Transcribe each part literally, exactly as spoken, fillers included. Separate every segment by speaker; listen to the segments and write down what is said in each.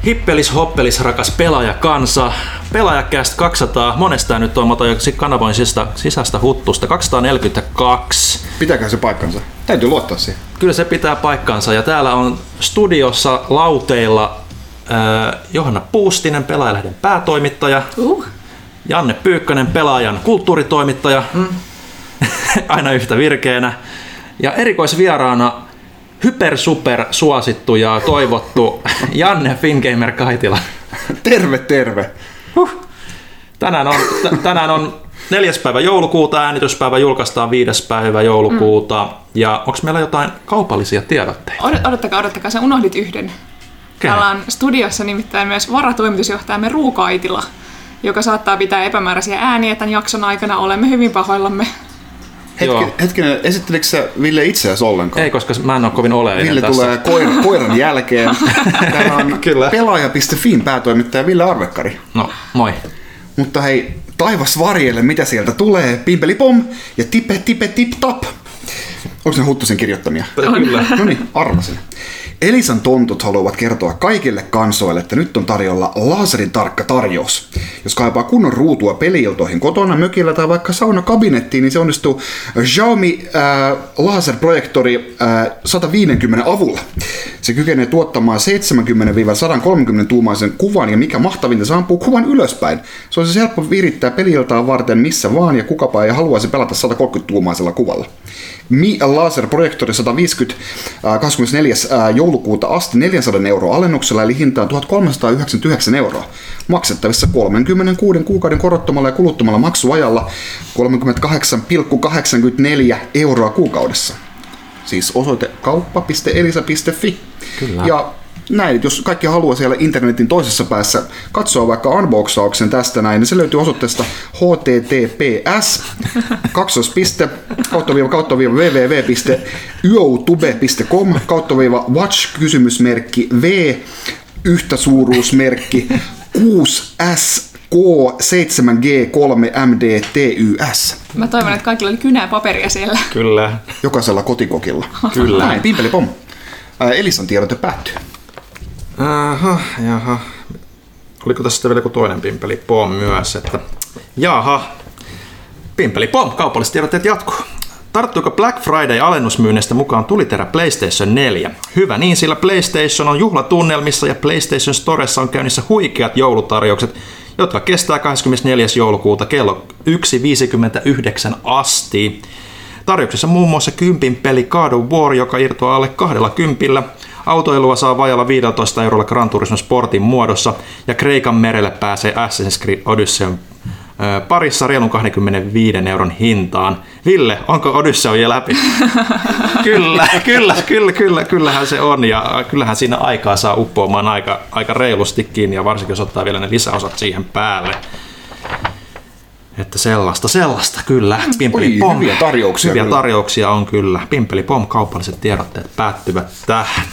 Speaker 1: Hippelis hoppelis rakas pelaajakansa. Pelaajakäst kaksisataa, monesta nyt on, mä otan kanavoin sisästä, sisästä huttusta, kaksisataaneljäkymmentäkaksi.
Speaker 2: Pitääkö se paikkansa? Täytyy luottaa siihen.
Speaker 1: Kyllä se pitää paikkansa ja täällä on studiossa lauteilla äh, Johanna Puustinen, Pelaajalehden päätoimittaja.
Speaker 3: Uh.
Speaker 1: Janne Pyykkönen, Pelaajan kulttuuritoimittaja. Mm. Aina yhtä virkeänä. Ja erikoisvieraana hypersuper suosittu ja toivottu Janne Fingamer Kaitila.
Speaker 2: Terve, terve.
Speaker 1: Huh. Tänään on, t- tänään on neljäs päivä joulukuuta, äänityspäivä julkaistaan viides päivä joulukuuta. Mm. Ja onko meillä jotain kaupallisia tiedotteita?
Speaker 3: Odot, odottakaa, odottakaa, sä unohdit yhden. Täällä on studiossa nimittäin myös varatoimitusjohtajamme Ruukaitila, joka saattaa pitää epämääräisiä ääniä tämän jakson aikana. Olemme hyvin pahoillamme.
Speaker 2: Hetken, hetkinen, esittelikö sä Ville itseäsi ollenkaan?
Speaker 1: Ei, koska mä en ole kovin oleellinen
Speaker 2: Ville
Speaker 1: tässä.
Speaker 2: tulee koira, koiran jälkeen. Täällä on pelaaja piste fin päätoimittaja Ville Arvekkari.
Speaker 1: No, moi.
Speaker 2: Mutta hei, taivas varjelle, mitä sieltä tulee? Pimpeli pom ja tipe tipe tip tap. Onko ne Huttusen kirjoittamia?
Speaker 1: Kyllä.
Speaker 2: No niin, arvasin. Elisan tontut haluavat kertoa kaikille kansoille, että nyt on tarjolla laserin tarkka tarjous. Jos kaipaa kunnon ruutua peli-iltoihin kotona, mökillä tai vaikka saunakabinettiin, niin se onnistuu Xiaomi äh, laserprojektori äh, sata viisikymmentä avulla. Se kykenee tuottamaan seitsemänkymmentä sata kolmekymmentä tuumaisen kuvan ja mikä mahtavinta, se ampuu kuvan ylöspäin. Se olisi helppo virittää peli-iltaa varten missä vaan ja kukapa ei haluaisi pelata sata kolmekymmentä tuumaisella kuvalla. Mi laserprojektori sata viisikymmentä äh, kahdeskymmenesneljäs Äh, joulukuuta asti neljäsataa euroa alennuksella eli hintaan tuhatkolmesataayhdeksänkymmentäyhdeksän euroa. Maksettavissa kolmekymmentäkuusi kuukauden korottomalla ja kuluttomalla maksuajalla kolmekymmentäkahdeksan pilkku kahdeksankymmentäneljä euroa kuukaudessa. Siis osoite kauppa piste elisa piste fi.
Speaker 1: Kyllä. Ja
Speaker 2: näin, jos kaikki haluaa siellä internetin toisessa päässä katsoa vaikka unboxauksen tästä näin, niin se löytyy osoitteesta https kaksospiste kautta viiva kautta viiva www piste youtube piste com kautta viiva watch kysymysmerkki v yhtä suuruusmerkki kuusi S K seitsemän G kolme M D T Y S.
Speaker 3: Mä toivon, että kaikilla oli kynää paperia siellä.
Speaker 1: Kyllä.
Speaker 2: Jokaisella kotikokilla.
Speaker 1: Kyllä.
Speaker 2: Näin, pimpeli pom. Elisan tiedote päättyy.
Speaker 1: Aha, jaha. Oliko tässä sitten vielä joku toinen pimpeli pom myös, että jaha. Pimpeli pom, kaupalliset tiedotteet jatkuu. Tarttuiko Black Friday-alennusmyynnistä mukaan tuliterä PlayStation neljä? Hyvä niin, sillä PlayStation on juhlatunnelmissa ja PlayStation Storessa on käynnissä huikeat joulutarjoukset, jotka kestää kahdeskymmenesneljäs joulukuuta kello yksi viisikymmentäyhdeksän asti. Tarjouksessa muun muassa kympin peli God of War, joka irtoaa alle kahdella kympillä. Autoilua saa vajalla viisitoista eurolla Gran Turismo Sportin muodossa ja Kreikan merelle pääsee Assassin's Creed Odysseyn parissa reilun kaksikymmentäviisi euron hintaan. Ville, onko Odyssey jo läpi? kyllä, kyllä, kyllä, kyllä, kyllähän se on ja kyllähän siinä aikaa saa uppoamaan aika, aika reilustikin ja varsinkin jos ottaa vielä ne lisäosat siihen päälle. Että sellaista, sellaista, kyllä. Pimpeli pom.
Speaker 2: Hyviä tarjouksia.
Speaker 1: Hyviä
Speaker 2: kyllä.
Speaker 1: tarjouksia on kyllä. Pimpeli pom, kaupalliset tiedotteet päättyvät tähän.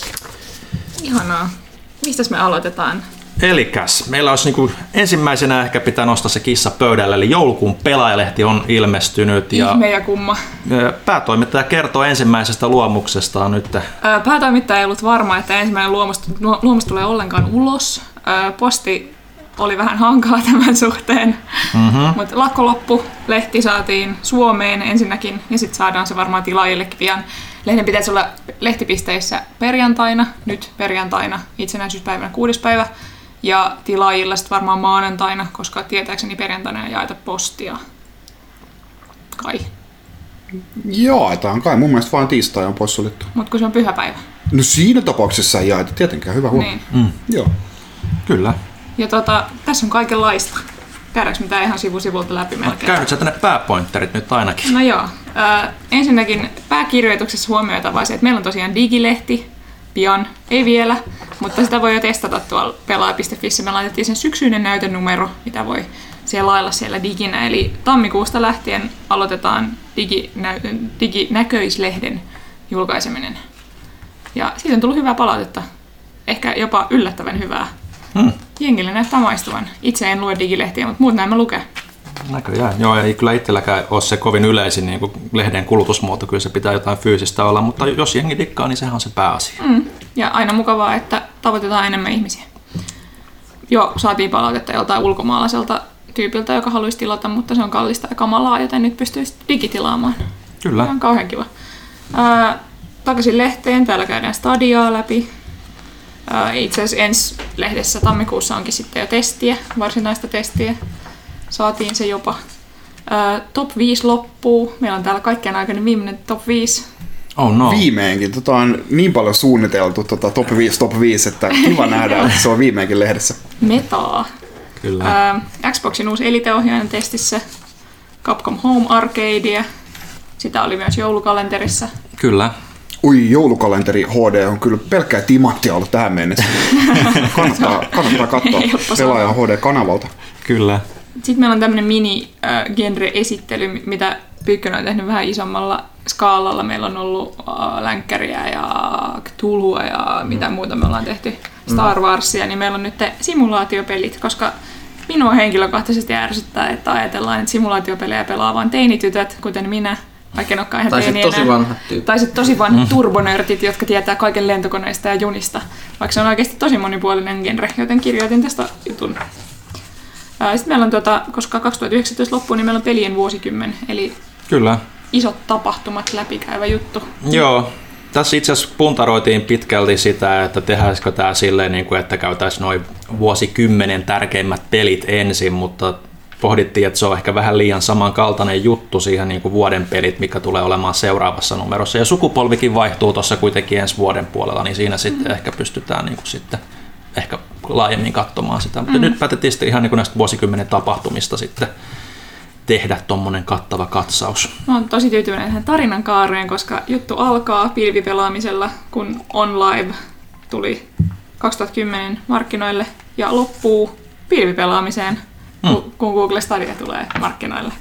Speaker 3: Ihanaa. Mistäs me aloitetaan?
Speaker 1: Elikäs, meillä olisi niinku ensimmäisenä ehkä pitää nostaa se kissa pöydälle, eli joulukuun Pelaajalehti on ilmestynyt. Ja
Speaker 3: ihme ja kumma.
Speaker 1: Päätoimittaja kertoo ensimmäisestä luomuksestaan nyt.
Speaker 3: Päätoimittaja ei ollut varma, että ensimmäinen luomus, luomus tulee ollenkaan ulos. Posti oli vähän hankaa tämän suhteen, mm-hmm. mutta lakko loppu, lehti saatiin Suomeen ensinnäkin ja sitten saadaan se varmaan tilaajillekin pian. Lehden pitäisi olla lehtipisteissä perjantaina, nyt perjantaina, itsenäisyyspäivänä kuudes päivä, ja tilaajilla sitten varmaan maanantaina, koska tietääkseni perjantaina ei jaeta postia. Kai.
Speaker 2: Jaetaan kai, mun mielestä vain tiistai on pois suljettu.
Speaker 3: Mutta kun se on pyhäpäivä.
Speaker 2: No siinä tapauksessa ei jaeta, tietenkään, hyvä huomio.
Speaker 3: Niin.
Speaker 1: Mm.
Speaker 2: Joo.
Speaker 1: Kyllä.
Speaker 3: Ja tota, tässä on kaikenlaista. Käydäänkö mitään ihan sivu sivulta läpi melkein?
Speaker 1: Käynyt sä tänne pääpointterit nyt ainakin.
Speaker 3: No joo. Äh, ensinnäkin pääkirjoituksessa huomioita vaan se, että meillä on tosiaan digilehti pian, ei vielä, mutta sitä voi jo testata tuolla pelaaja piste fissä. Me laitettiin sen syksyinen näytönumero, mitä voi selailla siellä diginä. Eli tammikuusta lähtien aloitetaan diginä- diginäköislehden julkaiseminen. Ja siitä on tullut hyvää palautetta. Ehkä jopa yllättävän hyvää. Hmm. Jengille näyttää maistuvan. Itse en lue digilehtiä, mutta muut näin mä lukee.
Speaker 1: Näköjään. Joo, ei kyllä itselläkään ole se kovin yleisin niin kuin lehden kulutusmuoto. Kyllä se pitää jotain fyysistä olla, mutta jos jengi dikkaa, niin sehän on se pääasia.
Speaker 3: Mm. Ja aina mukavaa, että tavoitetaan enemmän ihmisiä. jo saatiin palautetta joltain ulkomaalaiselta tyypiltä, joka haluaisi tilata, mutta se on kallista ja kamalaa, joten nyt pystyy digitilaamaan.
Speaker 1: Kyllä.
Speaker 3: Se on kauhean kiva. Ää, takaisin lehteen, täällä käydään Stadiaa läpi. Ää, itse asiassa ensi lehdessä tammikuussa onkin sitten jo testiä, varsinaista testiä. Saatiin se jopa. Ää, top viisi loppuu. Meillä on täällä kaikkien aikainen viimeinen top viisi.
Speaker 1: Oh no.
Speaker 2: Viimeinkin. Tota on niin paljon suunniteltu tota top viisi, top viisi, että kiva nähdä, että se on viimeinkin lehdessä.
Speaker 3: Metaa.
Speaker 1: Kyllä.
Speaker 3: Ää, Xboxin uusi Elite-ohjaajan testissä. Capcom Home Arcadea. Sitä oli myös joulukalenterissa.
Speaker 1: Kyllä.
Speaker 2: Ui, joulukalenteri H D on kyllä pelkkää timanttia ollut tähän mennessä. kannattaa, kannattaa katsoa pelaajan H D-kanavalta.
Speaker 1: Kyllä.
Speaker 3: Sitten meillä on tämmöinen mini-genre-esittely, mitä Pyykkönen on tehnyt vähän isommalla skaalalla. Meillä on ollut uh, länkkäriä ja Cthulhua ja mitä muuta me ollaan tehty, Star Warsia, niin meillä on nyt simulaatiopelit, koska minua henkilökohtaisesti ärsyttää, että ajatellaan, että simulaatiopelejä pelaa vain teinitytöt, kuten minä, vaikka en olekaan ihan
Speaker 4: tai
Speaker 3: teini
Speaker 4: sitten tosi
Speaker 3: enää.
Speaker 4: vanhat tyypit.
Speaker 3: Tai sitten tosi vanhat mm. turbonörtit, jotka tietää kaiken lentokoneista ja junista, vaikka se on oikeasti tosi monipuolinen genre, joten kirjoitin tästä jutun. Sitten meillä on, tuota, koska kaksituhattayhdeksäntoista loppuun, niin meillä on pelien vuosikymmen, eli
Speaker 1: Kyllä.
Speaker 3: isot tapahtumat läpikäyvä juttu.
Speaker 1: Joo. Tässä itse asiassa puntaroitiin pitkälti sitä, että tehdäänkö tämä silleen, että käytäisiin noin vuosikymmenen tärkeimmät pelit ensin, mutta pohdittiin, että se on ehkä vähän liian samankaltainen juttu siihen niin kuin vuoden pelit, mikä tulee olemaan seuraavassa numerossa. Ja sukupolvikin vaihtuu tuossa kuitenkin ensi vuoden puolella, niin siinä sitten mm. ehkä pystytään niin kuin sitten ehkä laajemmin katsomaan sitä. Mutta mm. nyt päätettiin sitten ihan niin kuin näistä vuosikymmenen tapahtumista sitten tehdä tuommoinen kattava katsaus.
Speaker 3: Mä oon tosi tyytyväinen tähän tarinan kaareen, koska juttu alkaa pilvipelaamisella, kun OnLive tuli kaksituhattakymmenen markkinoille ja loppuu pilvipelaamiseen, mm. kun Google Stadia tulee markkinoille.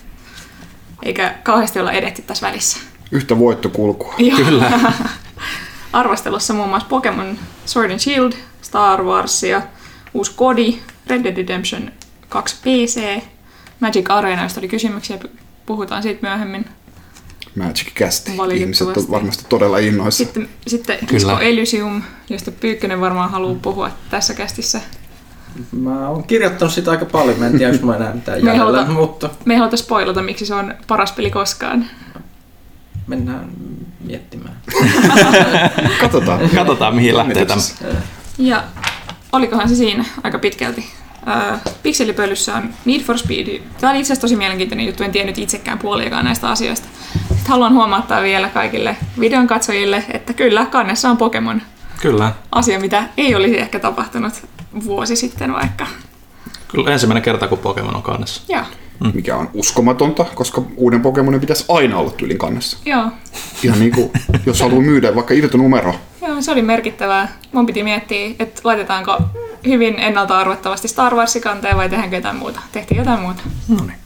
Speaker 3: Eikä kauheasti olla edetty tässä välissä.
Speaker 2: Yhtä voittokulkua.
Speaker 1: Kyllä.
Speaker 3: Arvostelussa muun muassa Pokemon Sword and Shield, Star Wars ja uusi Kodi, Red Dead Redemption kaksi P C, Magic Arena, josta oli kysymyksiä, puhutaan siitä myöhemmin.
Speaker 2: Magic-cast. Ihmiset on varmasti todella innoissa.
Speaker 3: Sitten, sitten Disco Elysium, josta Pyykkönen varmaan haluaa puhua tässä kästissä.
Speaker 4: Mä oon kirjoittanut sitä aika paljon, mä en tiedä, jos mä enää mitään jäljellä, haluta, mutta...
Speaker 3: Me ei haluta spoilata, miksi se on paras peli koskaan.
Speaker 4: Mennään miettimään.
Speaker 2: Katsotaan.
Speaker 1: Katsotaan, mihin lähtee tämä.
Speaker 3: Ja olikohan se siinä aika pitkälti. Uh, Pikselipölyssä on Need for Speed. Tämä oli itse asiassa tosi mielenkiintoinen juttu, en tiennyt itsekään puoliakaan näistä asioista. Sitten haluan huomauttaa vielä kaikille videon katsojille, että kyllä, kannessa on Pokemon.
Speaker 1: Kyllä.
Speaker 3: Asia, mitä ei olisi ehkä tapahtunut vuosi sitten vaikka.
Speaker 1: Kyllä ensimmäinen kerta, kun Pokemon on kannessa.
Speaker 3: Joo.
Speaker 2: Mm. Mikä on uskomatonta, koska uuden Pokemonin pitäisi aina olla tyylin kannessa.
Speaker 3: Joo.
Speaker 2: Ihan niin kuin, jos haluaa myydä vaikka irtonumero.
Speaker 3: Joo, se oli merkittävää. Mun piti miettiä, että laitetaanko hyvin ennalta arvattavasti Star Warsin kanteen vai tehdäänkö jotain muuta. Tehtiin jotain muuta.
Speaker 1: No niin.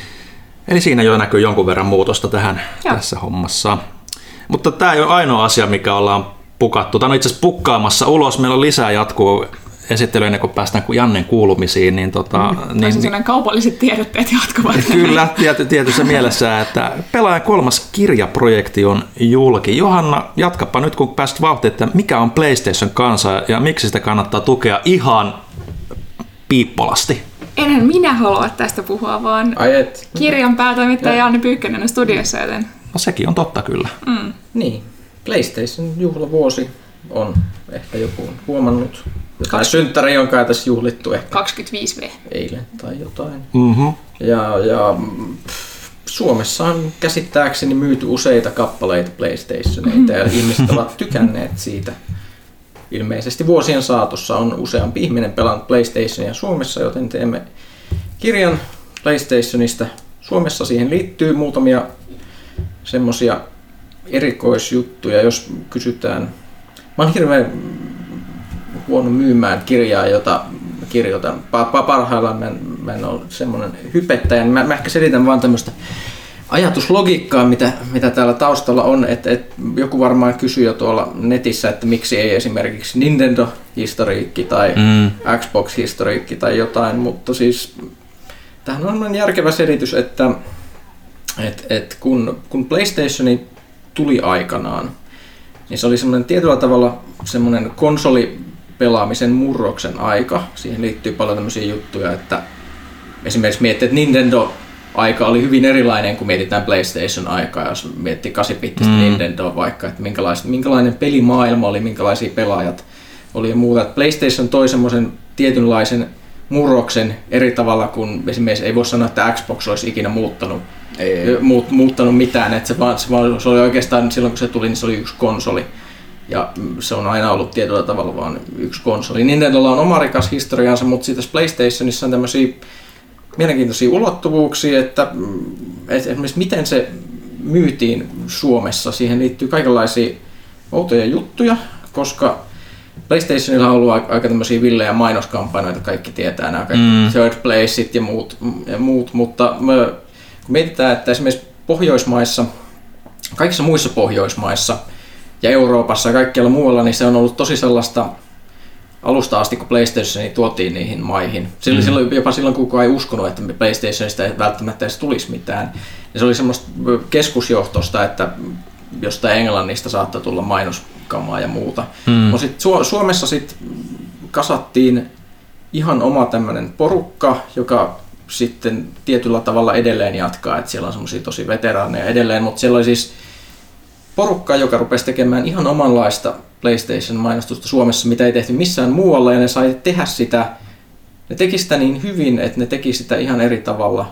Speaker 1: Eli siinä jo näkyy jonkun verran muutosta tähän Joo. tässä hommassa. Mutta tämä ei ole ainoa asia, mikä ollaan pukattu. Tämä on itse asiassa pukkaamassa ulos. Meillä on lisää jatkuu esittely ennen kuin päästään Jannen kuulumisiin. Niin tota,
Speaker 3: mm, niin, niin, kaupalliset tiedotteet jatkuvat.
Speaker 1: Kyllä, tiety, tietyssä mielessä, että Pelaajan kolmas kirjaprojekti on julki. Johanna, jatkapa nyt kun pääsit vauhtiin, että mikä on PlayStation kansa ja miksi sitä kannattaa tukea ihan piippolasti?
Speaker 3: Enhän minä halua tästä puhua, vaan
Speaker 4: Ai et.
Speaker 3: kirjan päätoimittaja Janne Pyykkönen on studiossa, joten...
Speaker 1: No sekin on totta kyllä.
Speaker 4: Mm. Niin, PlayStation juhlavuosi on ehkä joku huomannut. Jotain synttäri, jonka ei tässä juhlittu ehkä
Speaker 3: kaksikymmentäviisi vuotta
Speaker 4: eilen tai jotain.
Speaker 1: Mm-hmm.
Speaker 4: Ja, ja pff, Suomessa on käsittääkseni myyty useita kappaleita PlayStationeita ja ihmiset ovat tykänneet siitä. Ilmeisesti vuosien saatossa on useampi ihminen pelannut PlayStationia Suomessa, joten teemme kirjan PlayStationista. Suomessa siihen liittyy muutamia semmosia erikoisjuttuja, jos kysytään. Mä oon hirveän huono myymään kirjaa, jota kirjoitan. Pa- parhaillaan mä en, mä en ole semmoinen hypettäjä. Mä, mä ehkä selitän vaan tämmöistä ajatuslogiikkaa, mitä, mitä täällä taustalla on. Et, et joku varmaan kysyy jo tuolla netissä, että miksi ei esimerkiksi Nintendo-historiikki tai mm. Xbox-historiikki tai jotain, mutta siis tämähän on järkevä selitys, että et, et kun, kun PlayStationi tuli aikanaan, niin se oli semmoinen tietyllä tavalla semmoinen konsoli pelaamisen murroksen aika. Siihen liittyy paljon tämmöisiä juttuja, että esimerkiksi miettii, että Nintendo-aika oli hyvin erilainen kuin mietitään PlayStation-aikaa, jos miettii kahdeksan-bittistä mm. Nintendoa vaikka, että minkälainen pelimaailma oli, minkälaisia pelaajat oli ja muuta. Että PlayStation toi semmoisen tietynlaisen murroksen eri tavalla kuin esimerkiksi ei voi sanoa, että Xbox olisi ikinä muuttanut, ei. Muut, muuttanut mitään, että se, vaan, se, vaan, se oli oikeastaan silloin kun se tuli, niin se oli yksi konsoli. Ja se on aina ollut tietyllä tavalla vaan yksi konsoli. Nintendolla on oma rikas historiansa, mutta sitten PlayStationissa on tämmöisiä mielenkiintoisia ulottuvuuksia, että, että esimerkiksi miten se myytiin Suomessa. Siihen liittyy kaikenlaisia outoja juttuja, koska PlayStationilla on ollut aika tämmöisiä villejä mainoskampanjoita, kaikki tietää nämä kaikki mm. third placeit ja muut, ja muut, mutta kun mietitään, että esimerkiksi Pohjoismaissa, kaikissa muissa Pohjoismaissa ja Euroopassa ja kaikkialla muualla, niin se on ollut tosi sellaista alusta asti, kun PlayStationi tuotiin niihin maihin. Silloin, mm. silloin, jopa silloin, kun kukaan ei uskonut, että PlayStationista ei välttämättä edes tulisi mitään. Ja se oli semmoista keskusjohtosta, että jostain Englannista saattoi tulla mainoskamaa ja muuta. Mm. No sit Su- Suomessa sit kasattiin ihan oma tämmöinen porukka, joka sitten tietyllä tavalla edelleen jatkaa, että siellä on semmoisia tosi veteraaneja edelleen, mutta siellä oli siis porukka, joka rupesi tekemään ihan omanlaista PlayStation-mainostusta Suomessa, mitä ei tehty missään muualla, ja ne sai tehdä sitä, ne teki sitä niin hyvin, että ne teki sitä ihan eri tavalla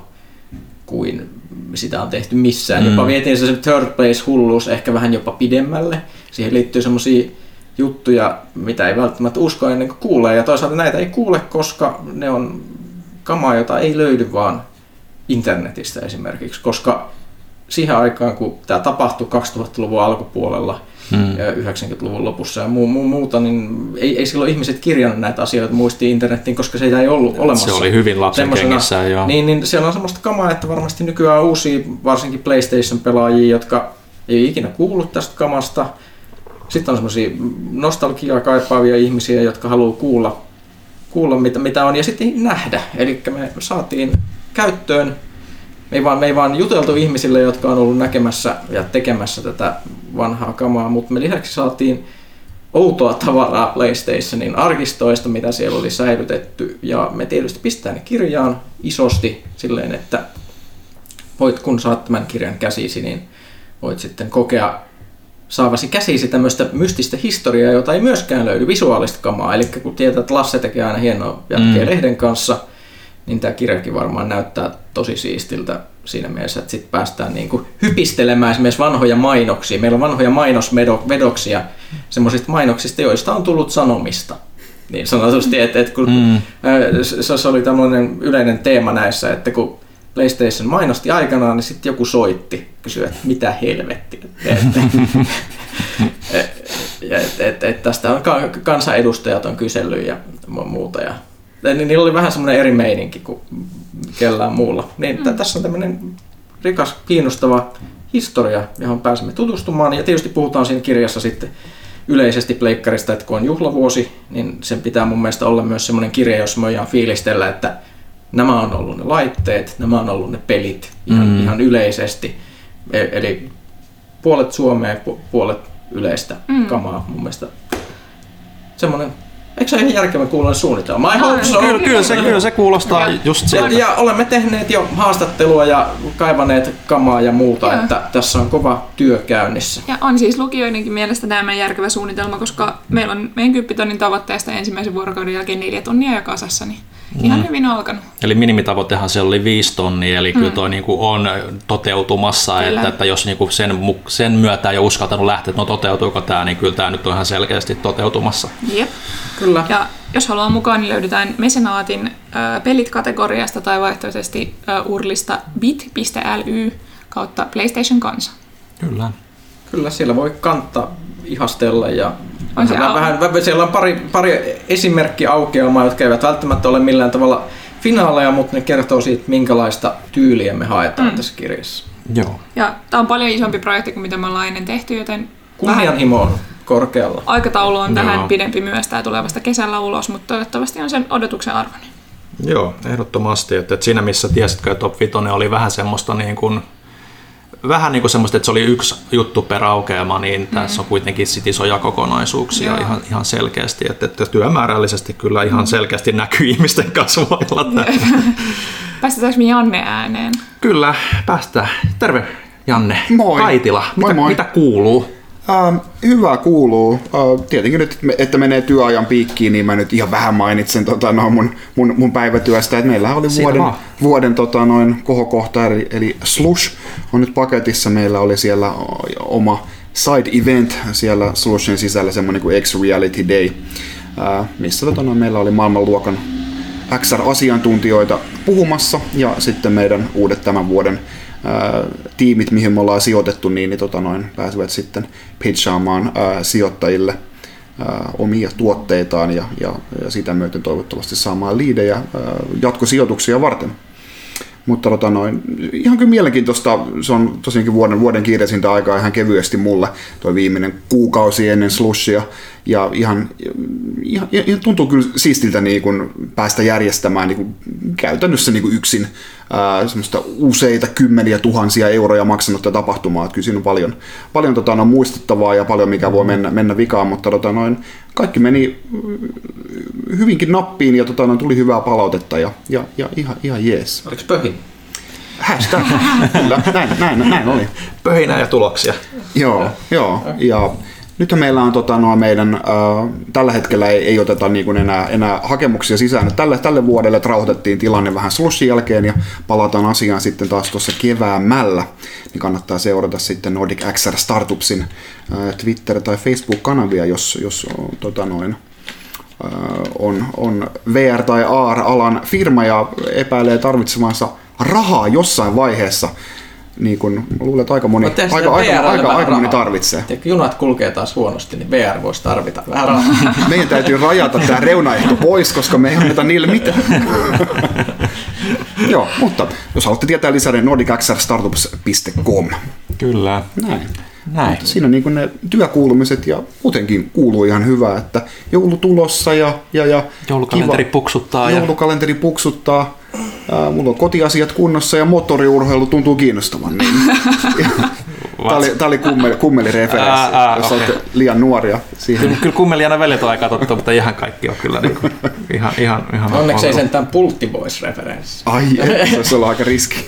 Speaker 4: kuin sitä on tehty missään. Mm. Jopa vietiin se third place-hulluus ehkä vähän jopa pidemmälle. Siihen liittyy semmoisia juttuja, mitä ei välttämättä usko ennen kuin kuulee, ja toisaalta näitä ei kuule, koska ne on kamaa, jota ei löydy vaan internetistä esimerkiksi, koska siihen aikaan, kun tämä tapahtui kaksituhattaluvun alkupuolella hmm. ja yhdeksänkymmentäluvun lopussa ja muu, muu, muuta, niin ei, ei silloin ihmiset kirjannut näitä asioita muistiin internettiin, koska se ei ollut olemassa.
Speaker 1: Se oli hyvin lapsen kengissä, joo.
Speaker 4: Niin, niin siellä on semmoista kamaa, että varmasti nykyään on uusia, varsinkin PlayStation-pelaajia, jotka ei ikinä kuullut tästä kamasta. Sitten on semmoisia nostalgiaa kaipaavia ihmisiä, jotka haluaa kuulla, kuulla mitä, mitä on, ja sitten nähdä. Eli me saatiin käyttöön. Me ei, vaan, me ei vaan juteltu ihmisille, jotka on ollut näkemässä ja tekemässä tätä vanhaa kamaa, mutta me lisäksi saatiin outoa tavaraa PlayStationin arkistoista, mitä siellä oli säilytetty, ja me tietysti pistää ne kirjaan isosti silleen, että voit, kun saat tämän kirjan käsisi, niin voit sitten kokea saavasi käsisi tämmöistä mystistä historiaa, jota ei myöskään löydy visuaalista kamaa, eli kun tietää, että Lasse tekee aina hienoa jälkeä mm. lehden kanssa, niin tämä kirjakin varmaan näyttää tosi siistiltä siinä mielessä, että sitten päästään niinku hypistelemään esimerkiksi vanhoja mainoksia. Meillä on vanhoja mainosvedoksia semmoisista mainoksista, joista on tullut sanomista. Niin sanotusti, että, että kun, mm. se, se oli tämmöinen yleinen teema näissä, että kun PlayStation mainosti aikanaan, niin sitten joku soitti, kysyi, että mitä helvettiä. Että et, et, et tästä on kansanedustajat on kysellyt ja muuta. Ja niillä oli vähän semmoinen eri meininki kuin kellään muulla. Niin mm. tässä on tämmöinen rikas, kiinnostava historia, johon pääsemme tutustumaan. Ja tietysti puhutaan siinä kirjassa sitten yleisesti pleikkarista, että kun on juhlavuosi, niin sen pitää mun mielestä olla myös semmoinen kirja, jossa me voidaan fiilistellä, että nämä on ollut ne laitteet, nämä on ollut ne pelit ihan, mm. ihan yleisesti. Eli puolet Suomea, puolet yleistä mm. kamaa mun mielestä. Semmoinen. Eikö se ole ihan järkevä kuuloinen suunnitelma? I hope so.
Speaker 1: Kyllä, kyllä, se, kyllä se kuulostaa ja, just sieltä.
Speaker 4: Ja, ja olemme tehneet jo haastattelua ja kaivaneet kamaa ja muuta, Joo. että tässä on kova työ käynnissä.
Speaker 3: Ja on siis lukijoidenkin mielestä tämä järkevä suunnitelma, koska meillä on meidän kymppitonnin tavoitteesta ensimmäisen vuorokauden jälkeen neljä tonnia jo kasassa, niin ihan mm. hyvin on alkanut.
Speaker 1: Eli minimitavoitehan se oli viisi tonnia, eli mm. kyllä toi niinku on toteutumassa, että, että jos niinku sen, sen myötä ei ole uskaltanut lähteä, että no toteutuuko tämä, niin kyllä tämä nyt on ihan selkeästi toteutumassa.
Speaker 3: Jep. Kyllä. Ja jos haluaa mukaan, niin löydetään Mesenaatin äh, pelit-kategoriasta tai vaihtoisesti äh, urlista bit piste l y kautta PlayStation Kansa.
Speaker 1: Kyllä.
Speaker 4: Kyllä, siellä voi kantta ihastella ja on vähän, vähän, vähän, siellä on pari, pari esimerkkiaukeamaa, jotka eivät välttämättä ole millään tavalla finaaleja, mutta ne kertoo siitä, minkälaista tyyliä me haetaan mm. tässä kirjassa.
Speaker 1: Joo.
Speaker 3: Ja tämä on paljon isompi projekti kuin mitä me ollaan ennen tehty, joten
Speaker 4: kunnianhimo on korkealla.
Speaker 3: Aikataulu on tähän Joo. pidempi myös, tämä tulee vasta kesällä ulos, mutta toivottavasti on sen odotuksen arvoinen.
Speaker 1: Joo, ehdottomasti. Että, että siinä missä tiesitkö, että Top viisi oli vähän semmoista niin kuin vähän niin kuin semmoista, että se oli yksi juttu per aukeama, niin mm. tässä on kuitenkin sit isoja kokonaisuuksia ihan, ihan selkeästi, että, että työmäärällisesti kyllä ihan mm. selkeästi näkyy ihmisten kasvoilla.
Speaker 3: Päästetäänkö me Janne ääneen?
Speaker 1: Kyllä, päästään. Terve Janne.
Speaker 2: Moi.
Speaker 1: Kaitila.
Speaker 2: Moi,
Speaker 1: mitä,
Speaker 2: moi.
Speaker 1: mitä kuuluu?
Speaker 2: Uh, hyvä kuuluu. Uh, tietenkin nyt, että menee työajan piikkiin, niin mä nyt ihan vähän mainitsen tota, no, mun, mun, mun päivätyöstä. Et meillähän oli vuoden, vuoden tota, noin kohokohta, eli, eli Slush on nyt paketissa. Meillä oli siellä oma side event siellä Slushin sisällä, semmoinen kuin X-Reality Day, uh, missä tota, no, meillä oli maailmanluokan X R-asiantuntijoita puhumassa ja sitten meidän uudet tämän vuoden ää, tiimit, mihin me ollaan sijoitettu, niin, niin tota noin, pääsivät sitten pitchaamaan ää, sijoittajille ää, omia tuotteitaan ja, ja, ja sitä myöten toivottavasti saamaan liidejä ää, jatkosijoituksia varten. Mutta tota noin, ihan kyllä mielenkiintoista, se on tosiaankin vuoden, vuoden kiireisintä aikaa ihan kevyesti mulle, tuo viimeinen kuukausi ennen Slushia, ja ihan, ihan, ihan tuntuu kyllä siistiltä niin kuin päästä järjestämään niin kuin käytännössä niin kuin yksin ää, semmoista useita kymmeniä tuhansia euroja maksanutta tapahtumaa, että kyllä siinä on paljon, paljon tota, no, muistettavaa ja paljon mikä voi mennä, mennä vikaan, mutta tota, noin, kaikki meni hyvinkin nappiin ja tota, noin, tuli hyvää palautetta ja, ja, ja ihan, ihan jees.
Speaker 4: Oliko pöhin?
Speaker 2: Hashtag. Kyllä, näin, näin, näin oli.
Speaker 1: Pöhinää ja tuloksia.
Speaker 2: Joo, joo. Ja nythän meillä on tota, no, meidän, äh, tällä hetkellä ei, ei oteta niin kuin enää, enää hakemuksia sisään. Tälle, tälle vuodelle rauhoitettiin tilanne vähän Slushin jälkeen ja palataan asiaan sitten taas tuossa keväämällä. Niin kannattaa seurata sitten Nordic X R Startupsin äh, Twitter- tai Facebook-kanavia, jos, jos tota, noin, äh, on, on V R- tai A R-alan firma ja epäilee tarvitsemansa rahaa jossain vaiheessa. Niin kun, mä luulen, että aika moni, aika, aika, aika, aika moni tarvitsee.
Speaker 4: Ja kun junat kulkee taas huonosti, niin V R voisi tarvita vähän rahaa.
Speaker 2: Meidän täytyy rajata tämä reunaehto pois, koska me ei anneta niille mitään. Joo, mutta jos haluatte tietää lisää, niin nordic x r startups piste com.
Speaker 1: Kyllä.
Speaker 2: Näin.
Speaker 1: Näin.
Speaker 2: Mutta siinä niin ne työkuulumiset ja muutenkin kuuluu ihan hyvää, että joulu tulossa ja, ja, ja
Speaker 1: joulukalenteri
Speaker 2: kiva,
Speaker 1: puksuttaa.
Speaker 2: Joulukalenteri ja... puksuttaa. Ää, mulla on kotiasiat kunnossa ja moottoriurheilu tuntuu kiinnostavan. Niin. Tämä oli, tää oli kummeli, kummelireferenssi, ää, ää, jos okay. olette liian nuoria siihen.
Speaker 1: Kyllä, kyllä kummelijana veljet on aika totta, mutta ihan kaikki on kyllä niin kuin, ihan, ihan, ihan
Speaker 4: onneksi ei sentään Pultti Boys-referenssi.
Speaker 2: Ai, se olisi ollut aika riski.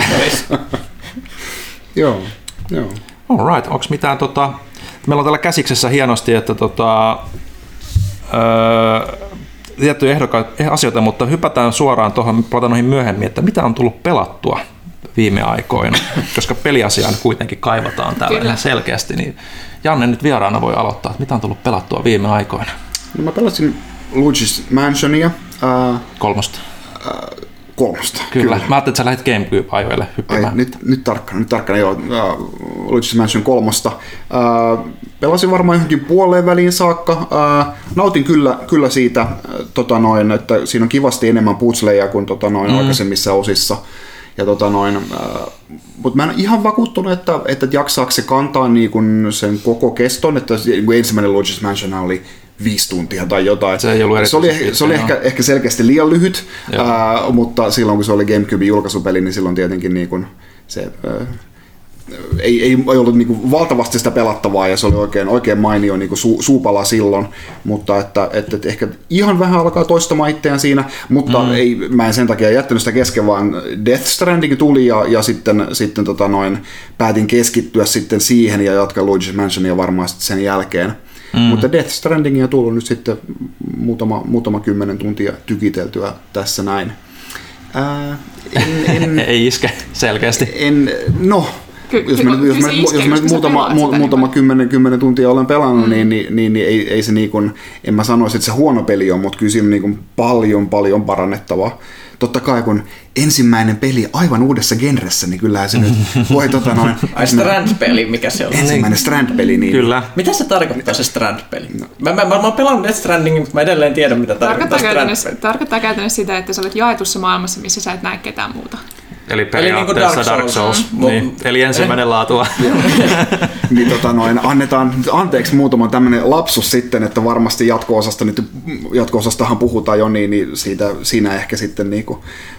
Speaker 2: Joo, joo.
Speaker 1: All right, onko mitään, tota, meillä on täällä käsiksessä hienosti, että tota, öö, tiettyjä ehdokkaita asioita, mutta hypätään suoraan tuohon, palataan noihin myöhemmin, että mitä on tullut pelattua viime aikoina, koska peliasiaan kuitenkin kaivataan täällä ihan selkeästi, niin Janne nyt vieraana voi aloittaa, että mitä on tullut pelattua viime aikoina?
Speaker 2: No mä pelasin Luigi's Mansionia. Äh,
Speaker 1: Kolmosta.
Speaker 2: Äh, kolmosta,
Speaker 1: kyllä.
Speaker 2: kyllä.
Speaker 1: Mä ajattelin, että sä lähdit GameCube-ajoille hyppimään.
Speaker 2: Ai, nyt, nyt tarkkana, nyt tarkkana, joo. Uh, Luigi's Mansion kolmosta. Uh, pelasin varmaan johonkin puoleen väliin saakka. Uh, nautin kyllä, kyllä siitä, uh, tota noin, että siinä on kivasti enemmän puzzleja kuin tota noin mm. aikaisemmissa osissa. Ja tota noin, uh, mutta mä en ihan vakuuttunut, että, että jaksaako se kantaa niin kun sen koko keston, että ensimmäinen Luigi's Mansion oli viisi tuntia tai jotain.
Speaker 1: Se, ei ollut
Speaker 2: se oli, se oli ehkä, ehkä selkeästi liian lyhyt, ää, mutta silloin kun se oli GameCuben julkaisupeli, niin silloin tietenkin niin kun se ää, ei, ei ollut niin kuin valtavasti sitä pelattavaa ja se oli oikein, oikein mainio niin kuin su, suupala silloin, mutta että, että, että ehkä ihan vähän alkaa toistamaan itseään siinä, mutta mm. ei, mä en sen takia jättänyt sitä kesken, vaan Death Stranding tuli ja, ja sitten, sitten tota noin, päätin keskittyä sitten siihen ja jatkaa Luigi's Mansionia varmaan sen jälkeen. Mm. Mutta Death Strandingia on tullut nyt sitten muutama, muutama kymmenen tuntia tykiteltyä tässä näin. Ää, en, en,
Speaker 1: ei iske selkeästi.
Speaker 2: En, no,
Speaker 3: Ky-
Speaker 2: jos mä,
Speaker 3: ky-
Speaker 2: jos mä,
Speaker 3: iske,
Speaker 2: jos mä nyt muutama, mu, muutama kymmenen, kymmenen tuntia olen pelannut, mm. niin, niin, niin, niin ei, ei se niin kuin, en mä sanoisi, että se huono peli on, mutta kyllä siinä on niin kuin paljon, paljon parannettavaa. Totta kai kun ensimmäinen peli aivan uudessa genressä, niin kyllähän se nyt voi tota noin...
Speaker 4: Ai Strand-peli, mikä se on?
Speaker 2: Ensimmäinen Strand-peli, niin...
Speaker 1: Kyllä.
Speaker 4: Mitä se tarkoittaa se Strand-peli? No. Mä, mä, mä, mä oon pelannut Death Strandingin, mutta mä edelleen tiedän, mitä tarkoittaa Strand-peli.
Speaker 3: Tarkoittaa käytännössä sitä, että sä olet jaetussa maailmassa, missä sä et näe ketään muuta.
Speaker 1: Eli periaatteessa Eli Dark Souls. Dark Souls. Mm. Niin. Eli ensimmäinen laatua.
Speaker 2: Niin tota noin, annetaan anteeksi muutama tämmöinen lapsus sitten, että varmasti jatko-osasta, nyt jatko-osastahan puhutaan jo, niin, niin siitä, siinä ehkä sitten niinku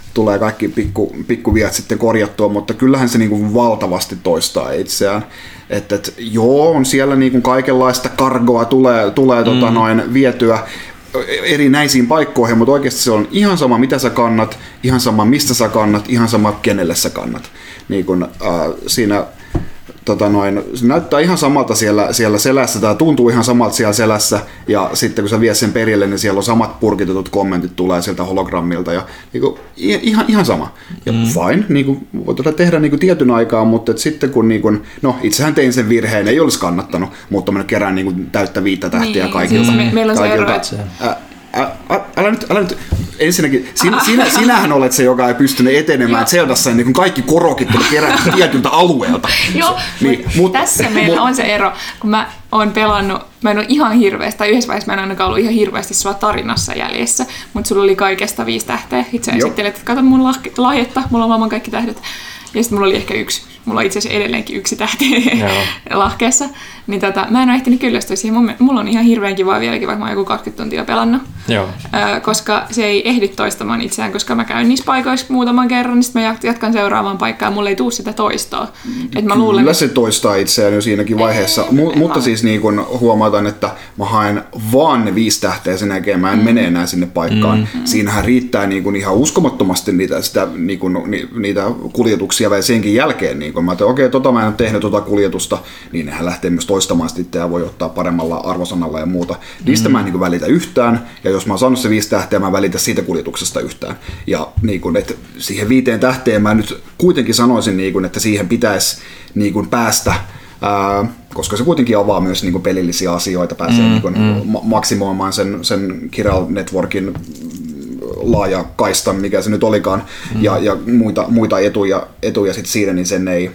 Speaker 2: tulee kaikki pikku, pikkuviat sitten korjattua, mutta kyllähän se niin kuin valtavasti toistaa itseään. Että et, joo, on siellä niin kuin kaikenlaista kargoa tulee, tulee mm. tota noin vietyä erinäisiin paikkoihin, mutta oikeasti se on ihan sama, mitä sä kannat, ihan sama, mistä sä kannat, ihan sama, kenelle sä kannat. Niin kun, äh, siinä tota noin, se näyttää ihan samalta siellä, siellä selässä, tai tuntuu ihan samalta siellä selässä, ja sitten kun sä viet sen perille, niin siellä on samat purkitetut kommentit tulee sieltä hologrammilta, ja niin kun, ihan, ihan sama. Ja mm. fine, niin kun, voi tätä tehdä niin kun tietyn aikaa, mutta et sitten kun, niin kun, no itsehän tein sen virheen, ei olisi kannattanut, mutta mä kerään niin kun täyttä viittä tähtiä niin, kaikilta.
Speaker 3: Siis me, meillä on
Speaker 2: kaikilta,
Speaker 3: se ero,
Speaker 2: että... Ä, ä, älä nyt, älä nyt, ensinnäkin, sinä, sinä, sinähän olet se, joka ei pystynyt etenemään, että Zeldassa niin kaikki korokit tuli kerätty tietyltä alueelta.
Speaker 3: Joo, niin, mut, tässä meillä on se ero, kun mä oon pelannut, mä en ole ihan hirveästi, tai yhdessä vaiheessa mä en ainakaan ollut ihan hirveästi sua tarinassa jäljessä, mutta sulla oli kaikesta viisi tähteä. Itse esittelet, että kato mun lahjetta, mulla on maailman kaikki tähdet. Ja sitten mulla oli ehkä yksi. Mulla on itse asiassa edelleenkin yksi tähti lahkeessa. Niin tota, mä en ole ehtinyt kyllästyä siihen. Mulla on ihan hirveän kivaa vieläkin, vaikka mä oon joku kaksikymmentä tuntia pelannut. Joo. Ö, koska se ei ehdi toistamaan itseään, koska mä käyn niissä paikoissa muutaman kerran, niin sitten mä jatkan seuraavaan paikkaan ja mulla ei tule sitä toistoa. Et mä luulen,
Speaker 2: Kyllä se toistaa itseään jo siinäkin vaiheessa. Ei, M- mutta siis niin kun huomataan, että mä haen vaan ne viisi tähteä sen jälkeen, mä en mm. mene enää sinne paikkaan. Mm. Siinähän riittää niin kun ihan uskomattomasti niitä, sitä, niin kun, ni, niitä kuljetuksia vielä senkin jälkeen. Niin kun mä ajattelin, okei, okay, tota mä en ole tehnyt tota kuljetusta, niin nehän lähtee myös toistamaan sitten ja voi ottaa paremmalla arvosanalla ja muuta. Niistä mm. mä en niin kun välitä yhtään, ja jos mä oon saanut se viisi tähteä, mä en välitä siitä kuljetuksesta yhtään. Ja niin kun, että siihen viiteen tähteen mä nyt kuitenkin sanoisin, niin kun, että siihen pitäisi niin kun päästä, ää, koska se kuitenkin avaa myös niin kun pelillisiä asioita, pääsee mm, niin kun, mm. ma- maksimoimaan sen, sen Chiral Networkin laaja kaistan, mikä se nyt olikaan, mm. ja, ja muita, muita etuja, etuja sit siinä, niin sen ei...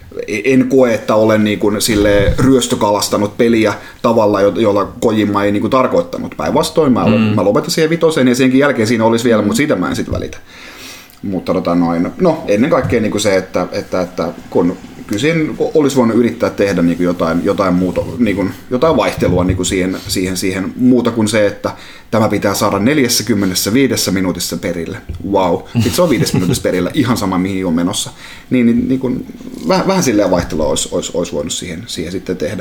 Speaker 2: En koe, että olen niin kuin sille ryöstökalastanut peliä tavalla, jolla Kojima ei niin kuin tarkoittanut. Päinvastoin mä, mm. mä lopetan siihen vitoseen ja senkin jälkeen siinä olisi vielä, mm. mutta siitä mä en sitten välitä. Mutta tota noin, no ennen kaikkea niin kuin se, että, että, että kun kyllä siinä olisi voinut yrittää tehdä niin kuin jotain, jotain, muuta, niin kuin, jotain vaihtelua niin kuin siihen, siihen, siihen muuta kuin se, että tämä pitää saada neljäkymmentäviisi minuutissa perille. Wow, sitten se on viides minuutissa perillä, ihan sama mihin on menossa. Niin, niin, niin kuin, vähän, vähän silleen vaihtelua olisi, olisi, olisi voinut siihen, siihen sitten tehdä.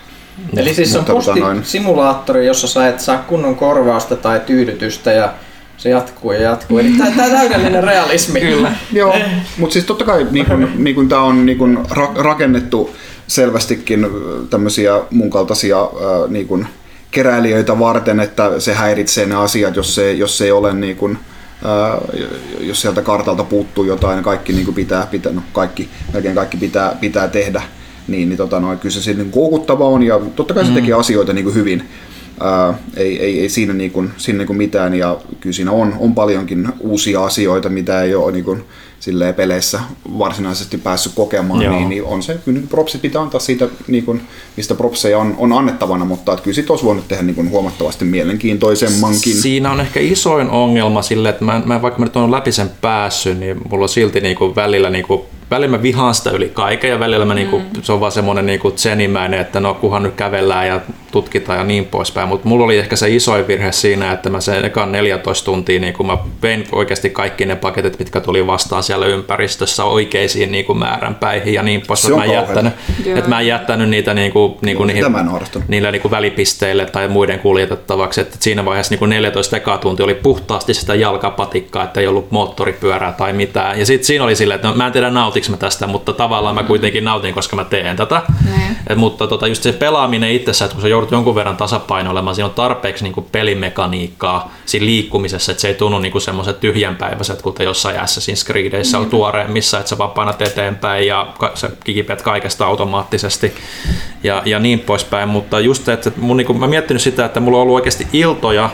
Speaker 4: Eli siis on postisimulaattori, jossa sä et saa kunnon korvausta tai tyydytystä ja se jatkuu ja jatkuu. Eli tämä on täydellinen realismi. Kyllä.
Speaker 2: Joo, mutta siis totta kai niin kun, niin kun tämä on niin kun ra- rakennettu selvästikin tämmöisiä mun kaltaisia äh, niin kun keräilijöitä varten, että se häiritsee ne asiat, jos se, jos se ei ole niin kun, äh, jos sieltä kartalta puuttuu jotain, kaikki niin kun pitää, pitää no kaikki, melkein kaikki pitää, pitää tehdä, niin, niin tota, no, kyllä se niin koukuttava on ja totta kai se tekee asioita niin kun hyvin. Ää, ei, ei, ei siinä, niin kuin, siinä niin kuin mitään, ja kyllä siinä on, on paljonkin uusia asioita, mitä ei ole niin kuin, silleen peleissä varsinaisesti päässyt kokemaan, niin, niin on se, kyllä propsit pitää antaa siitä, niin kuin, mistä propseja on, on annettavana, mutta että kyllä siitä olisi voinut tehdä niin kuin, huomattavasti mielenkiintoisemmankin.
Speaker 1: Siinä on ehkä isoin ongelma sille, että mä, mä, vaikka mä nyt olen läpi sen päässyt, niin mulla on silti niin kuin, välillä niin kuin, välillä mä vihaan sitä yli kaiken ja välillä mä, mm. niinku, se on vaan semmoinen niinku tsenimäinen, että no kunhan nyt kävellään ja tutkitaan ja niin poispäin. Mutta mulla oli ehkä se isoin virhe siinä, että mä sen ekan neljätoista tuntia niinku mä vein oikeasti kaikki ne paketit, mitkä tuli vastaan siellä ympäristössä oikeisiin niinku määränpäihin ja niin poispäin. Mä en jättänyt, että mä en jättänyt niitä niinku, niinku niihin, niille niinku välipisteille tai muiden kuljetettavaksi. Et siinä vaiheessa niinku neljätoista ekaa tuntia oli puhtaasti sitä jalkapatikkaa, että ei ollut moottoripyörää tai mitään. Ja sitten siinä oli silleen, että no, mä en tiedä nautin mä tästä, mutta tavallaan mä kuitenkin nautin, koska mä teen tätä. Et, mutta tota, just se pelaaminen itsessä, että kun sä joudut jonkun verran tasapainoilemaan, siinä on tarpeeksi niin kuin pelimekaniikkaa siinä liikkumisessa, että se ei tunnu niin semmoiset tyhjänpäiväiset, kuten jossain Assassin's Creedissä on tuoreimmissa, että sä vaan painat eteenpäin ja sä kikipeät kaikesta automaattisesti ja, ja niin poispäin. Mutta just se, että mun, niin kuin, mä miettinyt sitä, että mulla on ollut oikeasti iltoja,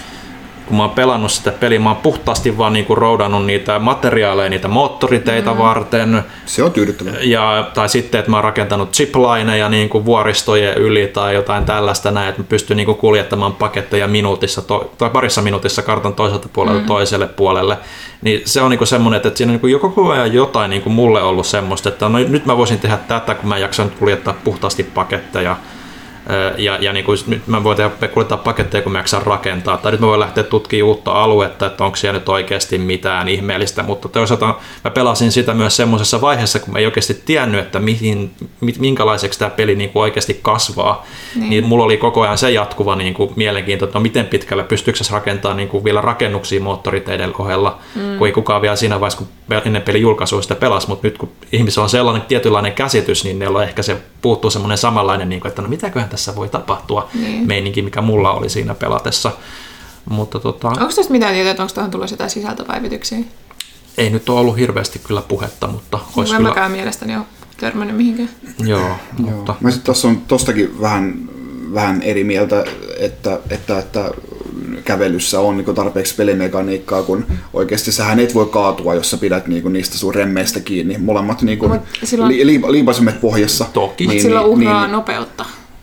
Speaker 1: kun mä oon pelannut sitä peliä, mä oon puhtaasti vaan niinku roudannut niitä materiaaleja, niitä moottoriteitä mm. varten.
Speaker 2: Se on tyydyttävää.
Speaker 1: Ja, tai sitten, että mä oon rakentanut ziplineja niinku vuoristojen yli tai jotain tällaista näin, että mä pystyn niinku kuljettamaan paketteja minuutissa to, tai parissa minuutissa kartan toiselta puolelle mm. toiselle puolelle. Niin se on niinku semmoinen, että siinä on niinku koko ajan jotain niinku mulle ollut semmoista, että no, nyt mä voisin tehdä tätä, kun mä en jaksa nyt kuljettaa puhtaasti paketteja. Ja, ja niin kuin, nyt mä voin tehdä, kuljettaa paketteja, kun mä jaksan rakentaa. Tai nyt mä voin lähteä tutkimaan uutta aluetta, että onko siellä nyt oikeasti mitään ihmeellistä. Mutta toisaalta mä pelasin sitä myös semmoisessa vaiheessa, kun mä ei oikeasti tiennyt, että mihin, minkälaiseksi tämä peli niin kuin oikeasti kasvaa. Niin. niin mulla oli koko ajan se jatkuva niin kuin mielenkiinto, että no miten pitkälle pystyykö rakentamaan niin kuin vielä rakennuksia moottoriteiden ohella, mm. kun ei kukaan vielä siinä vaiheessa, kun ennen pelin julkaisua sitä pelasi. Mutta nyt kun ihmisillä on sellainen tietynlainen käsitys, niin ne on ehkä se puuttuu semmoinen samanlainen, niin kuin, että no mitäköhän tässä voi tapahtua, niin. meininki, mikä mulla oli siinä pelatessa. Mutta, tota,
Speaker 3: onko tästä mitään tietoa, että onko tähän tulossa jotain sisältöpäivityksiä?
Speaker 1: Ei nyt ole ollut hirveästi kyllä puhetta, mutta olisi
Speaker 3: no,
Speaker 1: kyllä...
Speaker 3: mäkään mielestäni ole törmännyt mihinkään.
Speaker 1: Joo,
Speaker 2: Joo.
Speaker 1: mutta...
Speaker 2: Mä sitten tuossa on tostakin vähän, vähän eri mieltä, että, että, että kävelyssä on niin tarpeeksi pelimekaniikkaa, kun oikeasti sähän et voi kaatua, jos sä pidät niin niistä sun remmeistä kiinni. Molemmat niin
Speaker 3: no, silloin...
Speaker 2: li, li, liipasimet pohjassa.
Speaker 1: Toki.
Speaker 3: Niin, silloin uhraa niin, nopeutta.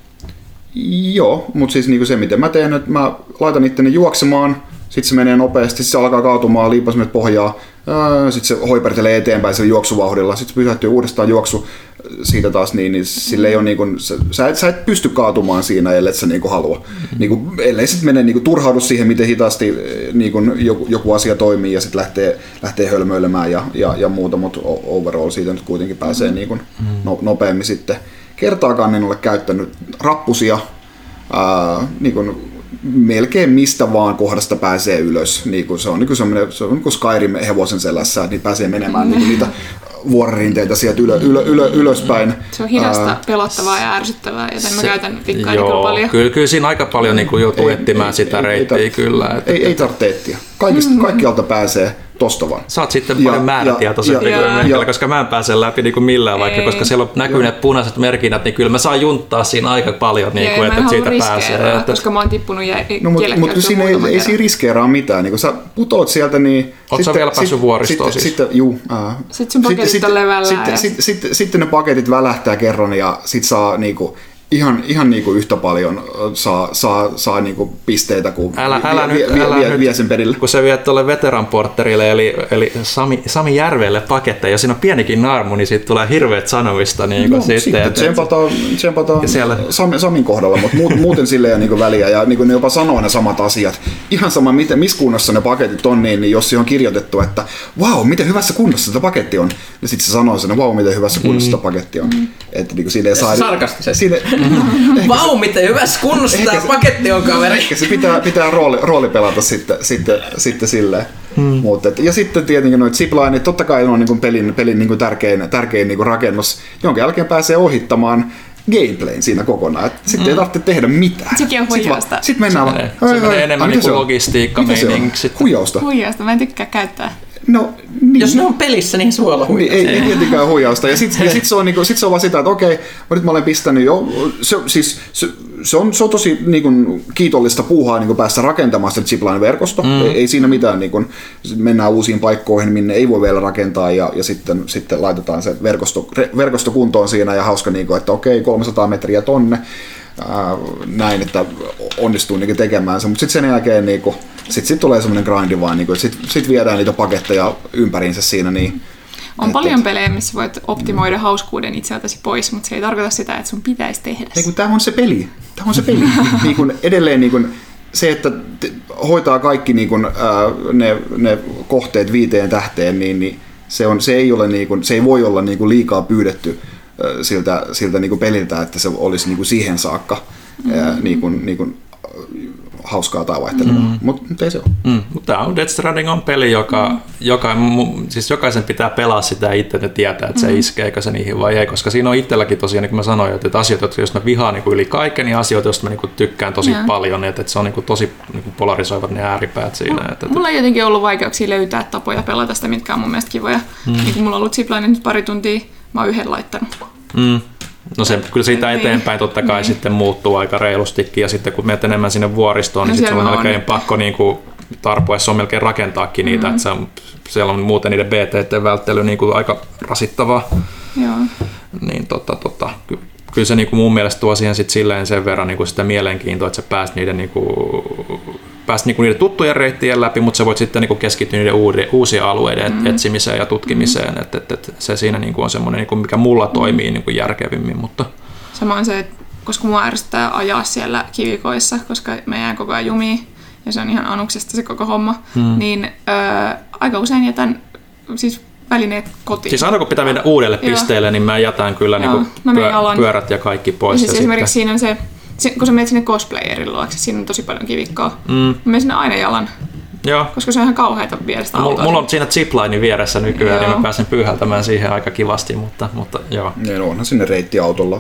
Speaker 2: Joo, mutta siis niin se miten mä teen, että mä laitan itteni juoksemaan, sitten se menee nopeasti, sitten se alkaa kaatumaan, liipasimet pohjaa, sitten se hoipertelee eteenpäin sillä juoksuvauhdilla, sitten se pysähtyy uudestaan juoksu siitä taas, niin, niin sille ei ole niin kuin, sä, sä, et, sä et pysty kaatumaan siinä, ellei sä niin kuin halua. Mm-hmm. Niin kuin, ellei sitten mene niin kuin, turhaudu siihen, miten hitaasti niin kuin, joku, joku asia toimii ja sitten lähtee, lähtee hölmöilemään ja, ja, ja muuta, mutta overall siitä nyt kuitenkin pääsee niin kuin, no, nopeammin sitten. Kertaakaan en ole käyttänyt rappusia, ää, niin kuin, melkein mistä vaan kohdasta pääsee ylös. Niin kuin se on, niin kuin se on niin kuin Skyrim hevosen selässä, että niin pääsee menemään niin kuin niitä vuoririnteitä sieltä ylö, ylö, ylö, ylöspäin.
Speaker 3: Se on hidasta, Ää, pelottavaa ja ärsyttävää, joten mä käytän tikkaani kyllä paljon.
Speaker 1: Kyllä, kyllä siinä aika paljon niin kuin joutuu etsimään sitä ei, reittiä ei, kyllä. Että,
Speaker 2: ei, ei tarvitse etsiä. Kaikista, mm-hmm. Kaikkialta pääsee tosta vaan.
Speaker 1: Sä oot sitten paljon määrätietoisempi kuin meikällä, koska mä en pääse läpi niin kuin millään, vaikka, koska siellä on näkyy ne punaiset merkinnät, niin kyllä mä saan junttaa siinä aika paljon, niin kuin, että siitä pääsee. Että...
Speaker 3: koska mä oon tippunut jä-
Speaker 2: no, mutta mut siinä ei, ei siinä riskeeraa mitään. Niin kun sä putoat sieltä, niin...
Speaker 1: Oot sä vielä päässyt vuoristoon siis?
Speaker 2: Sitten, juu, ää.
Speaker 3: Sitten sun paketit sitten, on levällään.
Speaker 2: Sitten, ja... sitten, sitten, sitten ne paketit välähtää kerran ja sit saa niinku... Ihan, ihan niinku yhtä paljon saa, saa, saa niinku pisteitä, kun
Speaker 1: älä, älä
Speaker 2: vie,
Speaker 1: nyt,
Speaker 2: vie,
Speaker 1: älä
Speaker 2: vie,
Speaker 1: nyt,
Speaker 2: vie sen perille.
Speaker 1: Kun sä viet tuolle veteranporterille, eli, eli Sami, Sami Järvelle paketteja, jos siinä on pienikin naarmu, niin siitä tulee hirveät sanomista. Niin
Speaker 2: no,
Speaker 1: sitten,
Speaker 2: sitten tsempataan, tsempataan siellä... Sami, Samin kohdalla, mutta muuten sille ei ole niinku väliä. Ja niinku ne jopa sanoo ne samat asiat. Ihan sama, miten, missä kunnossa ne paketit on, niin, niin jos siihen on kirjoitettu, että vau, wow, miten hyvässä kunnossa tämä paketti on, niin sitten se sanoo sen, vau, wow, miten hyvässä kunnossa tämä mm. paketti on. Mm. Että niinku siinä ei saa...
Speaker 4: Sarkastisesti. Vau, miten hyvässä kunnossa tämä paketti on, kaveri.
Speaker 2: Ehkä se pitää, pitää rooli, rooli pelata sitten, sitten, sitten silleen. Hmm. Mutta, ja sitten tietenkin noita ziplineit, totta kai on niin kuin pelin, pelin niin kuin tärkein, tärkein niin kuin rakennus, jonka jälkeen pääsee ohittamaan gameplayn siinä kokonaan. Sitten hmm. ei tarvitse tehdä mitään.
Speaker 3: Sekin on huijausta.
Speaker 1: Sitten mennään vaan. Se menee enemmän niin kuin logistiikka meiningiksi.
Speaker 2: Huijausta.
Speaker 3: Huijausta, mä en tykkää käyttää.
Speaker 2: No, niin.
Speaker 4: Jos ne on pelissä, niin suola huijausta.
Speaker 2: Ei, ei tietenkään huijausta. Ja sitten sit se, on niinku, sit se on vaan sitä, että okei, nyt mä olen pistänyt jo. Se, siis, se, se, on, se on tosi niinku, kiitollista puuhaa niinku, päästä rakentamaan sitä zipline-verkosto. Mm. Ei, ei siinä mitään. Niinku, mennään uusiin paikkoihin, minne ei voi vielä rakentaa ja, ja sitten, sitten laitetaan se verkosto, verkosto kuntoon siinä ja hauska, niinku, että okei, kolmesataa metriä tonne. Ää, näin, että onnistuu niinku, tekemään se. Mutta sitten sen jälkeen... Niinku, Sitten sit tulee semmoinen grindi vaan, niin sitten sit viedään niitä paketteja ympäriinsä siinä. Niin,
Speaker 3: on et, paljon pelejä, missä voit optimoida hauskuuden itseltäsi pois, mutta se ei tarkoita sitä, että sun pitäisi tehdä se.
Speaker 2: Tämä on se peli. Tämä on se peli. niin kun edelleen niin kun se, että hoitaa kaikki niin kun, ää, ne, ne kohteet viiteen tähteen, niin, niin se, on, se, ei ole, niin kun, se ei voi olla niin kun liikaa pyydetty ää, siltä, siltä niin kun peliltä, että se olisi niin kun siihen saakka mm-hmm. ää, niin kun, niin kun, hauskaa tai vaihtelevaa, mm. mutta ei se ole.
Speaker 1: Mm. Tämä on Death Stranding on peli, joka, mm. joka, siis jokaisen pitää pelaa sitä itse ja tietää, että se mm. iskeekö se niihin vai ei, koska siinä on itselläkin tosiaan, niin kuin mä sanoin, että asioita, joista mä vihaan niin kuin yli kaiken, niin asioita, joista mä niin kuin tykkään tosi yeah. paljon, että se on niin kuin tosi niin kuin polarisoivat ne ääripäät siinä.
Speaker 3: M-
Speaker 1: että,
Speaker 3: mulla on jotenkin ollut vaikeuksia löytää tapoja pelata sitä, mitkä on mun mielestä kivoja. Mm. Niin kun mulla on ollut zipline nyt pari tuntia, mä oon yhden laittanut.
Speaker 1: Mm. No se kyllä siitä eteenpäin totta kai niin. sitten muuttuu aika reilustikin ja sitten kun menet enemmän sinne vuoristoon, no niin sitten on melkein on. pakko niin kuin tarpoessa on melkein rakentaakin mm-hmm. niitä, että se on, siellä on muuten niiden B T T:n välttely niin kuin aika rasittavaa.
Speaker 3: Joo.
Speaker 1: Niin tota, tota, ky- kyllä se niin kuin mun mielestä tuo siihen sit silleen sen verran niin kuin sitä mielenkiintoa, että sä pääst niiden niin kuin, pääst niinku niiden tuttujen reittien läpi, mutta sä voit sitten niinku keskittyä niiden uude, uusien alueiden mm. etsimiseen ja tutkimiseen. Mm. Et, et, et se siinä niinku on semmoinen, niinku, mikä mulla toimii niinku järkevimmin. Mutta...
Speaker 3: Samoin se, että koska mua ärsyttää ajaa siellä kivikoissa, koska mä jään koko ajan jumiin ja se on ihan anuksesta se koko homma, hmm. niin öö, aika usein jätän siis välineet kotiin.
Speaker 1: Siis aina kun pitää mennä uudelle
Speaker 3: Joo.
Speaker 1: pisteelle, niin mä jätän kyllä
Speaker 3: Joo,
Speaker 1: niinku
Speaker 3: mä
Speaker 1: pyö-
Speaker 3: alan.
Speaker 1: pyörät ja kaikki pois.
Speaker 3: Ja siis
Speaker 1: ja
Speaker 3: esimerkiksi
Speaker 1: sitten...
Speaker 3: siinä on se, se, kun sä menet sinne cosplayerin luokse, siinä on tosi paljon kivikkoa.
Speaker 1: Mm.
Speaker 3: Mä menen sinne aina jalan,
Speaker 1: Joo.
Speaker 3: koska se on ihan kauheata viedä sitä autoa.
Speaker 1: Mulla on siinä zipline vieressä nykyään,
Speaker 3: Joo.
Speaker 1: niin mä pääsen pyyhältämään siihen aika kivasti, mutta, mutta joo.
Speaker 2: Niin onhan sinne reittiautolla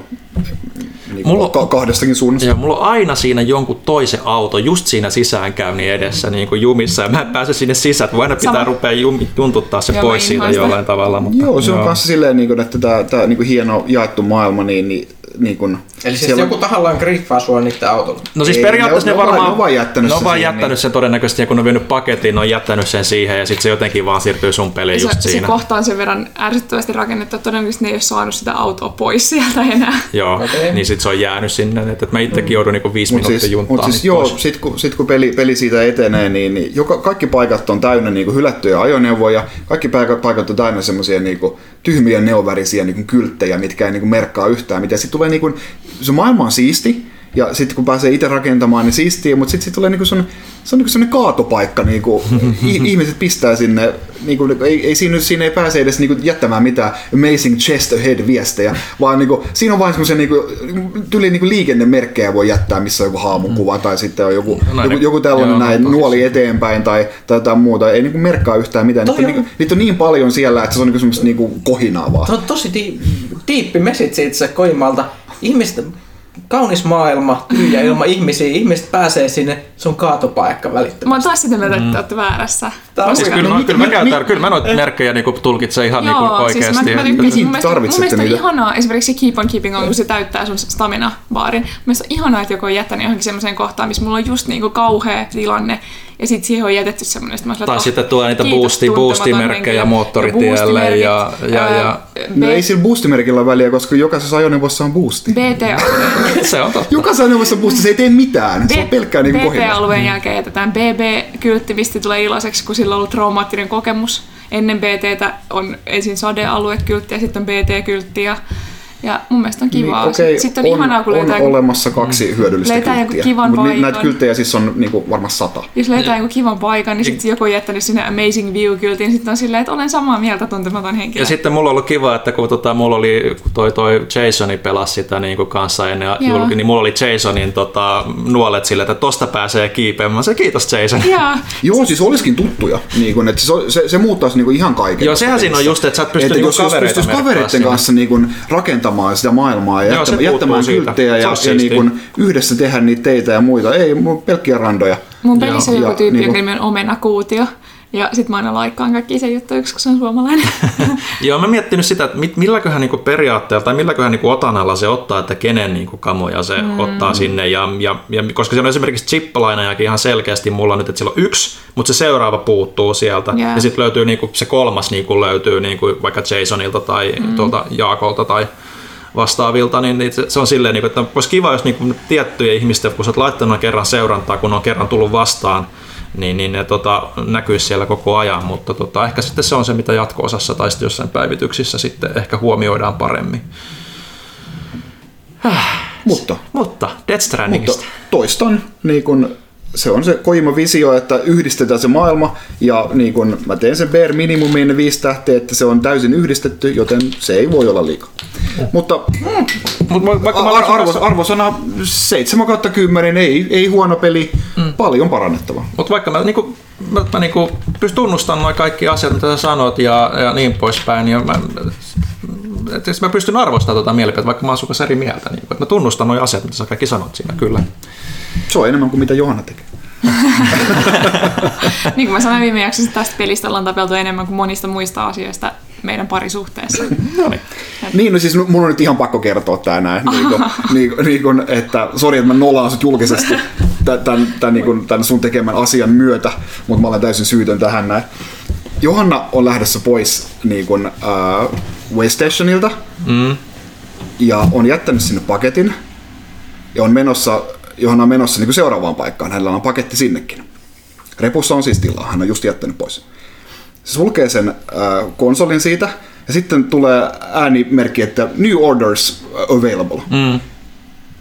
Speaker 2: niin
Speaker 1: Mulla on-
Speaker 2: ka- kahdestakin suunnasta.
Speaker 1: Joo, mulla on aina siinä jonkun toisen auto just siinä sisäänkäynnin edessä niin kuin jumissa ja mä en pääse sinne sisään, että aina pitää
Speaker 3: Sama.
Speaker 1: rupea jum, juntuttaa se
Speaker 3: Joo,
Speaker 1: pois
Speaker 3: mä
Speaker 1: siitä
Speaker 3: inhoan sitä.
Speaker 1: jollain tavalla. Mutta,
Speaker 2: Joo, se on kanssa silleen, niin kuin, että tämä, tämä niin kuin hieno jaettu maailma, niin, niin, niin kuin,
Speaker 4: Eli siis
Speaker 2: siellä-
Speaker 4: joku tahallaan griffaa sua niiden autolla.
Speaker 1: No siis
Speaker 2: Ei,
Speaker 1: periaatteessa
Speaker 2: ne
Speaker 1: ne,
Speaker 2: on- ne on
Speaker 1: varmaan,
Speaker 2: vaan- ne on vaan jättänyt
Speaker 1: ne on
Speaker 2: sen
Speaker 1: vaan
Speaker 2: siihen,
Speaker 1: jättänyt
Speaker 2: niin.
Speaker 1: sen todennäköisesti, ja kun ne on vienyt pakettiin, ne on jättänyt sen siihen ja sitten se jotenkin vaan siirtyy sun peliin
Speaker 3: se,
Speaker 1: just
Speaker 3: se
Speaker 1: siinä.
Speaker 3: kohta on sen verran ärsyttävästi rakennettu, että todennäköisesti ne ei ole saanut sitä autoa pois sieltä enää.
Speaker 1: Joo,
Speaker 4: Okei.
Speaker 1: niin sit se on jäänyt sinne, että että mä itsekin joudun niinku viisi
Speaker 2: Mut
Speaker 1: minuuttia
Speaker 2: siis,
Speaker 1: junttaa
Speaker 2: mut siis
Speaker 1: niitä
Speaker 2: joo,
Speaker 1: pois.
Speaker 2: sit kun, sit kun peli, peli siitä etenee, niin, niin joka, kaikki paikat on täynnä niin kuin hylättyjä ajoneuvoja, kaikki paikat, paikat on täynnä semmoisia niin kuin tyhmiä neovärisiä niin kuin kylttejä, mitkä ei niin kuin merkkaa yhtään mitään. Sitten tulee niin kuin, se maailma on siisti, ja sitten kun pääsee itse rakentamaan, niin siistiä, mutta sitten sit tulee niinku semmoinen, se on niinku semmoinen kaatopaikka, niinku, ihmiset pistää sinne, niinku, ei, ei siinä, siinä ei pääse edes niinku jättämään mitään amazing chest ahead viestejä, vaan niinku, siinä on vain semmoisia niinku, tyli niinku liikennemerkkejä voi jättää, missä on joku haamun kuva tai sitten on joku,
Speaker 1: No,
Speaker 2: joku, joku tällainen
Speaker 1: joo,
Speaker 2: näin
Speaker 1: no,
Speaker 2: nuoli eteenpäin tai, tai jotain muuta, ei niinku merkkaa yhtään mitään. Niitä on,
Speaker 4: on-
Speaker 2: niinku, niitä on niin paljon siellä, että se on niinku semmoista niinku kohinaa vaan.
Speaker 4: Tuo on tosi di- diippi message itse Koimalta. Ihmistä, kaunis maailma, tyhjä ilma ihmisiä, ihmiset pääsee sinne, se on kaatopaikka välittömästi.
Speaker 3: Mä oon taas sitä mieltä, että te olette väärässä.
Speaker 4: Tää on
Speaker 1: Siis
Speaker 4: oikein-
Speaker 1: kyllä,
Speaker 2: No,
Speaker 1: mä, kyllä, mä
Speaker 2: mi-
Speaker 1: käytän,
Speaker 2: mi-
Speaker 1: kyllä mä noita merkkejä niinku tulkitsen ihan niinku
Speaker 3: Joo, siis
Speaker 1: oikeasti.
Speaker 3: mä, mä
Speaker 2: Mihin
Speaker 3: tykkäsin. Mun mielestä, mun
Speaker 2: tarvitsette
Speaker 3: mielestä on
Speaker 2: niitä?
Speaker 3: ihanaa, esimerkiksi se Keep on Keeping on, kun se täyttää sun stamina-baarin. Mun mielestä on ihanaa, että joku on jättänyt johonkin semmoiseen kohtaan, missä mulla on just niinku kauhea tilanne, ja sit siihen on jätetty semmoinen. Sit mä
Speaker 1: Tai sitten tulee niitä boosti, boostimerkkejä moottoritielle ja, ja, ja
Speaker 2: No ei sillä boostimerkillä ole väliä, koska jokaisessa ajoneuvossa on boosti.
Speaker 3: B T-alueen,
Speaker 1: se on totta.
Speaker 2: Jokaisessa ajoneuvossa on boosti, se ei tee mitään. Se on pelkkää niinku kohinaa.
Speaker 3: B T-alueen jälkeen jätetään B B-kyltti, mistä tulee iloiseksi, kun sillä on ollut traumaattinen kokemus. Ennen B T:tä on ensin sadealuekyltti ja sitten on B T-kyltti. Ja, ja mun mielestä on kivaa.
Speaker 2: Niin, okei,
Speaker 3: Sitten on,
Speaker 2: on,
Speaker 3: ihanaa, kun
Speaker 2: on
Speaker 3: löytää,
Speaker 2: olemassa kaksi hyödyllistä
Speaker 3: löytää jonkun
Speaker 2: kylttiä.
Speaker 3: kivan
Speaker 2: Mut ni-
Speaker 3: paikan.
Speaker 2: näitä kylttejä siis on niinku varmaan sata.
Speaker 3: jos löytää jonkun kivan paikan, niin sitten joku on jättänyt sinne Amazing View-kyltin, sitten on silleen, että olen samaa mieltä tuntematon henkilö.
Speaker 1: Ja sitten mulla on ollut kiva, että kun tota, mulla oli kun toi, toi Jasoni pelasi sitä niin kuin kanssa ennen julki, niin mulla oli Jasonin tota, nuolet sille, että tosta pääsee kiipeämään. Se kiitos Jason.
Speaker 3: Jaa.
Speaker 2: Joo, siis olisikin tuttuja. Niin kun, että se, se, se muuttaisi niinku ihan kaiken.
Speaker 1: Joo, sehän siinä on just, että sä et pysty
Speaker 2: Että
Speaker 1: niinku
Speaker 2: jos, jos
Speaker 1: kavereita
Speaker 2: pystyisi
Speaker 1: merkkaamaan
Speaker 2: kavereiden
Speaker 1: siinä.
Speaker 2: kanssa niinku rakentamaan sitä maailmaa ja
Speaker 1: Joo, se
Speaker 2: jättämään, jättämään
Speaker 1: puuttuu siitä.
Speaker 2: kylttejä
Speaker 1: Se
Speaker 2: ja,
Speaker 1: on
Speaker 2: ja
Speaker 1: siistiä.
Speaker 2: niinku yhdessä tehdä niitä teitä ja muita. Ei, mulla on pelkkiä randoja.
Speaker 3: Mun pelissä on
Speaker 2: Ja-
Speaker 3: joku
Speaker 2: ja
Speaker 3: tyyppi,
Speaker 2: niinku-
Speaker 3: jonka nimi on Omenakuutio. Ja sit mä aina laikkaan kaikki sen juttuja, koska se on suomalainen.
Speaker 1: Joo, mä miettinyt sitä, että mit- milläköhän niinku periaatteella tai milläköhän niinku otanalla se ottaa, että kenen niinku kamoja se mm. ottaa sinne. Ja, ja, ja, koska siellä on esimerkiksi chippalainajakin ihan selkeästi mulla nyt, että siellä on yksi, mutta se seuraava puuttuu sieltä.
Speaker 3: Yeah.
Speaker 1: Ja sitten löytyy niinku, se kolmas niinku löytyy niinku vaikka Jasonilta tai mm. tuolta Jaakolta tai vastaavilta, niin se on silleen, että olisi kiva, jos niinku tiettyjä ihmistä, kun sä oot laittanut kerran seurantaa, kun on kerran tullut vastaan, niin, niin ne tota, näkyisi siellä koko ajan, mutta tota, ehkä sitten se on se, mitä jatko-osassa tai sitten jossain päivityksissä sitten ehkä huomioidaan paremmin.
Speaker 2: Mutta,
Speaker 1: Mutta Death Strandingista.
Speaker 2: mutta toistan, niin kun, se on se Kojima visio, että yhdistetään se maailma ja niin kun, mä teen sen bare minimumiin ne viisi tähteä, että se on täysin yhdistetty, joten se ei voi olla liikaa. Mutta
Speaker 1: Mut vaikka mä
Speaker 2: ar-
Speaker 1: olisin
Speaker 2: arvo,
Speaker 1: tässä-
Speaker 2: arvosana seitsemän kautta kymmenen, ei, ei huono peli, mm. paljon parannettavaa.
Speaker 1: Mutta vaikka mä, niinku, mä, mä niinku pystyn tunnustamaan nuo kaikki asiat, mitä sä sanot ja, ja niin poispäin, ja mä, et, et mä pystyn arvostamaan tuota mielipiteitä, vaikka mä oon sun kanssa eri mieltä. Niin, että mä tunnustan nuo asiat, mitä sä kaikki sanot siinä, kyllä.
Speaker 2: Se on enemmän kuin mitä Johanna tekee.
Speaker 3: Niin kuin mä sanoin viime jaksossa, tästä pelistä ollaan tapeltu enemmän kuin monista muista asioista meidän parisuhteessa.
Speaker 1: No niin.
Speaker 2: Niin, no siis mun on nyt ihan pakko kertoa tää näin, niin kuin, niin, kuin, niin kuin, että sori, että mä nolaan sut julkisesti tämän, tämän, tämän, niin kuin, tämän sun tekemän asian myötä, mutta mä olen täysin syytön tähän näin. Johanna on lähdössä pois niin kuin, äh, Waystationilta
Speaker 1: Mm.
Speaker 2: ja on jättänyt sinne paketin ja on menossa, Johanna on menossa niin kuin seuraavaan paikkaan, hänellä on paketti sinnekin. Repussa on siis tilaa, hän on just jättänyt pois. Se sulkee sen äh, konsolin siitä ja sitten tulee äänimerkki, että New Orders Available.
Speaker 1: Mm.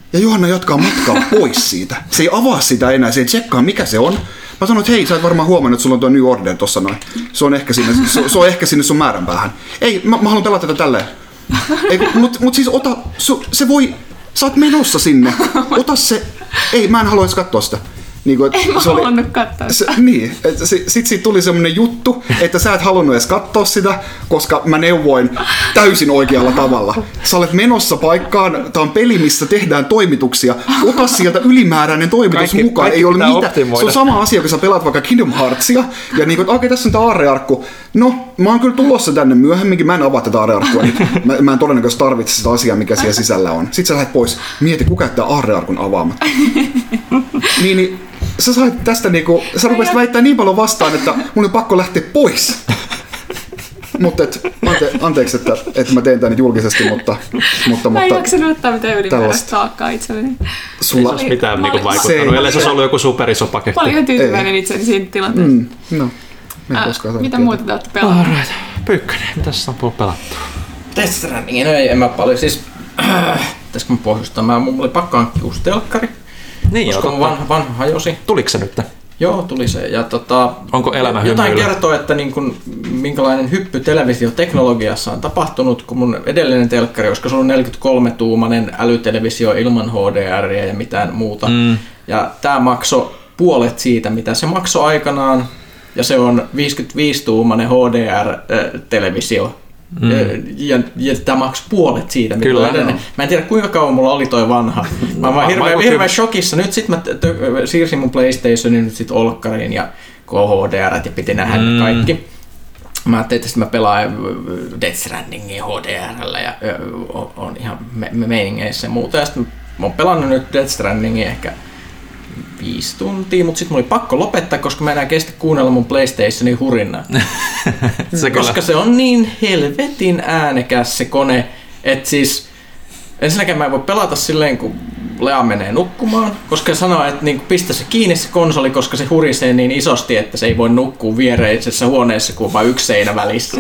Speaker 2: Ja Johanna jatkaa matkaa pois siitä. Se ei avaa sitä enää, se ei tsekkaa mikä se on. Mä sanoin, että hei, sä et varmaan huomannut, että sulla on tuo New Order tossa noin. Se on ehkä sinne, se, se on ehkä sinne sun määränpäähän. Ei, mä, mä haluan pelata tätä tälleen. Mutta mut siis ota, su, se voi, sä oot menossa sinne. Ota se, ei, mä en halua edes katsoa sitä. Niin kuin,
Speaker 3: en mä
Speaker 2: se oli,
Speaker 3: halunnut katsoa sitä.
Speaker 2: Se, niin, sitten siitä tuli semmonen juttu, että sä et halunnut edes katsoa sitä, koska mä neuvoin täysin oikealla tavalla. Sä olet menossa paikkaan, tää on peli, missä tehdään toimituksia. Ota sieltä ylimääräinen toimitus
Speaker 1: Kaikki-
Speaker 2: mukaan,
Speaker 1: kaikki
Speaker 2: ei ole
Speaker 1: pitää
Speaker 2: mitään.
Speaker 1: optimoida.
Speaker 2: Se on sama asia, kun sä pelaat vaikka Kingdom Heartsia, ja niin kuin, okei, okay, tässä on tää aarrearkku. No, mä oon kyllä tulossa tänne myöhemminkin, mä en avaa tätä aarrearkkua nyt. Mä, mä en todennäköisesti tarvitse sitä asiaa, mikä siellä sisällä on. Sitten sä lähdet pois, mieti, kuka jättää aarrearkun avaamatta. niin, niin sä sait tästä niinku, sä rupesit väittää niin paljon vastaan, että mun on pakko lähteä pois. Mutta ante, anteeksi, että, että mä teen tän nyt julkisesti, mutta... mutta,
Speaker 3: Mä en
Speaker 2: mutta
Speaker 3: jaksanut ottaa mitään ylimääräistä
Speaker 2: tällaista.
Speaker 3: taakkaa itselleni.
Speaker 1: Ei se
Speaker 2: sulla...
Speaker 1: olisi mitään
Speaker 3: Mä
Speaker 1: niinku
Speaker 3: olin-
Speaker 1: vaikuttanut,
Speaker 2: Se-
Speaker 1: ellei se olisi ollut joku superiso paketti.
Speaker 3: Mä olin ihan tyytyväinen itseni siinä tilanteessa.
Speaker 2: Mm, no, me ei
Speaker 3: Äh,
Speaker 2: koskaan saada
Speaker 3: mitä
Speaker 2: tietää.
Speaker 3: muuta te olette pelannut?
Speaker 1: Alright. Pyykkönen, mitä sä on tullut pelattua?
Speaker 4: Death Stranding, no ei, en mä paljon. Siis, äh, pitäisikö mä pohjustaa? Mä, mulla oli pakko hankkia uusi telkkari,
Speaker 1: Niin,
Speaker 4: koska mun vanha, vanha hajosi.
Speaker 1: Tuliko se nyt?
Speaker 4: Joo, tuli se. Ja tota,
Speaker 1: Onko elämä
Speaker 4: jotain
Speaker 1: hymyillä?
Speaker 4: kertoo, että niin kun, minkälainen hyppy televisioteknologiassa on tapahtunut, kun mun edellinen telkkari, koska se on neljäkymmentäkolme-tuumainen älytelevisio ilman H D R ja mitään muuta. Mm. Ja tää maksoi puolet siitä, mitä se maksoi aikanaan. Ja se on viisikymmentäviisi-tuumainen H D R-televisio. Mm. Ja, ja tämä maksoi puolet siitä, mitä
Speaker 1: Kyllä,
Speaker 4: edellinen. Mä en tiedä kuinka kauan mulla oli toi vanha. Mä oon vaan hirveän, hirveän shokissa. Nyt sit mä t- t- siirsin mun PlayStationin nyt sit olkkariin ja K H D R ja piti nähdä mm. kaikki. Mä ajattelin, että mä pelaan Death Strandingin H D R:llä ja ö, on ihan me- me- meiningeissä ja muuta. Ja sit mä oon pelannut nyt Death Strandingin ehkä viisi tuntia, mutta sitten mulla oli pakko lopettaa, koska mä enää kestä kuunnella mun PlayStationin hurinaa.
Speaker 1: se
Speaker 4: koska
Speaker 1: kyllä.
Speaker 4: se on niin helvetin äänekäs se kone, että siis ensinnäkin mä en voi pelata silleen, kun Lea menee nukkumaan, koska se sanoo, että niinku pistä se kiinni se konsoli, koska se hurisee niin isosti, että se ei voi nukkua viereisessä huoneessa, kun on vain yksi seinä välissä.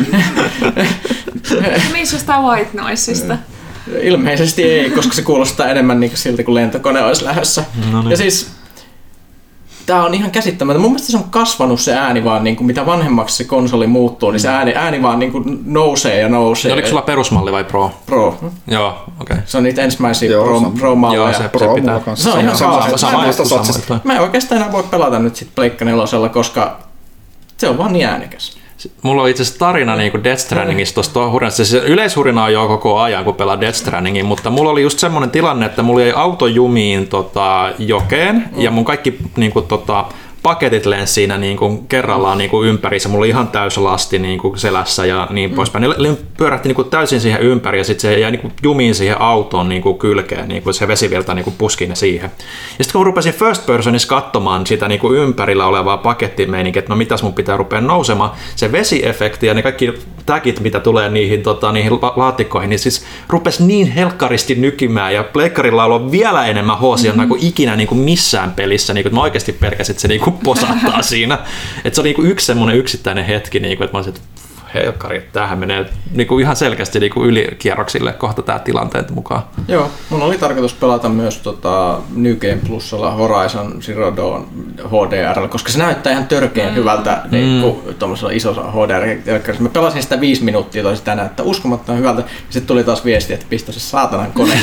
Speaker 3: Missä sitä white noisesta?
Speaker 4: Ilmeisesti ei, koska se kuulostaa enemmän niin siltä, kuin lentokone olisi lähdössä.
Speaker 1: No niin.
Speaker 4: Ja siis tää on ihan käsittämätöntä. Mun mielestä se on kasvanut se ääni vaan, niin kuin mitä vanhemmaksi se konsoli muuttuu, niin se ääni, ääni vaan niin kuin nousee ja nousee.
Speaker 1: Ja oliko sulla perusmalli vai pro?
Speaker 4: Pro.
Speaker 1: Joo, okei. Okay.
Speaker 4: Se on niitä ensimmäisiä
Speaker 2: Joo,
Speaker 4: pro,
Speaker 2: se on-
Speaker 4: pro-malleja.
Speaker 1: Joo, se,
Speaker 2: Pro
Speaker 1: se pitää.
Speaker 2: mulla kanssa.
Speaker 4: Se on ihan
Speaker 2: sama-
Speaker 4: haastava.
Speaker 2: sama-
Speaker 1: Sama
Speaker 2: samasta
Speaker 1: juttu,
Speaker 2: satsista.
Speaker 1: sama.
Speaker 4: Mä en oikeastaan enää voi pelata nyt sit Pleikka nelosella, koska se on vaan niin äänekäs.
Speaker 1: Mulla on itse asiassa tarina niin Death Strandingista tuosta hurinasta. Se yleishurina on jo koko ajan, kun pelaa Death Strandingin, mutta mulla oli just semmoinen tilanne, että mulla jäi auto jumiin tota, jokeen, mm. ja mun kaikki niin kuin, tota, paketit lensi siinä niin kuin, kerrallaan niin kuin, ympärissä. Mulla oli ihan täys lasti niin kuin, selässä ja niin mm. poispäin. Ne le- pyörähti niin kuin, täysin siihen ympäri, ja sitten se jäi niin kuin, jumiin siihen autoon niin kuin, kylkeen, niin kuin, se vesivirta niin kuin, puski ne siihen. Ja sitten kun rupesin first personissa katsomaan sitä niin kuin, ympärillä olevaa pakettimeininkiä, että no mitäs mun pitää rupea nousemaan, se vesiefekti ja ne kaikki tagit, mitä tulee niihin, tota, niihin la- laatikkoihin, niin siis rupesi niin helkkaristi nykimään, ja pleikkarilla on vielä enemmän H C mm-hmm. kuin ikinä niin kuin missään pelissä, niin kuin, että mä oikeasti pelkäsin, että se niin kuin posahtaa siinä. Että se oli niin kuin yksi semmoinen yksittäinen hetki, niin kuin, että mä olisin, että helkkari, että tämähän menee niin kuin ihan selkeästi niin kuin ylikierroksille kohta tämä tilanteen mukaan.
Speaker 4: Joo, mun oli tarkoitus pelata myös tota New Game Plusalla Horizon Zero Dawn H D R, koska se näyttää ihan törkeän mm. hyvältä mm. niin kuin tuollaisella isossa H D R. Mä pelasin sitä viisi minuuttia, tosi sitä näyttää uskomattoman hyvältä, ja sitten tuli taas viesti, että pistä se saatanan kone.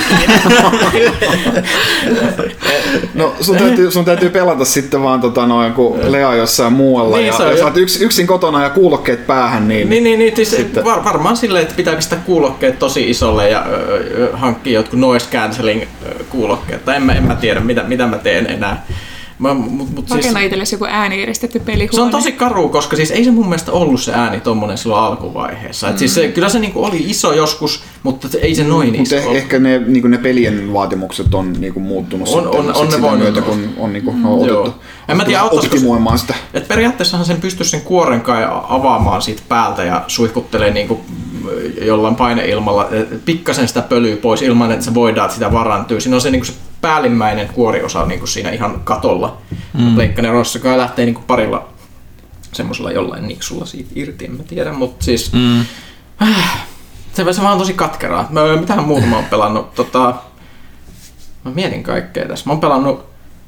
Speaker 2: No sun täytyy, sun täytyy pelata sitten vaan tota noin, kun Lea jossain muualla
Speaker 4: Niin,
Speaker 2: ja,
Speaker 4: se on
Speaker 2: ja
Speaker 4: jo.
Speaker 2: sä oot yks, yksin kotona ja kuulokkeet päähän, niin,
Speaker 4: Niin, niin, niin siis
Speaker 2: Sitten-
Speaker 4: var, varmaan silleen, että pitää pistää kuulokkeet tosi isolle ja ö, ö, hankkia jotkut noise cancelling ö, kuulokkeet. Tai en mä, en mä tiedä, mitä, mitä mä teen enää. Mä, mut, mut siis,
Speaker 3: Rakenna itsellesi joku äänieristetty pelihuone.
Speaker 4: se on tosi karu, koska siis ei se mun mielestä ollut se ääni tommonen silloin alkuvaiheessa. Et siis se, kyllä se niinku oli iso joskus, mutta se, ei se noin
Speaker 2: mutta
Speaker 4: iso
Speaker 2: eh, ehkä ne, niinku ne pelien vaatimukset on niinku muuttunut
Speaker 4: On-
Speaker 2: sitten,
Speaker 4: on- on
Speaker 2: sit
Speaker 4: ne
Speaker 2: sitä
Speaker 4: voinut
Speaker 2: myötä,
Speaker 4: olla.
Speaker 2: kun on niinku, on otettu,
Speaker 4: Joo. En mä tiedä,
Speaker 2: otettu
Speaker 4: auttaisiko se-
Speaker 2: optimoimaan sitä.
Speaker 4: Et periaatteessahan sen pystyisi sen kuoren kai avaamaan siitä päältä ja suihkuttelee niinku jollain paineilmalla et pikkasen sitä pölyä pois ilman, että se voidaan, että sitä varantyy. Siinä on se, niinku se päällimmäinen kuoriosa niinku siinä ihan katolla. Mm. Pleikkanerossa kai lähtee niinku parilla semmoisella jollain niksulla siitä irti, en mä tiedä, mutta siis
Speaker 1: Mm.
Speaker 4: äh, se, se vaan on tosi katkeraa. Mä, mitähän muuta mä oon pelannut? Tota, Mä mietin kaikkea tässä. Mä oon pelannut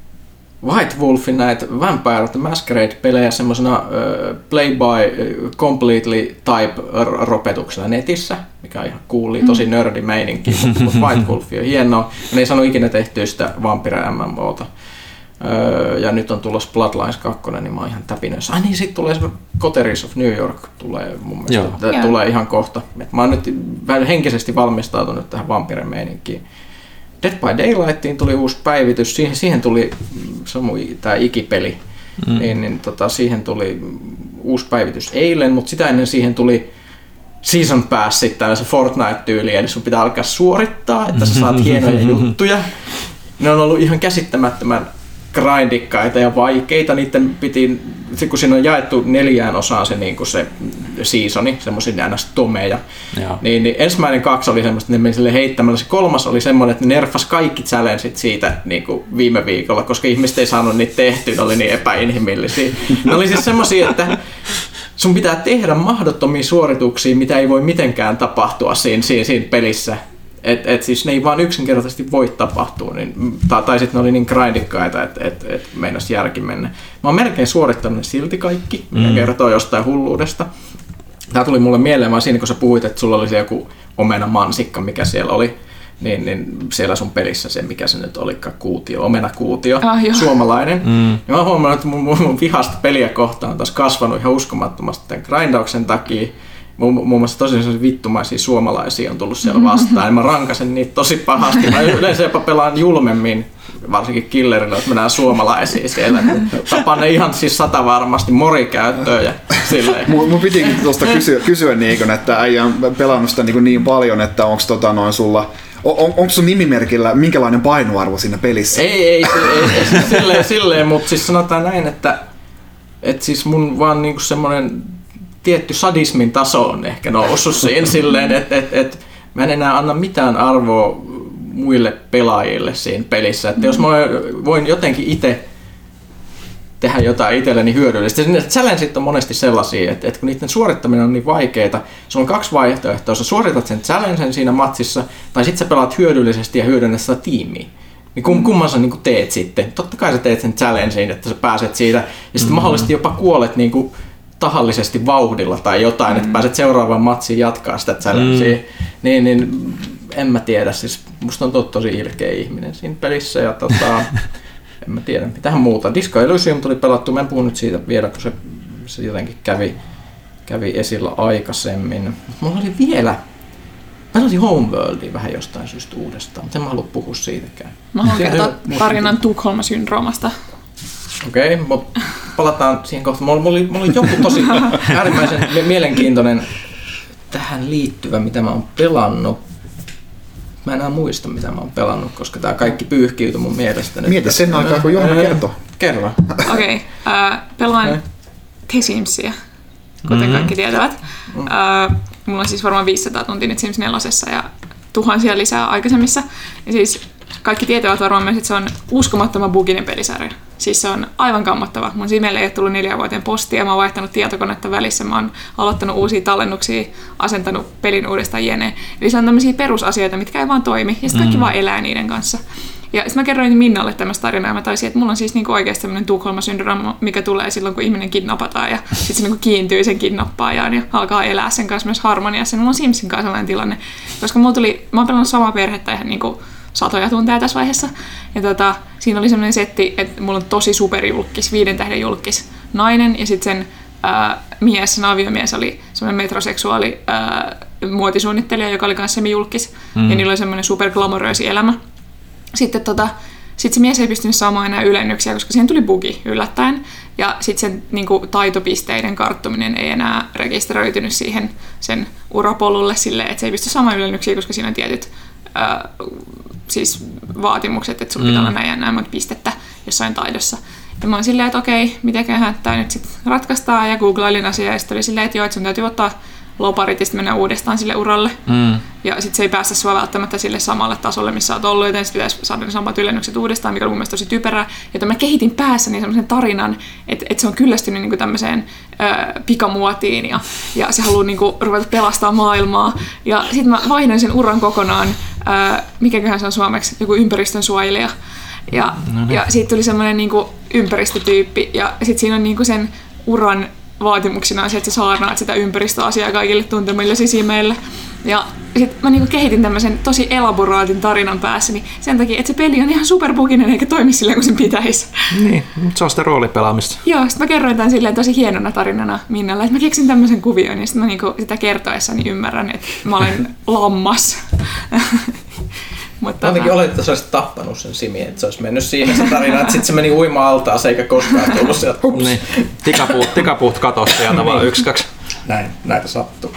Speaker 4: White Wolfin näitä Vampire the Masquerade-pelejä semmosena uh, play by completely type ropetuksella netissä, mikä on ihan coolia, tosi nördi meininki, mutta White Wolf on hienoa. Ja ne ei sano ikinä tehtyä sitä Vampire M M O:ta. Uh, ja nyt on tulossa Bloodlines kaksi, niin mä oon ihan täpinöissä. Ai niin, sit tulee se Coteries of New York, tulee mun mielestä, Joo. tulee ihan kohta. Et mä oon nyt henkisesti valmistautunut tähän Vampire-meininkiin. Dead by Daylightiin tuli uusi päivitys, siihen, siihen tuli se on tämä ikipeli, mm. niin, niin tota, siihen tuli uusi päivitys eilen, mutta sitä ennen siihen tuli Season Pass, tällaisen Fortnite-tyyliin, eli sun pitää alkaa suorittaa, että sä saat hienoja juttuja. Ne on ollut ihan käsittämättömän grindikkaita ja vaikeita, niiden piti, kun siinä on jaettu neljään osaan se, niin kuin se seasoni, semmoisia ns. Tomeja, niin, niin ensimmäinen kaksi oli semmoista, että ne meni sille heittämällä, se kolmas oli semmoinen, että ne nerfasi kaikki challengeit siitä niin kuin viime viikolla, koska ihmiset ei saanut niitä tehtyä, ne oli niin epäinhimillisiä. Ne oli siis semmoisia, että sun pitää tehdä mahdottomia suorituksia, mitä ei voi mitenkään tapahtua siinä, siinä, siinä pelissä. Et, et siis ne ei vaan yksinkertaisesti voi tapahtua, niin, tai, tai sitten ne oli niin grindikkaita, että et, et meinas järki mennä. Mä oon melkein suorittanut ne silti kaikki, mikä mm. kertoo jostain hulluudesta. Tää tuli mulle mieleen vaan siinä, kun sä puhuit, että sulla oli se joku omena mansikka, mikä siellä oli, niin, niin siellä sun pelissä se, mikä se nyt olikaan, kuutio, omenakuutio, ah, suomalainen. Mm. Ja mä oon huomannut, että mun, mun, mun vihasta peliä kohtaan on taas kasvanut ihan uskomattomasti tämän grindauksen takia. Muun muassa tosi vittumaisia suomalaisia on tullut siellä vastaan, ja mä rankasen niitä tosi pahasti. Mä yleensä jopa pelaan julmemmin, varsinkin killerilla, että mä näen suomalaisia siellä. Tapaan ne ihan siis sata varmasti morikäyttöön ja silleen.
Speaker 2: Mun, mun pitikin tuosta kysyä, kysyä niin, että äijä on pelannut sitä niin, niin paljon, että onko tota noin sulla... On, onko sun nimimerkillä minkälainen painoarvo siinä pelissä?
Speaker 4: Ei, ei, ei, ei silleen, silleen, mutta siis sanotaan näin, että, että siis mun vaan niinku semmoinen tietty sadismin taso on ehkä noussut siinä silleen, että et, et, mä en enää anna mitään arvoa muille pelaajille siinä pelissä. Että jos mä voin jotenkin itse tehdä jotain itselleni hyödyllistä. Ne challengeit on monesti sellaisia, että, että kun niiden suorittaminen on niin vaikeaa, sulla on kaksi vaihtoehtoa. Sä suoritat sen challengen siinä matsissa, tai sitten sä pelaat hyödyllisesti ja hyödynnät sitä tiimiä. Niin kum, kumman sä niin teet sitten? Totta kai sä teet sen challengein, että sä pääset siitä, ja sitten mm-hmm. mahdollisesti jopa kuolet niin kuin tahallisesti vauhdilla tai jotain, mm. että pääset seuraavaan matsiin jatkaa sitä challengea. Mm. Niin, niin en mä tiedä, siis musta on to, tosi ilkeä ihminen siinä pelissä ja tota, en mä tiedä mitään muuta. Disco Elysium tuli pelattu, mä en puhu nyt siitä vielä, kun se, se jotenkin kävi, kävi esillä aikaisemmin. Mut mulla oli vielä, mä pelasin Homeworldia vähän jostain syystä uudestaan, mutta en mä halua puhua siitäkään.
Speaker 3: Mä haluan kertoa tarinan Tukholma-syndroomasta.
Speaker 4: Okei, okay, mutta palataan siihen kohtaan. Mulla oli, mulla oli joku tosi äärimmäisen mielenkiintoinen tähän liittyvä, mitä mä oon pelannut. Mä en enää muista, mitä mä oon pelannut, koska tää kaikki pyyhkiytyi mun mielestä.
Speaker 2: Mieti sen aikaa, kun Johanna kertoo.
Speaker 4: Kerro.
Speaker 3: Okei, okay, äh, pelaan okay. The Simsia, kuten mm-hmm. kaikki tietävät. Mm-hmm. Äh, mulla on siis varmaan viisisataa tuntia nyt Sims nelosessa ja tuhansia lisää aikaisemmissa. Ja siis kaikki tietävät varmaan myös, että se on uskomattoman buginen pelisarja. Siis se on aivan kammottava. Mun Simelle ei ole tullut neljän vuoteen postia, mä oon vaihtanut tietokonetta välissä, mä oon aloittanut uusia tallennuksia, asentanut pelin uudestaan jne. Eli se on tämmöisiä perusasioita, mitkä ei vaan toimi, ja sitten kaikki mm. vaan elää niiden kanssa. Ja sitten mä kerroin Minnalle tämmöistä tarinaa, ja mä taisin, että mulla on siis niinku oikeasti tämmöinen Tukholma-syndrooma, mikä tulee silloin, kun ihminen kidnapataan, ja sitten se niinku kiintyy sen kidnappaajaan, ja alkaa elää sen kanssa myös harmoniassa. Mulla on Simsin kanssa sellainen tilanne, koska mulla tuli, mä oon pelannut samaa perhettä ihan niinku satoja tunteja tässä vaiheessa. Ja tota, siinä oli semmoinen setti, että mulla on tosi superjulkis, viiden tähden julkis nainen, ja sitten sen ää, mies, sen aviomies oli semmoinen metroseksuaali ää, muotisuunnittelija, joka oli kanssa semijulkis, mm. ja niillä oli semmoinen superglamoröösi elämä. Sitten tota, sit se mies ei pystynyt saamaan enää ylennyksiä, koska siihen tuli bugi yllättäen, ja sitten sen niinku, taitopisteiden karttuminen ei enää rekisteröitynyt siihen sen urapolulle silleen, että se ei pysty saamaan ylennyksiä, koska siinä on tietyt ää, siis vaatimukset, että sulla pitää olla näin ja näin monta pistettä jossain taidossa. Ja mä oon silleen, että okei, mitenköhän tämä nyt sitten ratkaistaan, ja googlailin asiaa, ja sitten oli silleen, että joo, että sun täytyy ottaa loparit ja sitten mennä uudestaan sille uralle.
Speaker 1: Mm.
Speaker 3: Ja sitten se ei päästä sua välttämättä sille samalle tasolle, missä olet ollut, joten sitten pitäisi saada ne samat ylennykset uudestaan, mikä on mun mielestä tosi typerää. Joten mä kehitin päässäni semmoisen tarinan, että, että se on kyllästynyt niinku tämmöiseen ö, pikamuotiin ja, ja se haluaa niinku ruveta pelastaa maailmaa. Ja sitten mä vaihdoin sen uran kokonaan, ö, mikäköhän se on suomeksi, joku ympäristönsuojelija. Ja, no niin. ja siitä tuli semmoinen niinku ympäristötyyppi ja sitten siinä on niinku sen uran vaatimuksena on se, että sä saarnaat sitä ympäristöasiaa kaikille tuntemille sisimeille. Ja sitten mä niinku kehitin tämmöisen tosi elaboraatin tarinan päässäni sen takia, että se peli on ihan superbuginen eikä toimi silleen kuin sen pitäisi.
Speaker 1: Niin, mutta se on sitä roolipelaamista.
Speaker 3: Joo, sitten mä kerroin tämän silleen tosi hienona tarinana Minnalle, että mä keksin tämmöisen kuvion ja sitten mä niinku sitä kertoessani ymmärrän, että mä olen lammas.
Speaker 4: Mutta jotenkin olet, että sä olisit tappanut sen Simi, että se olisi mennyt siihen se tarina, että sitten se meni uima-altaaseen eikä koskaan tullut sieltä. Hups.
Speaker 1: Niin, tikapuut, tikapuut katosta ja tavallaan yksi, kaksi.
Speaker 4: Näin, näitä sattuu.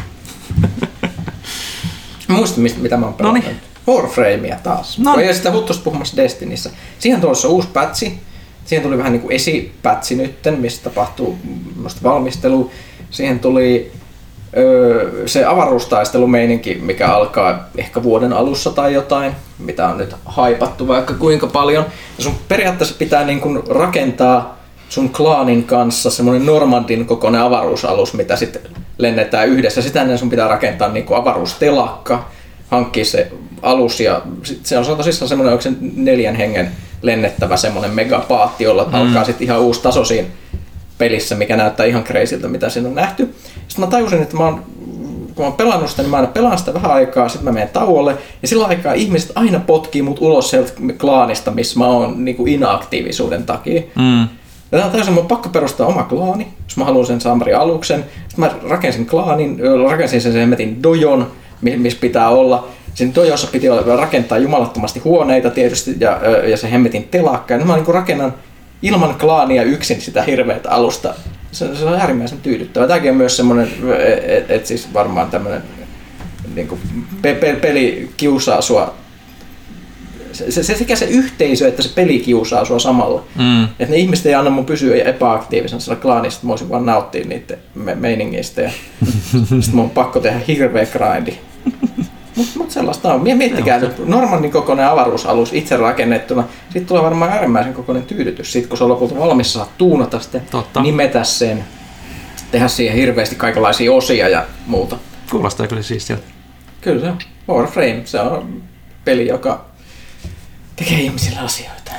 Speaker 4: Muistin, mitä mä oon pelannut.
Speaker 1: Noniin.
Speaker 4: Warframea taas.
Speaker 1: Noniin.
Speaker 4: Ja sitä huttuisi puhumassa Destinissä. Siihen tulossa uusi pätsi. Siihen tuli vähän niin kuin esipätsi nytten, missä tapahtuu valmistelua. Siihen tuli öö, se avaruustaistelumeininki, mikä alkaa ehkä vuoden alussa tai jotain, mitä on nyt haipattu vaikka kuinka paljon. Ja sun periaatteessa pitää niin kuin rakentaa sun klaanin kanssa semmoinen Normandin kokoinen avaruusalus, mitä sitten lennetään yhdessä. Sitä ennen sun pitää rakentaa niin kuin avaruustelakka, hankkia se alus ja sit se on tosissaan semmoinen, onko se neljän hengen lennettävä semmoinen megapaatti, jolla mm. alkaa sitten ihan uusi taso siinä pelissä, mikä näyttää ihan crazyltä, mitä siinä on nähty. Sitten mä tajusin, että mä oon, kun mä oon pelannut sitä, niin mä aina pelaan sitä vähän aikaa, sitten mä menen tauolle ja sillä aikaa ihmiset aina potkii mut ulos sieltä klaanista, missä mä oon niin kuin inaktiivisuuden takia. Mm. Ja tämä on mun pakko perustaa oma klaani, jos mä haluan sen Samri-aluksen. Sitten mä rakensin klaanin, rakensin sen hemmetin dojon, missä pitää olla. Siinä dojossa piti rakentaa jumalattomasti huoneita tietysti ja, ja se hemmetin telakka. Ja nyt mä niin rakennan ilman klaania yksin sitä hirveätä alusta. Se, se on äärimmäisen tyydyttävä. Tämäkin on myös semmoinen, että et siis varmaan tämmöinen niin kuin pe- pe- peli kiusaa sua. Se, se, sekä se yhteisö että se peli kiusaa sua samalla. Mm. Että ne ihmiset ei anna mun pysyä epäaktiivisena sillä klaanista, että mä voisin vaan nauttia niiden me- meiningistä. Ja sitten mun on pakko tehdä hirveä grindi. Mutta mut sellaista on. Miettikää nyt, Normandin kokoinen avaruusalus itse rakennettuna. Sitten tulee varmaan äärimmäisen kokoinen tyydytys. Sitten kun se on lopulta valmis, saa tuunata sitten, Totta. nimetä sen, tehdä siihen hirveästi kaikenlaisia osia ja muuta.
Speaker 1: Kuulostaa kyllä siistiltä.
Speaker 4: Kyllä se on. Warframe, se on peli, joka tekee ihmisille asioita.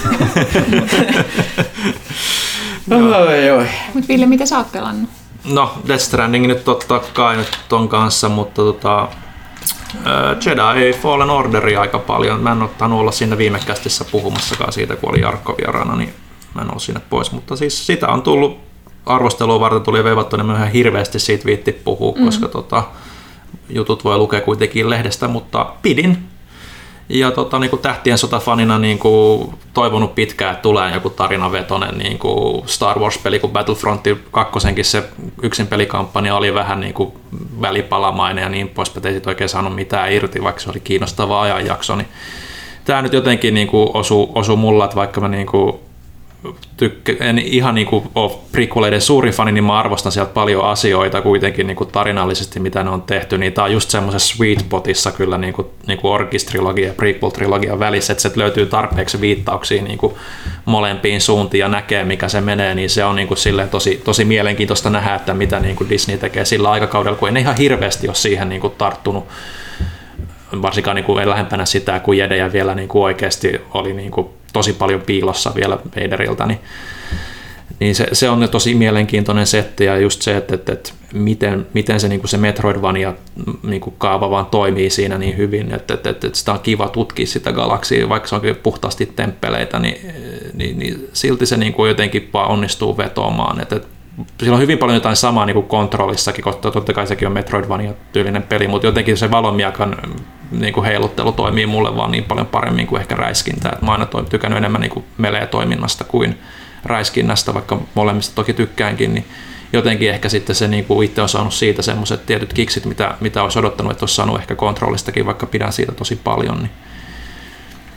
Speaker 4: oi, oi.
Speaker 3: Mut Ville, mitä sä oot pelannut?
Speaker 1: No, Death Stranding nyt totta kai nyt ton kanssa, mutta tota, Jedi Fallen Orderi aika paljon. Mä en ottanut olla siinä viime kästissä puhumassakaan siitä, kun oli Jarkko vieraana, niin mä en ollut sinne pois. Mutta siis sitä on tullut arvostelua varten, tuli veivattu, niin mä ihan hirveästi siitä viitti puhua, mm. koska tota, jutut voi lukea kuitenkin lehdestä, mutta pidin. Ja tota, niin kuin Tähtien sota-fanina niin kuin toivonut pitkään, että tulee joku tarinavetoinen niin kuin Star Wars-peli, kun Battlefront kakkosenkin se yksin pelikampanja oli vähän niin kuin välipalamainen ja niin poispäin, ei sit oikein saanut mitään irti, vaikka se oli kiinnostava ajanjakso. Niin tämä nyt jotenkin niin kuin osui, osui mulla, että vaikka mä niin kuin Tykkä, en ihan niin kuin ole prequeleiden suuri fani, niin mä arvostan sieltä paljon asioita kuitenkin niin kuin tarinallisesti, mitä ne on tehty, niin tää on just semmoisessa sweet spotissa kyllä niin kuin, niin kuin Origins-trilogia ja prequel-trilogian välissä, että se löytyy tarpeeksi viittauksia niin kuin molempiin suuntiin ja näkee, mikä se menee, niin se on niin kuin silleen tosi, tosi mielenkiintoista nähdä, että mitä niin kuin Disney tekee sillä aikakaudella, kun ei ne ihan hirveästi ole siihen niin kuin tarttunut, varsinkaan niin kuin ei lähempänä sitä, kun jedejä vielä niin kuin oikeasti oli niin kuin tosi paljon piilossa vielä Vaderilta, niin, niin se, se on tosi mielenkiintoinen setti ja just se, että, että, että miten, miten se, niin kuin se Metroidvania niin kuin kaava vaan toimii siinä niin hyvin, että, että, että sitä on kiva tutkia sitä galaksia, vaikka se onkin puhtaasti temppeleitä, niin, niin, niin silti se niin kuin jotenkin vaan onnistuu vetoamaan, että, että sillä on hyvin paljon jotain samaa niin kuin Kontrollissakin, koska totta kai sekin on Metroidvania-tyylinen peli, mutta jotenkin se valonmiakan niin kuin heiluttelu toimii mulle vaan niin paljon paremmin kuin ehkä räiskintä. Et mä aina olen tykännyt enemmän niin kuin melee-toiminnasta kuin räiskinnästä, vaikka molemmista toki tykkäänkin, niin jotenkin ehkä sitten se niin kuin itse on saanut siitä semmoiset tietyt kiksit, mitä, mitä olisi odottanut, että olisi saanut ehkä Kontrollistakin, vaikka pidän siitä tosi paljon. Niin.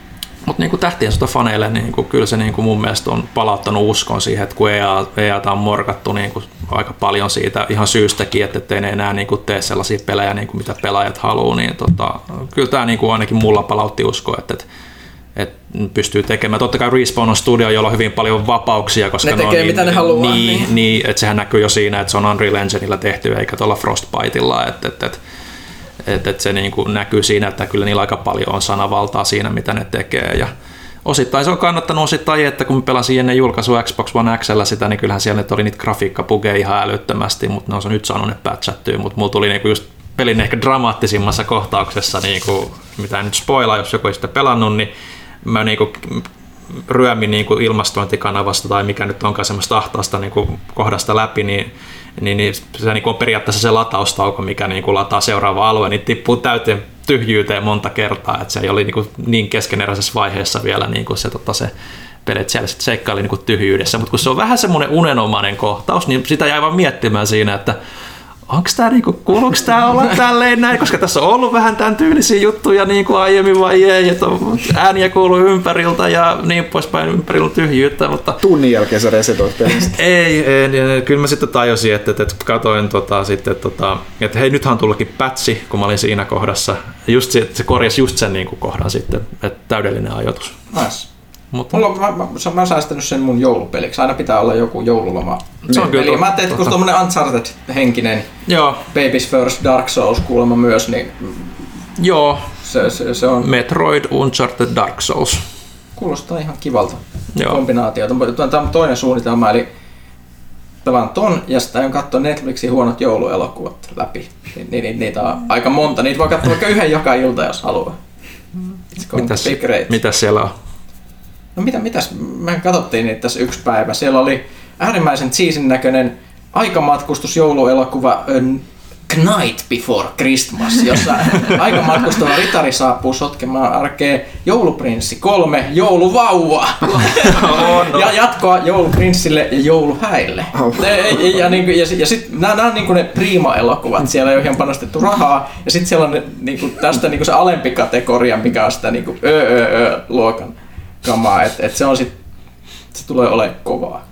Speaker 1: Mutta niin tähtien sota faneille, niin kuin, kyllä se niin kuin mun mielestä on palauttanut uskon siihen, että kun E A, E A on morkattu niin kuin aika paljon siitä ihan syystäkin, että ei ne enää niin kuin tee sellaisia pelejä, niin kuin mitä pelaajat haluaa, niin tota, kyllä tämä niin kuin ainakin mulla palautti uskoa, että, että, että pystyy tekemään. Totta kai Respawn on studio, jolla on hyvin paljon vapauksia, koska
Speaker 4: ne tekee
Speaker 1: ne on,
Speaker 4: mitä
Speaker 1: niin,
Speaker 4: ne haluaa.
Speaker 1: Niin,
Speaker 4: Niin.
Speaker 1: niin, että sehän näkyy jo siinä, että se on Unreal Engineillä tehty eikä tuolla Frostbiteilla, että, että, että Että et se niinku näkyy siinä, että kyllä niillä aika paljon on sanavaltaa siinä, mitä ne tekee. Ja osittain se on kannattanut, osittain että kun mä pelasin ennen julkaisua Xbox One X:llä sitä, niin kyllähän siellä oli niitä grafiikkapugeja ihan älyttömästi, mutta ne on nyt saanut ne patchattyä. Mutta mulla tuli niinku just pelin ehkä dramaattisimmassa kohtauksessa, niinku, mitä en nyt spoilaa, jos joku ei sitä pelannut, niin mä niinku ryömin niinku ilmastointikanavasta tai mikä nyt onkaan semmoista ahtaasta niinku kohdasta läpi, niin niin, niin se niin on periaatteessa se lataustauko, mikä niin kuin lataa seuraava alue, niin tippuu täyteen tyhjyyteen monta kertaa, että se ei oli niin, kuin niin keskeneräisessä vaiheessa vielä niin kuin se, tota, se peli, että siellä sitten seikkaili niin kuin tyhjyydessä, mutta kun se on vähän semmoinen unenomainen kohtaus, niin sitä jäi vaan miettimään siinä, että onko tämä, niinku, kuuluuko tämä olla tälleen näin, koska tässä on ollut vähän tämän tyylisiä juttuja niin kuin aiemmin vai ei, että ääniä kuuluu ympäriltä ja niin poispäin ympäriltä tyhjyyttä, mutta
Speaker 2: tunnin jälkeen sä resetoit pelistä.
Speaker 1: Ei, ei, kyllä mä sitten tajusin, että, että katsoin, tota, sitten, tota, että hei, nythän on tullutkin pätsi, kun mä olin siinä kohdassa. Just se, se korjasi just sen niin kuin kohdan sitten, että täydellinen ajoitus.
Speaker 4: Nice.
Speaker 1: Mutta
Speaker 4: Mulla, mä, mä, mä oon säästänyt sen mun joulupeliksi. Aina pitää olla joku joululoma.
Speaker 1: Se on kyllä
Speaker 4: peli. Mä
Speaker 1: totta.
Speaker 4: ajattelin, että kun se on tommonen Uncharted-henkinen
Speaker 1: joo,
Speaker 4: Baby's First Dark Souls kuulemma myös, niin
Speaker 1: joo,
Speaker 4: se, se, se on,
Speaker 1: Metroid, Uncharted, Dark Souls.
Speaker 4: kuulostaa ihan kivalta
Speaker 1: Joo.
Speaker 4: kombinaatiota. Tämä on toinen suunnitelma, eli pelaan ton ja sitten aion katsoa Netflixin huonot jouluelokuvat läpi. Ni, ni, ni, niitä on aika monta. Niitä voi katsoa vaikka yhden joka ilta, jos haluaa.
Speaker 1: Mitäs,
Speaker 4: Big Rate.
Speaker 1: mitäs siellä on?
Speaker 4: No mitä, mitäs? Me katsottiin niitä tässä yksi päivä. Siellä oli äärimmäisen cheesin näköinen aikamatkustus jouluelokuva Knight Before Christmas, jossa aikamatkustava ritari saapuu sotkemaan arkea Jouluprinssi kolme, jouluvauva
Speaker 1: Oh, no.
Speaker 4: ja jatkoa Jouluprinssille ja jouluhäille.
Speaker 2: Oh.
Speaker 4: Ja, ja, ja, ja, ja sitten nämä on niinku ne prima-elokuvat, siellä ei ole ihan panostettu rahaa ja sitten siellä on ne, niinku, tästä niinku se alempi kategoria, mikä on sitä niinku ö-ö-ö-luokan kamaa, että et se on sit, se tulee olemaan kovaa.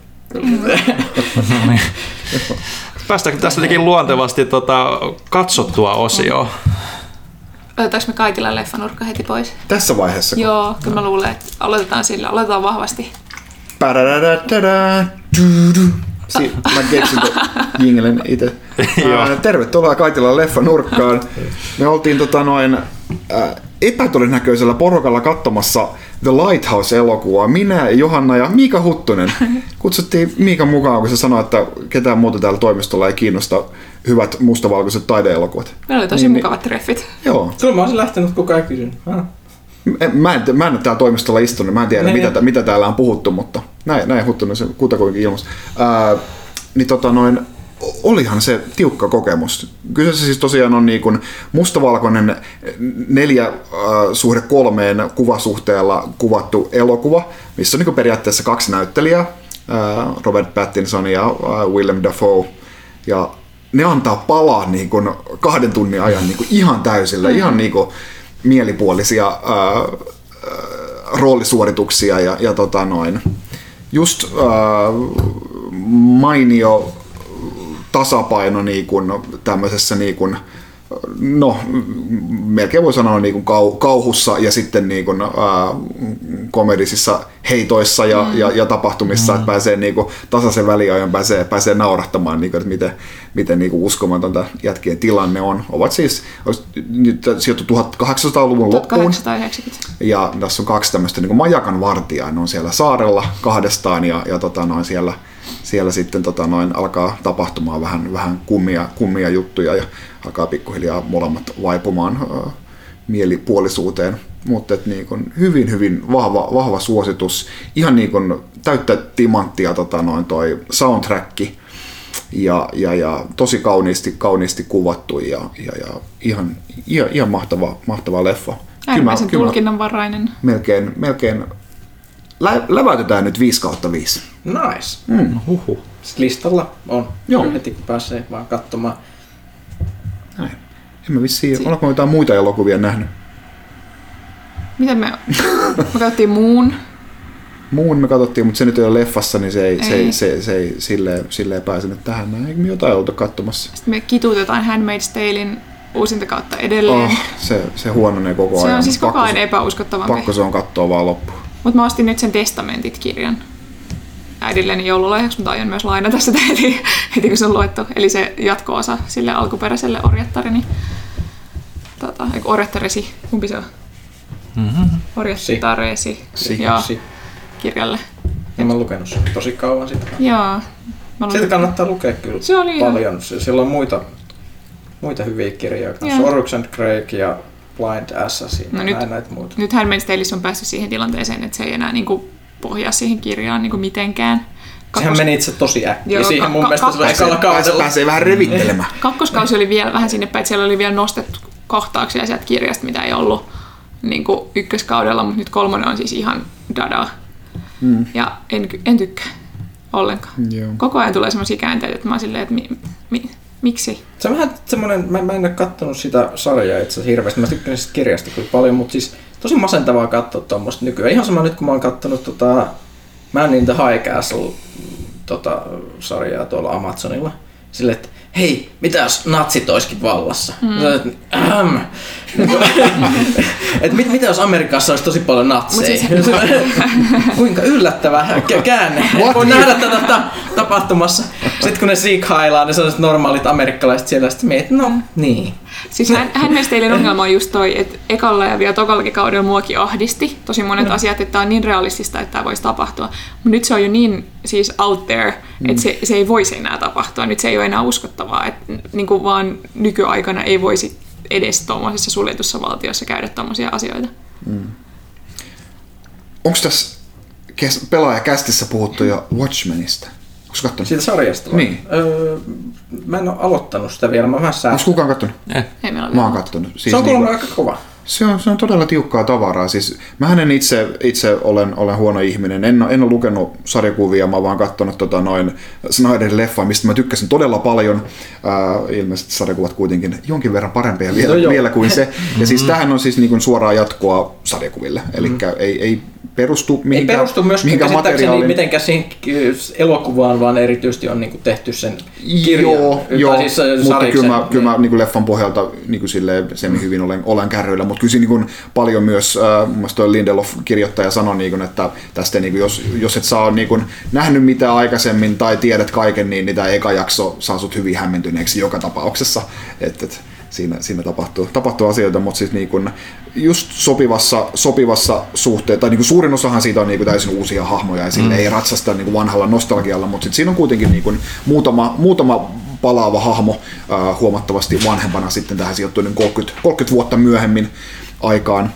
Speaker 1: Päästäänkö tästä jotenkin luontevasti tota, katsottua osioon?
Speaker 3: Otetaanko me kaikilla leffanurkka heti pois?
Speaker 2: Tässä vaiheessa. kun-
Speaker 3: Joo, kyllä mä luulen, että aloitetaan sillä. Aloitetaan vahvasti.
Speaker 2: Padadadadada, dudu. Si- mä keksin ton jinglen itse.
Speaker 1: Joo.
Speaker 2: Ää, Tervetuloa Kaitilan leffanurkkaan. Me oltiin tota noin äh, epätodennäköisellä porukalla katsomassa The Lighthouse-elokuvaa. Minä, Johanna ja Miika Huttunen. Kutsuttiin Miika mukaan, kun se sanoi, että ketään muuta täällä toimistolla ei kiinnosta hyvät mustavalkoiset taideelokuvat.
Speaker 3: Meillä oli tosi
Speaker 2: Niin,
Speaker 3: mukavat treffit.
Speaker 2: Joo.
Speaker 4: Kyllä mä olisin lähtenyt, kukaan ei kysynyt. Ah.
Speaker 2: En- Mä en, mä en ole täällä toimistolla istunut, mä en tiedä
Speaker 4: Ne,
Speaker 2: mitä,
Speaker 4: ne.
Speaker 2: mitä täällä on puhuttu, mutta näin, näin Huttunen se kutakuinkin ilmasi. Ää, niin tota noin, olihan se tiukka kokemus. Kyseessä siis tosiaan on niin kuin mustavalkoinen neljä äh, suhde kolmeen kuvasuhteella kuvattu elokuva, missä on niin kuin periaatteessa kaksi näyttelijää, äh, Robert Pattinson ja äh, Willem Dafoe. Ja ne antaa palaa niin kuin kahden tunnin ajan niin kuin ihan täysillä, ihan niin kuin mielipuolisia ää, ää, roolisuorituksia ja, ja tota noin. Just ää, mainio tasapaino niin kuin tämmöisessä niin kuin, no, melkein voi sanoa niin kuin kau, kauhussa ja sitten niin kuin, ää, komedisissa heitoissa ja, mm. ja, ja tapahtumissa, mm. että pääsee niin kuin, tasaisen väliajan pääsee, pääsee naurahtamaan, niin kuin, että miten, miten niin kuin uskomatonta jätkien tilanne on. Ovat siis sijoittu tuhatkahdeksansataaluvun loppuun.
Speaker 3: tuhatkahdeksansataayhdeksänkymmentä.
Speaker 2: Ja tässä on kaksi tämmöistä niin kuin majakan vartijaa, ne on siellä saarella kahdestaan ja, ja tota, noin siellä, siellä sitten tota, noin, alkaa tapahtumaan vähän, vähän kummia, kummia juttuja ja alkaa pikkuhiljaa molemmat vaipumaan uh, mielipuolisuuteen. Mutta niin kun, hyvin, hyvin vahva, vahva suositus. Ihan niin kun, täyttä timanttia tota, noin, toi soundtrack ja, ja, ja tosi kauniisti, kauniisti kuvattu ja, ja, ja ihan, ihan, ihan mahtava, mahtava leffa.
Speaker 3: Äärimmäisen tulkinnanvarainen.
Speaker 2: Melkein, melkein lä- läväytetään nyt viisi kautta viisi.
Speaker 4: Nice.
Speaker 2: Mm.
Speaker 1: Huhhuh.
Speaker 4: Sitten listalla on.
Speaker 2: Joo.
Speaker 4: Heti kun pääsee vaan katsomaan.
Speaker 2: Näin. En mä vissiin, ollaanko jotain muita elokuvia nähnyt?
Speaker 3: Miten me... Me katsottiin Moon.
Speaker 2: Muun me katsottiin, mutta se nyt ei ole leffassa, niin se ei,
Speaker 3: Ei.
Speaker 2: se ei, se, se ei silleen, silleen pääsenyt tähän. Eikö me jotain oltu katsomassa?
Speaker 3: Sitten me kituutetaan Handmaid's Talein uusinta kautta edelleen.
Speaker 2: Oh, se, se huononee koko
Speaker 3: Se
Speaker 2: ajan.
Speaker 3: on siis koko ajan
Speaker 2: Pakko-
Speaker 3: epäuskottavampi.
Speaker 2: Pakko se on katsoa vaan loppuun.
Speaker 3: Mutta mä ostin nyt sen Testamentit-kirjan äidilleni joululahjaksi, mutta aion myös lainata sitä heti, heti kun se on luettu. Eli se jatko-osa sille alkuperäiselle Orjattarini. Tota, eikö Orjattaresi? Kumpi se on?
Speaker 1: Mm-hmm.
Speaker 3: Orjattaresi.
Speaker 2: Si.
Speaker 3: Joo,
Speaker 4: Si.
Speaker 3: kirjalle.
Speaker 4: En mä lukenut sen tosi kauan sitä.
Speaker 3: Joo. Mä luin-
Speaker 4: Siitä kannattaa lukea kyllä
Speaker 3: Se oli ihan-
Speaker 4: paljon. Se- Siellä on muita, muita hyviä kirjoja kanssa.
Speaker 3: Joo.
Speaker 4: Oryx and Craig ja Blind Assassin.
Speaker 3: No
Speaker 4: No
Speaker 3: nyt-
Speaker 4: näin näitä muita.
Speaker 3: Nyt Handmaid's Taleissa on päässyt siihen tilanteeseen, että se ei enää niinku pohjaa siihen kirjaan niinku mitenkään.
Speaker 4: Sehän meni itse tosi äkkiä.
Speaker 3: Joo,
Speaker 4: Siihen
Speaker 3: ka-
Speaker 4: mun
Speaker 3: ka-
Speaker 4: mielestä
Speaker 3: ka-
Speaker 4: se oli
Speaker 2: Pääsee,
Speaker 4: ekalla
Speaker 2: pääsee,
Speaker 4: kaudella.
Speaker 2: pääsee vähän revittelemään.
Speaker 3: Kakkoskausi oli vielä vähän sinne päin, että siellä oli vielä nostettu kohtauksia sieltä kirjasta, mitä ei ollut niin kuin ykköskaudella, mutta nyt kolmonen on siis ihan dadaa.
Speaker 2: Mm.
Speaker 3: Ja en, en tykkää ollenkaan.
Speaker 2: Joo.
Speaker 3: Koko ajan tulee semmoisia käänteitä, että mä oon silleen, että mi, mi, miksi?
Speaker 4: Se on vähän semmoinen, mä, mä en ole kattonut sitä sarjaa itse asiassa hirveästi. Mä tykkään sitä kirjasta kyllä paljon, mutta siis tosi masentavaa katsoa tuommoista nykyään. Ihan sama nyt kun mä oon kattonut tota Man in the High Castle tota, sarjaa tuolla Amazonilla. Silleen, että hei, mitä jos natsit olisikin vallassa? Mm. Et mit, mitä jos Amerikassa olisi tosi paljon natseja?
Speaker 3: Mut siis-
Speaker 4: Kuinka yllättävä kä- käänne. Voi nähdä tätä ta- tapahtumassa. Sitten kun ne siikhailaa, ne sellaiset normaalit amerikkalaiset siellä, sitten mietit, no niin.
Speaker 3: Siis hän, Handmaid's Talein ongelma on just toi, että ekalla ja vielä tokallakin kaudella muakin ahdisti tosi monet mm. asiat, että tämä on niin realistista, että tämä voisi tapahtua. Mutta nyt se on jo niin siis out there, mm. että se, se ei voisi enää tapahtua. Nyt se ei ole enää uskottavaa, että niin kuin vaan nykyaikana ei voisi edes tuommoisessa suljetussa valtiossa käydä tuommoisia asioita.
Speaker 2: Mm. Onko tässä kes- pelaajakästissä puhuttu jo Watchmenista? Onko kattonut?
Speaker 4: Siitä sarjasta vai?
Speaker 2: Niin.
Speaker 4: Öö, mä en ole aloittanut sitä vielä, mä vähän sää.
Speaker 2: Onko kukaan kattonut?
Speaker 1: Eh.
Speaker 3: Ei meillä ole
Speaker 2: Mä oon
Speaker 3: vielä.
Speaker 2: kattonut. Siis
Speaker 4: Se on kuulemma
Speaker 2: niinku-
Speaker 4: aika kova.
Speaker 2: Se on, se on todella tiukkaa tavaraa. Siis, mähän en itse, itse olen, olen huono ihminen. En, en ole lukenut sarjakuvia, mä oon vaan katsonut tota noin Snyderin leffaa, mistä mä tykkäsin todella paljon. Äh, ilmeisesti sarjakuvat kuitenkin jonkin verran parempia vielä,
Speaker 4: No joo.
Speaker 2: vielä kuin se. Ja siis tämähän on siis niin kuin suoraa jatkoa sarjakuville. Eli mm. ei, ei perustu
Speaker 4: Ei
Speaker 2: mihinkään,
Speaker 4: perustu myöskään
Speaker 2: mihinkään
Speaker 4: käsittääkseni
Speaker 2: materiaaliin.
Speaker 4: mitenkään siihen elokuvaan, vaan erityisesti on niinku tehty sen kirjan.
Speaker 2: Joo,
Speaker 4: tai
Speaker 2: joo
Speaker 4: siis
Speaker 2: mutta
Speaker 4: sarjiksen.
Speaker 2: kyllä mä, kyllä mä niin kuin leffan pohjalta niin kuin silleen, semi hyvin olen, olen kärryillä, mutta kyllä niin kuin paljon myös, äh, mun mielestä toi Lindelof-kirjoittaja sanoi, niin kuin, että tästä, niin kuin, jos, jos et saa niin kuin, nähnyt mitään aikaisemmin tai tiedät kaiken, niin, niin tämä eka jakso saa sut hyvin hämmentyneeksi joka tapauksessa. Et, et, siinä, siinä tapahtuu, tapahtuu asioita, mutta siis niin kuin, just sopivassa, sopivassa suhteessa, tai niin kuin suurin osahan siitä on niin kuin täysin uusia hahmoja, ja sille mm. ei ratsasta niin kuin vanhalla nostalgialla, mutta sit siinä on kuitenkin niin kuin muutama, muutama palaava hahmo äh, huomattavasti vanhempana sitten tähän sijoittui niin kolmekymmentä, kolmekymmentä vuotta myöhemmin aikaan.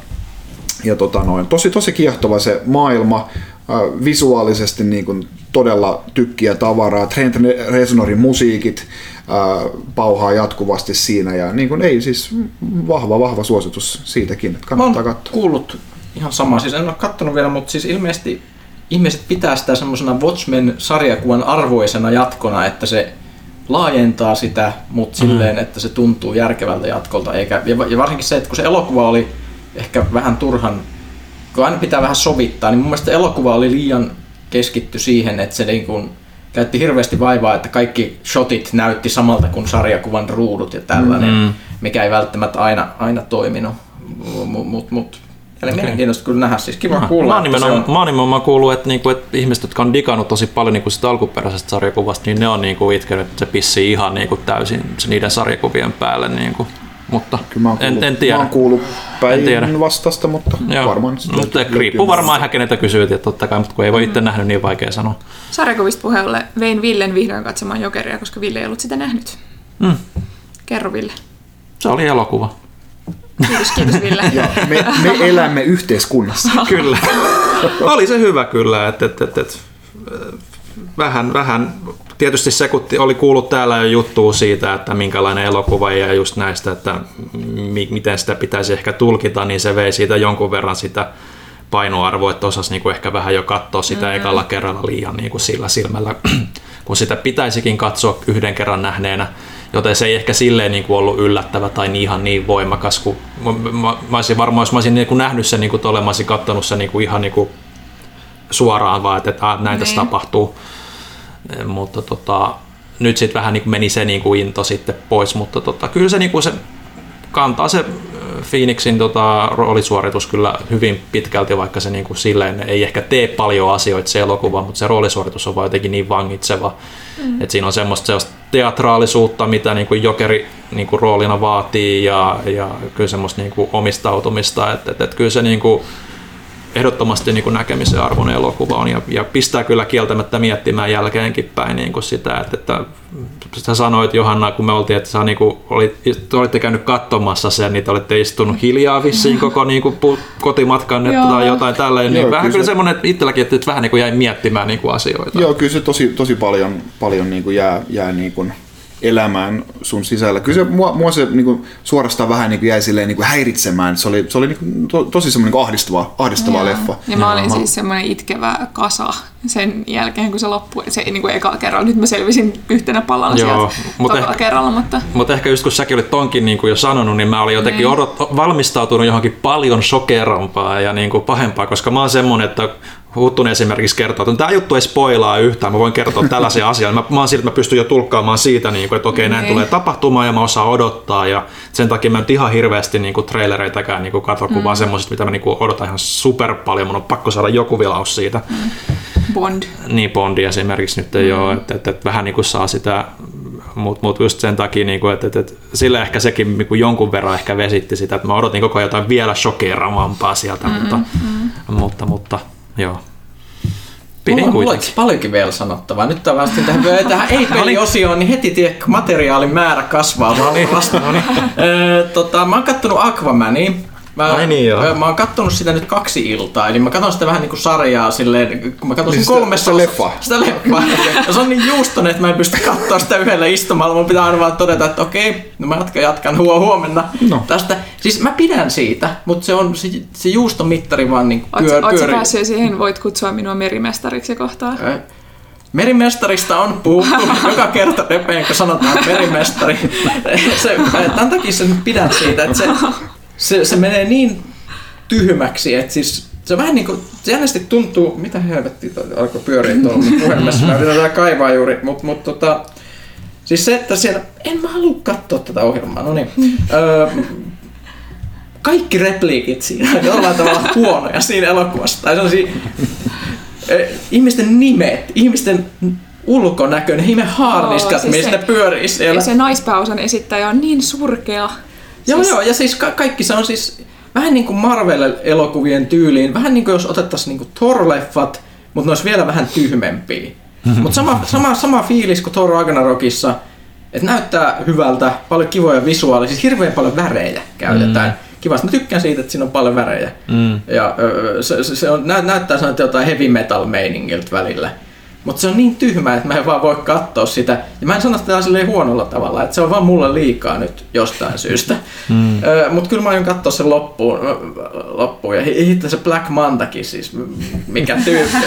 Speaker 2: Ja tota noin, tosi, tosi kiehtova se maailma, äh, visuaalisesti niin kuin todella tykkiä tavaraa, Trent Reznorin musiikit äh, pauhaa jatkuvasti siinä, ja niin kuin, ei siis vahva, vahva suositus siitäkin, että
Speaker 4: Mä
Speaker 2: kannattaa
Speaker 4: oon
Speaker 2: katsoa.
Speaker 4: kuullut ihan samaa, siis en ole kattonut vielä, mutta siis ilmeisesti ihmiset pitää sitä semmoisena Watchmen-sarjakuvan arvoisena jatkona, että se laajentaa sitä, mutta silleen, että se tuntuu järkevältä jatkolta. Eikä, ja varsinkin se, että kun se elokuva oli ehkä vähän turhan, kun aina pitää vähän sovittaa, niin mun mielestä elokuva oli liian keskitty siihen, että se niin kuin käytti hirveästi vaivaa, että kaikki shotit näytti samalta kuin sarjakuvan ruudut ja tällainen, mm. mikä ei välttämättä aina, aina toiminut. Mut, mut, mut. Eli okay. Mielenkiintoista kyllä nähdä, siis kiva
Speaker 1: No,
Speaker 4: kuulla.
Speaker 1: Mä oon nimenomaan, on... nimenomaan kuullut, että, niinku, että ihmiset, jotka on digannut tosi paljon niinku sitä alkuperäisestä sarjakuvasta, niin ne on niinku itkenyt, että se pissii ihan niinku täysin se niiden sarjakuvien päälle. Niinku. Mutta en, en tiedä.
Speaker 2: Mä oon kuullut päin vastasta, mutta
Speaker 1: Joo.
Speaker 2: varmaan...
Speaker 1: Mutta riippuu varmaan ihan keneltä kysyy, että totta kai, mutta kun ei voi itse nähnyt, niin vaikea sanoa.
Speaker 3: Sarjakuvista puheelle vein Villen vihdoin katsomaan Jokeria, koska Ville ei ollut sitä nähnyt.
Speaker 1: Mm.
Speaker 3: Kerro Ville.
Speaker 1: Se oli elokuva.
Speaker 3: Kiitos, kiitos Ville.
Speaker 2: Joo, me, me elämme yhteiskunnassa.
Speaker 1: Kyllä. Oli se hyvä kyllä, että et, et, et, vähän, vähän, tietysti se kun oli kuullut täällä jo juttua siitä, että minkälainen elokuva ja just näistä, että mi, miten sitä pitäisi ehkä tulkita, niin se vei siitä jonkun verran sitä painoarvoa, että osasi niinku ehkä vähän jo katsoa sitä mm-hmm. ekalla kerralla liian niinku sillä silmällä kun sitä pitäisikin katsoa yhden kerran nähneenä, joten se ei ehkä silleen niin kuin ollut yllättävä tai niin ihan niin voimakas, kun mä, mä, mä olisin varmaan, jos mä olisin niin kuin nähnyt sen niin kuin tolle, mä olisin katsonut sen niin kuin ihan niin kuin suoraan vaan, että, että näin tässä tapahtuu, mutta tota, nyt sitten vähän niin kuin meni se niin kuin into sitten pois, mutta tota, kyllä se, niin kuin se kantaa se Phoenixin tota, roolisuoritus kyllä hyvin pitkälti, vaikka se niin kuin silleen ei ehkä tee paljon asioita se elokuva, mutta se roolisuoritus on vaan jotenkin niin vangitseva, mm. että siinä on semmoista, semmoista teatraalisuutta, mitä niin kuin Jokeri niin kuin roolina vaatii ja, ja kyllä semmoista niin kuin omistautumista, että, että, että kyllä se niin kuin ehdottomasti niin kuin näkemisen arvoinen elokuva on ja, ja pistää kyllä kieltämättä miettimään jälkeenkin päin niin kuin sitä, että, että sä sanoit Johanna, kun me oltiin, että sä niin kuin, olit, olitte käynyt katsomassa sen, niin te olitte istunut hiljaa vissiin koko niin kuin, kotimatkan tai jotain tälleen, niin joo, vähän kyllä se, semmoinen, että itselläkin että vähän niin kuin jäi miettimään niin kuin asioita.
Speaker 2: Joo, kyllä se tosi, tosi paljon, paljon niin kuin jää, jää niin kuin elämään sun sisällä. Kyllä se, mua, mua se niin kuin, suorastaan vähän niin kuin jäi silleen, niin kuin häiritsemään. Se oli, se oli niin kuin, to, tosi semmoinen niin ahdistava, ahdistava
Speaker 3: Joo.
Speaker 2: leffa.
Speaker 3: Ja mä olin siis semmoinen itkevä kasa sen jälkeen, kun se loppui. Se niin kuin eka kerralla. Nyt mä selvisin yhtenä pallana Joo, sieltä tokalla kerralla. Mutta...
Speaker 1: mutta ehkä just kun säkin olit tonkin niin kuin jo sanonut, niin mä olin jotenkin odot, valmistautunut johonkin paljon shokerampaa ja niin kuin pahempaa, koska mä oon semmoinen, että Huttunen esimerkiksi kertoo, että tämä juttu ei spoilaa yhtään, mä voin kertoa tällaisia asioita. Mä, mä oon siitä, että mä pystyn jo tulkkaamaan siitä, niin kuin, että okei, näin tulee tapahtumaan ja mä osaan odottaa. Ja sen takia mä nyt ihan hirveästi niin kuin trailereitäkään niin kuin katso, kun mm. vaan semmoiset, mitä mä niin kuin odotan ihan super paljon. Mun on pakko saada joku vilaus siitä.
Speaker 3: Mm. Bond.
Speaker 1: Niin, Bondi esimerkiksi nyt ei mm. ole, että, että, että vähän niin kuin saa sitä, mutta mut just sen takia, niin kuin, että, että, että sillä ehkä sekin niin kuin jonkun verran ehkä vesitti sitä, että mä odotin koko ajan jotain vielä shokeeravampaa sieltä, mm, mutta, mm. mutta, mutta joo.
Speaker 4: Pidin mulla, mulla on paljonkin vielä sanottavaa. Nyt on vasta tähän, tähän ei-peliosioon, niin heti tiedätkö, materiaalin määrä kasvaa valtavasti. tota, mä oon kattonut Aquamania. Mä, niin mä oon kattonut sitä nyt kaksi iltaa, eli mä katson sitä vähän niin kuin sarjaa silleen, kun mä katson niin kolmessa
Speaker 2: sitä leffaa.
Speaker 4: Sitä leffaa. Ja se on niin juustonen, että mä en pysty katsoa sitä yhdellä istumalla. Mun pitää aina vaan todeta, että okei, no mä jatkan, jatkan huo huomenna no. tästä. Siis mä pidän siitä, mutta se on se, se juustomittari vaan niin pyör, pyörii.
Speaker 3: Ootko päässyt siihen, voit kutsua minua merimestariksi kohtaa?
Speaker 4: Merimestarista on puhuttu joka kerta repeen, kun sanotaan merimestari. Se, tämän takia sen pidän siitä, että se... Se, se menee niin tyhmäksi, että siis se vähän niin kuin, se jännästi tuntuu, mitä helvettiä alkoi pyöriä tuolla puhelimessa, mä yritän kaivaa juuri, mutta mut, tota, siis se, että siellä, en mä halua katsoa tätä ohjelmaa, no niin, öö, kaikki repliikit siinä on jollain tavalla huonoja siinä elokuvassa, tai sellaisia eh, ihmisten nimet, ihmisten ulkonäkö, ne ihme haarniskat, oh, siis missä ne pyörii siellä.
Speaker 3: Ja se naispääosan esittäjä on niin surkea.
Speaker 4: Joo, siis... joo, ja siis ka- kaikki se on siis vähän niin kuin Marvel-elokuvien tyyliin, vähän niin kuin jos otettaisiin niin kuin Thor-leffat, mutta ne olisi vielä vähän tyhmempiä. Mutta sama, sama, sama fiilis kuin Thor Ragnarokissa, että näyttää hyvältä, paljon kivoja visuaaleja, siis hirveän paljon värejä käytetään. Mm. Kivasti, mä tykkään siitä, että siinä on paljon värejä. Mm. Ja se, se on, nä, näyttää sanotaan jotain heavy metal meiningiltä välillä. Mutta se on niin tyhmä, että mä en vaan voi katsoa sitä. Ja mä en sano sitä silleen huonolla tavalla, että se on vaan mulle liikaa nyt jostain syystä. Mm. Mutta kyllä mä aion katsoa sen loppuun. loppuun. Ja hittä se Black Mantakin siis, mikä tyyppi.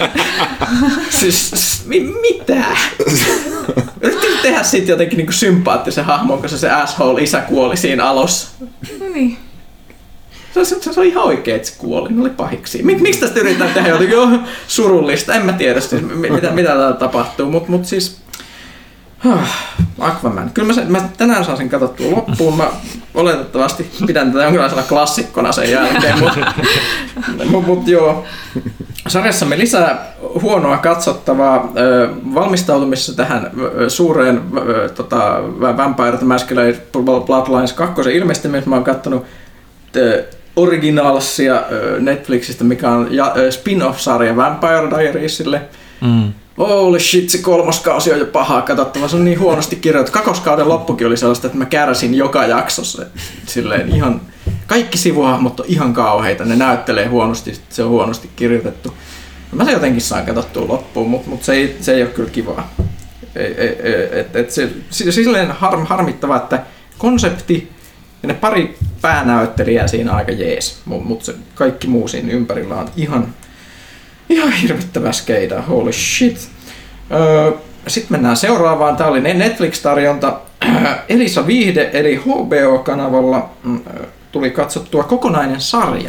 Speaker 4: siis mi- mitä? Yritin tehdä siitä jotenkin niinku sympaattisen hahmon, koska se asshole isä kuoli siinä alussa.
Speaker 3: Niin.
Speaker 4: Se, se, se oli ihan oikein, että se kuoli. Ne oli pahiksi. Mik, miksi tästä yritetään tehdä jotenkin oh, surullista? En mä tiedä, siis, mitä, mitä täällä tapahtuu. Mutta mut siis... Huh, Aquaman. Kyllä mä, sen, mä tänään saan sen katsottua loppuun. Mä oletettavasti pidän tätä jonkinlaisena klassikkona sen jälkeen. Mutta mut, mut, joo. Sarjassamme lisää huonoa katsottavaa. Valmistautumissa tähän suureen tota, Vampire the Masquerade Bloodlines kakkosen ilmestymistä mä oon kattonut Originalsia Netflixistä, mikä on spin-off-sarja Vampire Diariesille. Mm. Holy shit, se kolmoskausi on jo pahaa katsottava. Se on niin huonosti kirjoitettu. Kakoskauden loppukin oli sellaista, että mä kärsin joka jaksossa. Silleen ihan, kaikki sivuhahmot on ihan kauheita. Ne näyttelee huonosti, se on huonosti kirjoitettu. Mä se jotenkin saan katsottua loppuun, mutta mut se, ei, se ei ole kyllä kivaa. Ei, ei, et, et se, silleen harm, harmittavaa, että konsepti ja ne pari päänäyttelijää siinä aika jees, mutta se kaikki muu siinä ympärillä on ihan, ihan hirvittävä skeidaa, holy shit. Öö, Sitten mennään seuraavaan. Tämä oli Netflix-tarjonta. Elisa Viihde eli H B O-kanavalla tuli katsottua kokonainen sarja.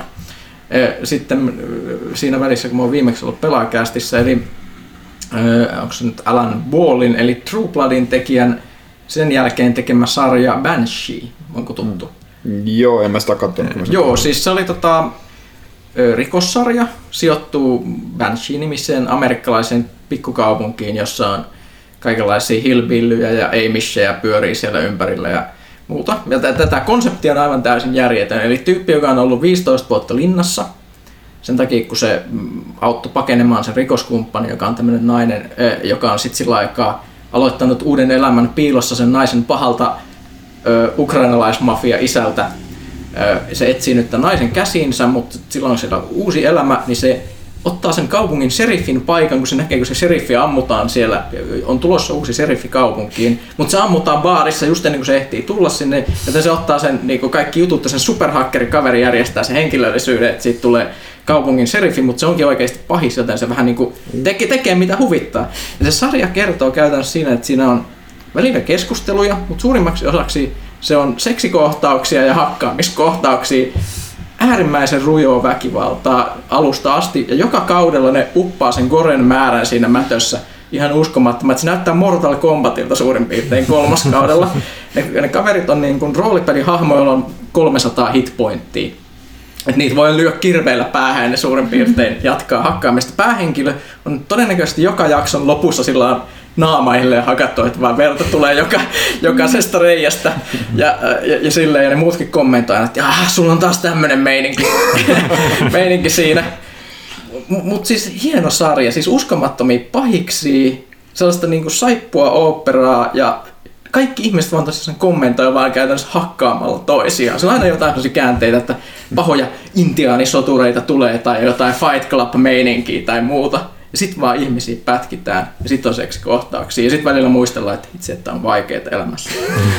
Speaker 4: Sitten siinä välissä, kun mä oon viimeksi ollut Pelaajakästissä, eli onko se nyt Alan Ballin, eli True Bloodin tekijän sen jälkeen tekemä sarja Banshee. Onko tuttu?
Speaker 2: Mm. Joo, en mä sitä katsonut.
Speaker 4: Joo, siis se oli tota, rikossarja, sijoittuu Banshee-nimiseen amerikkalaiseen pikkukaupunkiin, jossa on kaikenlaisia hillbillyjä ja amishejä pyörii siellä ympärillä ja muuta. Ja tätä konseptia on aivan täysin järjetön. Eli tyyppi, joka on ollut viisitoista vuotta linnassa, sen takia kun se auttoi pakenemaan sen rikoskumppani, joka on tämmöinen nainen, joka on sitten sillä aikaa aloittanut uuden elämän piilossa sen naisen pahalta ö, ukrainalaismafia isältä. Ö, se etsii nyt tämän naisen käsiinsä, mutta silloin on siellä uusi elämä, niin se ottaa sen kaupungin sheriffin paikan, kun se näkee, kun se sheriffi ammutaan siellä, on tulossa uusi sheriffi kaupunkiin, mutta se ammutaan baarissa just ennen kuin se ehtii tulla sinne, ja se ottaa sen niin kaikki jutut, ja sen superhakkerikaveri järjestää sen henkilöllisyyden, että siitä tulee kaupungin sheriffi, mutta se onkin oikeasti pahis, joten se vähän niin kuin tekee, tekee mitä huvittaa. Ja se sarja kertoo käytännössä siinä, että siinä on välillä keskusteluja, mutta suurimmaksi osaksi se on seksikohtauksia ja hakkaamiskohtauksia, äärimmäisen rujoa väkivaltaa alusta asti, ja joka kaudella ne uppaa sen goren määrän siinä mätössä ihan uskomattoman, että se näyttää Mortal Kombatilta suurin piirtein kolmoskaudella. Ne, ne kaverit on niin kuin roolipelihahmoja, joilla on kolmesataa hitpointtia. Että niitä voi lyödä kirveillä päähän ja ne suurin piirtein jatkaa hakkaamista. Päähenkilö on todennäköisesti joka jakson lopussa sillä naamaille hakattu, että vaan verta tulee joka, jokaisesta reiästä ja, ja, ja silleen, ja ne muutkin kommentoivat, että jaa, sulla on taas tämmönen meininki, meininki siinä. Mut siis hieno sarja, siis uskomattomia pahiksia, sellaista niinku saippua oopperaa ja kaikki ihmiset vaan tosiaan kommentoivat vaan käytännössä hakkaamalla toisiaan. Se on aina jotain sellaisia käänteitä, että pahoja intiaanisotureita tulee tai jotain Fight Club-meininkiä tai muuta. Ja sit vaan ihmisiä pätkitään ja sit on seksikohtauksia ja sit välillä muistellaan, että itse, että on vaikeita elämässä.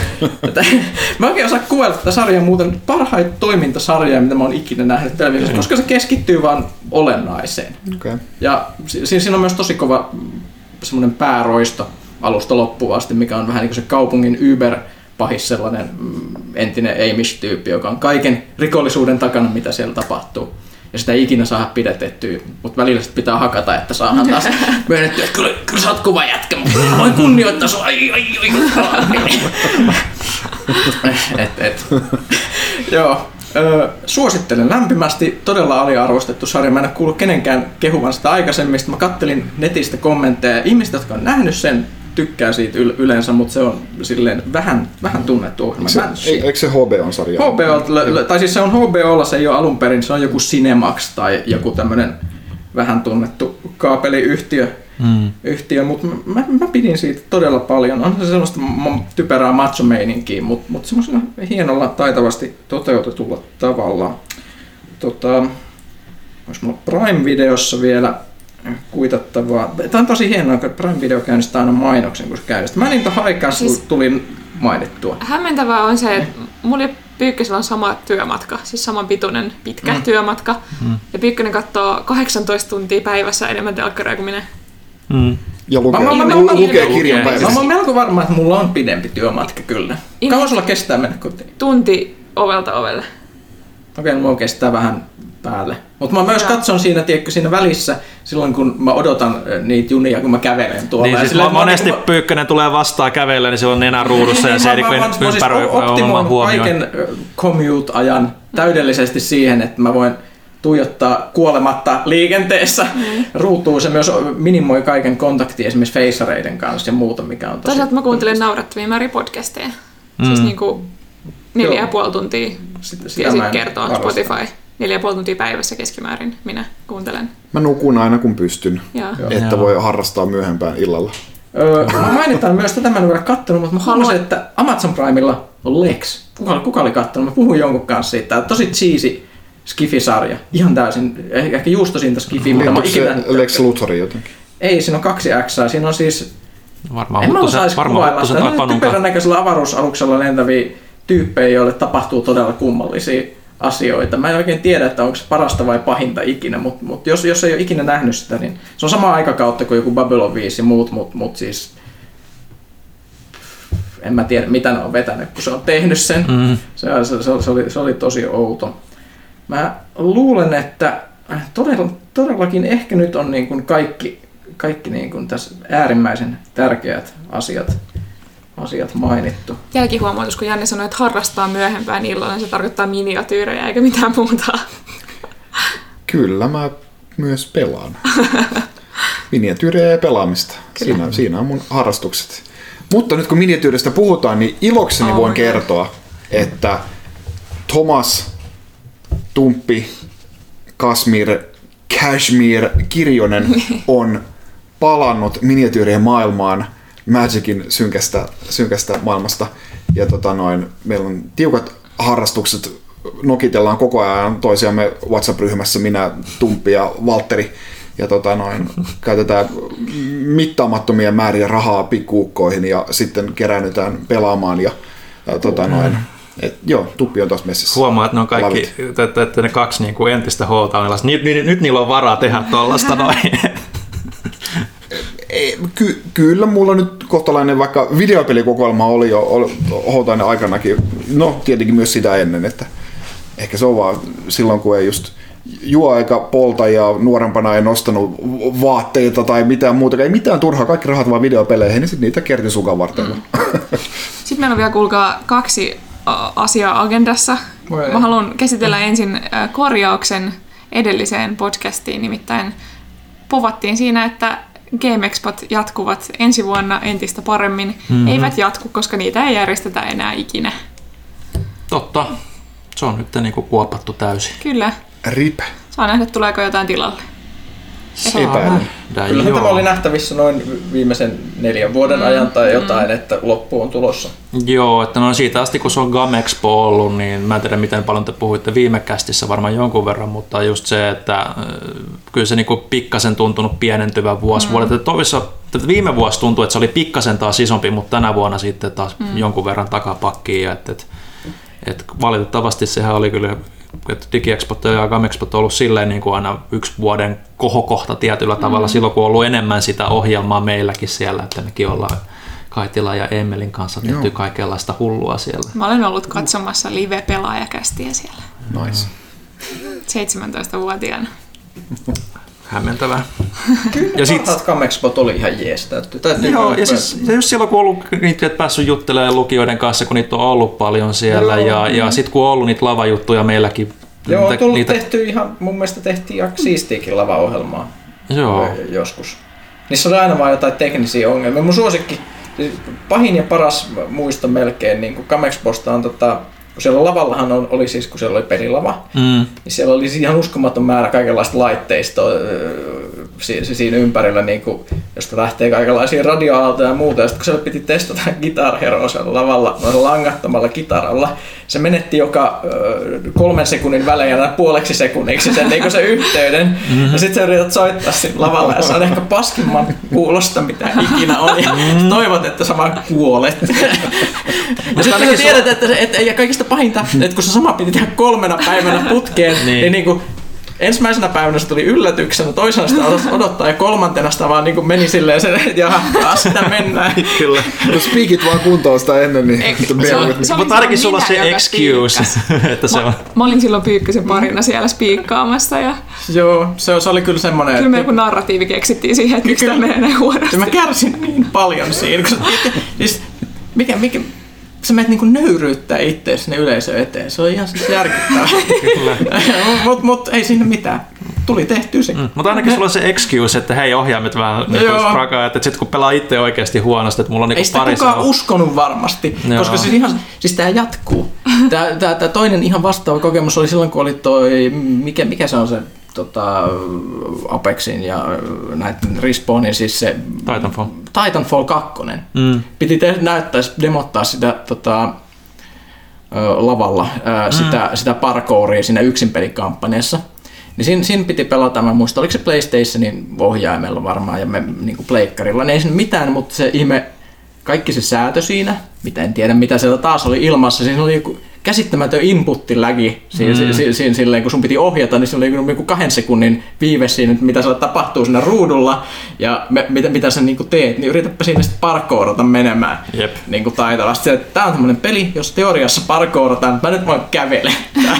Speaker 4: Mä oikein osaan kuvailla tätä sarjaa muuten parhaita toimintasarjoja, mitä mä oon ikinä nähnyt televisiossa, koska se keskittyy vaan olennaiseen. Okay. Ja si- siinä on myös tosi kova semmoinen pääroisto alusta loppuun asti, mikä on vähän niin kuin se kaupungin Uber-pahis sellainen entinen Amish-tyyppi, joka on kaiken rikollisuuden takana, mitä siellä tapahtuu. Ja sitä ei ikinä saada pidetettyä, mutta välillä sit pitää hakata, että saadaan taas myönnettyä, että kyllä, kyllä sä oot kova jätkä, mutta voin kunnioittaa sua. Ai, ai, ai. et, et. Joo. Ö, suosittelen lämpimästi, todella aliarvostettu sarja. Mä en ole kuullut kenenkään kehuvan sitä aikaisemmin. Mä kattelin netistä kommentteja. Ihmiset, jotka on nähnyt sen, tykkää siitä yleensä, mutta se on silleen vähän, vähän tunnettu ohjelma.
Speaker 2: Se, ei, eikö se H B O-sarja?
Speaker 4: H B O, tai siis se on H B O:lla, se ei ole alun perin, se on joku Cinemax tai joku tämmönen vähän tunnettu kaapeliyhtiö, mm. yhtiö, mutta mä, mä pidin siitä todella paljon. On se sellaista typerää macho-meininkiä, mutta mut semmoisena hienolla, taitavasti toteutetulla tavalla. Tota, olisi mulla Prime-videossa vielä kuitattavaa. Tämä on tosi hienoa, kun Prime Video käynnistää aina mainoksen, kun se käynnistää. Man in the High Castle siis tuli mainittua.
Speaker 3: Hämmentävää on se, että mulla ja Pyykkösellä on sama työmatka, siis saman pituinen pitkä mm. työmatka. Mm. Ja Pyykkönen katsoo kahdeksantoista tuntia päivässä enemmän telkkaria kuin minä.
Speaker 2: Mm. Ja lukee,
Speaker 4: mä, mä, mä,
Speaker 2: mä, lukee kirjan päivässä.
Speaker 4: Mä oon melko varma, että mulla on pidempi työmatka kyllä. Kauan sulla kestää mennä kotiin?
Speaker 3: Tunti ovelta ovelle.
Speaker 4: Okei, okay, mulla kestää vähän päälle. Mutta mä myös katson siinä, tiedätkö, siinä välissä, silloin kun mä odotan niitä junia, kun mä kävelen tuolla.
Speaker 1: Niin, siis
Speaker 4: silleen,
Speaker 1: monesti
Speaker 4: mä,
Speaker 1: Pyykkönen tulee vastaan kävellä, niin se on nenän ruudussa ja se ei ympäröi oman huomioon.
Speaker 4: Kaiken commute-ajan täydellisesti siihen, että mä voin tuijottaa kuolematta liikenteessä mm. ruutuun. Se myös minimoi kaiken kontaktia esimerkiksi feisareiden kanssa ja muuta, mikä on tosi...
Speaker 3: Toisaalta mä kuuntelen naurettavia määrin podcasteja. Mm. Siis niinku neljä ja puoli tuntia tiesit kertoa Spotify. Neljä ja puoli tuntia päivässä keskimäärin minä kuuntelen.
Speaker 2: Mä nukun aina kun pystyn,
Speaker 3: Jaa.
Speaker 2: että
Speaker 1: Jaa.
Speaker 2: voi harrastaa myöhempään illalla.
Speaker 4: Öö, mä mainitaan myös, tätä mä en ole vielä kattonut, mutta mä haluaisin, että Amazon Primella on Lex. Kuka, kuka oli kattonut? Mä puhuin jonkun kanssa siitä. Tää on tosi cheesy Skifi-sarja. Ihan täysin, ehkä juustosinta Skifi.
Speaker 2: Onko se Lex Luthori jotenkin?
Speaker 4: Ei, siinä on kaksi X:ää. Siinä on siis...
Speaker 1: Varmaan
Speaker 4: en mä
Speaker 1: huttu
Speaker 4: osaisi kuvailla sitä. On typerän näköisellä avaruusaluksella lentäviä tyyppejä, joille tapahtuu todella kummallisia asioita. Mä en oikein tiedä, että onko se parasta vai pahinta ikinä, mutta mut jos, jos ei ole ikinä nähnyt sitä, niin se on sama aikakautta kuin joku Babylon viisi ja muut, mutta mut siis en mä tiedä mitä ne on vetänyt, kun se on tehnyt sen. Mm. Se, se, se, se, oli, se oli tosi outo. Mä luulen, että todella, todellakin ehkä nyt on niin kuin kaikki, kaikki niin kuin tässä äärimmäisen tärkeät asiat, asiat mainittu.
Speaker 3: Jälkihuomautus, kun Janne sanoi, että harrastaa myöhempään illalla, niin se tarkoittaa miniatyyrejä eikä mitään muuta.
Speaker 2: Kyllä, mä myös pelaan. Miniatyyrejä ja pelaamista. Siinä, siinä on mun harrastukset. Mutta nyt kun miniatyyristä puhutaan, niin ilokseni oh, voin kertoa, että Thomas Tumppi Kasmir Kashmir Kirjonen on palannut miniatyyrien maailmaan Magicin synkästä, synkästä maailmasta. Ja tota noin, meillä on tiukat harrastukset, nokitellaan koko ajan toisiamme WhatsApp-ryhmässä, minä, Tumppi ja Valtteri. Ja tota noin, käytetään mittaamattomia määriä rahaa pikkuukkoihin ja sitten keräännytään pelaamaan. Ja, ja tota noin, et, joo, Tuppi on tuossa messissä.
Speaker 1: Huomaa, että ne on kaikki, että, että ne kaksi niin kuin entistä H-Townilla, nyt, nyt, nyt niillä on varaa tehdä tuollaista noin.
Speaker 2: Ky- kyllä mulla nyt kohtalainen, vaikka videopelikokoelma oli jo H-Townin aikanakin, no tietenkin myös sitä ennen, että ehkä se on vaan silloin, kun ei just juo eikä polta ja nuorempana ei nostanut vaatteita tai mitään muuta, ei mitään turhaa, kaikki rahat vaan videopeleihin, niin sitten niitä kerti sukan vartella. Mm.
Speaker 3: Sitten meillä on vielä, kuulkaa, kaksi asiaa agendassa. Moi. Mä haluan käsitellä ensin korjauksen edelliseen podcastiin, nimittäin povattiin siinä, että GameExpot jatkuvat ensi vuonna entistä paremmin. Mm-hmm. Eivät jatku, koska niitä ei järjestetä enää ikinä.
Speaker 1: Totta. Se on nyt niin kuin kuopattu täysin.
Speaker 3: Kyllä.
Speaker 2: Rip.
Speaker 3: Saa nähdä, tuleeko jotain tilalle.
Speaker 2: Epäilen.
Speaker 4: Kyllähän tämä oli nähtävissä noin viimeisen neljän vuoden mm, ajan tai jotain, mm. että loppu on tulossa.
Speaker 1: Joo, että no siitä asti kun se on Gamexpo ollut, niin mä en tiedä miten paljon te puhuitte viime kästissä varmaan jonkun verran, mutta just se, että kyllä se niinku pikkasen tuntunut pienentyvä vuosi mm. vuodelta. Toisessa, viime vuosi tuntui, että se oli pikkasen taas isompi, mutta tänä vuonna sitten taas mm. jonkun verran takapakkiin. Että et, et valitettavasti sehän oli kyllä, että DigiExpot ja Gamexpot on ollut silleen niin kuin aina yksi vuoden kohokohta tietyllä tavalla, mm. silloin kun on ollut enemmän sitä ohjelmaa meilläkin siellä, että mekin ollaan Kaitila ja Emmelin kanssa tehty Joo. kaikenlaista hullua siellä.
Speaker 3: Mä olen ollut katsomassa live-pelaajakästiä siellä.
Speaker 2: Nice.
Speaker 3: seitsemäntoistavuotiaana.
Speaker 1: Hämmentävää.
Speaker 4: Kyllä ja sit, parhaat Gamexpot oli ihan jees. Täytyy, täytyy
Speaker 1: joo, ja, siis, ja just silloin kun on ollut niitä, että päässyt juttelemaan lukijoiden kanssa, kun niitä on ollut paljon siellä, joo, ja, ja sitten kun on ollut niitä lavajuttuja meilläkin.
Speaker 4: Joo,
Speaker 1: niitä,
Speaker 4: on
Speaker 1: niitä...
Speaker 4: tehty ihan, mun mielestä tehtiin ihan siistiäkin lavaohjelmaa
Speaker 1: joo.
Speaker 4: joskus. Niissä oli aina vaan jotain teknisiä ongelmia. Mun suosikki, pahin ja paras muisto melkein, niin kuin Gamexposta on tota, kun siellä lavallahan on, oli siis, kun siellä oli pelilava, mm. niin siellä oli ihan uskomaton määrä kaikenlaista laitteistoa siinä ympärillä, niin kuin, josta lähtee kaikenlaisia radioaaltoja ja muuta. Ja sitten kun siellä piti testata Guitar Heroa siellä lavalla, langattomalla kitaralla, se menetti joka kolmen sekunnin välein ja puoleksi sekunniksi sen, niin se yhteyden. Mm-hmm. Ja sitten sä yrität soittaa siinä lavalla ja se on ehkä paskimman kuulosta, mitä ikinä on. Ja mm-hmm. toivot, että sä vaan kuolet. Ja sitten sä tiedät, että, että ja kaikista pahinta, että kun se sama piti tehdä kolmena päivänä putkeen, niin, niin, niin kuin, ensimmäisenä päivänä se tuli yllätyksenä, toisena sitä odottaa ja kolmantena sitä vaan niin meni silleen, että jaha, sitä mennään.
Speaker 2: Kyllä. Jos spiikit vaan kuntoon sitä ennen, niin...
Speaker 3: Ei, se on, se
Speaker 1: mutta ainakin sulla on se excuse. Että se on.
Speaker 3: Mä, mä olin silloin Pyykkösen parina siellä spiikkaamassa. Ja...
Speaker 4: Joo, se, se oli kyllä semmoinen...
Speaker 3: Kyllä me joku narratiivi keksittiin siihen, että miksi tämä menee näin huonosti.
Speaker 4: Mä kärsin niin paljon siinä. Kun, siis, mikä, mikä, sä menet niinku nöyryyttää itseäsi sinne yleisön eteen. Se on ihan siis järkyttävää. Mutta mut, ei siinä mitään. Tuli tehtyä se. Mm,
Speaker 1: mutta ainakin sulla on se excuse, että hei ohjaamet vähän niinku sprakaa, että sit kun pelaa itse oikeasti huonosti, että mulla on niinku
Speaker 4: ei sitä
Speaker 1: pari
Speaker 4: kukaan
Speaker 1: saa...
Speaker 4: uskonut varmasti, Joo. koska siis, ihan, siis tää jatkuu. Tää, tää, tää toinen ihan vastaava kokemus oli silloin, kun oli toi, mikä, mikä se on se tota, Apexin ja näiden Respawnin, siis se
Speaker 1: Titanfall,
Speaker 4: Titanfall kaksi. Mm. Piti te- näyttää, demottaa sitä tota, lavalla, mm. sitä, sitä parkouria siinä yksinpelikampanjassa. Niin siinä, siinä piti pelata, mä muistan, oliko se PlayStationin ohjaimella varmaan ja me niin kuin pleikkarilla. Ne ei siinä mitään, mutta se ihme, kaikki se säätö siinä, mitä en tiedä mitä siellä taas oli ilmassa, siinä oli joku käsittämätön input-lägi siinä, mm. si, si, silleen, kun sun piti ohjata, niin se oli joku kahden sekunnin viive siinä, että mitä sulle tapahtuu siinä ruudulla ja me, mitä, mitä sä niin teet, niin yritäpä siinä sitten parkourata menemään
Speaker 1: Jep.
Speaker 4: niin taitavasti. Tämä on tämmöinen peli, jos teoriassa parkourataan, että mä nyt vaan kävelen.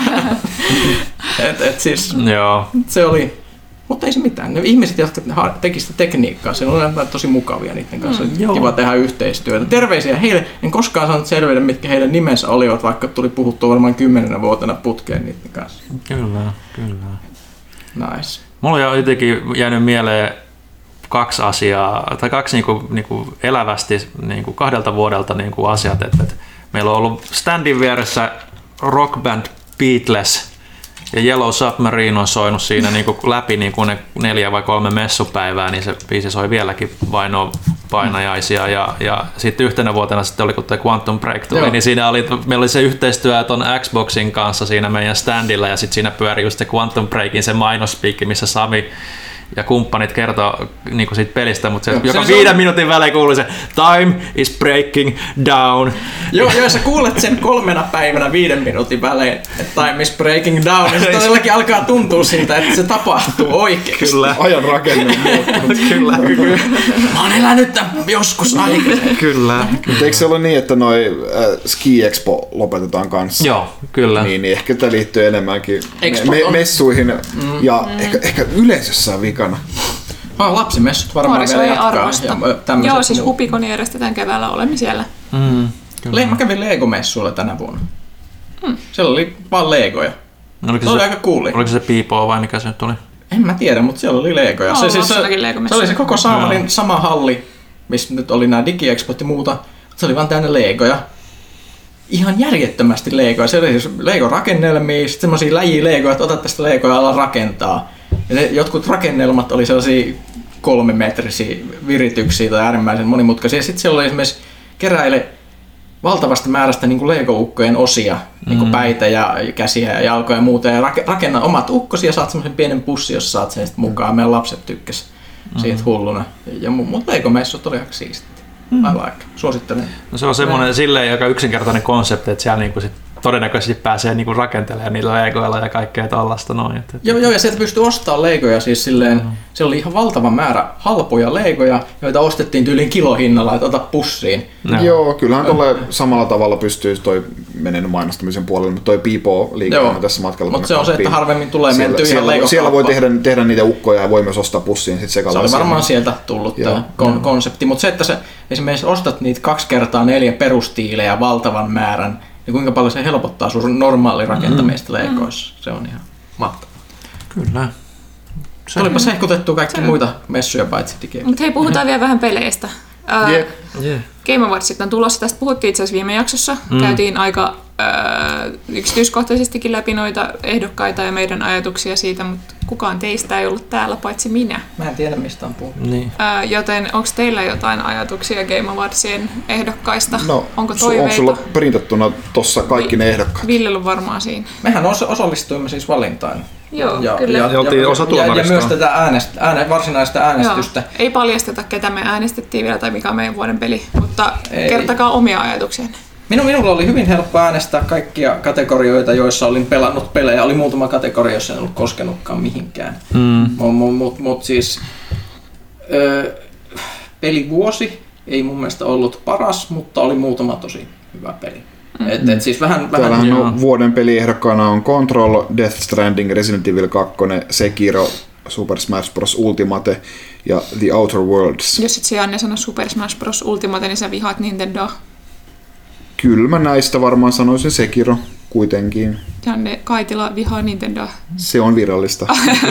Speaker 4: et, et siis,
Speaker 1: Joo.
Speaker 4: se oli... Mutta ei se mitään. Ne ihmiset, jotka teki sitä tekniikkaa, se on tosi mukavia niiden kanssa. Mm, kiva tehdä yhteistyötä. Terveisiä heille. En koskaan saanut selvitä, mitkä heidän nimensä olivat, vaikka tuli puhuttua varmaan kymmenenä vuotena putkeen niiden kanssa.
Speaker 1: Kyllä, kyllä.
Speaker 4: Nice.
Speaker 1: Mulla on jotenkin jäänyt mieleen kaksi asiaa, tai kaksi niinku, niinku elävästi niinku kahdelta vuodelta niinku asiat. Et, et meillä on ollut standin vieressä rockband Beatles, ja Yellow Submarine on soinut siinä niin kuin läpi niin kuin ne neljä vai kolme messupäivää, niin se biisi soi vieläkin vainoa painajaisia. Ja, ja sitten yhtenä vuotena sitten oli, kun tuo Quantum Break tuli, Joo. niin siinä oli, meillä oli se yhteistyö ton Xboxin kanssa siinä meidän standilla, ja sitten siinä pyöri just se Quantum Breakin se mainospiikki, missä Sami ja kumppanit kertoo niin siitä pelistä, mutta se, Joo, joka se viiden on... minuutin välein kuului se time is breaking down.
Speaker 4: Joo, joo, sä kuulet sen kolmena päivänä viiden minuutin välein, että time is breaking down, ja se todellakin alkaa tuntua siltä, että se tapahtuu oikeasti.
Speaker 1: Kyllä.
Speaker 2: Ajan rakenne
Speaker 1: Kyllä. Kyllä.
Speaker 4: Mä oon elänyt tämän joskus aikaisemmin.
Speaker 1: Kyllä.
Speaker 2: Mutta eikö se ole niin, että noi äh, Ski Expo lopetetaan kanssa?
Speaker 1: Joo, kyllä.
Speaker 2: Niin, niin ehkä tämä liittyy enemmänkin
Speaker 4: Expo
Speaker 2: me-
Speaker 4: on...
Speaker 2: messuihin mm. ja mm. Ehkä, ehkä yleisössä on vikana.
Speaker 4: Ah, lapsimessut varmaan
Speaker 3: Nuoriso
Speaker 4: vielä
Speaker 3: ei
Speaker 4: jatkaa.
Speaker 3: arvosta.
Speaker 4: Ja
Speaker 3: Joo, siis
Speaker 4: muu.
Speaker 3: Hupikon järjestetään keväällä, olemme siellä.
Speaker 1: Mm,
Speaker 4: Le- mä kävin Lego-messuilla tänä vuonna.
Speaker 3: Mm.
Speaker 4: Siellä oli vaan Legoja.
Speaker 1: No, oliko
Speaker 4: se oli
Speaker 1: se,
Speaker 4: aika cooli.
Speaker 1: Oliko se Piipoo vai mikä se nyt oli?
Speaker 4: En mä tiedä, mutta siellä oli Legoja.
Speaker 3: No,
Speaker 4: se, siis, se, se oli se koko saamarin
Speaker 1: no.
Speaker 4: sama halli, missä nyt oli nämä digiexpot ja muuta. Se oli vaan täynnä Legoja. Ihan järjettömästi Legoja. Se oli siis Lego-rakennelmia, sitten semmosia läji-Legoja, että ota tästä Legoja ja ala rakentaa. Ja ne, jotkut rakennelmat oli sellaisia kolmemetrisiä virityksiä tai äärimmäisen monimutkaisia. Sitten siellä oli esimerkiksi keräile valtavasta määrästä niin kuin Lego-ukkojen osia, mm. niin kuin päitä ja käsiä ja jalkoja ja muuta. Ja rakenna omat ukkosi ja saat semmoisen pienen pussin, jos saat sen sitten mukaan. Meidän lapset tykkäs siitä hulluna. Ja mut Lego-messut oli aika siistiä. Mm. I like. Suosittelen.
Speaker 1: No se on semmoinen silleen aika yksinkertainen konsepti, että siellä niinku sit todennäköisesti pääsee niinku rakentelemaan niillä Legoilla ja kaikkea tollaista noin.
Speaker 4: Joo, joo, ja sieltä pystyi ostamaan Legoja siis silleen, mm. se oli ihan valtava määrä halpoja Legoja, joita ostettiin tyyliin kilohinnalla, että ota pussiin.
Speaker 2: No. Joo, kyllähän tuolla samalla tavalla pystyy toi mennyt mainostamisen puolelle, mutta toi Piipoo liikaa tässä matkalla.
Speaker 4: Mutta se on se, että harvemmin tulee
Speaker 2: siellä,
Speaker 4: mentyä ihan Lego.
Speaker 2: Siellä voi tehdä, tehdä niitä ukkoja ja voi myös ostaa pussiin sit sekalla.
Speaker 4: Se oli varmaan sieltä tullut tämä kon- konsepti, mutta se, että sä esimerkiksi ostat niitä kaksi kertaa neljä perustiilejä valtavan määrän, ja kuinka paljon se helpottaa sun normaali rakentamista mm. Legoissa. Se on ihan mahtavaa.
Speaker 1: Kyllä.
Speaker 4: Se olipa hehkutettua kaikki muita messuja paitsi digiä.
Speaker 3: Mutta hei, puhutaan vielä vähän peleistä. Uh,
Speaker 2: yeah.
Speaker 1: Yeah.
Speaker 3: Game Awardsit on tulossa. Tästä puhuttiin itse asiassa viime jaksossa. Mm. Käytiin aika uh, yksityiskohtaisestikin läpi noita ehdokkaita ja meidän ajatuksia siitä, mutta kukaan teistä ei ollut täällä paitsi minä.
Speaker 4: Mä en tiedä, mistä on puhuttu.
Speaker 1: Niin.
Speaker 3: Uh, joten onko teillä jotain ajatuksia Game Awardsien ehdokkaista?
Speaker 2: No,
Speaker 3: onko toiveita?
Speaker 2: Onko sulla printattuna tuossa kaikki ne ehdokkaat?
Speaker 3: Villellä on varmaan siinä.
Speaker 4: Mehän os- osallistuimme siis valintaan.
Speaker 3: Joo,
Speaker 4: ja,
Speaker 3: kyllä.
Speaker 4: Ja,
Speaker 1: ja, ja, osa
Speaker 4: ja, ja myös tätä äänest, ääne, varsinaista äänestystä.
Speaker 3: Joo. Ei paljasteta, ketä me äänestettiin vielä tai mikä on meidän vuoden peli, mutta ei. Kertakaa omia ajatuksianne.
Speaker 4: Minu, minulla oli hyvin helppo äänestää kaikkia kategorioita, joissa olin pelannut pelejä. Oli muutama kategoria, jossa en ollut koskenutkaan mihinkään. Mm. Mutta mut, mut siis ö, pelivuosi ei mun mielestä ollut paras, mutta oli muutama tosi hyvä peli. Mm. Et, et siis vähän, vähän
Speaker 2: on vuoden peliehdokkaana on Control, Death Stranding, Resident Evil kaksi, Sekiro, Super Smash Bros. Ultimate ja The Outer Worlds.
Speaker 3: Jos et se Janne sano Super Smash Bros. Ultimate, niin sä vihaat Nintendoa.
Speaker 2: Kyllä mä näistä varmaan sanoisin Sekiro kuitenkin.
Speaker 3: Janne Kaitila vihaa Nintendoa.
Speaker 2: Se on virallista.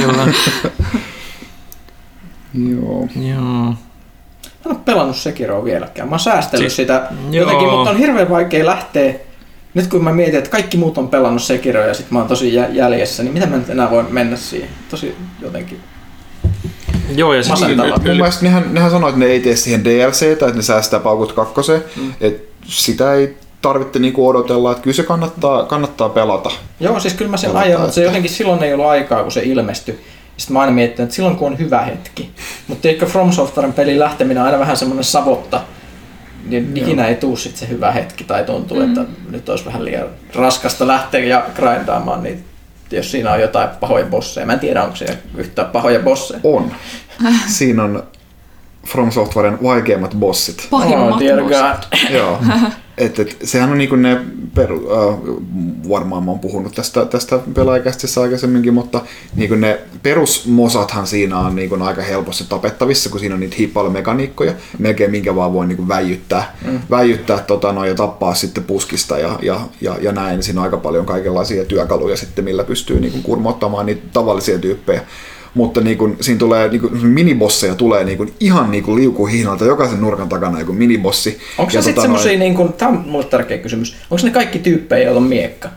Speaker 2: Joo.
Speaker 1: Joo.
Speaker 4: Mä en ole pelannut Sekiroa vieläkään. Mä oon säästellyt sitä jotenkin, mutta on hirveän vaikea lähteä. Nyt kun mä mietin, että kaikki muut on pelannut Sekiroa ja sit mä oon tosi jäljessä, niin miten mä nyt enää voin mennä siihen? Tosi jotenkin
Speaker 1: Joo, ja siis
Speaker 2: mun mielestä nehän, nehän sanoo, että ne ei tee siihen D L C:tä, että ne säästää paukut kakkoseen. Mm. Et sitä ei tarvitse niinku odotella, että kyllä se kannattaa, kannattaa pelata.
Speaker 4: Joo, siis kyllä mä sen ajan, mutta se jotenkin silloin ei ollut aikaa, kun se ilmestyi. Sitten mä aina mietin, että silloin kun on hyvä hetki. Mutta eikö From Softwaren pelin lähteminen on aina vähän semmoinen savotta. niin ikinä ei tule sit se hyvä hetki tai tuntuu, mm. että nyt olisi vähän liian raskasta lähteä ja grindaamaan, niin jos siinä on jotain pahoja bosseja. Mä en tiedä, onko siellä yhtään pahoja bosseja.
Speaker 2: On. Siinä on From Softwaren vaikeimmat bossit.
Speaker 3: Pahimmat
Speaker 4: Oh dear
Speaker 3: bossit.
Speaker 4: god.
Speaker 2: Joo. Et, et, sehän on niinku ne, peru, äh, varmaan mä oon puhunut tästä, tästä pelaajakästissä aikaisemminkin, mutta niinku ne perusmosathan siinä on niinku aika helposti tapettavissa, kun siinä on niitä hiippailumekaniikkoja. Melkein minkä vaan voi niinku väijyttää, mm. väijyttää tota, no, ja tappaa sitten puskista ja, ja, ja, ja näin. Siinä on aika paljon kaikenlaisia työkaluja sitten, millä pystyy niinku kurmottamaan niitä tavallisia tyyppejä. Mutta niin kun, siinä tulee niin kun, minibosseja tulee niin kun, ihan niin liukuhihnalta jokaisen nurkan takana joku minibossi.
Speaker 4: Onko se
Speaker 2: ja
Speaker 4: sitten
Speaker 2: tota,
Speaker 4: semmosia,
Speaker 2: noin,
Speaker 4: niin kun, tää on mulle tärkeä kysymys, onko ne kaikki tyyppejä, joilla on miekka?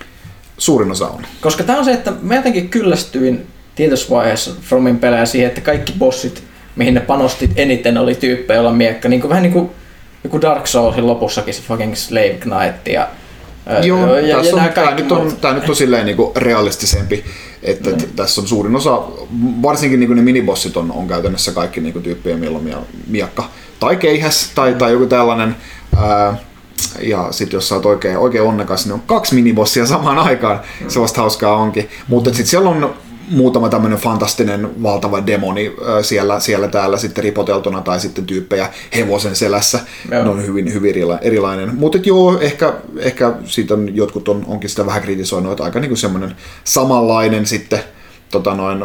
Speaker 2: Suurin osa on.
Speaker 4: Koska tää on se, että mä jotenkin kyllästyin tietyssä vaiheessa Fromin pelejä siihen, että kaikki bossit, mihin ne panostit eniten, oli tyyppejä, joilla on miekka. Niin kuin, vähän niin kuin joku Dark Soulsin lopussakin se fucking Slave Knight ja
Speaker 2: Joo,
Speaker 4: ja,
Speaker 2: tässä
Speaker 4: ja
Speaker 2: on, tämä, nyt on, tämä nyt on silleen niin kuin realistisempi, että mm. tässä on suurin osa, varsinkin niin kuin ne minibossit on, on käytännössä kaikki niin kuin tyyppejä, milloin on miakka tai keihäs tai, tai joku tällainen. Ää, ja sitten jos sä oot oikein, oikein onnekas, niin on kaksi minibossia samaan aikaan, mm. se vasta hauskaa onkin. Mutta sitten siellä on muutama tämmöinen fantastinen valtava demoni siellä, siellä täällä sitten ripoteltuna tai sitten tyyppejä hevosen selässä. Joo. Ne on hyvin, hyvin erilainen. Mutta joo, ehkä, ehkä siitä on, jotkut on, onkin sitä vähän kritisoinut, että aika niinku semmoinen samanlainen sitten tota noin,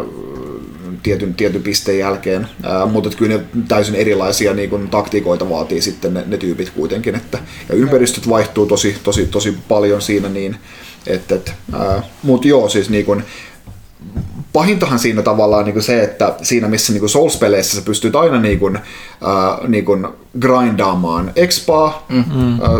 Speaker 2: tietyn, tietyn pisteen jälkeen. Ää, mutta kyllä ne täysin erilaisia niin kun, taktiikoita vaatii sitten ne, ne tyypit kuitenkin. Että, ja ympäristöt vaihtuu tosi, tosi, tosi paljon siinä. Niin, että, et, mutta joo, siis niin kun, pahintahan siinä tavallaan niin se, että siinä missä niin Souls-peleissä sä pystyt aina niin kuin, äh, niin kuin grindaamaan expaa, mm-hmm. äh,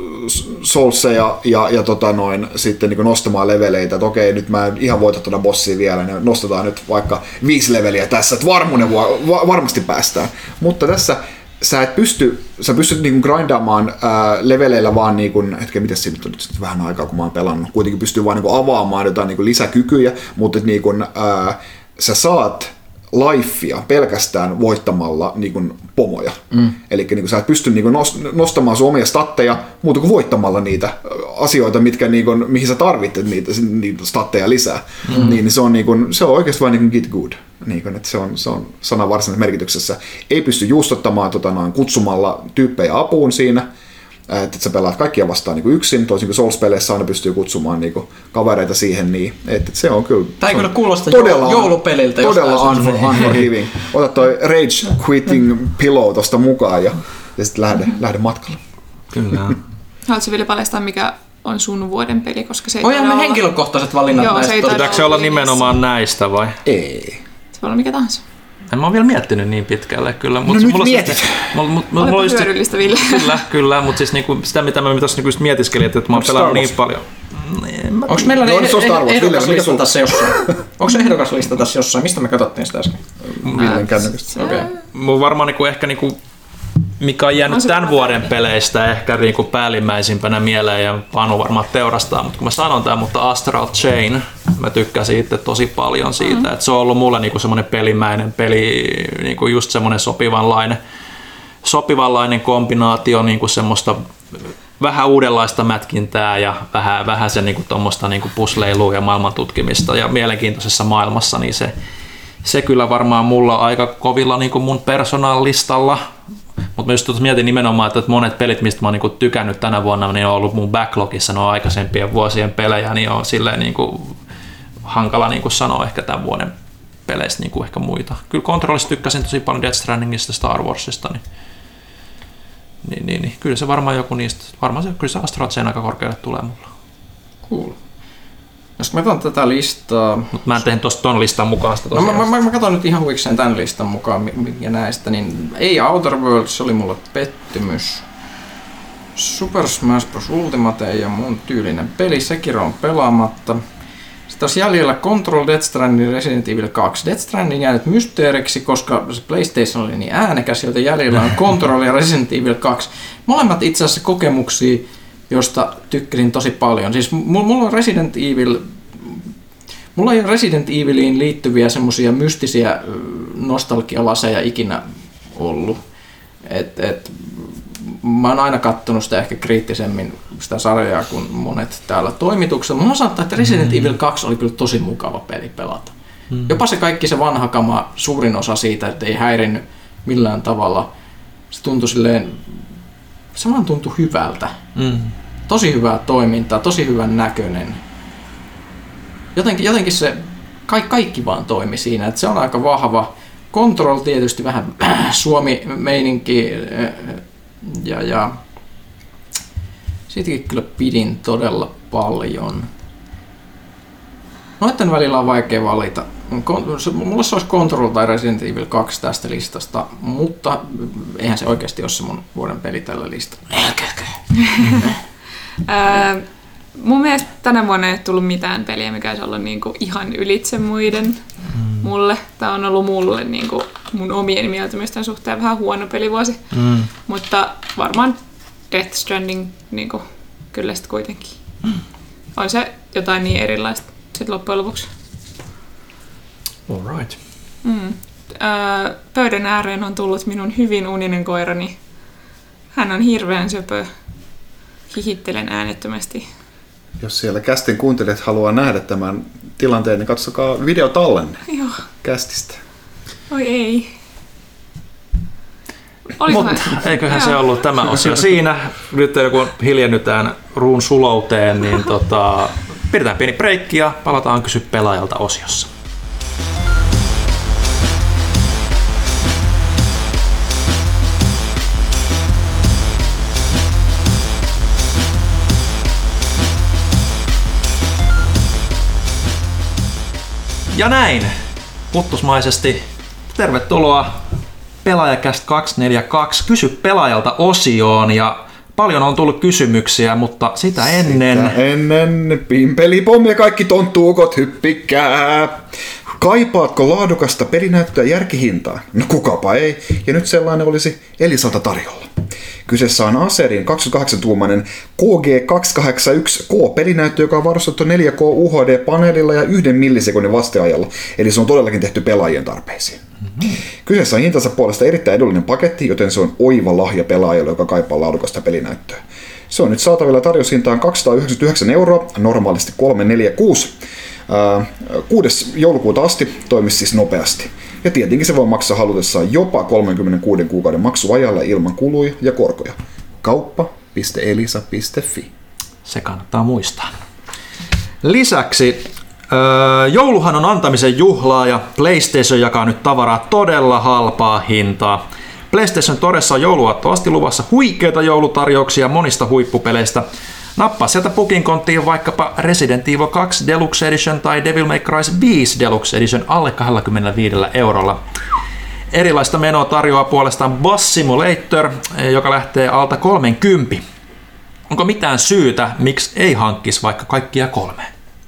Speaker 2: Soulseja ja, ja tota noin, sitten niin nostamaan leveleitä, että okei, nyt mä en ihan voita tuota bossia vielä, niin nostetaan nyt vaikka viisi leveliä tässä, että varmuuden va- varmasti päästään. Mutta tässä sä et pysty, sä pystyt niinku grindaamaan ää, leveleillä vaan niinku, hetken, mitäs siinä nyt on vähän aikaa, kun mä oon pelannut, kuitenkin pystyy vaan niinku avaamaan jotain niinku lisäkykyjä, mutta et niinku, ää, sä saat lifea pelkästään voittamalla niinku pomoja. Mm. Eli niinku, sä et pysty niinku nostamaan sun omia statteja muuta kuin voittamalla niitä asioita, mitkä, niinku, mihin sä tarvitset niitä, niitä statteja lisää. Mm. Niin se on, niinku, se on oikeasti vain niinku get good. Niin, että se on, se on sanan varsinaisessa merkityksessä. Ei pysty juustottamaan tota, noin, kutsumalla tyyppejä apuun siinä, että sä pelaat kaikkia vastaan niin kuin yksin, toisin kuin Souls-peleissä aina pystyy kutsumaan niin kuin, kavereita siihen, niin että se on kyllä...
Speaker 4: Tämä ei kyllä kuulosta
Speaker 2: todella,
Speaker 4: joulupeliltä.
Speaker 2: Todella unforgiving. Ota toi Rage Quitting Pillow tosta mukaan ja, ja sitten lähde, lähde matkalle.
Speaker 1: Kyllä.
Speaker 3: Haluatko vielä paljastaa, mikä on sun vuoden peli, koska se ei
Speaker 4: Oja me
Speaker 3: olla...
Speaker 4: henkilökohtaiset valinnat
Speaker 3: Joo,
Speaker 4: näistä.
Speaker 1: Pitääkö se olla nimenomaan näistä vai?
Speaker 2: Ei.
Speaker 3: Se voi olla mikä tahansa.
Speaker 1: En mä oon vielä miettinyt niin pitkälle kyllä. Mut,
Speaker 2: no nyt
Speaker 1: mulla
Speaker 2: mietit.
Speaker 1: Siis, mulla, mulla, mulla
Speaker 3: Olepa
Speaker 1: just,
Speaker 3: hyödyllistä, Ville.
Speaker 1: Kyllä, kyllä, mutta siis niinku, sitä mitä mä tuossa niinku mietiskelin, että mä oon pelannut niin paljon.
Speaker 4: Onko meillä
Speaker 2: no,
Speaker 4: eh- ehdokaslista tässä jossain? Onko se ehdokaslista tässä jossain? Mistä me katsottiin sitä äsken?
Speaker 2: Villen kännykästä.
Speaker 4: Okei.
Speaker 1: Mun varmaan niinku ehkä niinku, mikä on jäänyt tämän vuoden peleistä ehkä niinku päällimmäisimpänä mieleen ja Panu varmaan teurastaa, mutta kun mä sanon tämän, mutta Astral Chain, mä tykkäsin itse tosi paljon siitä, mm-hmm. että se on ollut mulle niinku semmoinen pelimäinen peli, niinku just semmoinen sopivanlainen, sopivanlainen kombinaatio niinku semmoista vähän uudenlaista mätkintää ja vähän, vähän se niinku tommoista niinku pusleilua ja maailman tutkimista ja mielenkiintoisessa maailmassa, niin se, se kyllä varmaan mulla aika kovilla niinku mun persoonallistalla. Mutta mä just mietin nimenomaan, että monet pelit, mistä mä oon niinku tykännyt tänä vuonna, niin on ollut mun backlogissa, ne on aikaisempien vuosien pelejä, niin on silleen niinku hankala niinku sanoa ehkä tämän vuoden peleistä niinku ehkä muita. Kyllä Controlista tykkäsin tosi paljon Death Strandingista, Star Warsista, niin, niin, niin, niin kyllä se varmaan joku niistä, varmaan se, kyllä se Astral Chain aika korkealle tulee mulla.
Speaker 4: Cool. Jos mä katson tätä listaa...
Speaker 1: Mutta mä en tehnyt tuosta ton listan mukaan sitä tosiaan.
Speaker 4: No, mä, mä, mä katson nyt ihan huikseen tämän listan mukaan ja näistä, niin ei Outer Worlds oli mulle pettymys. Super Smash Bros. Ultimate ei ole mun tyylinen peli, Sekiro on pelaamatta. Sitten olisi jäljellä Control, Death Stranding, Resident Evil kaksi. Death Stranding jäänyt mysteeriksi, koska se PlayStation oli niin äänekäs, joten jäljellä on Control ja Resident Evil kaksi. Molemmat itse asiassa kokemuksia, josta tykkäsin tosi paljon. Siis mulla on Resident Evil, mulla ei ole Resident Eviliin liittyviä semmosia mystisiä nostalgialaseja ikinä ollut. Et, et, mä oon aina kattonut sitä ehkä kriittisemmin sitä sarjaa kuin monet täällä toimituksella. Mä sanotaan, että Resident mm. Evil kaksi oli kyllä tosi mukava peli pelata. Mm. Jopa se kaikki se vanha kama, suurin osa siitä, että ei häirinnyt millään tavalla. Se tuntui silleen, se vaan tuntui hyvältä. Mm. Tosi hyvää toimintaa, tosi hyvän näköinen. Jotenkin, jotenkin se kaikki, kaikki vaan toimi siinä, että se on aika vahva. Control tietysti vähän Suomi-meininki ja, ja siitäkin kyllä pidin todella paljon. Noiden välillä on vaikea valita. Mulla se olisi Control tai Resident Evil kaksi tästä listasta, mutta eihän se oikeasti ole se mun vuoden peli tällä listalla.
Speaker 3: Mun mielestä tänä vuonna ei ole tullut mitään peliä, mikä olisi ollut niinku ihan ylitse muiden mm. mulle. Tämä on ollut mulle niinku mun omien mieltymysten suhteen vähän huono pelivuosi. Mm. Mutta varmaan Death Stranding niinku, kyllä sitten kuitenkin. Mm. On se jotain niin erilaista sit loppujen lopuksi.
Speaker 1: All right.
Speaker 3: Mm. Öö, pöydän ääreen on tullut minun hyvin uninen koirani. Hän on hirveän söpö. Hihittelen äänettömästi.
Speaker 2: Jos siellä kästin kuuntelijat haluaa nähdä tämän tilanteen, niin katsokaa videotallenne
Speaker 3: Joo.
Speaker 2: kästistä.
Speaker 3: Oi ei.
Speaker 1: Mutta eiköhän se ollut tämä osio siinä. Nyt kun hiljennytään ruun sulouteen, niin tota, pidetään pieni breikki ja palataan Kysy pelaajalta -osiossa. Ja näin, puttusmaisesti, tervetuloa Pelaajakäst kaksisataaneljäkymmentäkaksi Kysy pelaajalta -osioon, ja paljon on tullut kysymyksiä, mutta sitä ennen...
Speaker 2: Sitä ennen, pimpelipom ja kaikki tonttuukot, hyppikää! Kaipaatko laadukasta pelinäyttöä järkihintaan? No kukapa ei, ja nyt sellainen olisi Elisalta tarjolla. Kyseessä on Acerin kaksikymmentäkahdeksan-tuumainen K G kaksisataakahdeksankymmentäyksi K-pelinäyttö, joka on varustettu neljä K U H D-paneelilla ja yhden millisekunnin vasteajalla, eli se on todellakin tehty pelaajien tarpeisiin. Mm-hmm. Kyseessä on hintansa puolesta erittäin edullinen paketti, joten se on oiva lahja pelaajalle, joka kaipaa laadukasta pelinäyttöä. Se on nyt saatavilla tarjoushintaan kaksisataayhdeksänkymmentäyhdeksän euroa, normaalisti kolmesataaneljäkymmentäkuusi. kuudes joulukuuta asti toimisi siis nopeasti. Ja tietenkin se voi maksaa halutessaan jopa kolmekymmentäkuuden kuukauden maksuajalla ilman kuluja ja korkoja. kauppa piste elisa piste fi.
Speaker 1: Se kannattaa muistaa. Lisäksi öö, jouluhan on antamisen juhlaa ja PlayStation jakaa nyt tavaraa todella halpaa hintaa. PlayStation Toressa on jouluaattoon asti luvassa huikeita joulutarjouksia monista huippupeleistä. Nappaa sieltä pukin konttiin vaikkapa Resident Evil kaksi Deluxe Edition tai Devil May Cry viisi Deluxe Edition alle kaksikymmentäviisi eurolla. Erilaista menoa tarjoaa puolestaan Bus Simulator, joka lähtee alta kolmekymmentä. Onko mitään syytä, miksi ei hankkisi vaikka kaikkia kolme?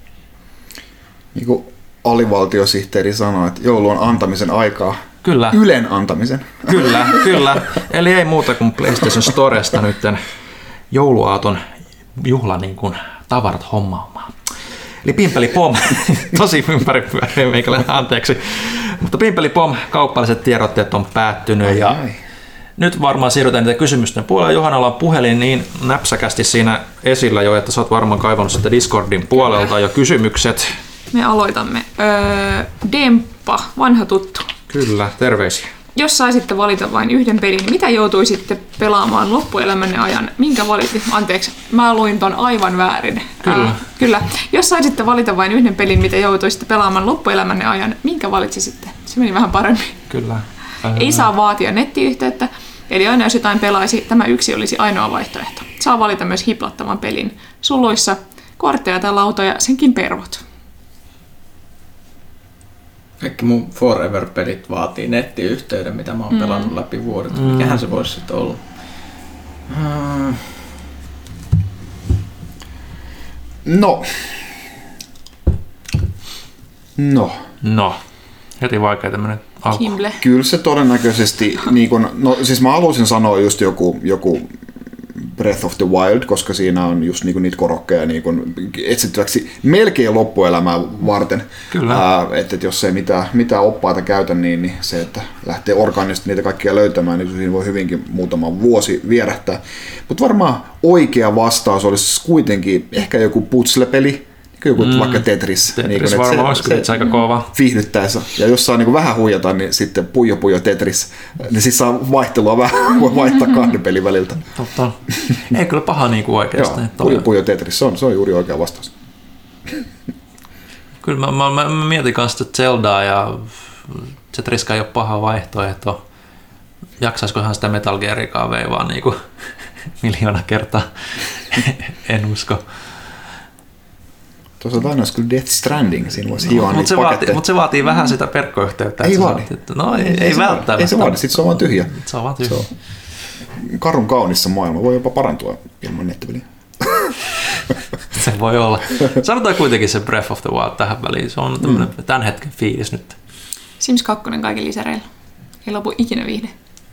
Speaker 2: Niin kuin alivaltiosihteeri sanoi, että joulu on antamisen aikaa.
Speaker 1: Kyllä.
Speaker 2: Ylen antamisen.
Speaker 1: Kyllä, kyllä. Eli ei muuta kuin PlayStation Storesta nytten jouluaaton juhla niin kuin tavarat hommaamaan. Eli Pimpelipom, tosi ympäripyöreä meikäläinen, anteeksi. Mutta Pimpelipom, kaupalliset tiedotteet on päättynyt ai, ja ai. Nyt varmaan siirrytään niitä kysymysten puolella. Johannalla on puhelin niin näpsäkästi siinä esillä jo, että sä oot varmaan kaivannut sitä Discordin puolelta jo kysymykset.
Speaker 3: Me aloitamme. Öö, Demppa, vanha tuttu.
Speaker 1: Kyllä, terveisiä.
Speaker 3: Jos saisitte valita vain yhden pelin, niin mitä joutuisitte pelaamaan loppuelämänne ajan? Minkä valitit? Anteeksi, mä luin ton aivan väärin.
Speaker 1: Kyllä.
Speaker 3: Ää, kyllä. Jos saisitte valita vain yhden pelin, mitä joutuisitte pelaamaan loppuelämänne ajan, minkä valitsisitte? Se meni vähän paremmin.
Speaker 1: Kyllä.
Speaker 3: Ää... Ei saa vaatia nettiyhteyttä, eli aina jos jotain pelaisi, tämä yksi olisi ainoa vaihtoehto. Saa valita myös hiplattavan pelin. Suluissa kortteja tai lautoja, senkin pervot.
Speaker 4: Kaikki mun Forever-pelit vaatii nettiyhteyden, mitä mä oon mm. pelannut läpi vuodet. Mm. Mikähän se voisi sitten olla? Hmm.
Speaker 2: No. No.
Speaker 1: No. Heti vaikea tämmönen alku.
Speaker 3: Kimble.
Speaker 2: Kyllä se todennäköisesti, niin kun, no siis mä haluaisin sanoa just joku, joku Breath of the Wild, koska siinä on just niinku niitä korokkeja niinku etsittäväksi melkein loppuelämää varten.
Speaker 1: Kyllä.
Speaker 2: Ää, että et jos ei mitään, mitään oppaita käytä, niin, niin se, että lähtee orgaanisesti niitä kaikkia löytämään, niin siinä voi hyvinkin muutama vuosi vierähtää. Mutta varmaan oikea vastaus olisi kuitenkin ehkä joku puzzle-peli, joku mm. vaikka Tetris.
Speaker 1: Tetris
Speaker 2: niin
Speaker 1: varmaan olisi kyllä aika kova.
Speaker 2: Viihdyttäessä. Ja jos saa niin vähän huijata, niin sitten Pujo Pujo Tetris. Niin siis saa vaihtelua vähän, voi vaihtaa kahden pelin väliltä.
Speaker 1: Totta. Ei kyllä paha niin kuin oikeasti.
Speaker 2: Joo, Pujo Pujo Tetris, se on, se on juuri oikea vastaus.
Speaker 1: Kyllä mä, mä, mä, mä mietin kanssa Zeldaa ja Tetriska ei ole paha vaihtoehto. Jaksaisikohan sitä Metal Gearikaan veivaa niin kuin miljoona kertaa? En usko.
Speaker 2: Tuossa aina olisi kyllä Death Stranding, siinä voisi hioa
Speaker 1: Mutta se, mut se vaatii vähän sitä verkkoyhteyttä.
Speaker 2: Ei vaadi.
Speaker 1: No ei, ei,
Speaker 2: ei
Speaker 1: välttämättä.
Speaker 2: Ei se vaadi, sitten se on vaan tyhjä.
Speaker 1: Se on vaan tyhjä.
Speaker 2: Se on karun kaunissa maailma, voi jopa parantua ilman nettipeliä.
Speaker 1: Se voi olla. Sanotaan kuitenkin se Breath of the Wild tähän väliin. Se on tämmöinen mm. tämän hetken fiilis nyt.
Speaker 3: Sims kaksi kaiken lisäreillä. Ei lopu ikinä viihde.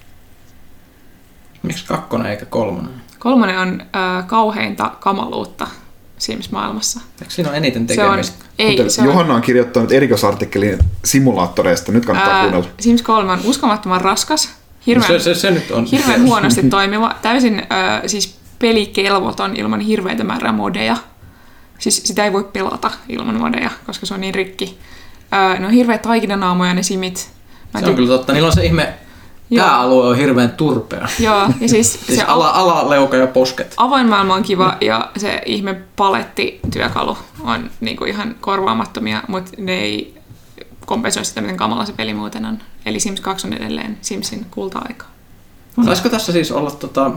Speaker 4: Miksi kakkonen eikä kolmonen?
Speaker 3: Kolmonen on äh, kauheinta kamaluutta Sims-maailmassa.
Speaker 4: Eikö siinä ole eniten tekemistä?
Speaker 3: Se on, ei, se
Speaker 2: Johanna
Speaker 3: on,
Speaker 2: on kirjoittanut erikoisartikkelin simulaattoreista. Nyt kannattaa
Speaker 3: ää,
Speaker 2: kuunnella.
Speaker 3: Sims kolme on uskomattoman raskas, hirveän,
Speaker 4: no se, se, se nyt on.
Speaker 3: hirveän huonosti toimiva, täysin äh, siis pelikelvoton ilman hirveitä määrää modeja. Siis sitä ei voi pelata ilman modeja, koska se on niin rikki. Äh, ne on hirveä taikinanaamoja ne simit. Mä
Speaker 4: se on ty- kyllä totta. Niillä on se ihme... Pääalue on hirveän turpea.
Speaker 3: Joo, ja siis,
Speaker 4: siis
Speaker 3: se
Speaker 4: ala, ala, leuka ja posket.
Speaker 3: Avoin maailma on kiva ja se ihme palettityökalu on niinku ihan korvaamattomia, mutta ne ei kompensoi sitä, miten kamala se peli muuten on. Eli Sims kaksi on edelleen Simsin kulta-aika.
Speaker 4: Saisiko tässä siis olla tota,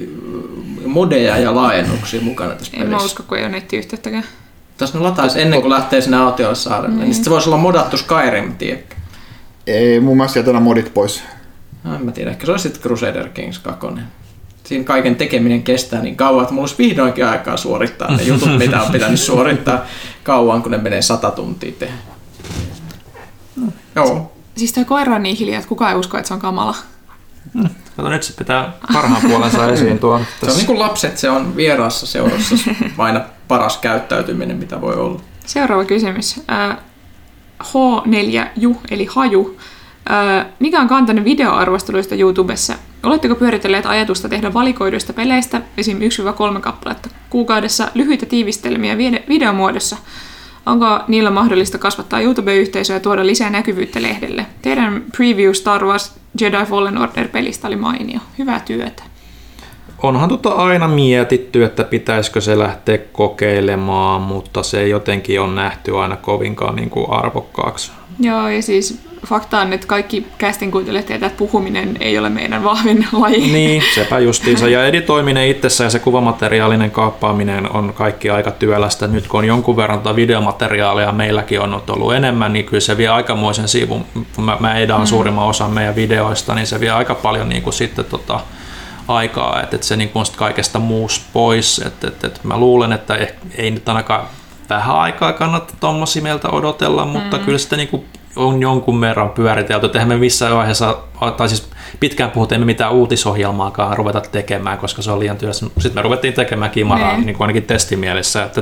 Speaker 4: modeja ja laajennuksia mukana tässä
Speaker 3: En
Speaker 4: pelissä?
Speaker 3: mä usko, kun ei ole nettiyhteyttäkään.
Speaker 4: Tässä ne lataisi ennen kuin lähtee sinne Autiosaarelle. Mm. Niin sitten se voisi olla modattu Skyrim, tiedätkö?
Speaker 2: Ei, mun mielestä jätetään modit pois.
Speaker 4: No, en mä tiedä, ehkä se olisi sitten Crusader Kings kaksi. Siinä kaiken tekeminen kestää niin kauan, että mulla olisi vihdoinkin aikaa suorittaa ne jutut, mitä on pitänyt suorittaa kauan, kun ne menee sata tuntia tehdä.
Speaker 3: No.
Speaker 4: Joo.
Speaker 3: Siis toi koira on niin hiljaa, että kukaan ei usko, että se on kamala.
Speaker 1: Hmm. Kato, nyt se pitää parhaan puolensa esiin tuon.
Speaker 4: Se on niin kuin lapset, se on vieraassa seurassa aina paras käyttäytyminen, mitä voi olla.
Speaker 3: Seuraava kysymys. Äh, H neljä Ju, eli Haju. Äh, mikä on kantanne videoarvosteluista YouTubessa? Oletteko pyöritelleet ajatusta tehdä valikoiduista peleistä, esim. yksi kolme kappaletta kuukaudessa, lyhyitä tiivistelmiä videomuodossa? Onko niillä mahdollista kasvattaa YouTube-yhteisöä ja tuoda lisää näkyvyyttä lehdelle? Teidän preview Star Wars Jedi Fallen Order-pelistä oli mainio. Hyvää työtä.
Speaker 1: Onhan tota aina mietitty, että pitäisikö se lähteä kokeilemaan, mutta se jotenkin on nähty aina kovinkaan niin kuin arvokkaaksi.
Speaker 3: Joo, ja siis fakta on, että kaikki castin kuuntelijat tietää, että puhuminen ei ole meidän vahvin laji.
Speaker 1: Niin, sepä justiinsa. Ja editoiminen itsessään ja se kuvamateriaalinen kaappaaminen on kaikki aika työlästä. Nyt kun on jonkun verran tuota videomateriaalia meilläkin on ollut enemmän, niin kyllä se vie aikamoisen siivun. Mä, mä edaan mm. suurimman osan meidän videoista, niin se vie aika paljon niin kuin sitten tota, aikaa, että et se niin kuin on kaikesta muusta pois. Et, et, et mä luulen, että eh, ei nyt ainakaan vähän aikaa kannata tommosia meiltä odotella, mutta mm. kyllä sitä niin kuin on jonkun verran pyöritelty, että eihän me missään vaiheessa, tai siis pitkään puhuttiin, emme mitään uutisohjelmaakaan ruveta tekemään, koska se on liian työssä. Sitten me ruvettiin tekemään kimaraa, niin kuin ainakin testimielessä, että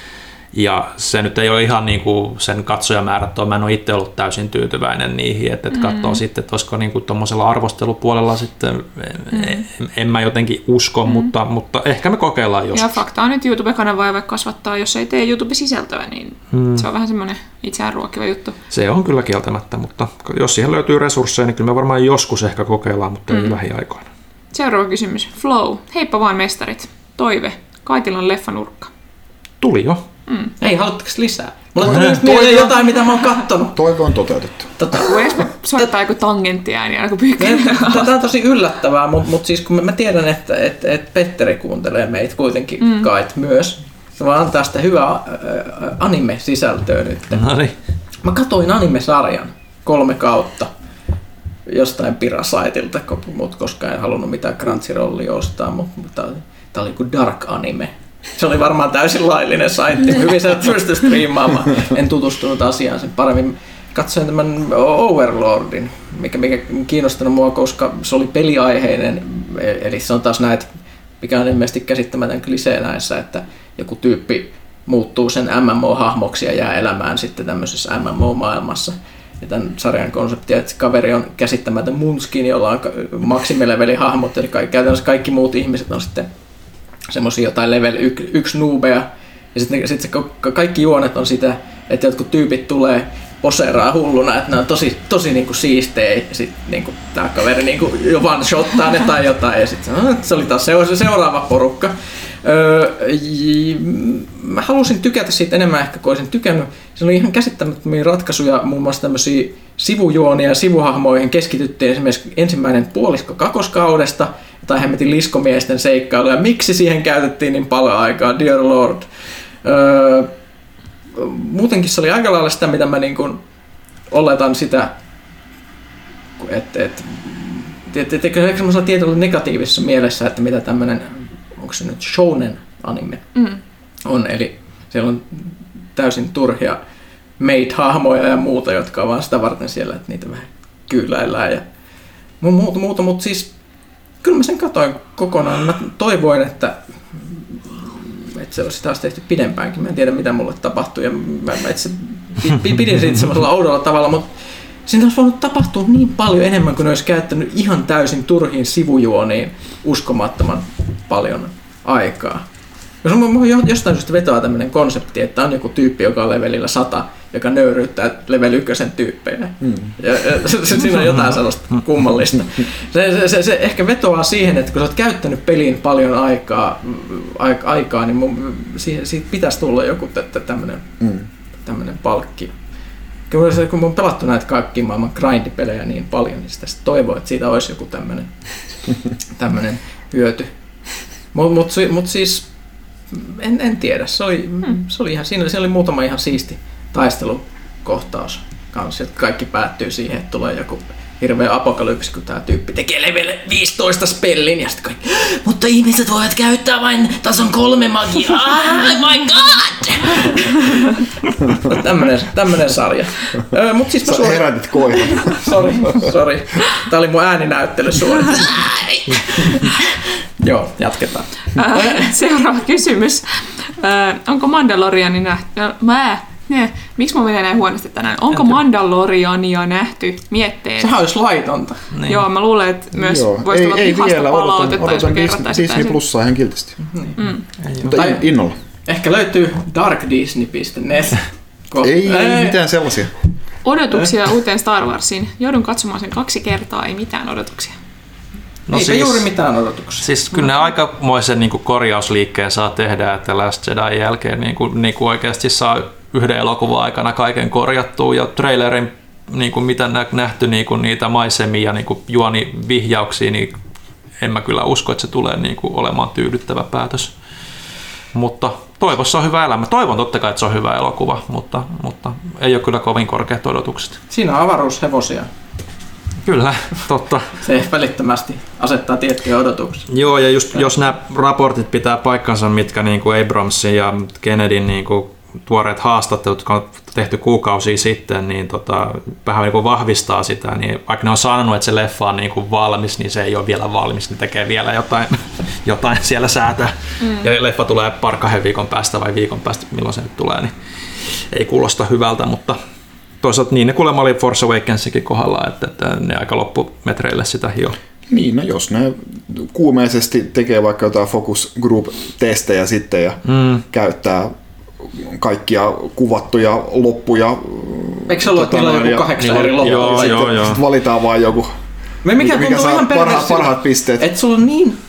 Speaker 1: ja se nyt ei ole ihan niin kuin sen katsojamäärät on, mä en ole itse ollut täysin tyytyväinen niihin, että, että katsoo mm. sitten, että olisiko niin kuin tuommoisella arvostelupuolella sitten, mm. en, en mä jotenkin usko, mm. mutta, mutta ehkä me kokeillaan joskus.
Speaker 3: Ja fakta on, että YouTube-kanava ei vaikka kasvattaa, jos ei tee YouTube-sisältöä, niin mm. se on vähän semmoinen itseään ruokkiva juttu.
Speaker 1: Se on kyllä kieltämättä, mutta jos siihen löytyy resursseja, niin kyllä me varmaan joskus ehkä kokeillaan, mutta mm. ei lähiaikoina.
Speaker 3: Seuraava kysymys. Flow. Heippa vaan mestarit. Toive. Kaitilla on leffanurkka.
Speaker 1: Tuli jo.
Speaker 3: Mm.
Speaker 4: Ei, haluatteko lisää? Mulla tuli nyt mieleen jotain, mitä mä oon kattonut.
Speaker 2: Toive on toteutettu.
Speaker 4: Tota,
Speaker 3: Voisi soittaa joku tangenttiääni aina kun pyykkäinen.
Speaker 4: Tämä on tosi yllättävää, mutta mut siis kun mä tiedän, että et, et Petteri kuuntelee meitä kuitenkin mm. kait myös. Se vaan antaa sitä hyvää äh, anime-sisältöä nyt.
Speaker 1: No niin.
Speaker 4: Mä katoin anime-sarjan kolme kautta jostain Pirasaitilta, mut koska en halunnut mitään Crunchyrollia ostaa, mutta tää oli kuin Dark Anime. Se oli varmaan täysin laillinen saitti. Hyvin se pystyi striimaamaan. En tutustunut asiaan sen paremmin. Katsoin tämän Overlordin, mikä, mikä kiinnostanut mua, koska se oli peliaiheinen. Eli se on taas näitä mikä on ilmeisesti käsittämätön klisee näissä, että joku tyyppi muuttuu sen M M O-hahmoksi ja jää elämään sitten tämmöisessä M M O-maailmassa. Ja tämän sarjan konsepti, että kaveri on käsittämätön munskin, jolla on maksimileveli hahmot, eli käytännössä kaikki muut ihmiset on sitten semmoisia jotain level yksi noobeja. Ja sitten sit se, kaikki juonet on sitä, että jotkut tyypit tulee poseeraa hulluna, että ne on tosi, tosi niinku siistejä, ja sitten niinku, tämä kaveri niinku jo one-shottaa ne tai jotain, ja sitten se oli taas seuraava porukka. Öö, mä halusin tykätä siitä enemmän ehkä, kun olisin tykännyt. Se oli ihan käsittämättömiä ratkaisuja, muun muassa tämmöisiä sivujuonia ja sivuhahmoihin keskityttiin esimerkiksi ensimmäinen puolisko kakoskaudesta, tai hemmetin liskomiesten seikkailuja. Miksi siihen käytettiin niin paljon aikaa, dear lord? Öö, muutenkin se oli aika lailla sitä, mitä mä niin kuin oletan sitä, että et, et, et, et, ehkä semmoisella tietyllä negatiivisessa mielessä, että mitä tämmöinen, onko se nyt shounen anime mm. on, eli siellä on täysin turhia made-hahmoja ja muuta, jotka on vaan sitä varten siellä, että niitä vähän kyyläillään ja muuta, muuta, mutta siis kyllä mä sen katoin kokonaan. Mä toivoin, että, että se olisi taas tehty pidempäänkin. Mä en tiedä, mitä mulle tapahtui. Ja mä, mä itse pidin siitä semmoisella oudolla tavalla, mutta siinä olisi voinut tapahtua niin paljon enemmän, kuin ne olisi käyttänyt ihan täysin turhiin sivujuoniin uskomattoman paljon aikaa. Jos on jostain syystä vetoaa tämmöinen konsepti, että on joku tyyppi, joka on levelillä sata, joka nöyryyttää level ykkösen tyyppejä. Mm. Ja, ja, se, siinä on jotain sellaista kummallista. Se, se, se, se ehkä vetoaa siihen, että kun sä oot käyttänyt peliin paljon aikaa, aikaa niin mun, siihen, siitä pitäisi tulla joku tämmöinen mm. tämmöinen palkki. Kun mä oon pelattu näitä kaikkia maailman grindipelejä niin paljon, niin sitä toivoo, että siitä olisi joku tämmöinen, tämmöinen hyöty. Mutta mut, mut siis En, en tiedä, se oli, hmm. se oli ihan, siinä, siinä oli muutama ihan siisti taistelukohtaus kanssa, että kaikki päättyy siihen, että tulee joku hirveä apokalypsi, kun tämä tyyppi tekee level viisitoista spellin ja sitten kaikki, mutta ihmiset voivat käyttää vain tason kolme magiaa, oh my god! tämmönen, tämmönen sarja. Öö, mut siis mä
Speaker 2: Sä herätit koiran.
Speaker 4: Sori, sori. Tää oli mun ääninäyttely suoraan. Joo, jatketaan.
Speaker 3: Äh, seuraava kysymys. Äh, onko Mandaloriani nähty? Mä, ne, miksi mä menen näin huonosti tänään? Onko Mandaloriania nähty? Mietteet.
Speaker 4: Sehän olisi laitonta.
Speaker 3: Niin. Joo, mä luulen, että myös voisi olla vihasta palautetta,
Speaker 2: odotan, odotan Disney, Disney Plussaa ihan kiltisti.
Speaker 3: Niin. Mm.
Speaker 2: Mutta tai innolla.
Speaker 4: Ehkä löytyy dark disney piste net.
Speaker 2: ei, ei mitään sellaisia.
Speaker 3: Odotuksia uuteen Star Warsiin. Joudun katsomaan sen kaksi kertaa, ei mitään odotuksia.
Speaker 4: No Eipä siis, juuri mitään odotuksia.
Speaker 1: Siis kyllä ne aikamoisen niin kuin korjausliikkeen saa tehdä, että Last Jedin jälkeen niin kuin, niin kuin oikeasti saa yhden elokuvan aikana kaiken korjattua ja trailerin, niin kuin mitä nähty niin kuin niitä maisemia ja niin kuin juonivihjauksia, niin en mä kyllä usko, että se tulee niin kuin olemaan tyydyttävä päätös. Mutta toivossa on hyvä elämä. Toivon totta kai, että se on hyvä elokuva, mutta, mutta ei ole kyllä kovin korkeat odotukset.
Speaker 4: Siinä on avaruushevosia.
Speaker 1: Kyllä, totta.
Speaker 4: Se välittömästi asettaa tiettyjä odotuksia.
Speaker 1: Joo, ja just, jos nämä raportit pitää paikkansa, mitkä niin kuin Abramsin ja Kennedyn niin kuin tuoreet haastattelut, jotka on tehty kuukausia sitten, niin tota, vähän niin kuin vahvistaa sitä. Niin vaikka ne on sanonut, että se leffa on niin kuin valmis, niin se ei ole vielä valmis. Ne tekee vielä jotain, jotain siellä säätää. Mm. Ja leffa tulee par kahden viikon päästä vai viikon päästä, milloin se nyt tulee, niin ei kuulosta hyvältä, mutta toisaalta niin ne kuulemma oli Force Awakensikin kohdalla, että, että ne aika loppumetreille sitä hio.
Speaker 2: Niin, no jos ne kuumeisesti tekee vaikka jotain focus group-testejä sitten ja mm. käyttää kaikkia kuvattuja loppuja.
Speaker 4: Eikö se ollut, että niillä on joku kahdeksan eri loppua?
Speaker 2: Joo,
Speaker 1: joo,
Speaker 2: sitten,
Speaker 1: joo.
Speaker 2: sitten valitaan vaan joku,
Speaker 4: mikä,
Speaker 2: mikä saa parhaat, parhaat pisteet.
Speaker 4: Että sulla on niin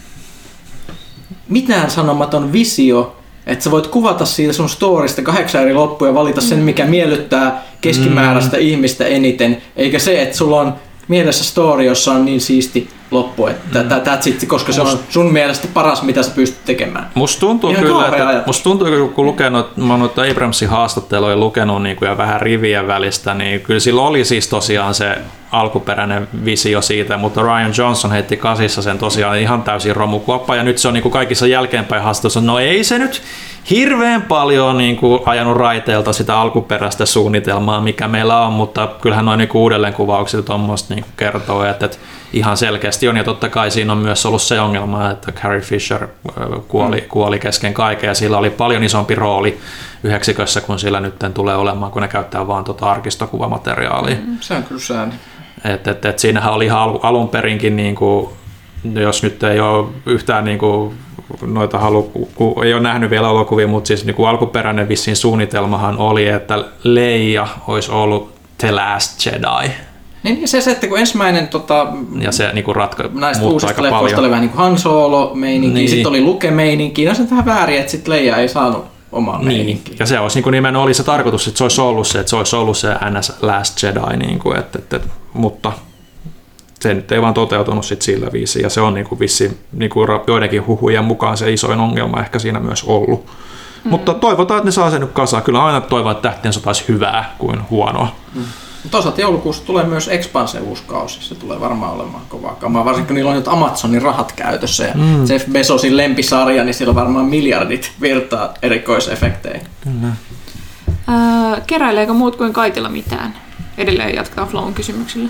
Speaker 4: mitään sanomaton visio, että sä voit kuvata siitä sun storista kahdeksan eri loppuja ja valita sen, mikä miellyttää keskimääräistä mm. ihmistä eniten, eikä se, että sulla on mielessä story, jossa on niin siisti loppu, että mm. that's it, koska se on sun mielestä paras, mitä sä pystyt tekemään.
Speaker 1: Musta tuntuu ihan kyllä, että, musta tuntuu, kun lukenut, mä oon noita Abramsin haastatteluja lukenut niin kuin, ja vähän rivien välistä, niin kyllä sillä oli siis tosiaan se alkuperäinen visio siitä, mutta Ryan Johnson heitti kasissa sen tosiaan ihan täysin romukuoppa, ja nyt se on niin kuin kaikissa jälkeenpäin haastattelussa, no ei se nyt hirveän paljon niin kuin ajanut raiteelta sitä alkuperäistä suunnitelmaa, mikä meillä on, mutta kyllähän noin niin uudelleenkuvaukset tuommoista niin kertoo, että, että ihan selkeästi on, ja totta kai siinä on myös ollut se ongelma, että Carrie Fisher kuoli, kuoli kesken kaiken, ja sillä oli paljon isompi rooli yhdeksikössä, kun sillä nyt tulee olemaan, kun ne käyttää vaan tuota arkistokuvamateriaalia.
Speaker 4: Mm, se on kyllä sääni.
Speaker 1: Et, et, et siinähän oli ihan alun perinkin, niin kuin, jos nyt ei ole yhtään niin kuin, noita halu, ei ole nähnyt vielä elokuvia, mutta siis niin kuin alkuperäinen vissiin suunnitelmahan oli, että Leia olisi ollut The Last Jedi.
Speaker 4: Niin se, se että kun ensimmäinen tota,
Speaker 1: ja se niin kuin ratka-
Speaker 4: näistä
Speaker 1: muuttui aika paljon.
Speaker 4: uusista oli vähän niin kuin Han Solo-meininki,
Speaker 1: niin.
Speaker 4: Sitten oli Luke-meininki, no se on vähän väärin, että sitten Leia ei saanut omaa
Speaker 1: niin.
Speaker 4: meininkiä.
Speaker 1: Ja se olisi niin nimenomaan oli se tarkoitus, että se olisi ollut se, että se olisi ollut se N S Last Jedi, niin kuin, että, että, mutta se nyt ei vaan toteutunut sit sillä viisiin, ja se on niin kuin vissiin niin kuin joidenkin huhujen mukaan se isoin ongelma ehkä siinä myös ollut. Mm. Mutta toivotaan, että ne saa sen nyt kasaan. Kyllä aina toivon, että Tähtien sota olisi hyvää kuin huonoa. Mm.
Speaker 4: Toisaalta joulukuussa tulee myös Expanse uusi kausi. Se tulee varmaan olemaan kovaa kamaa. Varsinkin kun niillä on nyt Amazonin rahat käytössä ja mm. Jeff Bezosin lempisarja, niin siellä on varmaan miljardit virtaa erikoisefekteihin.
Speaker 1: Kyllä.
Speaker 3: Äh, keräileekö muut kuin Kaitila mitään? Edelleen jatkaa Flown kysymyksillä.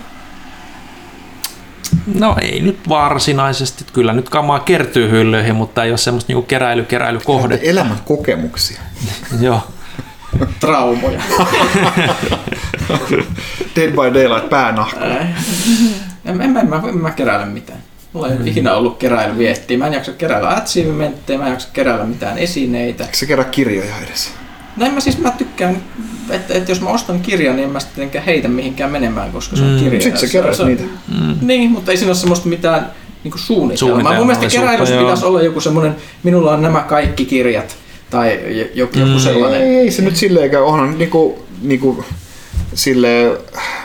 Speaker 1: No ei nyt varsinaisesti. Kyllä nyt kamaa kertyy hyllyihin, mutta ei ole semmoista niinku keräily, keräilykohde.
Speaker 2: Elämän kokemuksia.
Speaker 1: Joo.
Speaker 4: Traumoja.
Speaker 2: Dead by Daylight päänahko.
Speaker 4: En, en, en, mä, en mä keräile mitään. Mulla ei mm. ikinä ollut keräilyviettiä. Mä en jaksa keräillä achievementteja, mä en jaksa keräillä mitään esineitä.
Speaker 2: Eikö sä kerää kirjoja edes?
Speaker 4: No en mä siis, mä tykkään, että et jos mä ostan kirjan, niin en mä sitten heitä mihinkään menemään, koska se on kirja.
Speaker 2: Sitten sä kerät niitä.
Speaker 4: Mm. Niin, mutta ei siinä ole semmoista mitään niinku suunnitelmaa.
Speaker 1: Suunnitelma
Speaker 4: Mun mielestä keräilyssä
Speaker 1: suppa,
Speaker 4: pitäisi olla joku semmoinen, minulla on nämä kaikki kirjat, tai joku, joku sellainen.
Speaker 2: Ei, ei se nyt silleen käy. Onhan niinku, niinku silleen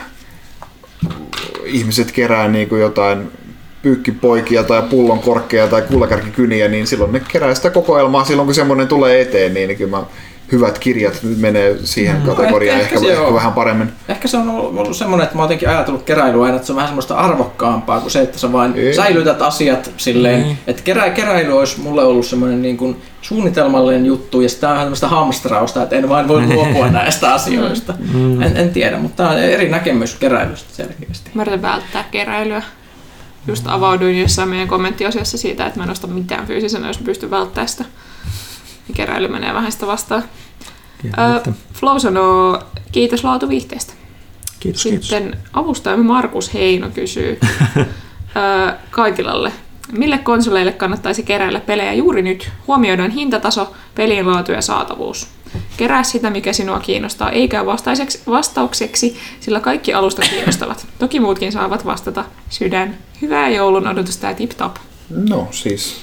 Speaker 2: ihmiset kerää niinku jotain pyykkipoikia tai pullon korkkeja tai kullakärkikyniä, niin silloin ne kerää sitä kokoelmaa. Silloin kun semmoinen tulee eteen, niin kyllä mä hyvät kirjat menee siihen mm. kategoriaan
Speaker 4: ehkä,
Speaker 2: ehkä,
Speaker 4: ehkä,
Speaker 2: ehkä vähän paremmin.
Speaker 4: Ehkä se on ollut semmoinen, että mä oon jotenkin ajatellut keräilyä aina, että se on vähän semmoista arvokkaampaa kuin se, että sä vain Ei. säilytät asiat silleen, mm. että kerä, keräily olisi mulle ollut semmoinen niin kuin suunnitelmallinen juttu ja sitä on vähän tämmöistä hamstrausta, että en vain voi luopua näistä asioista. Mm. En, en tiedä, mutta tämä on eri näkemys keräilystä selkeästi.
Speaker 3: Mä yritän välttää keräilyä. Just avauduin jossain meidän kommenttiosiossa siitä, että mä en osta mitään fyysisenä, jos mä pystyn välttämään sitä. Ja keräily menee vähän sitä vastaan. Äh, Flow sanoo, kiitos laatuviihteestä.
Speaker 1: Kiitos,
Speaker 3: Sitten
Speaker 1: kiitos.
Speaker 3: avustajamme Markus Heino kysyy äh, Kaitilalle, mille konsoleille kannattaisi keräillä pelejä juuri nyt? Huomioidaan hintataso, pelien laatu ja saatavuus. Kerää sitä, mikä sinua kiinnostaa, eikä vastaukseksi, sillä kaikki alustat kiinnostavat. Toki muutkin saavat vastata. Sydän. Hyvää joulun odotusta ja tip-top.
Speaker 2: No siis,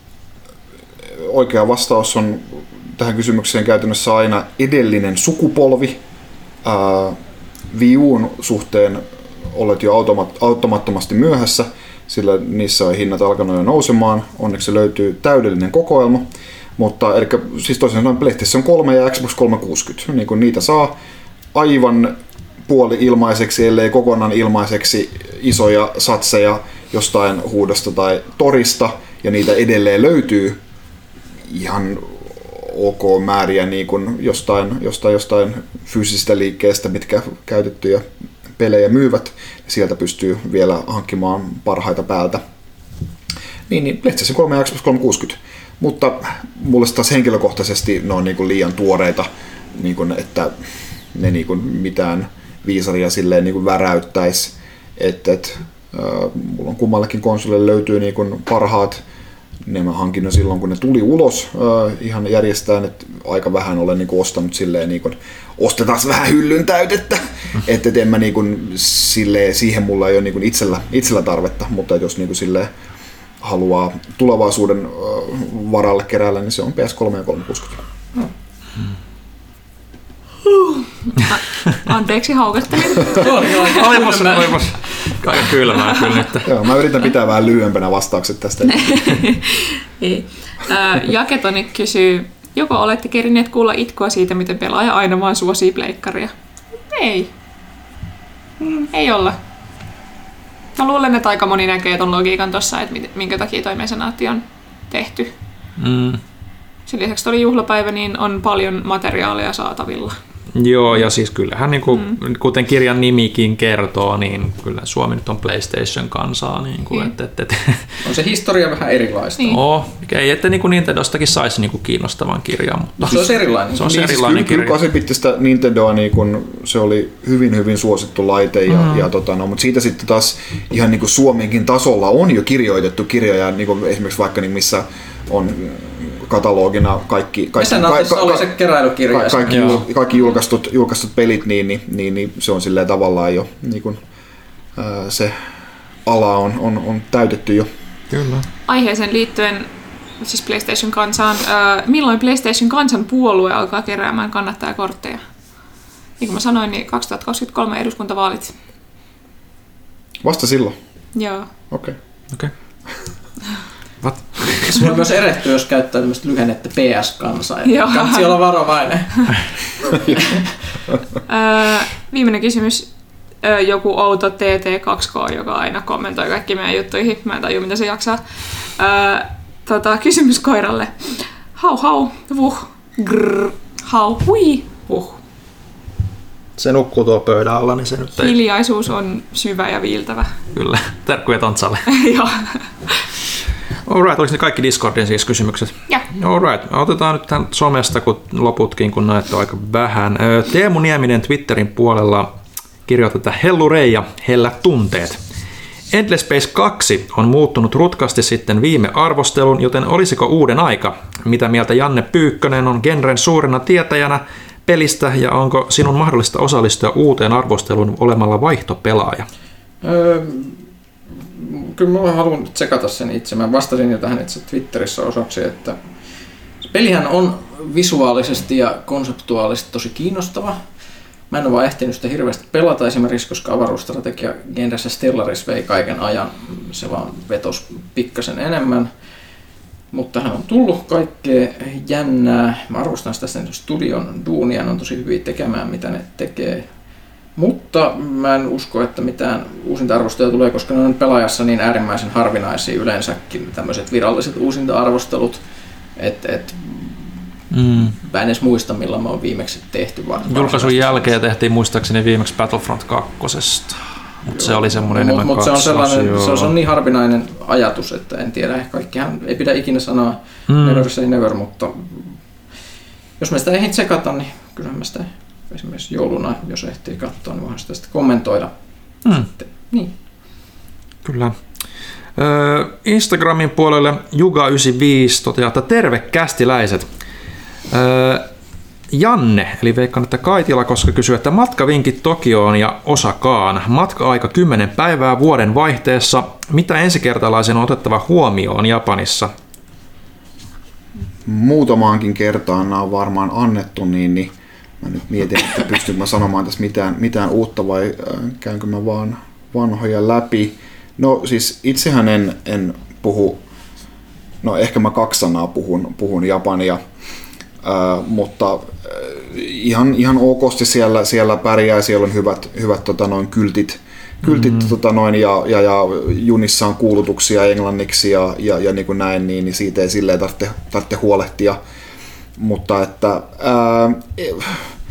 Speaker 2: oikea vastaus on tähän kysymykseen käytännössä aina edellinen sukupolvi. Ää, Wii U:n suhteen olet jo automat, automattomasti myöhässä, sillä niissä on hinnat alkanut jo nousemaan. Onneksi löytyy täydellinen kokoelma. Mutta eli siis toisin sanoen PlayStation kolme ja Xbox kolmesataakuusikymmentä, niin kun niitä saa aivan puoli ilmaiseksi, ellei kokonaan ilmaiseksi isoja satseja jostain huudosta tai torista, ja niitä edelleen löytyy ihan ok määriä niin kuin jostain, jostain, jostain fyysisistä liikkeestä, mitkä käytettyjä pelejä myyvät, ja sieltä pystyy vielä hankkimaan parhaita päältä. Niin, niin PlayStation kolme ja Xbox kolmesataakuusikymmentä. Mutta mulle taas henkilökohtaisesti ne on niin kuin liian tuoreita, niin kuin, että ne niin kuin mitään viisaria silleen niin kuin väräyttäisi. Et, et, äh, mulla on kummallekin konsolille löytyy niin kuin parhaat. Ne mä hankin jo silloin, kun ne tuli ulos äh, ihan järjestään, että aika vähän olen niin kuin ostanut silleen, niin kuin, ostetaan vähän hyllyn täytettä. Että et en mä niin kuin, silleen, siihen mulla ei ole niin kuin itsellä, itsellä tarvetta, mutta jos niin kuin silleen, haluaa tulevaisuuden varalle keräillä, niin se on P S kolme ja kolmesataakuusikymmentä.
Speaker 3: Hmm. Anteeksi haukattelin.
Speaker 1: Olipas, olipas. Kaiken kylmää kyllä nyt.
Speaker 2: Joo, mä yritän pitää vähän lyhyempänä vastaukset tästä.
Speaker 3: Ei. Jaketoni kysyy, joko olette kerineet kuulla itkoa siitä, miten pelaaja aina vaan suosii pleikkaria? Ei. Mm, ei olla. Mä luulen, että aika moni näkee ton logiikan tossa, että minkä takia toi mesenaatti on tehty.
Speaker 1: Mm.
Speaker 3: Sen lisäksi oli juhlapäivä, niin on paljon materiaalia saatavilla.
Speaker 1: Joo, ja siis kyllähän, niin kuin, mm. kuten kirjan nimikin kertoo, niin kyllä Suomi nyt on PlayStation-kansaa. Niin kuin,
Speaker 3: niin.
Speaker 1: et, et, et.
Speaker 4: On se historia vähän erilaista.
Speaker 3: Niin.
Speaker 1: Oh, ei, että niin kuin Nintendostakin saisi niin kuin kiinnostavan kirjan. Mutta
Speaker 4: se on erilainen.
Speaker 1: Se on
Speaker 2: niin,
Speaker 1: erilainen
Speaker 2: siis
Speaker 1: kirja.
Speaker 2: Kyllä kahdeksanbittistä Nintendoa, niin kun se oli hyvin, hyvin suosittu laite, ja, mm. ja tota, no, mutta siitä sitten taas ihan niin kuin Suomenkin tasolla on jo kirjoitettu kirjoja, niin kuin esimerkiksi vaikka niin missä on katalogina kaikki, kaikki,
Speaker 4: ka, ka, oli se keräilykirja.
Speaker 2: Ka, kaikki, jul, kaikki julkaistut, julkaistut pelit, niin, niin, niin, niin se on silleen tavallaan jo niin kuin, ää, se ala on, on, on täytetty jo.
Speaker 1: Kyllä.
Speaker 3: Aiheeseen liittyen, siis PlayStation kansaan, ää, milloin PlayStation kansan puolue alkaa keräämään kannattajakortteja? Niin kuin mä sanoin, niin kaksituhattakaksikymmentäkolme eduskuntavaalit.
Speaker 2: Vasta silloin?
Speaker 3: Joo.
Speaker 2: Okei.
Speaker 1: Okay. Okay.
Speaker 4: Se voi myös erehtyä, jos käyttää tämmöistä lyhennettä P S-kansa. Kannattaa olla varovainen.
Speaker 3: Viimeinen kysymys. Joku outo T T kaksi K, joka aina kommentoi kaikki meidän juttuihin. Mä en tajua, mitä se jaksaa. Tota, kysymys koiralle. Hau hau, vuh, grrr, hau, hui, vuh.
Speaker 1: Se nukkuu tuolla pöydän alla, niin se nyt ei...
Speaker 3: Hiljaisuus on syvä ja viiltävä.
Speaker 1: Kyllä. Terkkuja Tontsalle.
Speaker 3: Joo.
Speaker 1: Alright, oliko ne kaikki Discordin siis kysymykset?
Speaker 3: Joo.
Speaker 1: Alright, otetaan nyt tämän somesta kun loputkin, kun näette aika vähän. Teemu Nieminen Twitterin puolella kirjoittaa, että Hellu Reija, hellät tunteet. Endless Space kaksi on muuttunut rutkasti sitten viime arvostelun, joten olisiko uuden aika? Mitä mieltä Janne Pyykkönen on genren suurena tietäjänä pelistä ja onko sinun mahdollista osallistua uuteen arvosteluun olemalla vaihtopelaaja?
Speaker 4: Öö, kyllä mä haluan tsekata sen itse. Mä vastasin jo tähän itse Twitterissä osaksi, että pelihän on visuaalisesti ja konseptuaalisesti tosi kiinnostava. Mä en ole vaan ehtinyt sitä hirveästi pelata esimerkiksi, koska avaruusstrategia genressä Stellaris vei kaiken ajan. Se vaan vetosi pikkasen enemmän. Mutta hän on tullut kaikkea jännää. Mä arvostan sitä sen studion duunia, ne on tosi hyviä tekemään, mitä ne tekee. Mutta mä en usko, että mitään uusinta arvosteluja tulee, koska ne on pelaajassa niin äärimmäisen harvinaisia yleensäkin tämmöiset viralliset uusinta-arvostelut. Et, et, mm. Mä en edes muista, milloin mä oon viimeksi tehty.
Speaker 1: Julkaisun jälkeen tehtiin muistaakseni viimeksi Battlefront kakkosesta. Mutta se oli semmoinen
Speaker 4: mut,
Speaker 1: enemmän
Speaker 4: mut se on sellainen,
Speaker 1: joo.
Speaker 4: se on niin harvinainen ajatus, että en tiedä. Kaikkihan ei pidä ikinä sanoa mm. never say never, mutta jos mä sitä ehdin tsekata, niin kyllähän mä sitä esimerkiksi jouluna, jos ehtii katsoa, niin voin sitä sitten kommentoida.
Speaker 1: Mm.
Speaker 4: Sitten. Niin.
Speaker 1: Kyllä. Ö, Instagramin puolelle Juga yhdeksänkymmentäviisi toteaa, että terve kästiläiset. Ö, Janne, eli veikkaan, että Kaitila, koska kysyy, että matkavinkit Tokioon ja Osakaan. Matka-aika kymmenen päivää vuoden vaihteessa. Mitä ensikertalaisen on otettava huomioon Japanissa?
Speaker 2: Muutamaankin kertaan nämä on varmaan annettu, niin, niin mä nyt mietin, että pystynkö mä sanomaan tässä mitään, mitään uutta vai äh, käynkö mä vaan vanhoja läpi. No siis itsehän en, en puhu, no ehkä mä kaksi sanaa puhun, puhun japania. Uh, mutta uh, ihan, ihan okosti siellä, siellä pärjää, siellä on hyvät, hyvät tota, noin, kyltit, kyltit mm-hmm. tota, noin, ja, ja, ja junissa on kuulutuksia englanniksi ja, ja, ja niin kuin näin, niin, niin siitä ei silleen tarvitse, tarvitse huolehtia. Mutta että uh,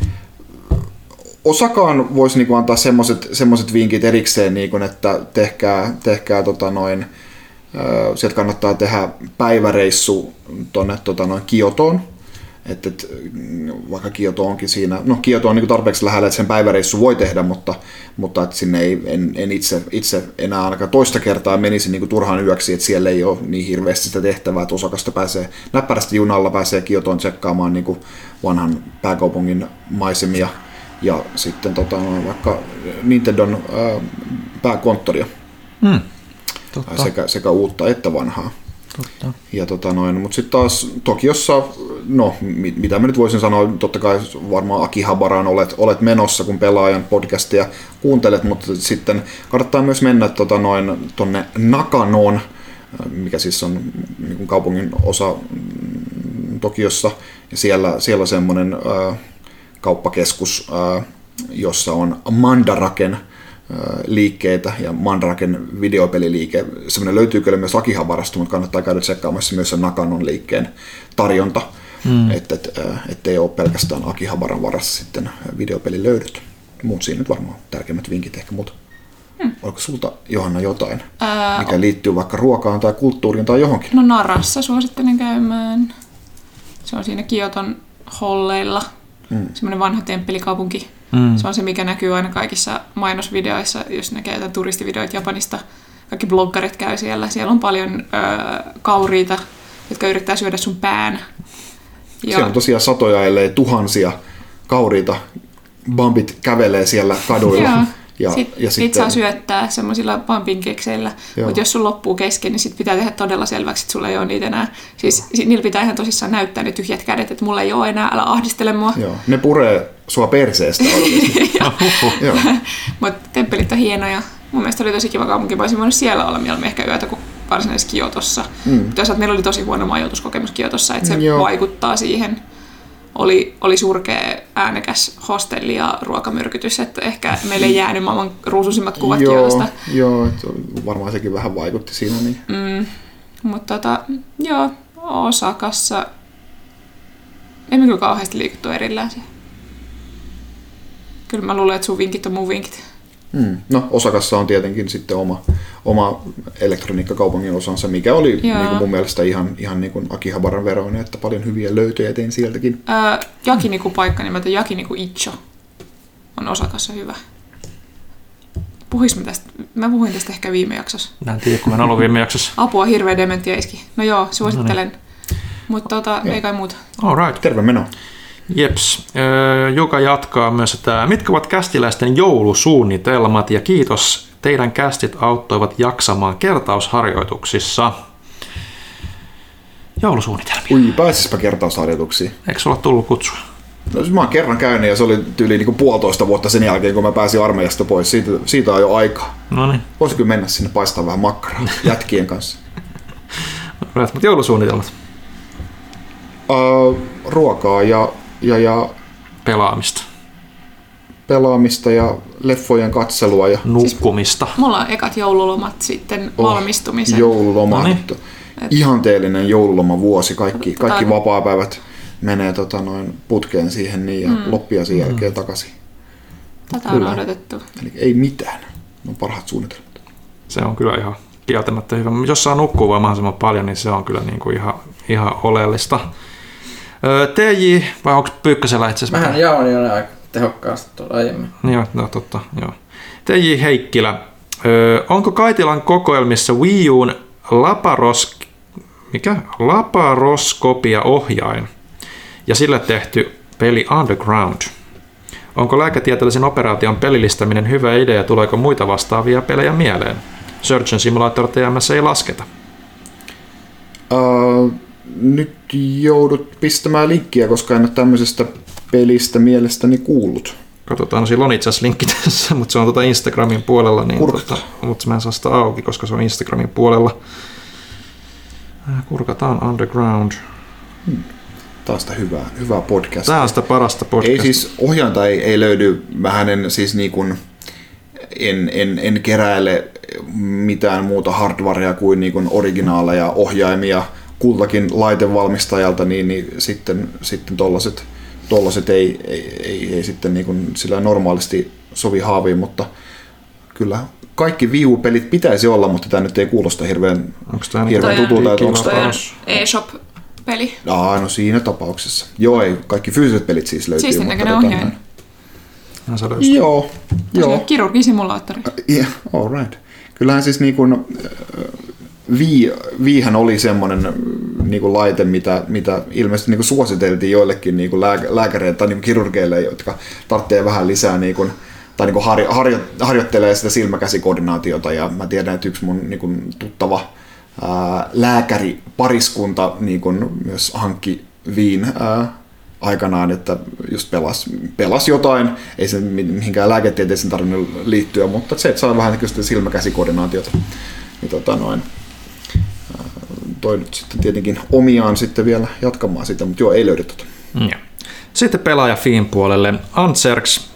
Speaker 2: Osakaan voisi niin kuin antaa semmoiset vinkit erikseen, niin kuin, että tehkää, tehkää tota, noin, uh, sieltä kannattaa tehdä päiväreissu tuonne tota, noin Kiotoon. Että et, vaikka Kioto onkin siinä, no Kioto on niin tarpeeksi lähellä, että sen päiväreissu voi tehdä, mutta, mutta että sinne ei, en, en itse, itse enää ainakaan toista kertaa menisi niin turhaan yöksi, että siellä ei ole niin hirveästi sitä tehtävää, että Osakasta pääsee, näppärästi junalla pääsee Kiotoon tsekkaamaan niin vanhan pääkaupungin maisemia ja sitten tota, vaikka Nintendon ää, pääkonttoria, hmm. sekä, sekä uutta että vanhaa. Totta. Ja tota noin, mutta sitten taas Tokiossa, no mit, mitä mä nyt voisin sanoa, totta kai varmaan Akihabaraan olet, olet menossa, kun pelaajan podcastia kuuntelet, mutta sitten kannattaa myös mennä tota noin tonne Nakanoon, mikä siis on niin kuin kaupungin osa Tokiossa, ja siellä, siellä semmoinen äh, kauppakeskus, äh, jossa on Mandaraken liikkeitä ja Mandraken videopeliliike. Semmoinen löytyy kyllä myös Akihabarasta, mutta kannattaa käydä tsekkaamassa myös sen Nakanon liikkeen tarjonta, mm. että et, et ei ole pelkästään Akihabaran varassa sitten videopelin löydöt. Muut siinä nyt varmaan tärkeimmät vinkit ehkä, mutta hmm. oliko sulta, Johanna, jotain, Ää, mikä on... liittyy vaikka ruokaan tai kulttuuriin tai johonkin?
Speaker 3: No Narassa suosittelen käymään. Se on siinä Kioton holleilla. Hmm. Semmoinen vanha temppelikaupunki. Hmm. Se on se, mikä näkyy aina kaikissa mainosvideoissa, jos näkee jotain turistivideoita Japanista. Kaikki bloggarit käy siellä. Siellä on paljon ö, kauriita, jotka yrittää syödä sun pään. Ja...
Speaker 2: Siellä on tosiaan satoja, ellei tuhansia kauriita. Bambit kävelee siellä kaduilla.
Speaker 3: Ja, sit, ja sit saa syöttää semmoisilla Bambin kekseillä, mutta jos sun loppuu kesken, niin sit pitää tehdä todella selväksi, että sulla ei ole niitä enää. Siis sit niillä pitää ihan tosissaan näyttää ne tyhjät kädet, että mulla ei ole enää, älä ahdistele mua.
Speaker 2: Joo, ne puree sua perseestä.
Speaker 3: Mutta temppelit on hienoja. Mun mielestä oli tosi kiva kaupunki, mä olisin voinut siellä olla mieluummin ehkä yötä kuin varsinaisessa Kiotossa. Mm. Toisaalta meillä oli tosi huono majoituskokemus Kiotossa, että se Joo. vaikuttaa siihen. Oli, oli surkea äänekäs hostelli ja ruokamyrkytys, että ehkä meille ei jäänyt maailman ruusuisimmat kuvat Kiotosta.
Speaker 2: Joo, varmaan sekin vähän vaikutti siinä. Niin.
Speaker 3: Mm, mutta tota, joo, Osakassa emme kyllä kauheasti liikuttu erillään. Kyllä mä luulen, että sun vinkit on mun vinkit.
Speaker 2: Mm. No, Osakassa on tietenkin sitten oma, oma elektroniikkakaupungin osansa, mikä oli niin kuin mun mielestä ihan, ihan niin kuin Akihabaran veroinen, että paljon hyviä löytöjä tein sieltäkin.
Speaker 3: Öö, Yakiniku-paikka nimeltä Yakiniku Icho on Osakassa hyvä. Puhuis mä tästä? Mä puhuin tästä ehkä viime jaksossa.
Speaker 1: Mä en tiedä, kun mä en ollut viime jaksossa.
Speaker 3: Apua, hirveä dementia iski. No joo, suosittelen. No niin. Mutta tota, ei kai muuta.
Speaker 1: All right.
Speaker 2: Terve meno.
Speaker 1: Jeps. Joka jatkaa myös, että mitkä ovat kästiläisten joulusuunnitelmat ja kiitos, teidän kästit auttoivat jaksamaan kertausharjoituksissa. Joulusuunnitelmia.
Speaker 2: Ui, pääsispä kertausharjoituksiin.
Speaker 1: Eikö sulla tullut kutsua?
Speaker 2: No, mä oon kerran käynyt ja se oli tyyli niin kuin puolitoista vuotta sen jälkeen, kun mä pääsin armeijasta pois. Siitä, siitä on jo aikaa.
Speaker 1: No niin.
Speaker 2: Voisiko mennä sinne paistaa vähän makkaraa jätkien kanssa?
Speaker 1: Mutta joulusuunnitelmat?
Speaker 2: Uh, ruokaa ja Ja, ja
Speaker 1: pelaamista.
Speaker 2: Pelaamista ja leffojen katselua. Ja
Speaker 1: nukkumista.
Speaker 3: Siis, mulla on ekat joululomat sitten oh, valmistumisen.
Speaker 2: Joululoma.
Speaker 1: No niin.
Speaker 2: Ihanteellinen joululomavuosi. Kaikki, kaikki vapaapäivät menee tota, noin putkeen siihen niin, ja mm. loppia sen jälkeen mm. takaisin.
Speaker 3: Tätä on odotettu.
Speaker 2: Eli ei mitään. Ne on parhaat suunnitelmat.
Speaker 1: Se on kyllä ihan kieltämättä hyvä. Jos saa nukkua vaan mahdollisimman paljon, niin se on kyllä niin kuin ihan, ihan oleellista. T J, vai onko Pyykkösellä itse asiassa?
Speaker 4: Mähän jaon jo aika tehokkaasti tuolla aiemmin.
Speaker 1: Joo, no totta, joo. T J Heikkilä, öö, onko Kaitilan kokoelmissa Wii U:n laparos... mikä? laparoskopia-ohjain ja sillä tehty peli Underground? Onko lääketieteellisen operaation pelillistäminen hyvä idea ja tuleeko muita vastaavia pelejä mieleen? Surgeon Simulator T M S ei lasketa.
Speaker 2: Uh... Nyt joudut pistämään linkkiä, koska en ole tämmöisestä pelistä mielestäni kuullut.
Speaker 1: Katsotaan, siinä on itse asiassa linkki tässä, mutta se on tuota Instagramin puolella. Niin tota, mutta mä en saa sitä auki, koska se on Instagramin puolella. Kurkataan Underground.
Speaker 2: Hmm. Taas sitä hyvää, hyvää podcastia.
Speaker 1: Tämä on sitä parasta podcastia.
Speaker 2: Ei siis, ohjainta ei, ei löydy, vähän en, siis niin kuin, en, en, en keräile mitään muuta hardwarea kuin, niin kuin originaaleja ohjaimia kultakin laitevalmistajalta, niin, niin sitten, sitten tollaset, tollaset ei, ei, ei, ei sitten niin kuin sillä normaalisti sovi haaviin, mutta kyllä kaikki Wii U-pelit pitäisi olla, mutta tämä nyt ei kuulosta hirveän, hirveän tutulta.
Speaker 3: Onko tämä eShop-peli?
Speaker 2: Aa, no siinä tapauksessa. Joo, ei, kaikki fyysiset pelit siis löytyy.
Speaker 3: Siis näköinen ohjaaja.
Speaker 2: Joo. joo.
Speaker 3: Kirurgisimulaattori.
Speaker 2: Yeah, all right. Kyllähän siis niin kuin, Wii, Wiihän oli semmoinen niin kuin laite, mitä, mitä ilmeisesti niin kuin suositeltiin joillekin niin kuin lääk- lääkäreille tai niin kuin kirurgeille, jotka tarvitsee vähän lisää niin kuin, tai niin kuin harjo, harjo, harjoittelee sitä silmäkäsikoordinaatiota. Ja mä tiedän, että yksi mun niin kuin tuttava ää, lääkäripariskunta niin kuin myös hankki Wiin ää, aikanaan, että just pelas, pelas jotain, ei se mihinkään lääketieteeseen tarvinnut liittyä, mutta se, että saa vähän sitä silmäkäsikoordinaatiota. Niin tota noin. Toi nyt sitten tietenkin omiaan sitten vielä jatkamaan sitä, mutta joo, ei löydy tota.
Speaker 1: Ja. Sitten pelaaja Fiin puolelle. Antserx,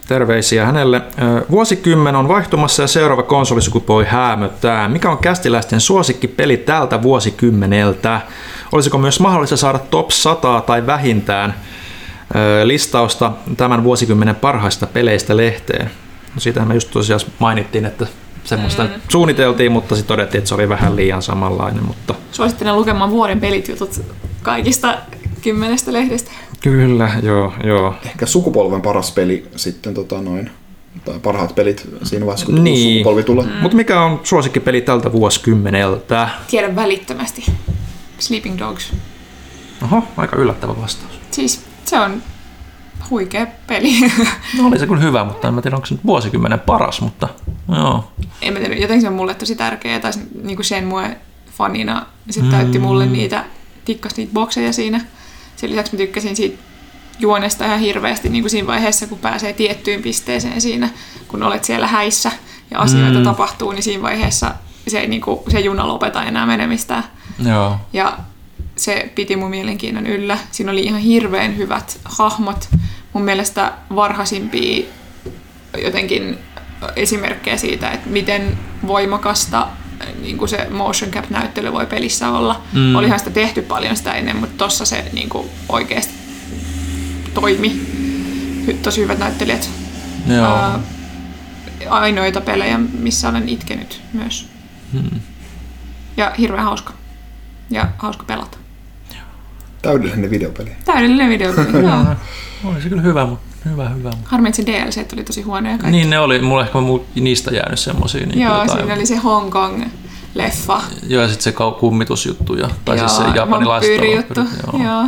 Speaker 1: Terveisiä hänelle. Vuosikymmen on vaihtumassa ja seuraava konsolisukupolvi häämöttää. Mikä on kästiläisten suosikkipeli tältä vuosikymmeneltä? Olisiko myös mahdollista saada top sata tai vähintään listausta tämän vuosikymmenen parhaista peleistä lehteen? No siitähän me just tosiaan mainittiin, että semmoista mm. suunniteltiin, mutta sitten todettiin, että se oli vähän liian samanlainen. Mutta...
Speaker 3: Suosittelen lukemaan vuoden pelit jutut kaikista kymmenestä lehdestä.
Speaker 1: Kyllä, joo, joo.
Speaker 2: Ehkä sukupolven paras peli sitten, tota noin, tai parhaat pelit siinä vaiheessa, kun
Speaker 1: niin.
Speaker 2: sukupolvi tulee.
Speaker 1: Mm. Mutta mikä on suosikkipeli tältä vuosikymmeneltä?
Speaker 3: Tiedän välittömästi. Sleeping Dogs.
Speaker 1: Oho, aika yllättävä vastaus.
Speaker 3: Siis se on huikea peli.
Speaker 1: No oli se kyllä hyvä, mutta en mä tiedä, onko se nyt vuosikymmenen paras, mutta joo.
Speaker 3: En mä tiedä, jotenkin se on mulle tosi tärkeä, tai niin kuin Shenmue fanina se mm. täytti mulle niitä, tikkas niitä bokseja siinä. Sen lisäksi mä tykkäsin siitä juonesta ihan hirveästi niin kuin siinä vaiheessa, kun pääsee tiettyyn pisteeseen siinä, kun olet siellä häissä ja asioita mm. tapahtuu, niin siinä vaiheessa se ei niin kuin, se juna lopeta enää menemistään.
Speaker 1: Joo.
Speaker 3: Ja se piti mun mielenkiinnon yllä. Siinä oli ihan hirveän hyvät hahmot. Mun mielestä varhaisimpia jotenkin esimerkkejä siitä, että miten voimakasta niin kuin se motion cap-näyttely voi pelissä olla. Mm. Olihan sitä tehty paljon sitä ennen, mutta tossa se niin kuin oikeasti toimi. Tosi hyvät näyttelijät.
Speaker 1: Joo.
Speaker 3: Ää, ainoita pelejä, missä olen itkenyt myös. Mm. Ja hirveän hauska. Ja hauska pelata.
Speaker 2: Täydellinen videopeli.
Speaker 3: Täydellinen videopeli, joo.
Speaker 1: Oli se kyllä hyvä, mutta hyvä, hyvä.
Speaker 3: Harmi, että se D L C oli tosi huonoja kaikki.
Speaker 1: Niin ne oli, mulla ehkä niistä jäänyt semmosia. Niin
Speaker 3: joo,
Speaker 1: jotain.
Speaker 3: siinä oli se Hong Kong-leffa.
Speaker 1: Joo, ja sitten se kummitusjuttu, ja, tai
Speaker 3: joo,
Speaker 1: siis se japanilaiset.
Speaker 3: Vampyyrijuttu, joo. joo.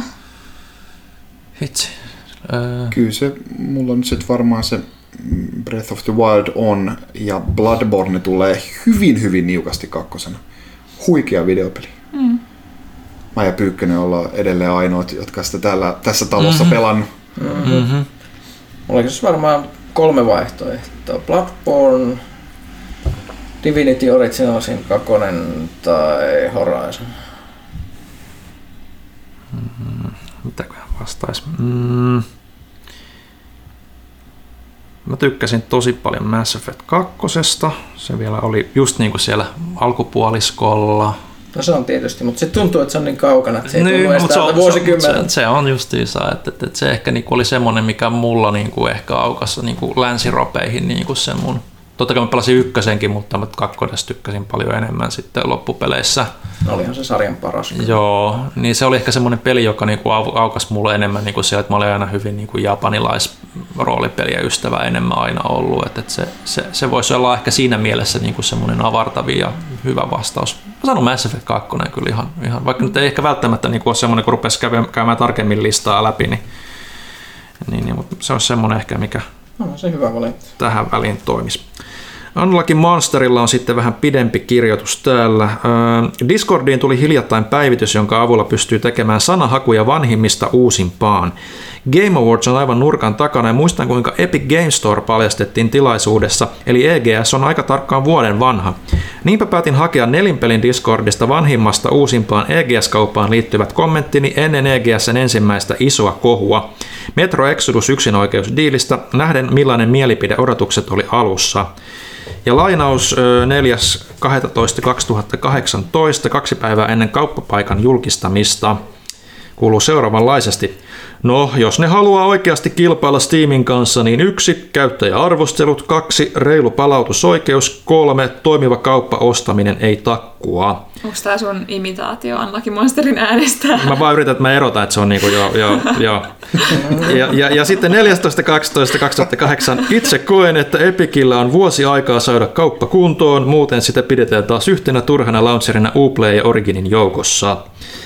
Speaker 1: Hitsi. Öö.
Speaker 2: Kyllä se, mulla on nyt varmaan se Breath of the Wild on, ja Bloodborne tulee hyvin, hyvin niukasti kakkosena. Huikea videopeli. Mm. Mä ja Pyykkönen ollaan edelleen ainoat, jotka sitä täällä, tässä talossa mm-hmm. pelannut.
Speaker 4: Mm-hmm. Mulla olisi varmaan kolme vaihtoehtoa. Bloodborne, Divinity Original Sin kaksi tai Horizon.
Speaker 1: Mm-hmm. Mitäköhän vastaisi? Mm. Mä tykkäsin tosi paljon Mass Effect kaksi. Se vielä oli just niin kuin siellä alkupuoliskolla.
Speaker 4: No se on tietysti, mutta se tuntuu, että se on niin kaukana, että se ei
Speaker 1: niin,
Speaker 4: tunnu edes täältä vuosikymmenen.
Speaker 1: Se, se on justiinsa, että, että, että se ehkä niin oli semmoinen, mikä mulla niin kuin ehkä aukassa niin kuin länsiropeihin niin kuin se mun. Totta kai mä pelasin ykkösenkin, mutta mä kakkodessa tykkäsin paljon enemmän sitten loppupeleissä.
Speaker 4: Olihan se sarjan paras.
Speaker 1: Joo, niin se oli ehkä semmoinen peli, joka niin kuin aukasi mulle enemmän niin kuin siellä, että mä olin aina hyvin niin kuin japanilaisroolipeliä ystävä enemmän aina ollut. Että, että se, se, se voisi olla ehkä siinä mielessä niin kuin semmoinen avartavia ja hyvä vastaus. Mä sanon Mass Effect kaksi kyllä ihan, ihan vaikka nyt ei ehkä välttämättä niin kuin ole semmoinen, kun rupesi käymään tarkemmin listaa läpi, niin, niin, niin mutta se on semmoinen ehkä, mikä
Speaker 4: no, se hyvä valinta.
Speaker 1: Tähän väliin toimisi. Unlucky Monsterilla on sitten vähän pidempi kirjoitus täällä. Discordiin tuli hiljattain päivitys, jonka avulla pystyy tekemään sanahakuja vanhimmista uusimpaan. Game Awards on aivan nurkan takana ja muistan kuinka Epic Game Store paljastettiin tilaisuudessa, eli E G S on aika tarkkaan vuoden vanha. Niinpä päätin hakea Nelinpelin Discordista vanhimmasta uusimpaan E G S-kauppaan liittyvät kommenttini ennen E G S:n ensimmäistä isoa kohua. Metro Exodus yksinoikeusdiilistä nähden millainen mielipide odotukset oli alussa. Ja lainaus neljäs kahdestoista kaksituhattakahdeksantoista, kaksi päivää ennen kauppapaikan julkistamista, kuuluu seuraavanlaisesti. No, jos ne haluaa oikeasti kilpailla Steamin kanssa, niin yksi, käyttäjäarvostelut, kaksi, reilu palautusoikeus, kolme, toimiva kauppa, ostaminen ei takkua.
Speaker 3: Onko tää sun imitaatio Unlucky Monsterin äänestä?
Speaker 1: Mä vaan yritän, että mä erotan, että se on niinku joo, joo, joo. Ja, ja, ja sitten neljästoista kaksitoista kaksituhattakahdeksan itse koen, että Epicillä on vuosi aikaa saada kauppa kuntoon, muuten sitä pidetään taas yhtenä turhana launcherina Uplay ja Originin joukossa.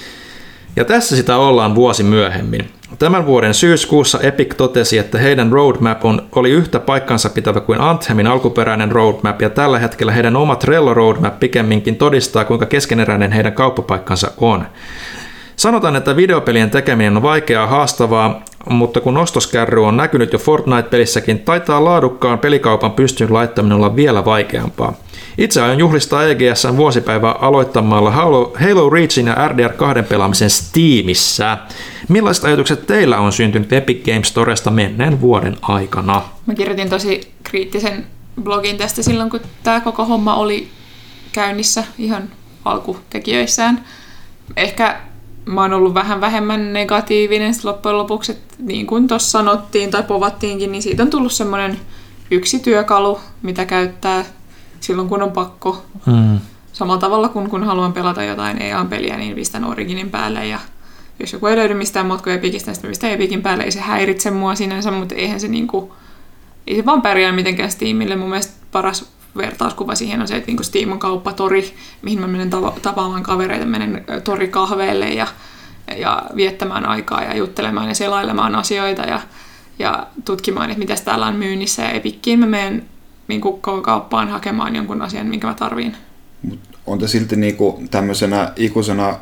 Speaker 1: Ja tässä sitä ollaan vuosi myöhemmin. Tämän vuoden syyskuussa Epic totesi, että heidän roadmap on, oli yhtä paikkansa pitävä kuin Anthemin alkuperäinen roadmap, ja tällä hetkellä heidän oma Trello roadmap pikemminkin todistaa, kuinka keskeneräinen heidän kauppapaikkansa on. Sanotaan, että videopelien tekeminen on vaikeaa haastavaa, mutta kun ostoskärry on näkynyt jo Fortnite-pelissäkin, taitaa laadukkaan pelikaupan pystyyn laittaminen olla vielä vaikeampaa. Itse aion juhlistaa E G S:n vuosipäivää aloittamalla Halo, Halo Reachin ja R D R kaksi pelaamisen Steamissä. Millaiset ajatukset teillä on syntynyt Epic Games Storesta menneen vuoden aikana?
Speaker 3: Mä kirjoitin tosi kriittisen blogin tästä silloin, kun tämä koko homma oli käynnissä ihan alkutekijöissään. Ehkä mä oon ollut vähän vähemmän negatiivinen loppujen lopuksi, että niin kuin tuossa sanottiin tai povattiinkin, niin siitä on tullut semmoinen yksi työkalu, mitä käyttää silloin, kun on pakko. Mm. Samalla tavalla kuin kun haluan pelata jotain E A-peliä, niin pistän Originin päälle ja jos joku ei löydy mistään matkoja Epicistä, niin pistän Epicin päälle. Ei se häiritse mua sinänsä, mutta eihän se niinku, ei se vaan pärjää mitenkään Steamille. Mun mielestä paras vertauskuva siihen on se, että niinku Steam on kauppatori, mihin mä menen tava- tapaamaan kavereita, menen torikahveille ja, ja viettämään aikaa ja juttelemaan ja selailemaan asioita ja, ja tutkimaan, että mitä täällä on myynnissä. Ja Epickiin mä menen niinku kauppaan hakemaan jonkun asian, minkä mä tarviin.
Speaker 2: Mut on te silti niinku tämmöisenä ikuisena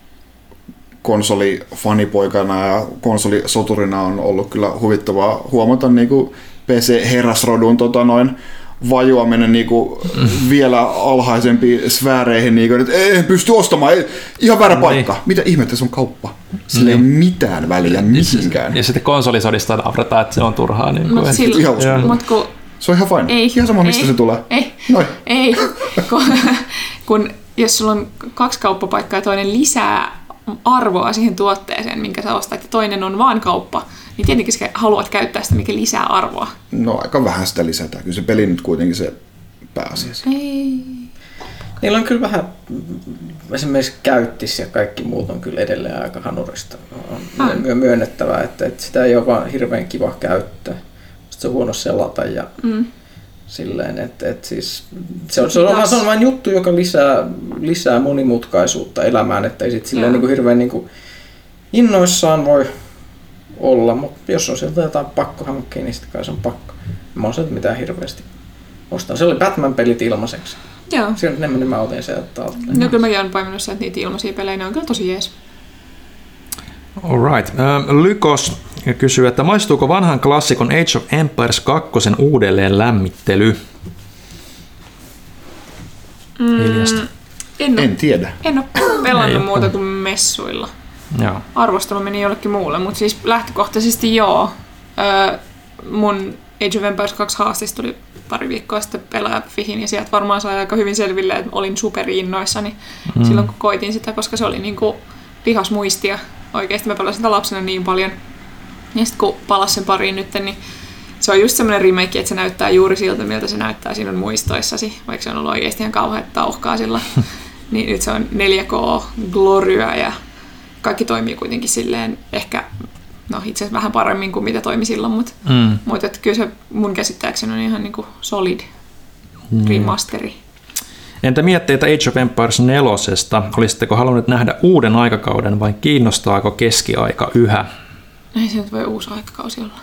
Speaker 2: konsolifanipoikana ja konsolisoturina on ollut kyllä huvittavaa huomata niinku P C-herrasrodun tota noin vajoaminen niinku mm. vielä alhaisempiin sfääreihin, niinku, että ei pysty ostamaan, ei, ihan väärä paikka. Niin. Mitä ihmettä se on kauppa? Sillä niin. ei ole mitään väliä mihinkään.
Speaker 1: Ja sitten konsolisodista naurataan, että se on turhaa. Niin
Speaker 3: Mut sillä,
Speaker 2: ihan
Speaker 3: mut kun,
Speaker 2: se on ihan fine.
Speaker 3: Ei,
Speaker 2: ihan sama, mistä
Speaker 3: ei,
Speaker 2: se tulee.
Speaker 3: Ei,
Speaker 2: Noin.
Speaker 3: ei. kun, kun jos sulla on kaksi kauppapaikkaa ja toinen lisää arvoa siihen tuotteeseen, minkä sä ostat, ja toinen on vaan kauppa, niin tietenkin sä haluat käyttää sitä, mikä lisää arvoa.
Speaker 2: No aika vähän sitä lisätään. Kyllä se peli nyt kuitenkin se pääasiassa.
Speaker 3: Ei.
Speaker 4: Niillä on kyllä vähän, esimerkiksi käyttis ja kaikki muut on kyllä edelleen aika hanurista. On ah. myönnettävää, että, että sitä ei ole vaan hirveän kiva käyttää. Sitten se on huono selata ja mm. silleen, että, että siis, se, on, se, on, se on vain juttu, joka lisää, lisää monimutkaisuutta elämään, että ei sitten silleen niin kuin hirveän niin kuin innoissaan voi olla, mutta jos on sieltä jotain pakko hankkia, niin sitten kai se on pakko. Mä oon sieltä mitään hirveästi ostaa. Se oli Batman-pelit ilmaiseksi.
Speaker 3: Joo.
Speaker 4: Sieltä ne mä otin sieltä täältä.
Speaker 3: No kyllä mäkin olen paimennut sieltä niitä ilmaisia pelejä, ne on kyllä tosi jees.
Speaker 1: Alright. Lykos kysyy, että maistuuko vanhan klassikon Age of Empires kaksi uudelleen lämmittely?
Speaker 3: Mm, en,
Speaker 2: en tiedä.
Speaker 3: En ole pelannut ei, muuta kuin messuilla.
Speaker 1: Joo.
Speaker 3: Arvostelu meni jollekin muulle, mutta siis lähtökohtaisesti joo. Öö, mun Age of Empires kaksi haastista tuli pari viikkoa sitten pelaajafihin ja sieltä varmaan sai aika hyvin selville, että olin superinnoissani mm. silloin kun koitin sitä, koska se oli niinku lihas muistia. Oikeasti mä pelasin sitä lapsena niin paljon. Ja sitten kun palasin sen pariin nyt, niin se on just semmoinen remake, että se näyttää juuri siltä, miltä se näyttää sinun muistoissasi, vaikka se on ollut oikeasti ihan kauheat tauhkaa sillä. Niin nyt se on neljä K gloryä ja kaikki toimii kuitenkin silleen ehkä, no itse asiassa vähän paremmin kuin mitä toimi silloin, mutta, mm. mutta että kyllä se mun käsittääkseni on ihan niinku solid mm. remasteri.
Speaker 1: Entä mietteitä Age of Empires nelosesta? Olisitteko halunnut nähdä uuden aikakauden vai kiinnostaako keskiaika yhä?
Speaker 3: Ei se nyt voi uusi aikakausi olla.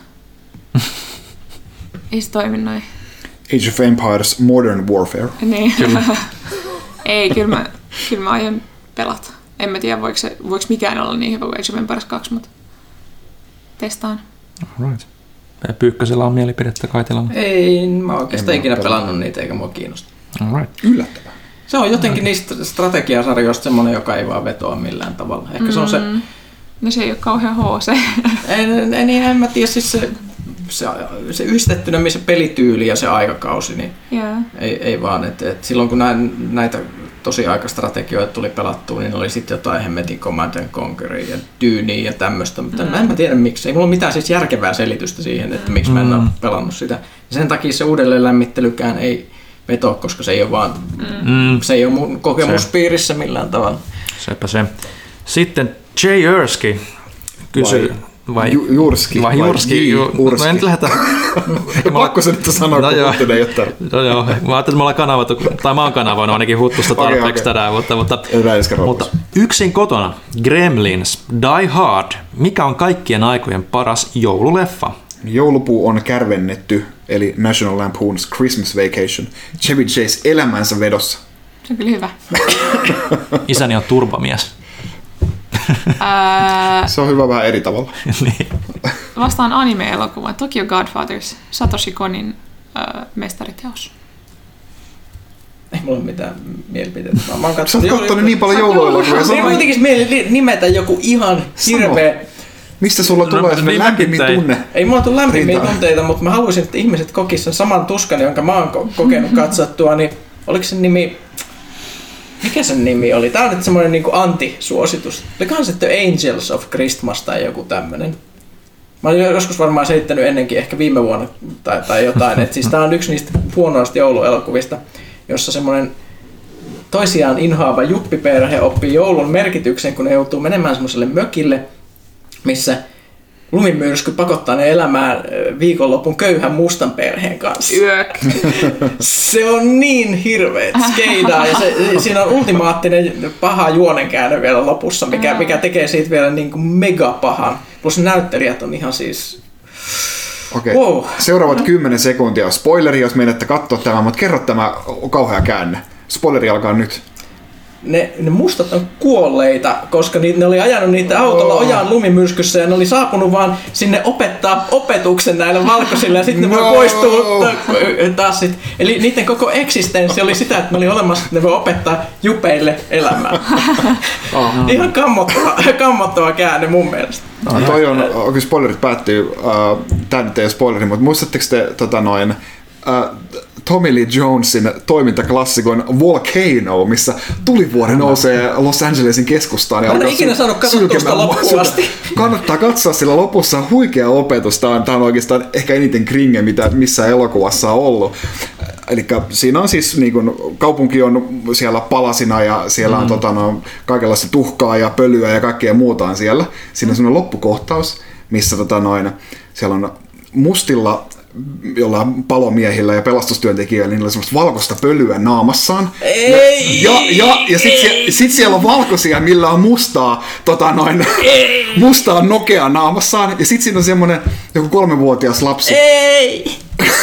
Speaker 3: Ei se toimi noin.
Speaker 2: Age of Empires Modern Warfare.
Speaker 3: Niin. Kyllä. Ei, kyllä mä, kyllä mä aion pelata. En mä tiedä, voiko, se, voiko mikään olla niin hyvä kuin Age of Empires kaksi, mutta testaan.
Speaker 1: Alright. Pyykkösellä on mielipidettä Kaitilalla?
Speaker 4: Ei, mä oikeastaan ikinä pelannut niitä eikä mua kiinnosta.
Speaker 1: Alright.
Speaker 2: Yllättävää.
Speaker 4: Se on jotenkin niistä strategiasarjoista semmoinen, joka ei vaan vetoa millään tavalla. Ehkä mm. se on se...
Speaker 3: No se ei ole kauhean H C.
Speaker 4: en, en, en mä tiedä, siis se, se, se yhdistettynä se pelityyli ja se aikakausi, niin yeah. ei, ei vaan. Et, et silloin kun näin, näitä tosiaikastrategioita tuli pelattua, niin oli sitten jotain hemmetin Command and Conqueria ja Dyniä ja tämmöistä, mutta mm. en mä tiedä miksi. Ei mulla ole mitään siis järkevää selitystä siihen, että miksi mm. mä en ole pelannut sitä. Ja sen takia se uudelleen lämmittelykään ei vetoa, koska se ei ole vaan, mm. se ei ole mun kokemuspiirissä millään tavalla.
Speaker 1: Sepä se. Sitten Jay Erski kysyy.
Speaker 2: Vai Ju- Jurski.
Speaker 1: Vai Jurski. Ju- no en nyt lähdetä.
Speaker 2: Pakko se nyt sanoa, no kun Huttunen ei ole tarvitse.
Speaker 1: No joo, mä ajattelin, että me ollaan kanavoitu, tai mä oon kanavoinut ainakin Huttusta tarpeeksi okay, okay. tänään, mutta, mutta, mutta yksin kotona, Gremlins, Die Hard, mikä on kaikkien aikojen paras joululeffa?
Speaker 2: Joulupuu on kärvennetty, eli National Lampoon's Christmas Vacation. Chevy Chase elämänsä vedossa.
Speaker 3: Se on kyllä hyvä.
Speaker 1: Isäni on turvamies.
Speaker 2: Se on hyvä vähän eri tavalla.
Speaker 1: Niin.
Speaker 3: Vastaan anime-elokuvan Tokyo Godfathers, Satoshi Konin äh, mestariteos.
Speaker 4: mulla ole mitään mielipiteitä. Mä, mä oon
Speaker 2: Sä oot kattonut niin paljon jouluelokuvia.
Speaker 4: Se on tekisi mieli nimetä joku ihan hirveä...
Speaker 2: Mistä sulla tulee no, semmoinen lämpimmin tunne?
Speaker 4: Ei mulla tule lämpimmin tunteita, mutta mä haluaisin, että ihmiset kokisivat sen saman tuskan, jonka mä oon kokenut katsottua. Niin oliko sen nimi... Mikä sen nimi oli? Tää on nyt semmoinen niinku anti-suositus. Olikohan se The Angels of Christmas tai joku tämmönen? Mä olen joskus varmaan selittänyt ennenkin, ehkä viime vuonna tai, tai jotain. Et siis tää on yksi niistä huonoista jouluelokuvista, jossa semmoinen toisiaan inhoava juppiperhe oppii joulun merkityksen, kun ne joutuu menemään semmoiselle mökille, missä lumimyrsky pakottaa ne elämään viikonlopun köyhän mustan perheen kanssa.
Speaker 3: Yök.
Speaker 4: Se on niin hirveet skeidaa ja se, siinä on ultimaattinen paha juonenkäännö vielä lopussa, mikä, mikä tekee siitä vielä niin kuin mega pahan. Plus näyttelijät on ihan siis...
Speaker 2: Okei, okay. Wow. Seuraavat kymmenen sekuntia. Spoileri, jos menette katsoa tämän, mutta kerro tämä kauhea käänne. Spoileri alkaa nyt.
Speaker 4: Ne, ne mustat on kuolleita, koska ni, ne oli ajanut niitä autolla oh. ojaan lumimyrskyssä ja ne oli saapunut vaan sinne opettaa opetuksen näille valkoisille ja sitten ne no. voi poistua taas sit. Eli niiden koko eksistenssi oli sitä, että ne oli olemassa, että ne voi opettaa jupeille elämää. Oh. Ihan kammottava, kammottava käänne mun mielestä.
Speaker 2: No, toi on, kun spoilerit päättyy, uh, tämä nyt ei ole spoileri, mutta muistatteko te tota noin, uh, Tommy Lee Jonesin toimintaklassikon Volcano, missä tulivuori nousee Los Angelesin keskustaan.
Speaker 4: Mä en ikinä saanut katsottua sitä loppuun asti.
Speaker 2: Kannattaa katsoa, sillä lopussa on huikea opetus. Tämä on, tämä on oikeastaan ehkä eniten kringe, mitä missään elokuvassa on ollut. Eli siinä on siis, niin kun, kaupunki on siellä palasina ja siellä on mm. tota, no, kaikenlaista tuhkaa ja pölyä ja kaikkea muuta on siellä. Siinä on sellainen loppukohtaus, missä tota, noin, siellä on mustilla jollain palomiehillä ja pelastustyöntekijöillä, niin niillä oli semmoista valkoista pölyä naamassaan.
Speaker 4: Ei,
Speaker 2: ja ja, ja, ja sitten sie, sit siellä on valkoisia, millä on mustaa, tota noin, mustaa nokea naamassaan. Ja sitten siinä on semmoinen joku kolmevuotias lapsi.
Speaker 4: Ei!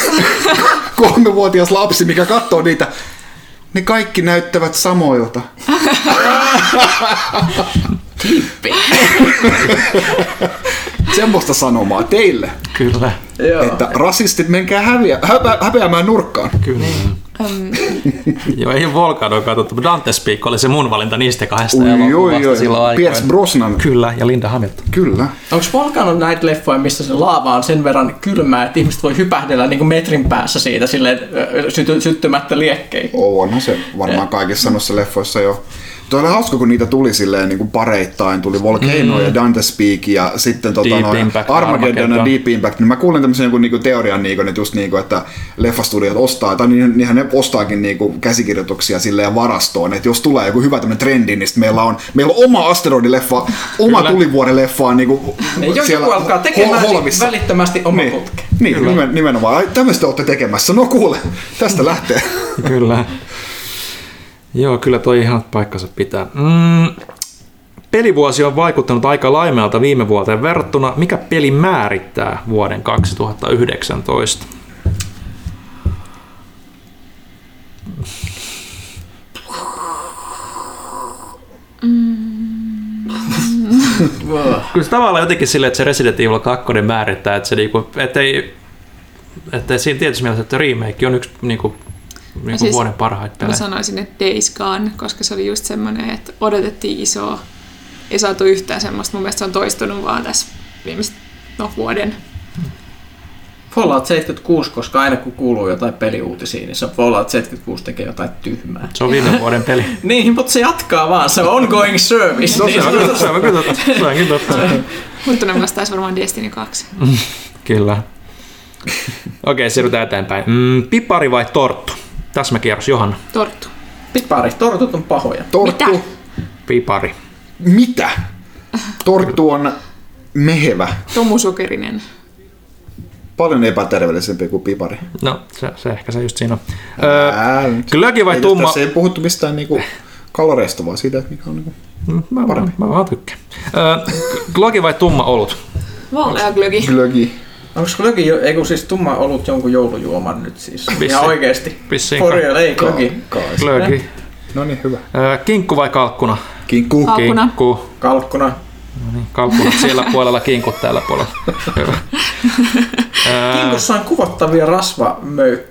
Speaker 2: kolmevuotias lapsi, mikä katsoo niitä. Ne kaikki näyttävät samoilta.
Speaker 4: Tippi.
Speaker 2: Semmoista sanomaa teille.
Speaker 1: Kyllä.
Speaker 2: Että rasistit, menkää häviä, häpeä, häpeämään nurkkaan.
Speaker 1: Kyllä. Um. Joo, ei Volcanoa katsottu, mutta Dante's Peak oli se mun valinta niistä kahdesta elokuvasta silloin aikoina.
Speaker 2: Pierce Brosnan.
Speaker 1: Kyllä, ja Linda Hamilton.
Speaker 2: Kyllä.
Speaker 4: Onko Volcano näitä leffoja, missä se laava on sen verran kylmää, että ihmiset voi hypähdellä niin kuin metrin päässä siitä silleen, syty, syttymättä liekkeihin?
Speaker 2: Onhan se varmaan kaikissa noissa leffoissa jo. Tuo oli hauska, kun niitä tuli silleen niin kuin pareittain. Tuli Volcano mm. ja Dante's Peak ja sitten tota, noin,
Speaker 1: Impact,
Speaker 2: Armageddon ja Deep Impact. Niin mä kuulin tämmöisen jonkun, niin kuin teorian, niin kuin, että, just, niin kuin, että leffastudiot ostaa, tai niin, niinhän ne ostaakin niin kuin käsikirjoituksia silleen varastoon. Että jos tulee joku hyvä tämmöinen trendi, niin meillä on, meillä on oma asteroidileffa, oma tulivuorileffa niin kuin
Speaker 4: niin, siellä joku alkaa tekemään holvissa. Välittömästi oma
Speaker 2: niin,
Speaker 4: putke.
Speaker 2: Niin, nimenomaan. Tämmöistä olette tekemässä. No kuule, tästä lähtee.
Speaker 1: Kyllä. Joo, kyllä toi ihan paikkansa pitää. Mm, pelivuosi on vaikuttanut aika laimealta viime vuoteen verrattuna. Mikä peli määrittää vuoden kaksituhattayhdeksäntoista? Mm. Kyllä se tavallaan jotenkin silleen, että se Resident Evil kaksi määrittää, että se niinku, ettei, ettei siinä tietysti mielessä, että remake on yksi niinku Niin siis vuoden parhaita pelejä.
Speaker 3: Mä sanoisin, että Days Gone, koska se oli just semmoinen, että odotettiin isoa. Ei saatu yhtään semmoista. Mun mielestä se on toistunut vaan tässä viimeisen no, vuoden.
Speaker 4: Fallout seitsemänkymmentäkuusi, koska aina kun kuuluu jotain peliuutisia, niin se Fallout seitsemänkymmentäkuusi tekee jotain tyhmää.
Speaker 1: Se on viime vuoden peli.
Speaker 4: Niin, mutta se jatkaa vaan. Se on ongoing service.
Speaker 1: No, se on kyllä, se on kyllä totta. Se on kyllä totta.
Speaker 3: Mutta ne vastaisi varmaan Destiny kaksi.
Speaker 1: Kyllä. Okei, siirrytään eteenpäin. Mm, pipari vai torttu? Täsmäkierros, Johanna.
Speaker 3: Torttu.
Speaker 4: Pipari. Tortut on pahoja.
Speaker 2: Torttu.
Speaker 3: Mitä?
Speaker 1: Pipari.
Speaker 2: Mitä? Torttu on mehevä.
Speaker 3: Tomusokerinen.
Speaker 2: Paljon epäterveellisempi kuin pipari.
Speaker 1: No, se, se ehkä se just siinä on. Öö, glögi vai
Speaker 2: ei
Speaker 1: tumma?
Speaker 2: Tässä ei puhuttu mistään niinku kaloreista, vaan siitä, että mikä on niinku
Speaker 1: mä,
Speaker 2: parempi.
Speaker 1: Mä, mä vaan tykkään. Öö, glögi vai tumma olut?
Speaker 3: Vaalea glögi.
Speaker 2: Glögi.
Speaker 4: Onko glögi, eikö siis tumma ollut jonkun joulujuoman nyt siis?
Speaker 1: Vissi.
Speaker 4: Ihan oikeesti.
Speaker 1: Vissiin.
Speaker 4: For real, ei glögi.
Speaker 1: Glögi.
Speaker 2: No niin, hyvä.
Speaker 1: Öö, kinkku vai kalkkuna?
Speaker 2: Kinkku.
Speaker 3: Kalkkuna.
Speaker 1: Kinkku.
Speaker 4: Kalkkuna.
Speaker 1: No niin, kalkkunat siellä puolella, kinkut täällä puolella. Hyvä.
Speaker 4: Kinkussa on kuvottavia rasvamöykkyjä.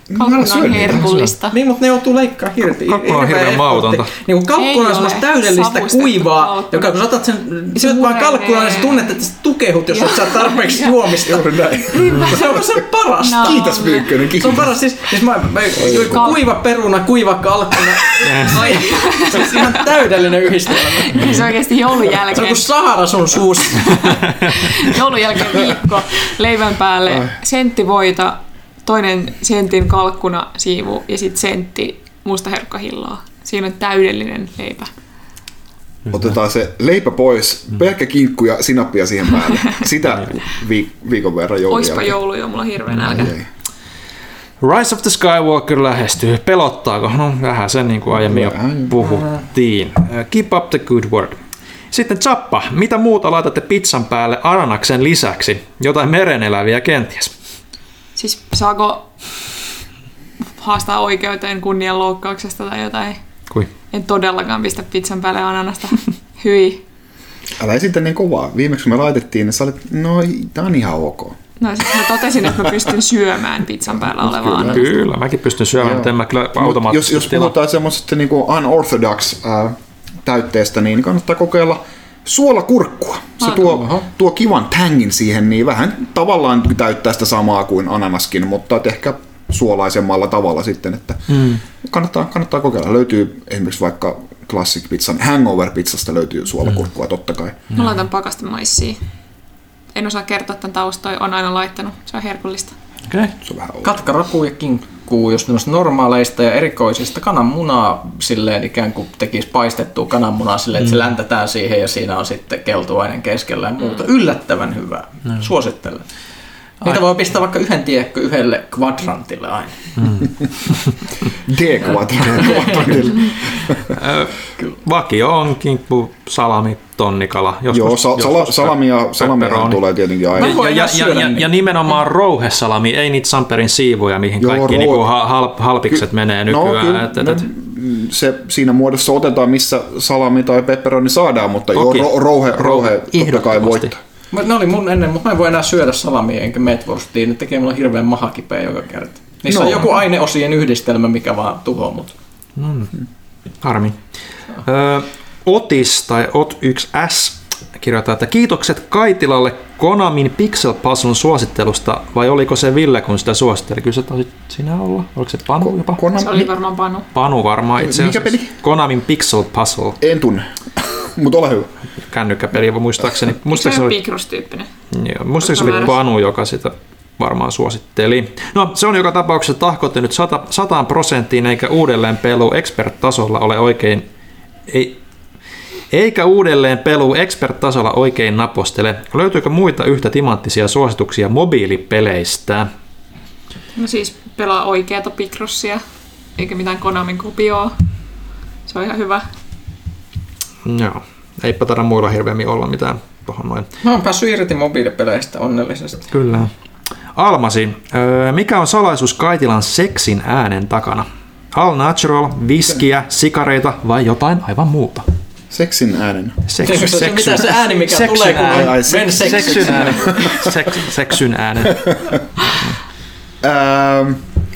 Speaker 3: Kalkkuna on herkullista.
Speaker 4: Niin, mutta ne joutuu leikkaa irti.
Speaker 1: Kalkkuna on hirveän mautonta.
Speaker 4: Niin kun kalkkuna on semmoista täydellistä kuivaa, kalkkuna. Joka kun sä otat sen, syöt vaan kalkkunaa, niin sä tunnet, että sä tukehut, jos et saa tarpeeksi juomista.
Speaker 2: Juuri näin.
Speaker 4: Se on, se on parasta.
Speaker 3: No.
Speaker 2: Kiitos Pyykkönen, kiitos.
Speaker 4: Se on paras. Siis, siis mä, mä, kuiva peruna, kuiva kalkkuna. Ai, se on ihan täydellinen yhdistelmä.
Speaker 3: Se oikeesti joulun jälkeen.
Speaker 4: Se on kuin Sahara sun suussa.
Speaker 3: Joulun jälkeen viikko leivän päälle, sentti voita, toinen sentin kalkkuna siivu ja sitten sentti mustaherkkahilloa. Siinä on täydellinen leipä.
Speaker 2: Otetaan se leipä pois, pelkkä kinkku ja sinappia siihen päälle. Sitä viik- viikon verran joulun
Speaker 3: Oispa
Speaker 2: jälkeen.
Speaker 3: joulu jo, mulla on hirveä nälkä.
Speaker 1: Rise of the Skywalker lähestyy. Pelottaako? No vähän sen niin kuin aiemmin jo puhuttiin. Keep up the good work. Sitten Zappa. Mitä muuta laitatte pizzan päälle ananaksen lisäksi? Jotain mereneläviä kenties.
Speaker 3: Siis saako haastaa oikeuteen kunnianloukkauksesta tai jotain?
Speaker 1: Kui?
Speaker 3: En todellakaan pistä pizzan päälle ananasta. Hyi.
Speaker 2: Älä esitä niin kovaa. Viimeksi kun me laitettiin, niin sä olit, no tää on ihan ok.
Speaker 3: No siis mä totesin, että mä pystyn syömään pizzan päällä olevaa ananasta.
Speaker 1: Kyllä, mäkin pystyn syömään, mutta en mä kyllä automaattisesti
Speaker 2: Jos, jos puhutaan semmoisesta niin kuin unorthodox äh, täytteestä, niin kannattaa kokeilla suolakurkkua. Se
Speaker 3: Ah,
Speaker 2: tuo, tuo kivan tangin siihen, niin vähän tavallaan täyttää sitä samaa kuin ananaskin, mutta ehkä suolaisemmalla tavalla sitten, että mm. kannattaa, kannattaa kokeilla. Löytyy esimerkiksi vaikka Classic Pizzan Hangover-pizzasta löytyy suolakurkkua, mm. totta kai.
Speaker 3: Mä laitan pakastemaissia. En osaa kertoa tämän taustoja, on aina laittanut. Se on herkullista.
Speaker 1: Okay.
Speaker 2: Se on vähän outo.
Speaker 4: Katkaraku ja kinkkuu, jos ne normaaleista ja erikoisista kananmunaa silleen ikään kuin tekisi paistettua kananmunaa silleen, että se läntätään siihen ja siinä on sitten keltuainen keskellä ja muuta. Yllättävän hyvää. Mm. Suosittelen. Niitä voi pistää vaikka yhden tiekkö yhdelle kvadrantille aina.
Speaker 1: Mm.
Speaker 2: D-kvadrantille.
Speaker 1: Vakio on kinkku, salami, tonnikala. Joskus,
Speaker 2: Joo, sa- sala- salamia, salamia tulee tietenkin aina.
Speaker 1: Ja, ja, ja, ja, ja nimenomaan rouhesalami, ei niitä Samperin siivoja, mihin
Speaker 2: Joo,
Speaker 1: kaikki
Speaker 2: rou-
Speaker 1: niinku hal- halpikset Ky- menee nykyään.
Speaker 2: No, kyllä,
Speaker 1: et, et, et.
Speaker 2: Se siinä muodossa otetaan, missä salami tai pepperoni saadaan, mutta joo, ro- rouhe, rouhe totta kai voittaa.
Speaker 4: Ne oli mun ennen, mutta mä en voi enää syödä salamia enkä metwurstia. Ne tekee mulle hirveän mahakipeä joka kerta. Niissä
Speaker 2: No.
Speaker 4: on joku aineosien yhdistelmä, mikä vaan tuhoaa mut.
Speaker 1: Mm. Harmi. Ö, Otis tai Ot yksi S kirjoittaa, että kiitokset Kaitilalle Konamin Pixel Puzzlen suosittelusta, vai oliko se Ville, kun sitä suositteli? Kyllä se taisit sinä olla. Oliko se Panu jopa?
Speaker 2: Konami-
Speaker 3: Se oli varmaan Panu.
Speaker 1: Panu varmaan itse asiassa.
Speaker 2: Mikä peli?
Speaker 1: Konamin Pixel Puzzle.
Speaker 2: En tunne, mutta ole hyvä.
Speaker 1: Kännykkäpeli, muistaakseni.
Speaker 3: Se
Speaker 1: muistaakseni
Speaker 3: on
Speaker 1: oli,
Speaker 3: Picross-tyyppinen.
Speaker 1: joo, muistaakseni oli Panu, joka sitä varmaan suositteli. No, se on joka tapauksessa tahkotti nyt sataan prosenttiin, eikä uudelleen pelu expert-tasolla ole oikein... Ei, eikä uudelleen pelu expert-tasolla oikein napostele. Löytyykö muita yhtä timanttisia suosituksia mobiilipeleistä?
Speaker 3: No siis pelaa oikeata Picrossia, eikä mitään Konamin kopioa. Se on ihan hyvä.
Speaker 1: Joo, eipä taida muilla hirveämmin olla mitään tohon noin.
Speaker 4: Mä oon päässyt irti mobiilipeleistä onnellisesti.
Speaker 1: Kyllä. Almasi, öö, mikä on salaisuus Kaitilan seksin äänen takana? All natural, viskiä, sikareita vai jotain aivan muuta?
Speaker 2: Seksin äänen.
Speaker 1: Seksy,
Speaker 4: Se, se, mitä se ääni, mikä
Speaker 1: seksyn
Speaker 4: tulee, kun
Speaker 1: ääni.
Speaker 4: on
Speaker 2: Ai, se-
Speaker 4: men seksy.
Speaker 1: Seksyn äänen. Seks, seksyn äänen.
Speaker 2: Ähm,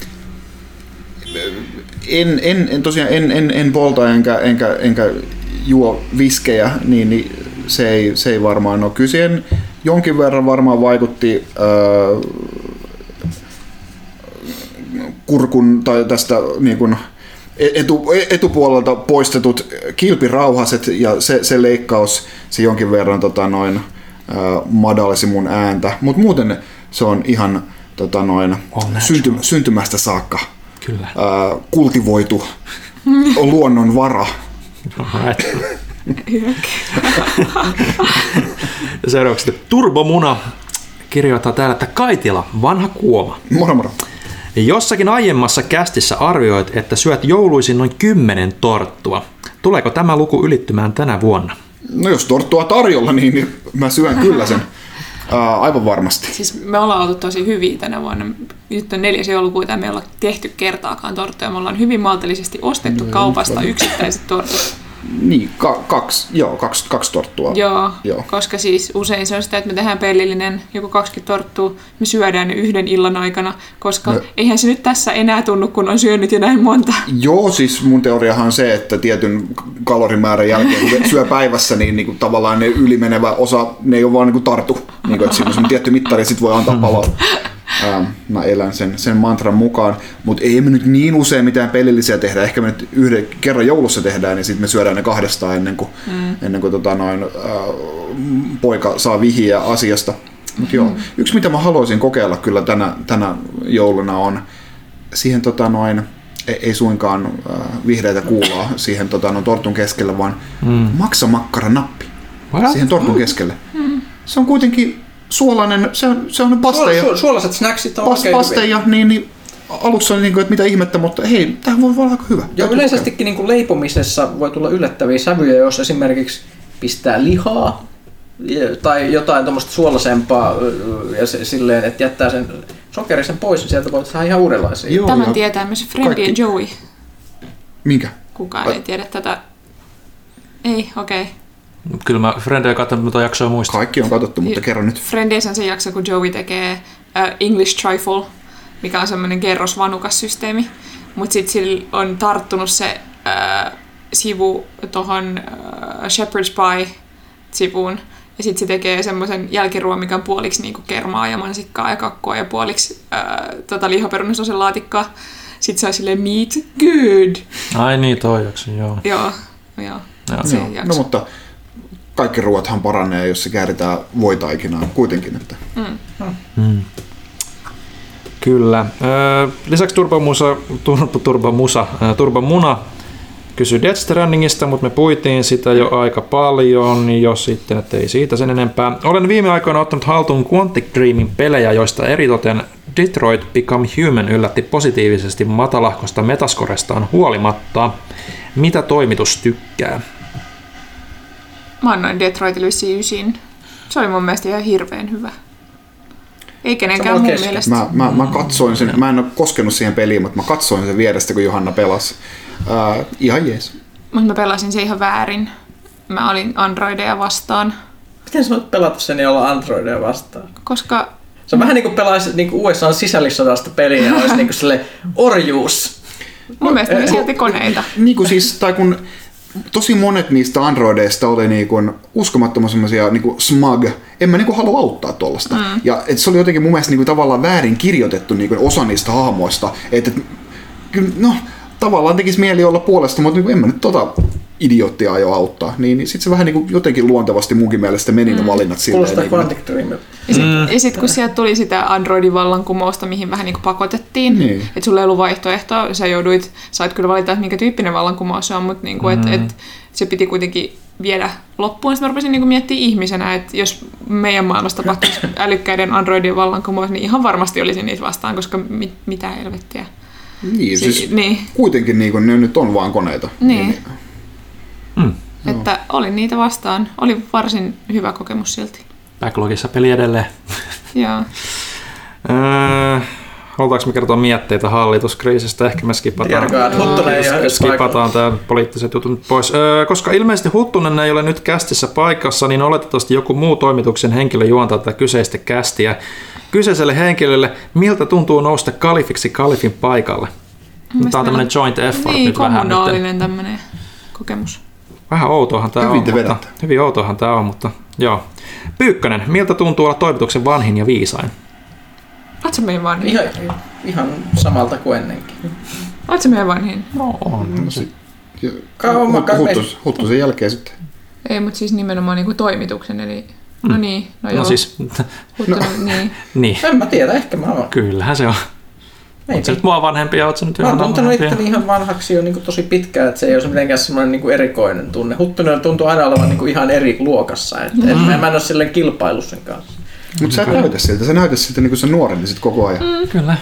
Speaker 2: en, en, en tosiaan en, en, en polta enkä, enkä, enkä juo viskejä, niin, niin se, ei, se ei varmaan ole. Kyllä siihen jonkin verran varmaan vaikutti äh, kurkun tai tästä niin kuin etu, etupuolelta poistetut kilpirauhaset ja se, se leikkaus, se jonkin verran tota, noin, äh, madalsi mun ääntä, mutta muuten se on ihan tota, noin, synty, syntymästä saakka
Speaker 1: Kyllä.
Speaker 2: äh, kultivoitu luonnon vara.
Speaker 1: Right. Ja seuraavaksi Turbomuna kirjoittaa täällä, että Kaitila, vanha kuoma.
Speaker 2: Moro moro.
Speaker 1: Jossakin aiemmassa kästissä arvioit, että syöt jouluisin noin kymmenen torttua. Tuleeko tämä luku ylittymään tänä vuonna?
Speaker 2: No jos torttua tarjolla, niin, niin mä syön kyllä sen. Ää, aivan varmasti.
Speaker 3: Siis me ollaan oltu tosi hyviä tänä vuonna. Nyt on neljäs joulukuuta ja me ei olla tehty kertaakaan torttuja. Me ollaan hyvin maltillisesti ostettu
Speaker 2: No,
Speaker 3: kaupasta yksittäiset tortut.
Speaker 2: Niin, ka- kaksi, joo, kaksi, kaksi torttua.
Speaker 3: Joo,
Speaker 2: Joo.
Speaker 3: koska siis usein se on sitä, että me tehdään pelillinen joku kaksikymmentä torttua, me syödään ne yhden illan aikana, koska
Speaker 2: No.
Speaker 3: eihän se nyt tässä enää tunnu, kun on syönyt jo näin monta.
Speaker 2: Joo, siis mun teoriahan on se, että tietyn kalorimäärän jälkeen, kun syö päivässä, niin, niin kuin tavallaan ne ylimenevä osa, ne ei ole vaan niin kuin tartu. Niin kuin, että siinä on semmoinen tietty mittari, ja sit voi antaa palaa. Ähm, mä elän sen, sen mantran mukaan, mutta ei me nyt niin usein mitään pelillisiä tehdä. Ehkä me nyt yhden kerran joulussa tehdään, niin sitten me syödään ne kahdestaan ennen kuin, mm. ennen kuin tota noin, äh, poika saa vihiä asiasta. Mut joo, yksi mitä mä haluaisin kokeilla kyllä tänä, tänä jouluna on siihen tota noin, ei, ei suinkaan äh, vihreitä kuulaa siihen tota, no, tortun keskelle, vaan mm. maksamakkaranappi
Speaker 1: What?
Speaker 2: siihen tortun keskelle. Mm. Se on kuitenkin suolainen, se on, se on pasteja.
Speaker 4: Suol- suolaiset snacksit on
Speaker 2: Pas,
Speaker 4: oikein hyviä.
Speaker 2: pasteja, niin, niin alussa oli niin kuin, että mitä ihmettä, mutta hei, tämähän voi olla aika hyvä.
Speaker 4: Joo,
Speaker 2: Täytyy
Speaker 4: yleisestikin niin kuin leipomisessa voi tulla yllättäviä sävyjä, jos esimerkiksi pistää lihaa tai jotain tuommoista suolaisempaa ja se, silleen, että jättää sen sokerisen pois, niin sieltä voi saada ihan uudenlaisia.
Speaker 2: Joo,
Speaker 3: Tämän
Speaker 2: ja
Speaker 3: tietää myös Friendly
Speaker 2: kaikki-
Speaker 3: and Joey.
Speaker 2: Minkä?
Speaker 3: Kukaan
Speaker 2: Ai-
Speaker 3: ei tiedä tätä. Ei, okei. Okay.
Speaker 1: Kyllä mä Frendejä katsonut, mutta jaksoa muistaa.
Speaker 2: Kaikki on katsottu, mutta kerro nyt.
Speaker 3: Friendies on se jakso, kun Joey tekee uh, English Trifle, mikä on semmoinen kerrosvanukas-systeemi. Mutta sitten sillä on tarttunut se uh, sivu tuohon uh, Shepherd's Pie-sivuun. Ja sitten se tekee semmoisen jälkiruoan, mikä on puoliksi niinku kermaa ja mansikkaa ja kakkua ja puoliksi uh, tota lihaperunasosen laatikkaa. Sitten se on silleen meat good.
Speaker 1: Ai niin, toi jakso, joo.
Speaker 3: Joo, joo.
Speaker 1: Joo.
Speaker 3: Se
Speaker 2: Joo,
Speaker 3: jakso.
Speaker 2: no mutta kaikki ruoathan paranee, jos se kääritään voitaikinaan kuitenkin. Että.
Speaker 1: Mm. Kyllä. Ö, lisäksi Turbomusa, Turbo, Turbomusa, ö, Turbomuna kysyi Death Strandingista, mutta me puitiin sitä jo aika paljon jo sitten, ettei siitä sen enempää. Olen viime aikoina ottanut haltuun Quantic Dreamin pelejä, joista eritoten Detroit Become Human yllätti positiivisesti matalahkosta metascorestaan huolimatta. Mitä toimitus tykkää?
Speaker 3: Mä annoin Detroitille yhdeksän. Se oli mun mielestä ihan hirveän hyvä. Ei kenenkään
Speaker 4: Samalla
Speaker 3: mun
Speaker 4: kesken.
Speaker 3: mielestä.
Speaker 2: Mä, mä, mä katsoin sen, mä en ole koskenut siihen peliin, mutta mä katsoin sen vierestä, kun Johanna pelasi. Uh, ihan jees.
Speaker 3: Mutta mä pelasin se ihan väärin. Mä olin Androideja vastaan,
Speaker 4: Miten sä voit pelata sen ja olla Androidia vastaan?
Speaker 3: koska
Speaker 4: Se on vähän niin kuin pelaisi niin kuin U S A:n sisällissodasta peliä ja olisi niin kuin sille orjuus.
Speaker 3: mun mielestä ne oli silti koneita.
Speaker 2: Niin kuin siis, tai kun tosi monet niistä androideista oli niin kuin uskomattoman semmoisia niin kuin smug. En mä niin kuin halua auttaa tuollaista. Mm. Ja et se oli jotenkin mun mielestä niin kuin tavallaan väärin kirjoitettu niin kuin osa niistä hahmoista. Että et, no, tavallaan tekisi mieli olla puolesta, mutta niin kuin en mä nyt tota idioottia aio auttaa. Niin, niin sit se vähän niin kuin jotenkin luontevasti munkin mielestä meni mm. ne valinnat silleen.
Speaker 4: Kuulostaa
Speaker 2: niin kuin,
Speaker 4: Quantic Dreamilta.
Speaker 3: Ja sitten sit, kun sieltä tuli sitä Androidin vallankumousta, mihin vähän niin kuin pakotettiin,
Speaker 2: Niin.
Speaker 3: että sulla ei ollut vaihtoehtoa, sä jouduit, sait kyllä valita, että minkä tyyppinen vallankumous se on, mutta niin kuin, mm. et, et se piti kuitenkin viedä loppuun. Sitten mä rupesin niin kuin miettimään ihmisenä, että jos meidän maailmassa tapahtuisi älykkäiden Androidin vallankumous, niin ihan varmasti olisin niitä vastaan, koska mit, mitä helvettiä.
Speaker 2: Niin,
Speaker 3: Si-
Speaker 2: siis
Speaker 3: niin.
Speaker 2: kuitenkin niin kuin, ne nyt on vaan koneita.
Speaker 3: Niin.
Speaker 1: Mm.
Speaker 3: Että olin niitä vastaan. Oli varsin hyvä kokemus silti.
Speaker 1: Backlogissa peli edelleen.
Speaker 3: Joo.
Speaker 1: Öö, halutaanko me kertoa mietteitä hallituskriisistä? Ehkä me skipataan,
Speaker 4: Dear God, Huttunen ei ole edes
Speaker 1: skipataan tämä poliittiset jutut nyt pois. Öö, koska ilmeisesti Huttunen ei ole nyt kästissä paikassa, niin oletettavasti joku muu toimituksen henkilö juontaa tätä kyseistä kästiä. Kyseiselle henkilölle, miltä tuntuu nousta kalifiksi kalifin paikalle? Tämä on tämmöinen joint effort
Speaker 3: niin,
Speaker 1: nyt vähän nyt.
Speaker 3: kommunaalinen tämmöinen kokemus.
Speaker 1: Vähän outoahan tämä
Speaker 2: Hyvin
Speaker 1: on,
Speaker 2: te
Speaker 1: mutta,
Speaker 2: vedätte.
Speaker 1: hyvin outoahan tämä on, mutta joo. Pyykkönen, miltä tuntuu olla toimituksen vanhin ja viisain?
Speaker 3: Oot sä meidän vanhin?
Speaker 4: Ihan, ihan samalta kuin ennenkin.
Speaker 3: Oot sä meidän vanhin?
Speaker 1: No on.
Speaker 2: No, sit, ja,
Speaker 4: Kauan mä
Speaker 2: huttu,
Speaker 4: käyn-
Speaker 2: huttu, huttu sen jälkeen sitten.
Speaker 3: Ei, mutta siis nimenomaan niinku toimituksen, eli... No
Speaker 1: Mm.
Speaker 3: niin, no,
Speaker 1: No
Speaker 3: joo.
Speaker 1: siis,
Speaker 3: Huttunen, niin.
Speaker 1: niin,
Speaker 4: En mä tiedä, ehkä mä oon.
Speaker 1: kyllähän se on. Oot sä nyt mua vanhempi ja oot sä nyt
Speaker 4: Mä oon
Speaker 1: Johanna
Speaker 4: tuntenut
Speaker 1: vanhempi?
Speaker 4: itteni ihan vanhaksi jo niin tosi pitkään, että se ei ole mitenkään semmoinen niin erikoinen tunne. Huttunen tuntuu aina olevan niin ihan eri luokassa, että mm. mä en ole silleen kilpailu sen kanssa.
Speaker 2: Mutta sä et näytä siltä, sä näytä siltä niin kuin sä nuorenisit koko ajan. Mm.
Speaker 1: Kyllä.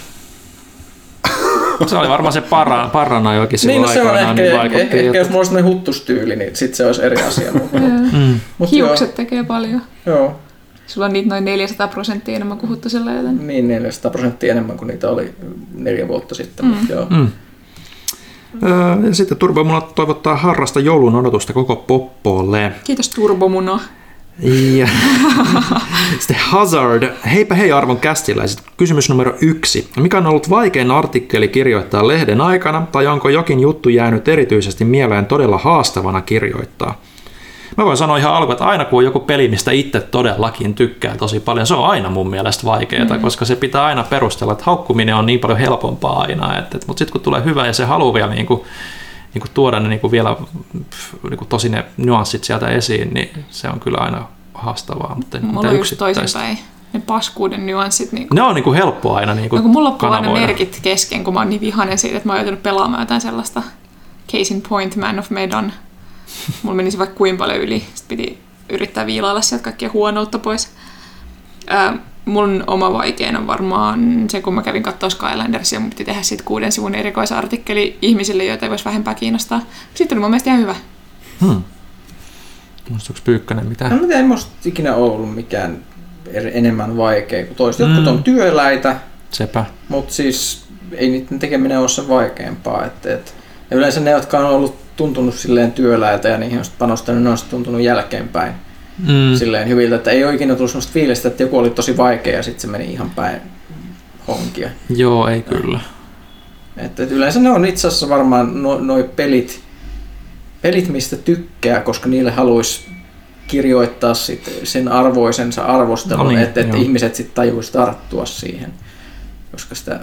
Speaker 1: Se oli varmaan se para, paranajokin
Speaker 4: Niin,
Speaker 1: silloin
Speaker 4: no se on
Speaker 1: aikoinaan,
Speaker 4: ehkä,
Speaker 1: niin
Speaker 4: ehkä,
Speaker 1: vaikutti.
Speaker 4: ehkä
Speaker 1: että-
Speaker 4: jos mulla olisi semmoinen huttustyyli, niin sit se olisi eri asia. Mutta,
Speaker 1: Mm.
Speaker 4: mut
Speaker 3: Hiukset tekee paljon.
Speaker 4: Joo, joo,
Speaker 3: Sulla on niitä noin neljäsataa prosenttia enemmän kuin Huttusella, joten...
Speaker 4: niin neljäsataa prosenttia enemmän kuin niitä oli neljä vuotta sitten. Mm. Joo.
Speaker 1: Mm. Öö, ja sitten Turbomuna toivottaa harrasta joulun odotusta koko Poppolle.
Speaker 3: Kiitos Turbomuna.
Speaker 1: Ja sitten Hazard. Heipä hei arvon kästiläiset. Kysymys numero yksi. Mikä on ollut vaikein artikkeli kirjoittaa lehden aikana, tai onko jokin juttu jäänyt erityisesti mieleen todella haastavana kirjoittaa? Mä voin sanoa ihan alkuun, että aina kun on joku peli, mistä itse todellakin tykkää tosi paljon, se on aina mun mielestä vaikeaa, mm. koska se pitää aina perustella, että haukkuminen on niin paljon helpompaa aina. Että, mutta sitten kun tulee hyvä ja se haluaa vielä niin kuin, niin kuin tuoda ne niin kuin vielä niin kuin tosi ne nyanssit sieltä esiin, niin se on kyllä aina haastavaa. Mutta
Speaker 3: mulla on just toisinpäin. Ne paskuuden nyanssit. Niin kuin...
Speaker 1: Ne on niin kuin helppoa aina niin kuin no,
Speaker 3: kun mulla loppuu aina merkit kesken, kun mä oon niin vihainen siitä, että mä oon joutunut pelaamaan jotain sellaista case in point, Man of Medan. Mulla menisi vaikka kuinka paljon yli. Sitten piti yrittää viilailla sieltä kaikkia huonoutta pois. Ää, mun oma vaikein on varmaan se, kun mä kävin katsoa Skylandersia, mun piti tehdä siitä kuuden sivun erikoisartikkeli ihmisille, joita ei voisi vähempää kiinnostaa. Sitten oli mun mielestä ihan hyvä.
Speaker 1: Hmm. Muistuuko Pyykkönen mitään?
Speaker 4: No, mitä ei musta ikinä ollut mikään enemmän vaikea kuin toista. Jotkut on työläitä,
Speaker 1: sepä.
Speaker 4: Mutta siis ei niiden tekeminen ole sen vaikeampaa. Et, et, ja yleensä ne, jotka on ollut tuntunut silleen työläiltä ja niihin on panostanut, ne on tuntunut jälkeenpäin mm. silleen hyviltä, että ei ole ikinä tullut sellaista fiilistä, että joku oli tosi vaikea ja sitten se meni ihan päin honkia.
Speaker 1: Joo, ei kyllä.
Speaker 4: Et, et yleensä ne on itse asiassa varmaan nuo noi pelit, pelit, mistä tykkää, koska niille haluaisi kirjoittaa sit sen arvoisensa arvostelun, no niin, että et ihmiset sitten tajuisi tarttua siihen, koska sitä...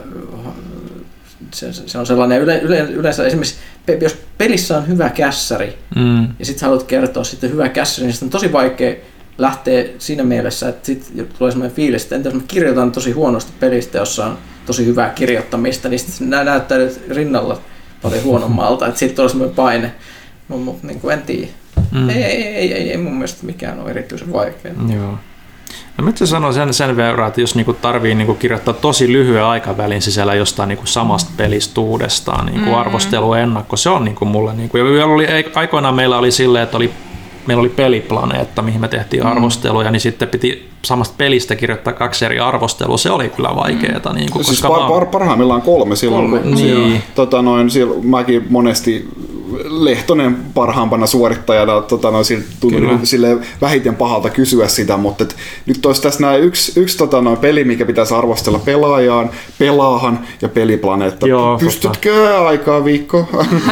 Speaker 4: Se, se on sellainen yle, yle, yleensä esimerkiksi, jos pelissä on hyvä kässäri mm. ja sitten haluat kertoa sitten hyvä kässäri, niin sitten on tosi vaikea lähteä siinä mielessä, että sitten tulee sellainen fiilis, että entä jos mä kirjoitan tosi huonosti pelistä, jossa on tosi hyvää kirjoittamista, niin sitten nämä näyttää rinnalla paljon huonommalta, että siitä tulee sellainen paine, mutta niin kuin en tiedä. Mm. Ei, ei, ei, ei, ei mun mielestä mikään ole erityisen vaikea.
Speaker 1: Joo. No mä sanon sen, sen verran, että jos niinku tarvii niinku kirjoittaa tosi lyhyen aikavälin sisällä jostain niinku samasta pelistä uudestaan niinku mm-hmm. arvosteluennakko, se on niinku mulle. Niinku, ja oli, aikoinaan meillä oli silleen, että oli, meillä oli peliplaneetta, mihin me tehtiin mm-hmm. arvosteluja, niin sitten piti samasta pelistä kirjoittaa kaksi eri arvostelua. Se oli kyllä vaikeaa. Mm-hmm. Niinku,
Speaker 2: siis par, par, parhaimmillaan kolme silloin.
Speaker 1: Kolme, niin.
Speaker 2: Siellä, tota noin, siellä, mäkin monesti... Lehtonen parhaampana suorittajana tota, no, tuntui sille vähiten pahalta kysyä sitä, mutta et, nyt olisi tässä nämä yksi, yksi tota, no, peli, mikä pitäisi arvostella pelaajaan, pelaahan ja peliplaneetta. Joo, pystytkö aikaa viikko?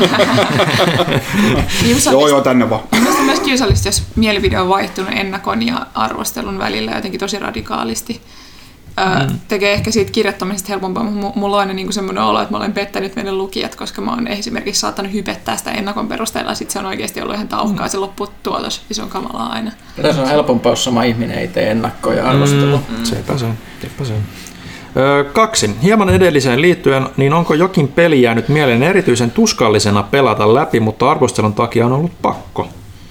Speaker 2: joo, joo, tänne vaan.
Speaker 3: Mielestäni myös kiusallista, jos mielipide on vaihtunut ennakon ja arvostelun välillä jotenkin tosi radikaalisti. Mm. Tekee ehkä siitä kirjoittamisesta helpompaa, mutta mulla on aina niinku semmoinen olo, että mä olen pettänyt meidän lukijat, koska mä oon esimerkiksi saattanut hypettää sitä ennakon perusteella, ja sitten se on oikeasti ollut ihan tauhkaa mm. se lopputuotos, ja se on kamalaa aina.
Speaker 4: Ja se on helpompaa, jos sama ihminen ei tee ennakkoa ja arvostelua.
Speaker 1: Mm. Mm. Sepä se, sepä se. Öö, kaksi. Hieman edelliseen liittyen, niin onko jokin peli jäänyt mieleen erityisen tuskallisena pelata läpi, mutta arvostelun takia on ollut pakko?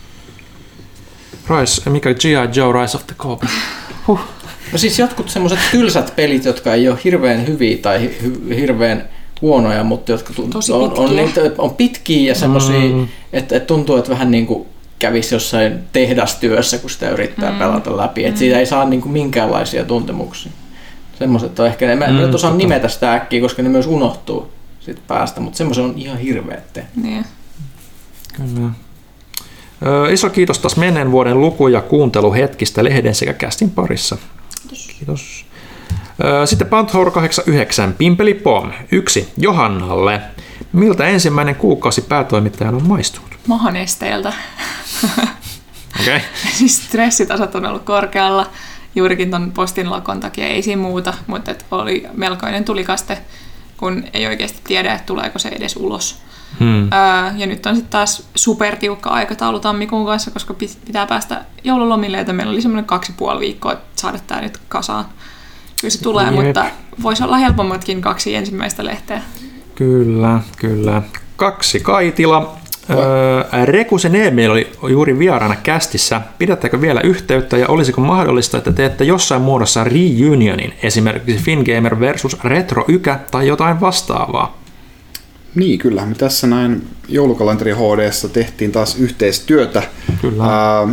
Speaker 1: Rise, mikä G I. Joe Rise of the Cobra? Huh.
Speaker 4: No siis jotkut semmoiset tylsät pelit, jotka ei ole hirveän hyviä tai hy- hirveän huonoja, mutta jotka
Speaker 3: Tosi
Speaker 4: on, on, niitä, on pitkiä ja semmoisia, mm. että et tuntuu, että vähän niin kuin kävisi jossain tehdastyössä, kun sitä yrittää mm. pelata läpi. Että mm. siitä ei saa niin kuin minkäänlaisia tuntemuksia. Semmoiset on ehkä, en mä mm, nyt osaa nimetä sitä äkkiä, koska ne myös unohtuu siitä päästä, mutta semmoisen on ihan hirveät tehdä.
Speaker 3: Niin.
Speaker 1: Kyllä. Ö, iso kiitos taas menneen vuoden luku- ja kuunteluhetkistä lehden sekä kästin parissa. Kiitos. Sitten Panthor kahdeksankymmentäyhdeksän, Pimpeli Pom. Yksi, Johannalle. Miltä ensimmäinen kuukausi päätoimittajan on maistunut?
Speaker 3: Mahanesteeltä.
Speaker 1: Okei. Okay.
Speaker 3: Siis stressitasot on ollut korkealla. Juurikin ton postin lakon takia ei siinä muuta, mutta oli melkoinen tulikaste, kun ei oikeasti tiedä, että tuleeko se edes ulos. Hmm. Öö, ja nyt on sitten taas supertiukka aikataulu tammikuun kanssa, koska pitää päästä joululomille, joten meillä oli semmoinen kaksi puoli viikkoa, että saada tämä nyt kasaan. Kyllä se tulee, Jep. mutta voisi olla helpommatkin kaksi ensimmäistä lehteä.
Speaker 1: Kyllä, kyllä. Kaksi Kaitila. Öö, Rekusen Emil oli juuri vieraana kästissä. Pidättekö vielä yhteyttä ja olisiko mahdollista, että teette jossain muodossa reunionin, esimerkiksi Fingamer versus Retro Ykä tai jotain vastaavaa?
Speaker 2: Niin, kyllä. Me tässä näin joulukalenteri H D:ssä tehtiin taas yhteistyötä.
Speaker 1: Kyllä.
Speaker 2: Ää,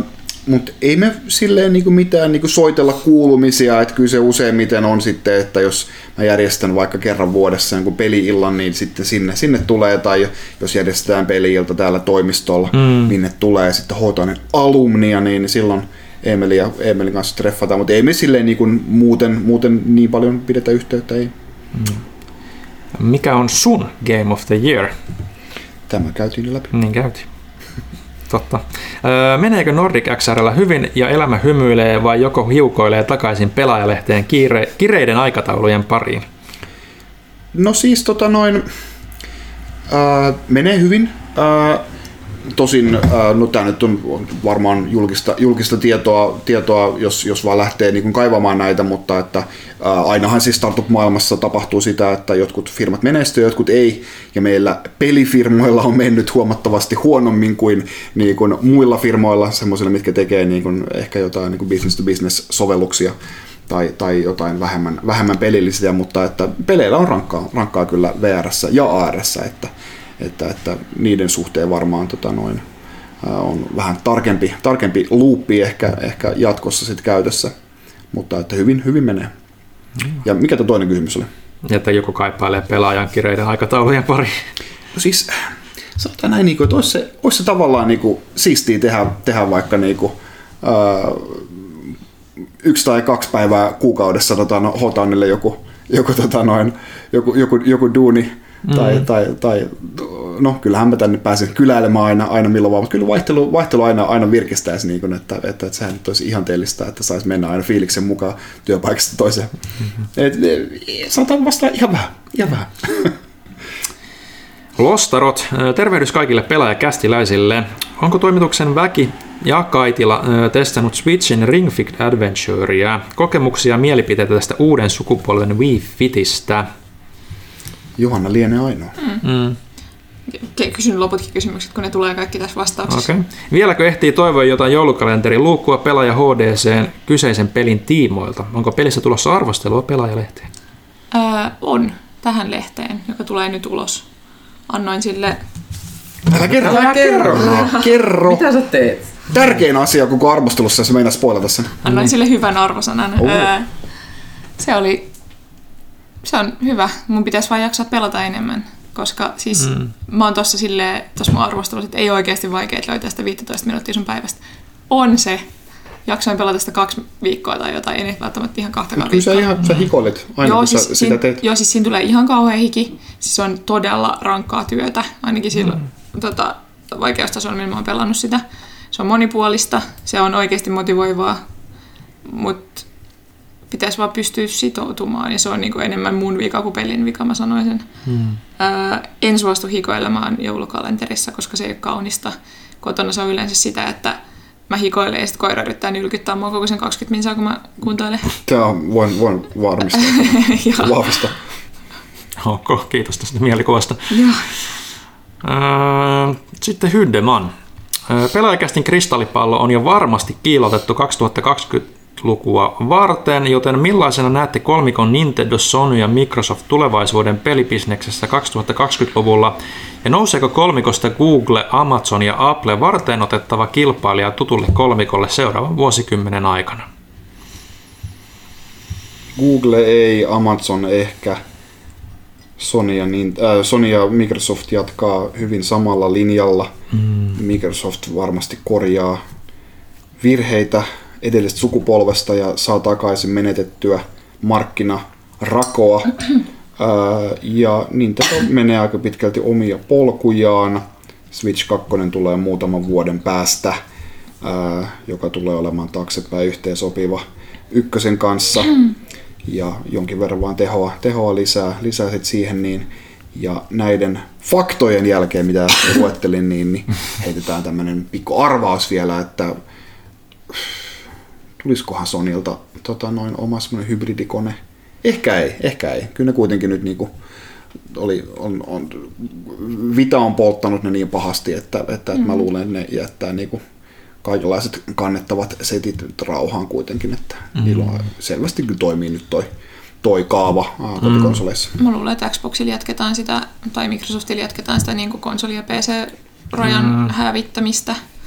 Speaker 2: Mutta ei me silleen niinku mitään niinku soitella kuulumisia, että kyllä se useimmiten on sitten, että jos mä järjestän vaikka kerran vuodessa jonkun peli-illan, niin sitten sinne, sinne tulee, tai jos järjestetään peli-ilta täällä toimistolla, mm. minne tulee sitten Hotanen alumnia, niin silloin Emeli ja Emelin kanssa treffataan, mutta ei me silleen niinku muuten, muuten niin paljon pidetä yhteyttä, ei.
Speaker 1: Mm. Mikä on sun Game of the Year?
Speaker 2: Tämä käytiin läpi.
Speaker 1: Niin käytiin. Totta. Öö, meneekö Nordic X R:llä hyvin ja elämä hymyilee vai joko hiukoilee takaisin pelaajalehteen kiire- kireiden aikataulujen pariin?
Speaker 2: No siis tota noin, ää, menee hyvin. Ää, tosin, ää, no tää nyt on varmaan julkista, julkista tietoa, tietoa jos, jos vaan lähtee niin kuin kaivamaan näitä, mutta että ää, ainahan siis startup-maailmassa tapahtuu sitä, että jotkut firmat menestyy, jotkut ei, ja meillä pelifirmoilla on mennyt huomattavasti huonommin kuin, niin kuin muilla firmoilla, semmoisilla, mitkä tekee niin kuin ehkä jotain niin kuin business-to-business-sovelluksia tai, tai jotain vähemmän, vähemmän pelillisiä, mutta että peleillä on rankkaa, rankkaa kyllä V R:ssä ja A R:ssä, että Että, että niiden suhteen varmaan tota noin, ää, on vähän tarkempi, tarkempi luuppi ehkä, ehkä jatkossa sit käytössä, mutta että hyvin, hyvin menee. Mm. Ja mikä tuo toinen kysymys oli?
Speaker 1: Että joku kaipailee pelaajan kireiden aikataulujen pariin.
Speaker 2: No siis sanotaan näin, että olisi se, olisi se tavallaan niin kuin siistiä tehdä, tehdä vaikka niin kuin, ää, yksi tai kaksi päivää kuukaudessa tota, no, Hotanille joku, joku, tota, noin, joku, joku, joku duuni. Tai, mm-hmm. tai, tai, no kyllähän mä tänne pääsen kyläilemään aina, aina milloin vaan, mutta kyllä vaihtelu, vaihtelu aina, aina virkistäisi, niin kuin, että, että, että sehän nyt olisi ihanteellista, että saisi mennä aina fiiliksen mukaan työpaikasta toiseen. Mm-hmm. Et, sanotaan vasta ihan vähän, ihan vähän.
Speaker 1: Lostarot, tervehdys kaikille pelaajakästiläisille. Onko toimituksen väki ja Kaitila testannut Switchin Ring Fit Adventurea? Kokemuksia ja mielipiteitä tästä uuden sukupolven Wii Fitistä?
Speaker 2: Johanna lienee ainoa.
Speaker 3: Mm. Mm. Kysyn loputkin kysymykset, kun ne tulee kaikki tässä vastauksessa.
Speaker 1: Okay. Vieläkö ehtii toivoa jotain joulukalenterin luukkua pelaaja H D C:n kyseisen pelin tiimoilta? Onko pelissä tulossa arvostelua pelaajalehteen?
Speaker 3: Öö, on. Tähän lehteen, joka tulee nyt ulos. Annoin sille...
Speaker 2: Älä kerro! Älä kerro! Älä kerro!
Speaker 4: Mitä sä teet?
Speaker 2: Tärkein asia koko arvostelussa, jos meinaa spoilata sen.
Speaker 3: Annoin mm. sille hyvän arvosanan. Oh. Öö, se oli... Se on hyvä. Mun pitäisi vaan jaksaa pelata enemmän, koska siis mm. mä oon tossa silleen, tossa mun arvostelussa, että ei oikeasti vaikea löytää sitä viisitoista minuuttia sun päivästä. On se. Jaksoin pelata sitä kaksi viikkoa tai jotain, en välttämättä ihan kahtakaan
Speaker 2: viikkoa. Kyllä sä ihan, sä
Speaker 3: mm.
Speaker 2: hikoilit aina,
Speaker 3: joo,
Speaker 2: kun
Speaker 3: siis
Speaker 2: sä
Speaker 3: siinä,
Speaker 2: sitä teet.
Speaker 3: Joo, siis siinä tulee ihan kauhean hiki. Siis se on todella rankkaa työtä, ainakin sillä mm. tota, vaikeustasolla, millä mä oon pelannut sitä. Se on monipuolista, se on oikeasti motivoivaa, mutta pitäisi vaan pystyä sitoutumaan, ja se on niinku enemmän mun vika kuin pelin vika, mä sanoisin. Hmm. Öö, en suostu hikoilemaan joulukalenterissa, koska se ei ole kaunista. Kotona se on yleensä sitä, että mä hikoilen ja sitten koira yrittää nylkyttää mua koko sen kaksikymmentä minsaa, kun mä kuuntailen.
Speaker 2: Tämä voin, voin varmistaa. Vahvistaa.
Speaker 1: Ok, kiitos tästä mielikuvasta.
Speaker 3: Joo.
Speaker 1: Öö, sitten Hyndeman. Pelaajakästin kristallipallo on jo varmasti kiilotettu kaksituhattakaksikymmentälukua varten, joten millaisena näette kolmikon Nintendo, Sony ja Microsoft tulevaisuuden pelibisneksessä kaksituhattakaksikymmentäluvulla, ja nouseeko kolmikosta Google, Amazon ja Apple varten otettava kilpailija tutulle kolmikolle seuraavan vuosikymmenen aikana?
Speaker 2: Google ei, Amazon ehkä, Sony ja, äh, Sony ja Microsoft jatkaa hyvin samalla linjalla. Mm. Microsoft varmasti korjaa virheitä edellisestä sukupolvesta ja saa takaisin menetettyä markkinarakoa. äh, ja Nintendo menee aika pitkälti omia polkujaan. Switch kaksi tulee muutaman vuoden päästä, äh, joka tulee olemaan taaksepäin yhteensopiva ykkösen kanssa. Mm. Ja jonkin verran vaan tehoa, tehoa lisää, lisää sit siihen, niin, ja näiden faktojen jälkeen, mitä luettelin, niin, niin heitetään tämmöinen pikku arvaus vielä, että tulisikohan Sonylta tota, noin oma semmoinen hybridikone. Ehkä ei, ehkä ei. Kyllä ne kuitenkin nyt niinku oli, on, on, Vita on polttanut ne niin pahasti, että, että, mm. että mä luulen, että ne jättää niinku kaikenlaiset kannettavat setit rauhaan kuitenkin, että mm. niillä on selvästi kyllä toimii nyt toi, toi kaava mm. kotikonsoleissa.
Speaker 3: Mä luulen, että Xboxilla jatketaan sitä, tai Microsoftilla jatketaan sitä niin kuin konsoli- ja P C-rajan mm. hävittämistä.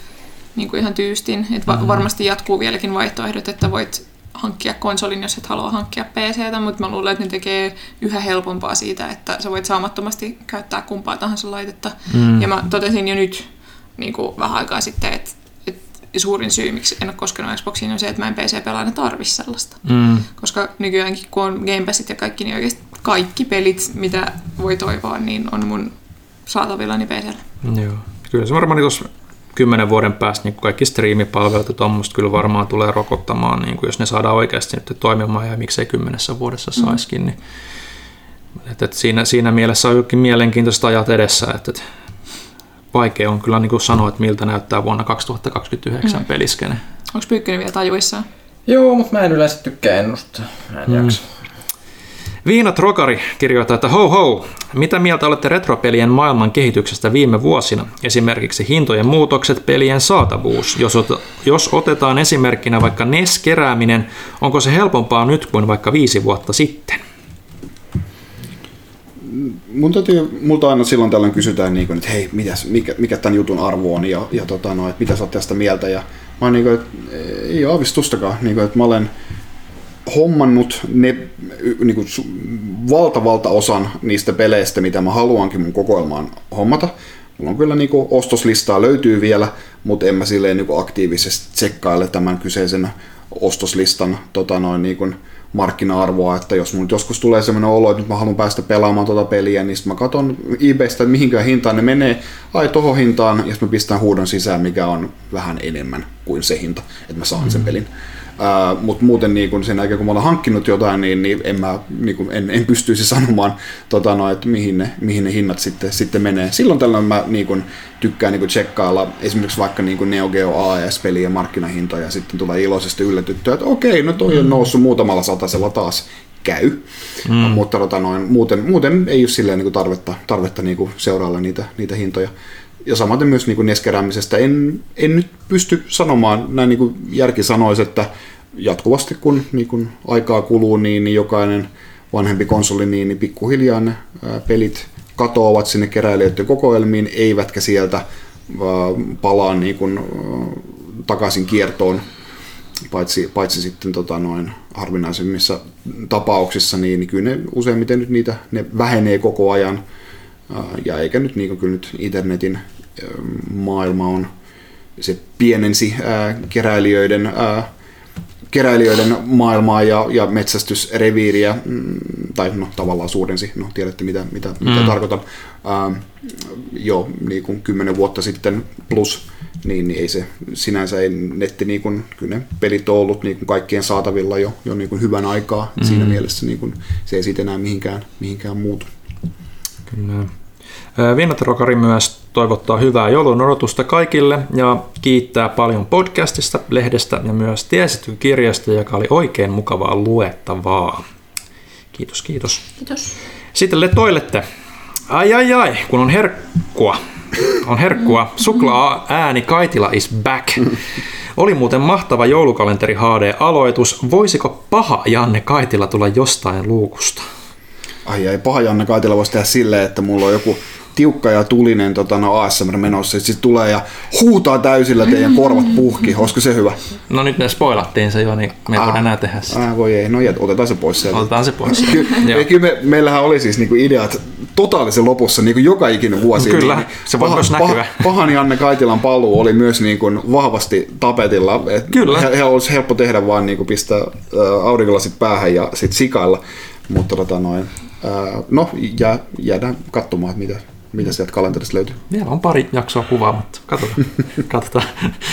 Speaker 3: niin kuin ihan tyystin. Et va- varmasti jatkuu vieläkin vaihtoehdot, että voit hankkia konsolin, jos et halua hankkia P C:tä, mutta mä luulen, että ne tekee yhä helpompaa siitä, että sä voit saamattomasti käyttää kumpaa tahansa laitetta. Mm. Ja mä totesin jo nyt niin kuin vähän aikaa sitten, että, että suurin syy, miksi en ole koskenut Xboxiin, on se, että mä en P C-pelaajana tarvitse sellaista. Mm. Koska nykyäänkin, kun on Game Passit ja kaikki, niin oikeasti kaikki pelit, mitä voi toivoa, niin on mun saatavillani P C:llä.
Speaker 1: Joo. Kyllä se varmaan tuossa kymmenen vuoden päästä niin kaikki striimipalvelut ja tuommoista kyllä varmaan tulee rokottamaan, niin jos ne saadaan oikeasti nyt toimimaan ja miksei kymmenessä vuodessa saisikin. Mm. Niin, että, että siinä, siinä mielessä on jokin mielenkiintoista ajat edessä. Että, että vaikea on kyllä niin kuin sanoa, että miltä näyttää vuonna kaksituhattakaksikymmentäyhdeksän mm. peliskene.
Speaker 3: Onko Pyykkönen vielä tajuissaan?
Speaker 4: Joo, mutta mä en yleensä tykkää ennustaa. Mä en mm. jaksa.
Speaker 1: Viinat Rokari kirjoittaa, että ho ho, mitä mieltä olette retropelien maailman kehityksestä viime vuosina? Esimerkiksi hintojen muutokset, pelien saatavuus. Jos, ot- jos otetaan esimerkkinä vaikka N E S-kerääminen, onko se helpompaa nyt kuin vaikka viisi vuotta sitten?
Speaker 2: Mun täytyy, multa aina silloin tällöin kysytään, niin kuin, että hei, mitäs, mikä, mikä tämän jutun arvo on ja, ja tota, no, että mitä sä oot tästä mieltä. Ja mä oon niin kuin, että ei ole aavistustakaan, niin kuin, että mä olen hommannut ne niin kuin, valtavalta osan niistä peleistä, mitä mä haluankin mun kokoelmaan hommata. Mulla on kyllä niin kuin, ostoslistaa löytyy vielä, mutta en mä silleen niin kuin, aktiivisesti tsekkaile tämän kyseisen ostoslistan tota, noin, niin kuin, markkina-arvoa, että jos mun joskus tulee sellainen olo, että nyt mä haluan päästä pelaamaan tuota peliä, niin sitten mä katson eBaystä, että mihinkään hintaan ne menee, ai tohon hintaan, ja sitten mä pistän huudon sisään, mikä on vähän enemmän kuin se hinta, että mä saan mm-hmm. sen pelin. Uh, mutta muuten niin kun sen jälkeen, kun mä olen hankkinut jotain, niin, niin, en, mä, niin kun, en, en pystyisi sanomaan, tota, no, että mihin ne, mihin ne hinnat sitten, sitten menee. Silloin tällöin mä niin kun, tykkään niin kun, tsekkailla esimerkiksi vaikka niin kun Neo Geo A E S-pelien markkinahintoja, ja sitten tulee iloisesti yllätyttyä, että okei, no toi on noussut muutamalla satasella taas, käy. Mm. Mutta tota, noin, muuten, muuten ei ole silleen niin kun, tarvetta, tarvetta niin kun, seurailla niitä, niitä hintoja. Ja samaten myös niin N E S-keräämisestä en, en nyt pysty sanomaan, näin niin kuin järki sanoisi, että jatkuvasti kun, niin kun aikaa kuluu, niin, niin jokainen vanhempi konsoli, niin, niin pikkuhiljaa ne ää, pelit katoavat sinne keräilijöiden kokoelmiin, eivätkä sieltä ää, palaa niin kun, ää, takaisin kiertoon, paitsi, paitsi sitten tota, noin harvinaisemmissa tapauksissa, niin, niin kyllä ne useimmiten nyt niitä ne vähenee koko ajan. Ja eikä nyt niin kuin kyllä nyt internetin maailma on, se pienensi ää, keräilijöiden, ää, keräilijöiden maailmaa ja, ja metsästysreviiriä, mm, tai no tavallaan suurensi, no tiedätte mitä, mitä, mm. mitä tarkoitan, ää, jo niin kuin kymmenen vuotta sitten plus, niin, niin ei se sinänsä ei netti, niin kuin, kyllä ne pelit on ollut niin kuin kaikkien saatavilla jo, jo niin kuin hyvän aikaa, mm. siinä mielessä niin kuin, se ei siitä enää mihinkään, mihinkään muutu.
Speaker 1: Kyllä. Viinat Rokari myös toivottaa hyvää joulun odotusta kaikille ja kiittää paljon podcastista, lehdestä ja myös Tiesity-kirjasta, joka oli oikein mukavaa luettavaa. Kiitos, kiitos.
Speaker 3: Kiitos.
Speaker 1: Sitten toilette. Ai ai ai, kun on herkkua. On herkkua. Suklaa ääni Kaitila is back. Oli muuten mahtava joulukalenteri H D-aloitus. Voisiko paha Janne Kaitila tulla jostain luukusta?
Speaker 2: Ai ai, paha Janne Kaitila voisi tehdä silleen, että mulla on joku tiukka ja tulinen tota, no, A S M R menossa, ja sitten tulee ja huutaa täysillä teidän korvat puhki. Olisiko se hyvä?
Speaker 1: No nyt ne spoilattiin se jo, niin me ei voida enää tehdä sitä.
Speaker 2: Ää, voi ei, no jät, otetaan se pois sieltä.
Speaker 1: Otetaan se pois.
Speaker 2: Ky- kyllä me, meillähän oli siis niinku ideat totaalisen lopussa niinku joka ikinen vuosi.
Speaker 1: Kyllä,
Speaker 2: niin,
Speaker 1: se voi paha, myös näkyä.
Speaker 2: Paha, pahan Janne Kaitilan paluu oli myös niinku vahvasti tapetilla. Et
Speaker 1: Kyllä.
Speaker 2: He, he olisi helppo tehdä vaan niinku pistää äh, aurinkolasit päähän ja sitten sikailla. Mutta tota noin, äh, no jää, jäädään katsomaan, mitä Mitä sieltä kalenterista löytyy?
Speaker 1: Vielä on pari jaksoa kuvaamatta. Katsotaan. Katsotaan.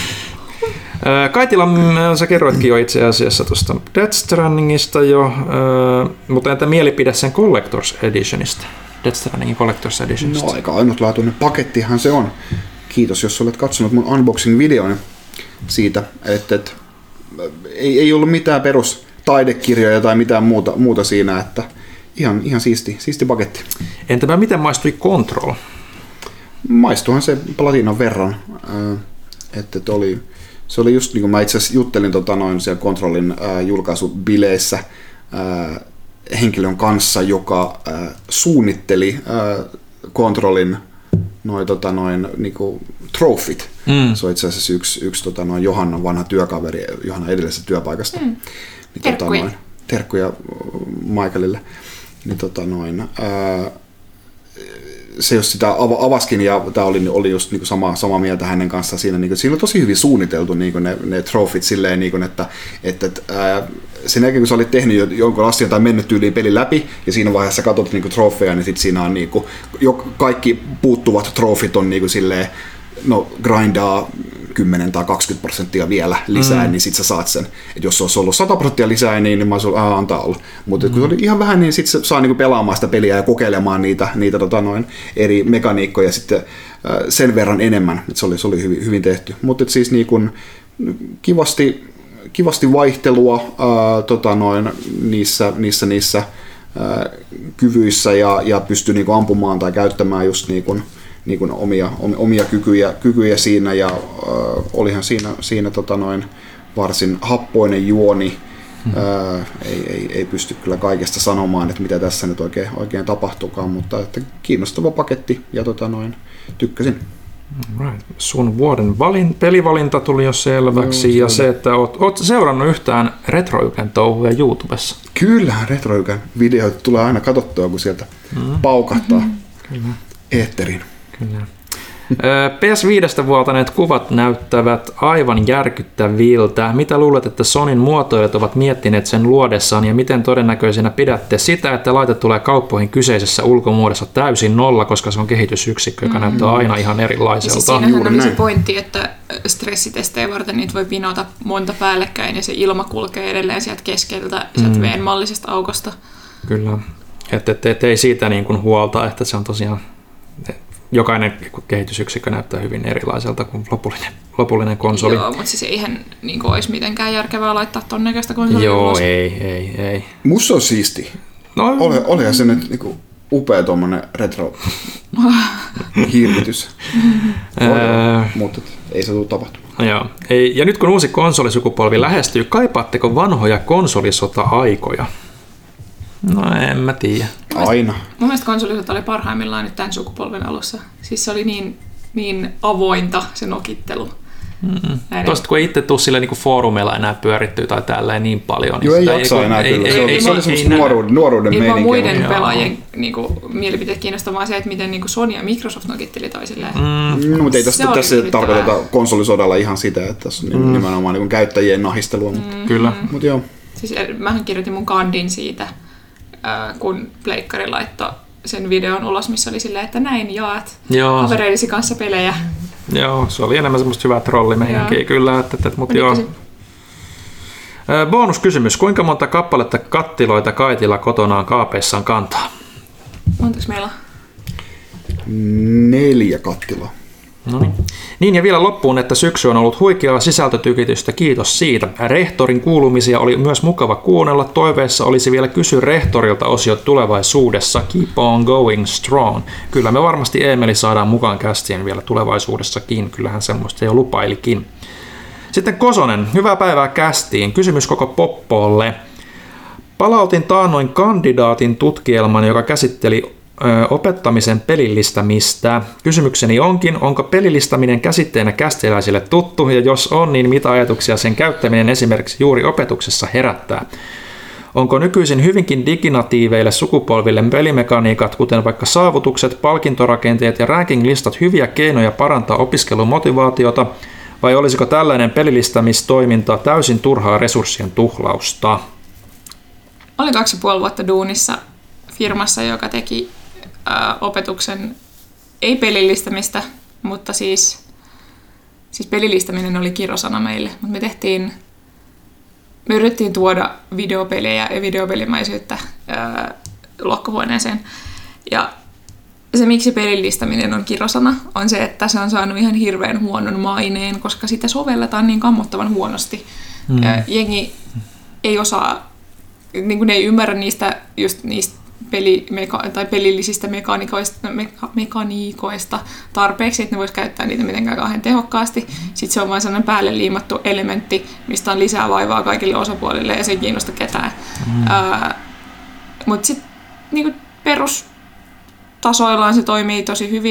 Speaker 1: Kaitila, sä kerroitkin jo itse asiassa tuosta Death Strandingista jo, mutta entä mielipide sen Collector's Editionista? Death Strandingin Collector's Editionista.
Speaker 2: No aika ainutlaatuinen pakettihan se on. Kiitos, jos olet katsonut mun unboxing-videon siitä, että, että ei, ei ollut mitään perus taidekirjoja tai mitään muuta, muuta siinä, että Ihan, ihan siisti, siisti paketti.
Speaker 1: Entäpä miten maistui Control?
Speaker 2: Maistuihan se platinan verran. Että et oli, se oli just niin kuin mä itse asiassa juttelin tota noin siellä Controlin ää, julkaisubileissä ää, henkilön kanssa, joka ää, suunnitteli ää, Controlin noi, tota, noin, niinku, trofit. Mm. Se on itse asiassa yksi, yksi tota, noin Johannan vanha työkaveri Johannan edellisestä työpaikasta. Mm. Niin,
Speaker 3: terkkuja.
Speaker 2: Tota, noin, terkkuja Michaelille. Niin, tota, noin, ää, se jos sitä av- avaskin, ja tämä oli, oli just niinku sama, sama mieltä hänen kanssaan siinä, niinku, siinä on tosi hyvin suunniteltu niinku ne, ne trofit silleen, niinku, että, että, että ää, sen jälkeen kun sä olit tehnyt jonkun asian tai mennyt tyyliin pelin läpi, ja siinä vaiheessa katsot niinku trofeja, niin sit siinä on niinku, jo, kaikki puuttuvat trofit on niinku silleen, no grindaa kymmenen tai kaksikymmentä prosenttia vielä lisää, mm. niin sit sä saat sen. Et jos se olisi ollut sata prosenttia lisää, niin, niin mä olisin ollut, antaa olla. Mutta mm. kun se oli ihan vähän, niin sit se saa niinku pelaamaan sitä peliä ja kokeilemaan niitä, niitä tota noin, eri mekaniikkoja sitten äh, sen verran enemmän. Et se oli, se oli hyvin, hyvin tehty. Mutta siis niinku, kivasti, kivasti vaihtelua äh, tota noin, niissä, niissä, niissä äh, kyvyissä ja, ja pystyy niinku ampumaan tai käyttämään just niinku, niin kuin omia, omia kykyjä, kykyjä siinä, ja äh, olihan siinä, siinä tota noin varsin happoinen juoni. Hmm. Äh, ei, ei, ei pysty kyllä kaikesta sanomaan, että mitä tässä nyt oikein, oikein tapahtuukaan, mutta että kiinnostava paketti, ja tota noin, tykkäsin.
Speaker 1: Right. Sun vuoden valin, pelivalinta tuli jo selväksi, no, ja se, että oot, oot seurannut yhtään Retroyken touhuja YouTubessa.
Speaker 2: Kyllähän Retroyken videoita tulee aina katsottua, kun sieltä hmm. paukahtaa hmm. eetteriin.
Speaker 1: Kyllä. P S viisi vuotaneet kuvat näyttävät aivan järkyttäviltä. Mitä luulet, että Sonyn muotoilijat ovat miettineet sen luodessaan, ja miten todennäköisenä pidätte sitä, että laite tulee kauppoihin kyseisessä ulkomuodossa täysin nolla, koska se on kehitysyksikkö, joka mm-hmm. näyttää aina ihan erilaiselta?
Speaker 3: Siis siinähän oli se pointti, että stressitestejä varten niitä voi vinota monta päällekkäin, ja se ilma kulkee edelleen sieltä keskeltä, sieltä mm. veenmallisesta aukosta.
Speaker 1: Kyllä, että et, et, ei siitä niin kuin huolta, että se on tosiaan... Jokainen kehitysyksikkö näyttää hyvin erilaiselta kuin lopullinen, lopullinen konsoli.
Speaker 3: Joo, mutta siis eihän niin kuin, olisi mitenkään järkevää laittaa ton näköistä konsolia
Speaker 1: Joo,
Speaker 3: ulos.
Speaker 1: ei, ei, ei.
Speaker 2: Musta on siisti. No, Oli, olihan se nyt niin kuin, upea tuommoinen retro-hiirmitys. Mutta ei se tule tapahtumaan.
Speaker 1: Joo. Ei, ja nyt kun uusi konsolisukupolvi lähestyy, kaipaatteko vanhoja konsolisota-aikoja? No en mä tiedä.
Speaker 2: Aina.
Speaker 3: Mun mielestä konsolisota oli parhaimmillaan nyt tämän sukupolven alussa. Siis se oli niin, niin avointa se nokittelu.
Speaker 1: Mm-hmm. Tuosta kun ei itse tule sille niin foorumeilla enää pyörittyy tai tälleen niin paljon. Niin
Speaker 2: joo, ei jaksa enää ei, kyllä. Ei, se oli, ei, se oli semmoista nuoruuden, nuoruuden
Speaker 3: niin
Speaker 2: meininkiä.
Speaker 3: Muiden joo. pelaajien niin kuin, mielipiteet kiinnostavaa se, että miten niin kuin Sony ja Microsoft nokitteli toisilleen.
Speaker 2: Mm. No, mutta ei tästä, tässä tarkoiteta konsolisodalla ihan sitä, että tässä on mm. nimenomaan niin käyttäjien nahistelua. Mutta.
Speaker 1: Mm. Kyllä.
Speaker 2: Mut joo.
Speaker 3: Siis mähän kirjoitin mun kandin siitä, kun Pleikkari laittoi sen videon ulos, missä oli silleen, että näin jaat kavereidesi kanssa pelejä. Joo,
Speaker 1: se oli enemmän semmoista hyvää trollimeihinkiä kyllä. Että, että, mutta joo. Bonuskysymys. Kuinka monta kappaletta kattiloita Kaitilla kotonaan kaapeissaan kantaa?
Speaker 3: Montaks meillä on?
Speaker 2: Neljä kattilaa.
Speaker 1: No niin. Niin ja vielä loppuun, että syksy on ollut huikeaa sisältötykitystä, kiitos siitä. Rehtorin kuulumisia oli myös mukava kuunnella, toiveessa olisi vielä kysy rehtorilta osiot tulevaisuudessa, keep on going strong. Kyllä me varmasti Eemeli saadaan mukaan kästien vielä tulevaisuudessakin, kyllähän semmoista jo lupailikin. Sitten Kosonen, hyvää päivää kästiin, kysymys koko Poppolle. Palautin taannoin kandidaatin tutkielman, joka käsitteli opettamisen pelillistämistä. Kysymykseni onkin, onko pelillistäminen käsitteenä kästiläisille tuttu, ja jos on, niin mitä ajatuksia sen käyttäminen esimerkiksi juuri opetuksessa herättää? Onko nykyisin hyvinkin diginatiiveille sukupolville pelimekaniikat, kuten vaikka saavutukset, palkintorakenteet ja ranking-listat hyviä keinoja parantaa opiskelumotivaatiota, vai olisiko tällainen pelillistämistoiminta täysin turhaa resurssien tuhlausta?
Speaker 3: Olin kaksi ja puoli vuotta duunissa firmassa, joka teki ää, opetuksen, ei pelillistämistä, mutta siis, siis pelillistäminen oli kirosana meille. Mutta me tehtiin, me yritettiin tuoda videopelejä ja videopelimäisyyttä ää, lohkohuoneeseen. Ja se, miksi pelillistäminen on kirosana, on se, että se on saanut ihan hirveän huonon maineen, koska sitä sovelletaan niin kammottavan huonosti. Mm. Jengi ei osaa, niin kuin ne ei ymmärrä niistä, just niistä pelimeka- tai pelillisistä mekaniikoista, meka- mekaniikoista tarpeeksi, että ne vois käyttää niitä mitenkään kauhean tehokkaasti. Sitten se on vain sellainen päälle liimattu elementti, mistä on lisää vaivaa kaikille osapuolille ja se ei kiinnosta ketään. Mm. Mutta sitten niin perustasoillaan se toimii tosi hyvin.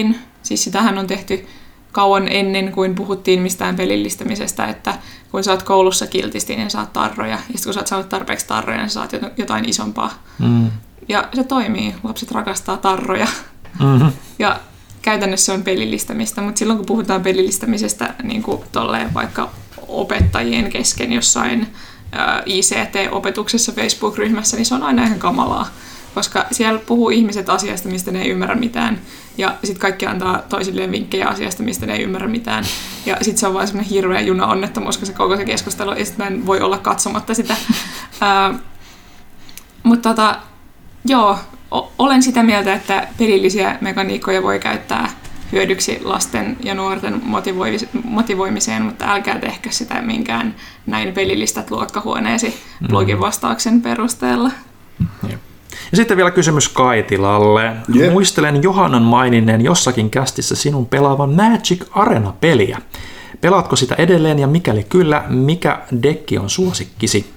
Speaker 3: Siis sitähän on tehty kauan ennen kuin puhuttiin mistään pelillistämisestä, että kun sä oot koulussa kiltisti, niin saat tarroja. Ja sitten kun sä oot saanut tarpeeksi tarroja, niin saat jotain isompaa. Mm. Ja se toimii. Lapset rakastaa tarroja. Mm-hmm. Ja käytännössä se on pelillistämistä, mutta silloin kun puhutaan pelillistämisestä niin kuin tolleen vaikka opettajien kesken jossain ää, I C T-opetuksessa Facebook-ryhmässä, niin se on aina ihan kamalaa. Koska siellä puhuu ihmiset asiasta, mistä ne ei ymmärrä mitään. Ja sitten kaikki antaa toisilleen vinkkejä asiasta, mistä ne ei ymmärrä mitään. Ja sitten se on vaan semmoinen hirveä juna-onnettomuus, koska se koko se keskustelu, ja sitten mä en voi olla katsomatta sitä. Ää, mutta tota, joo, o- olen sitä mieltä, että pelillisiä mekaniikkoja voi käyttää hyödyksi lasten ja nuorten motivoimis- motivoimiseen, mutta älkää tehkö sitä minkään näin pelillistät luokkahuoneesi blogin vastauksen perusteella.
Speaker 1: Jep. Ja sitten vielä kysymys Kaitilalle.
Speaker 2: Yep.
Speaker 1: Muistelen Johannan maininneen jossakin kästissä sinun pelaavan Magic Arena-peliä. Pelaatko sitä edelleen ja mikäli kyllä, mikä dekki on suosikkisi?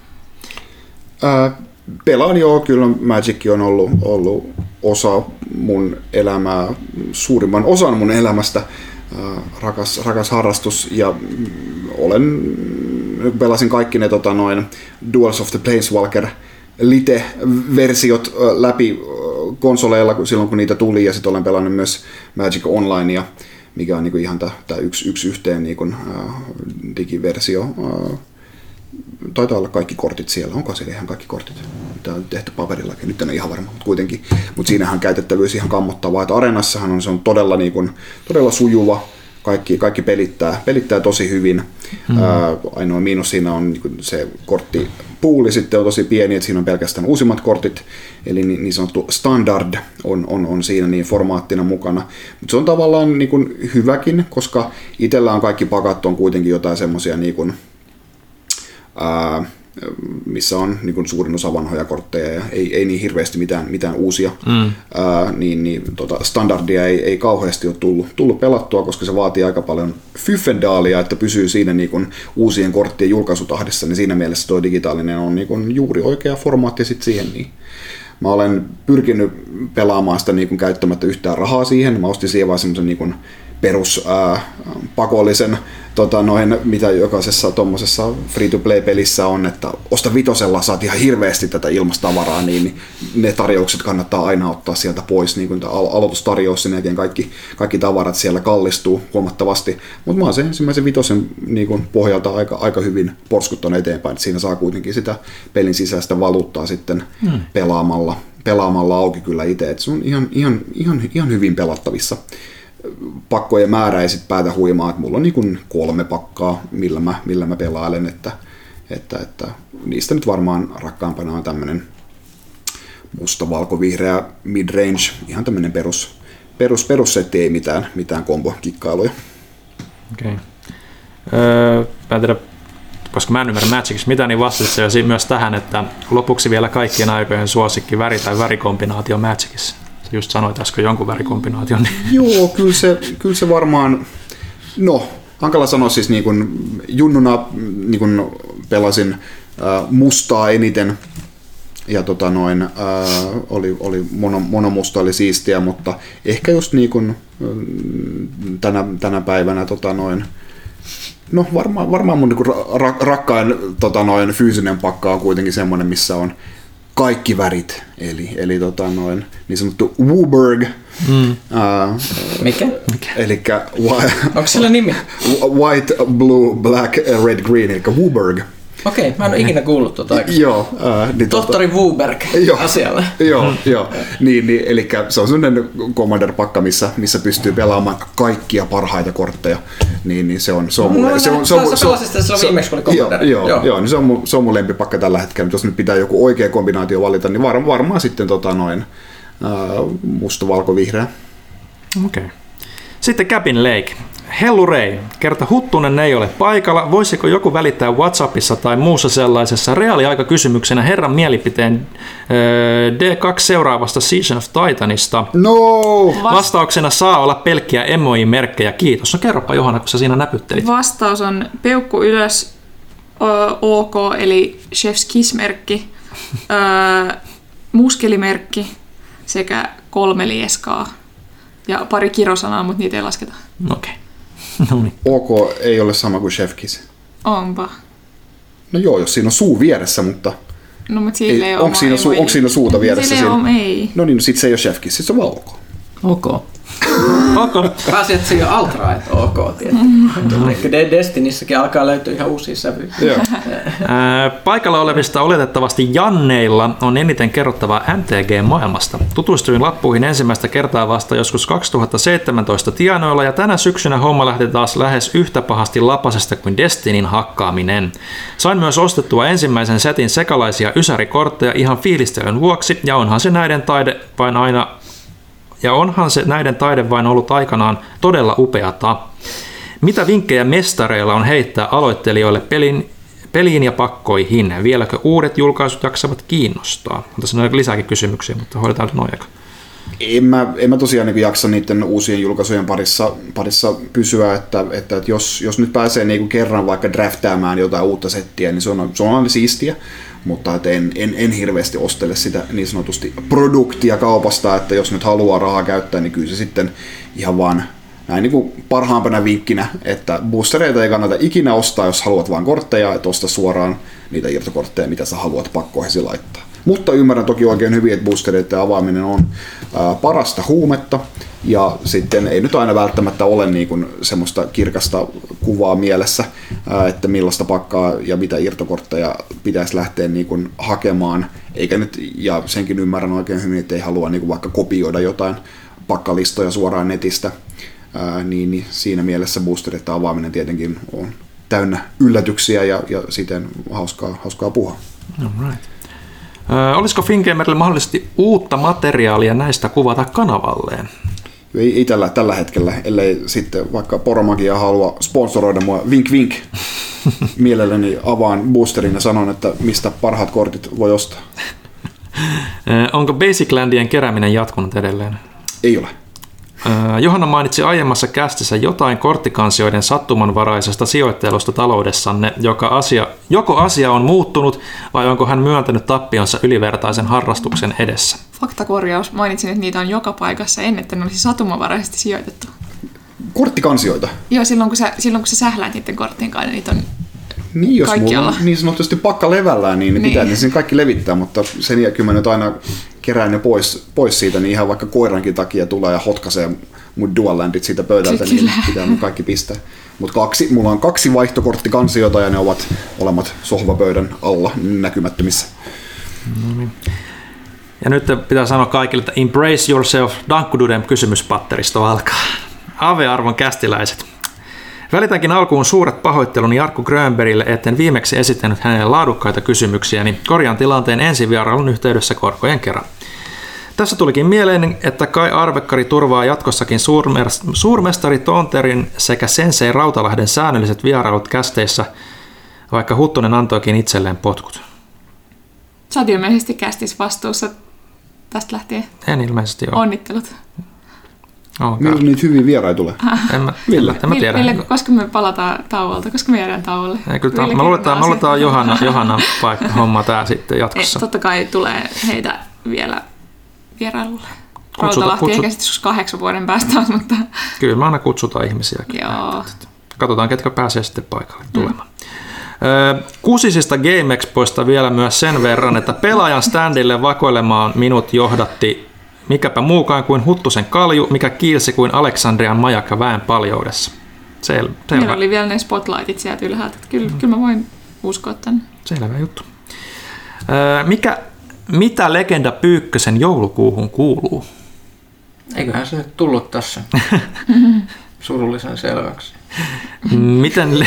Speaker 2: Ää, pelaan joo, kyllä Magic on ollut, ollut osa mun elämää, suurimman osan mun elämästä. Ää, rakas, rakas harrastus ja olen, pelasin kaikki ne tota, noin Duels of the Planeswalker Lite-versiot läpi konsoleilla silloin, kun niitä tuli, ja sitten olen pelannut myös Magic Onlinea, mikä on niinku ihan tämä yksi, yksi yhteen niinku, äh, digiversio. Äh, taitaa olla kaikki kortit siellä. Onko siellä ihan kaikki kortit? Tämä on tehty paperillakin, nyt en ole ihan varma, mutta kuitenkin. Mutta siinähän käytettävyys ihan kammottavaa, että Areenassahan on, se on todella, niinku, todella sujuva. Kaikki, kaikki pelittää, pelittää tosi hyvin. Mm-hmm. Ää, ainoa miinus siinä on niin se korttipuuli sitten on tosi pieni, että siinä on pelkästään uusimmat kortit, eli niin, niin sanottu standard on, on, on siinä niin formaattina mukana. Mutta se on tavallaan niin kuin hyväkin, koska itsellä on kaikki pakat on kuitenkin jotain semmoisia niin kuin, ää, missä on niin kuin suurin osa vanhoja kortteja ja ei, ei niin hirveästi mitään, mitään uusia, mm. Ää, niin, niin tota, standardia ei, ei kauheasti ole tullut, tullut pelattua, koska se vaatii aika paljon fyffendaalia, että pysyy siinä niin kuin uusien korttien julkaisutahdissa, niin siinä mielessä tuo digitaalinen on niin kuin juuri oikea formaatti sit siihen. Niin. Mä olen pyrkinyt pelaamaan sitä niin kuin käyttämättä yhtään rahaa siihen, mä ostin siihen vaan semmoisen niin kuin perus ää, pakollisen, tota, noin, mitä jokaisessa tuommoisessa free-to-play-pelissä on, että osta vitosella, saat ihan hirveästi tätä ilmastavaraa, niin, niin ne tarjoukset kannattaa aina ottaa sieltä pois, niin kuin alo- aloitustarjous, sen jälkeen kaikki, kaikki tavarat siellä kallistuu huomattavasti, mutta mä oon sen ensimmäisen vitosen niin kuin pohjalta aika, aika hyvin porskuttanut eteenpäin, että siinä saa kuitenkin sitä pelin sisäistä valuuttaa sitten hmm. pelaamalla, pelaamalla auki kyllä itse, että se on ihan, ihan, ihan, ihan hyvin pelattavissa. Pakkojen määrä ei sitten päätä huimaa, että mulla on niin kuin kolme pakkaa, millä mä, millä mä pelailen, että, että, että niistä nyt varmaan rakkaampana on tämmönen musta-valko-vihreä mid-range, ihan tämmönen perus, perus, perussetti, ei mitään, mitään kombo-kikkailuja.
Speaker 1: Okei. Okay. Öö, mä en tiedä, koska mä en ymmärrä Magicista mitään, niin vastasit se myös tähän, että lopuksi vielä kaikkien aikojen suosikki väri tai värikombinaatio Magicissa. Just sanoit äsken jonkun värikombinaation.
Speaker 2: Joo, kyllä se, kyllä se varmaan, no, hankala sanoa siis niin kuin junnuna niin kuin pelasin äh, mustaa eniten ja tota noin, äh, oli, oli mono, monomusta oli siistiä, mutta ehkä just niin kuin tänä, tänä päivänä tota noin, no varmaan, varmaan mun niin kuin ra, rakkain tota noin, fyysinen pakka on kuitenkin semmoinen, missä on kaikki värit, eli, eli tota noin, niin sanottu WUBRG. Mm. Uh,
Speaker 4: Mikä?
Speaker 2: Eli
Speaker 4: onko sillä nimi?
Speaker 2: White, Blue, Black, Red, Green, eli WUBRG.
Speaker 4: Okei, mä en ole ikinä kuullut tuota aikaisemmin.
Speaker 2: Joo. Uh, niin
Speaker 4: Tohtori tota, WUBRG asialla.
Speaker 2: Joo, joo. Niin, niin, eli se on sellainen Commander-pakka, missä, missä pystyy pelaamaan kaikkia parhaita kortteja. Niin, niin se on... Se on,
Speaker 4: no,
Speaker 2: se on, se on,
Speaker 4: sä pelasit sitä silloin viimeksi, kun oli Commander.
Speaker 2: Joo, joo, joo. Niin se, on mun, se on mun lempipakka tällä hetkellä. Mutta jos nyt pitää joku oikea kombinaatio valita, niin var, varmaan sitten tota noin uh, musta-valko-vihreä.
Speaker 1: Okei. Okay. Sitten Capin Lake. Hellu Rei, kerta Huttunen ei ole paikalla. Voisiko joku välittää WhatsAppissa tai muussa sellaisessa reaaliaikakysymyksenä herran mielipiteen äh, D kaksi seuraavasta Season of Titanista?
Speaker 2: No!
Speaker 1: Vastauksena saa olla pelkkiä emoji-merkkejä. Kiitos. No kerropa Johanna, kun sä siinä näpyttelit.
Speaker 3: Vastaus on peukku ylös, OK, eli Chef's Kiss-merkki, muskelimerkki sekä kolme lieskaa. ja pari kirosanaa, mutta niitä ei lasketa.
Speaker 1: Okei. Okay. No niin.
Speaker 2: OK ei ole sama kuin Chef Kiss.
Speaker 3: Onpa.
Speaker 2: No joo, jos siinä on suu vieressä, mutta...
Speaker 3: No, mutta sille ei, ei
Speaker 2: onko, siinä su, onko siinä suuta vieressä?
Speaker 3: Sille on, ei.
Speaker 2: No niin, no sit se ei ole Chef Kiss, sit se on vaan OK.
Speaker 4: Ok.
Speaker 1: Okay.
Speaker 4: Pääsit siihen Ultra, että ok, tietenkin. Destinissäkin alkaa löytyä ihan uusia sävyjä.
Speaker 1: Paikalla olevista oletettavasti Janneilla on eniten kerrottavaa M T G-maailmasta. Tutustuin lappuihin ensimmäistä kertaa vasta joskus kaksituhattaseitsemäntoista tienoilla, ja tänä syksynä homma lähti taas lähes yhtä pahasti lapasesta kuin Destinin hakkaaminen. Sain myös ostettua ensimmäisen setin sekalaisia ysärikortteja ihan fiilistelyn vuoksi, ja onhan se näiden taide vain aina Ja onhan se näiden taide vain ollut aikanaan todella upeata. Mitä vinkkejä mestareilla on heittää aloittelijoille pelin, peliin ja pakkoihin? Vieläkö uudet julkaisut jaksavat kiinnostaa? On tässä on lisääkin kysymyksiä, mutta hoidetaan noin aika.
Speaker 2: En mä, en mä tosiaan niin jaksa niiden uusien julkaisujen parissa, parissa pysyä, että, että, että jos, jos nyt pääsee niin kerran vaikka draftaamaan jotain uutta settiä, niin se on, se on aina siistiä. Mutta et en, en, en hirveästi ostele sitä niin sanotusti produktia kaupasta, että jos nyt haluaa rahaa käyttää, niin kyllä se sitten ihan vaan näin niin kuin parhaampana vinkkinä, että boostereita ei kannata ikinä ostaa, jos haluat vain kortteja, että osta suoraan niitä irtokortteja, mitä sä haluat pakkoihisi laittaa. Mutta ymmärrän toki oikein hyvin, että boostereiden avaaminen on ää, parasta huumetta, ja sitten ei nyt aina välttämättä ole niin kuin semmoista kirkasta kuvaa mielessä, ää, että millaista pakkaa ja mitä irtokortteja pitäisi lähteä niin kuin hakemaan, eikä nyt, ja senkin ymmärrän oikein hyvin, että ei halua niin kuin vaikka kopioida jotain pakkalistoja suoraan netistä, ää, niin, niin siinä mielessä boostereiden avaaminen tietenkin on täynnä yllätyksiä ja, ja siten hauskaa, hauskaa puhua.
Speaker 1: All right. Ö, olisiko Fingamerille mahdollisesti uutta materiaalia näistä kuvata kanavalleen?
Speaker 2: Ei, ei tällä, tällä hetkellä, ellei sitten vaikka Poromagia halua sponsoroida mua, vink vink, mielelläni avaan boosterin ja sanon, että mistä parhaat kortit voi ostaa.
Speaker 1: Ö, onko Basic Landien kerääminen jatkunut edelleen?
Speaker 2: Ei ole.
Speaker 1: Johanna mainitsi aiemmassa kästissä jotain korttikansioiden sattumanvaraisesta sijoittelusta taloudessanne, joka asia, joko asia on muuttunut vai onko hän myöntänyt tappionsa ylivertaisen harrastuksen edessä?
Speaker 3: Faktakorjaus. Mainitsin, että niitä on joka paikassa ennen, että ne olisi sattumanvaraisesti sijoitettu.
Speaker 2: Korttikansioita?
Speaker 3: Joo, silloin kun sä, silloin, kun sä sähläät niiden korttien kanssa, niitä on
Speaker 2: niin, jos
Speaker 3: kaikkialla.
Speaker 2: mulla on niin sanotusti pakka levällään, niin, niin pitää niin sen kaikki levittää, mutta sen jälkeen mä nyt aina kerään ne pois, pois siitä, niin ihan vaikka koirankin takia tulee ja hotkaisee mun dual landit siitä pöydältä,
Speaker 3: Kyllä.
Speaker 2: niin pitää mun kaikki pistää. Mutta kaksi, mulla on kaksi vaihtokorttikansiota ja ne ovat olemat sohvapöydän alla näkymättömissä.
Speaker 1: No niin. Ja nyt pitää sanoa kaikille, että embrace yourself, Dankkududem kysymyspatteristo alkaa. Ave-arvon kästiläiset. Välitänkin alkuun suuret pahoitteluni Jarkko Grönbergille, etten viimeksi esittänyt hänelle laadukkaita kysymyksiä, niin korjaan tilanteen ensi vierailun yhteydessä korkojen kerran. Tässä tulikin mieleen, että Kai Arvekkari turvaa jatkossakin suurmer- suurmestari Tonterin sekä Sensei Rautalahden säännölliset vierailut kästeissä, vaikka Huttunen antoikin itselleen potkut.
Speaker 3: Sä oot ilmeisesti kästissä vastuussa tästä lähtien.
Speaker 1: En ilmeisesti ole.
Speaker 3: Onnittelut.
Speaker 1: Okay.
Speaker 2: Milloin niitä hyviä vieraita tulee?
Speaker 1: En mä, Ville, en mä tiedä.
Speaker 3: Ville, koska me palataan tauolta, koska me jäädään tauolle.
Speaker 1: Ei, kyllä, Ville, mä luuletaan, luuletaan Johanna, Johanna paikka homma tää sitten jatkossa.
Speaker 3: Ei, totta kai tulee heitä vielä vierailulle. Rautalahti
Speaker 1: kutsut...
Speaker 3: ehkä sitten kahdeksan vuoden päästä, mutta...
Speaker 1: Kyllä me aina kutsutaan ihmisiä.
Speaker 3: Joo.
Speaker 1: Katsotaan, ketkä pääsee sitten paikalle tulemaan. Mm. Kusisista Game Expoista vielä myös sen verran, että pelaajan standille vakoilemaan minut johdatti mikäpä muukaan kuin Huttusen kalju, mikä kiilsi kuin Aleksandrian majakka väen paljoudessa. Sel- selvä.
Speaker 3: Meillä oli vielä ne spotlightit sieltä ylhäältä. Kyllä, mm. kyllä mä voin uskoa tänne.
Speaker 1: Selvä juttu. Öö, mikä, mitä Legenda Pyykkösen joulukuuhun kuuluu?
Speaker 4: Eiköhän se nyt tullut tässä surullisen selväksi.
Speaker 1: Miten, le-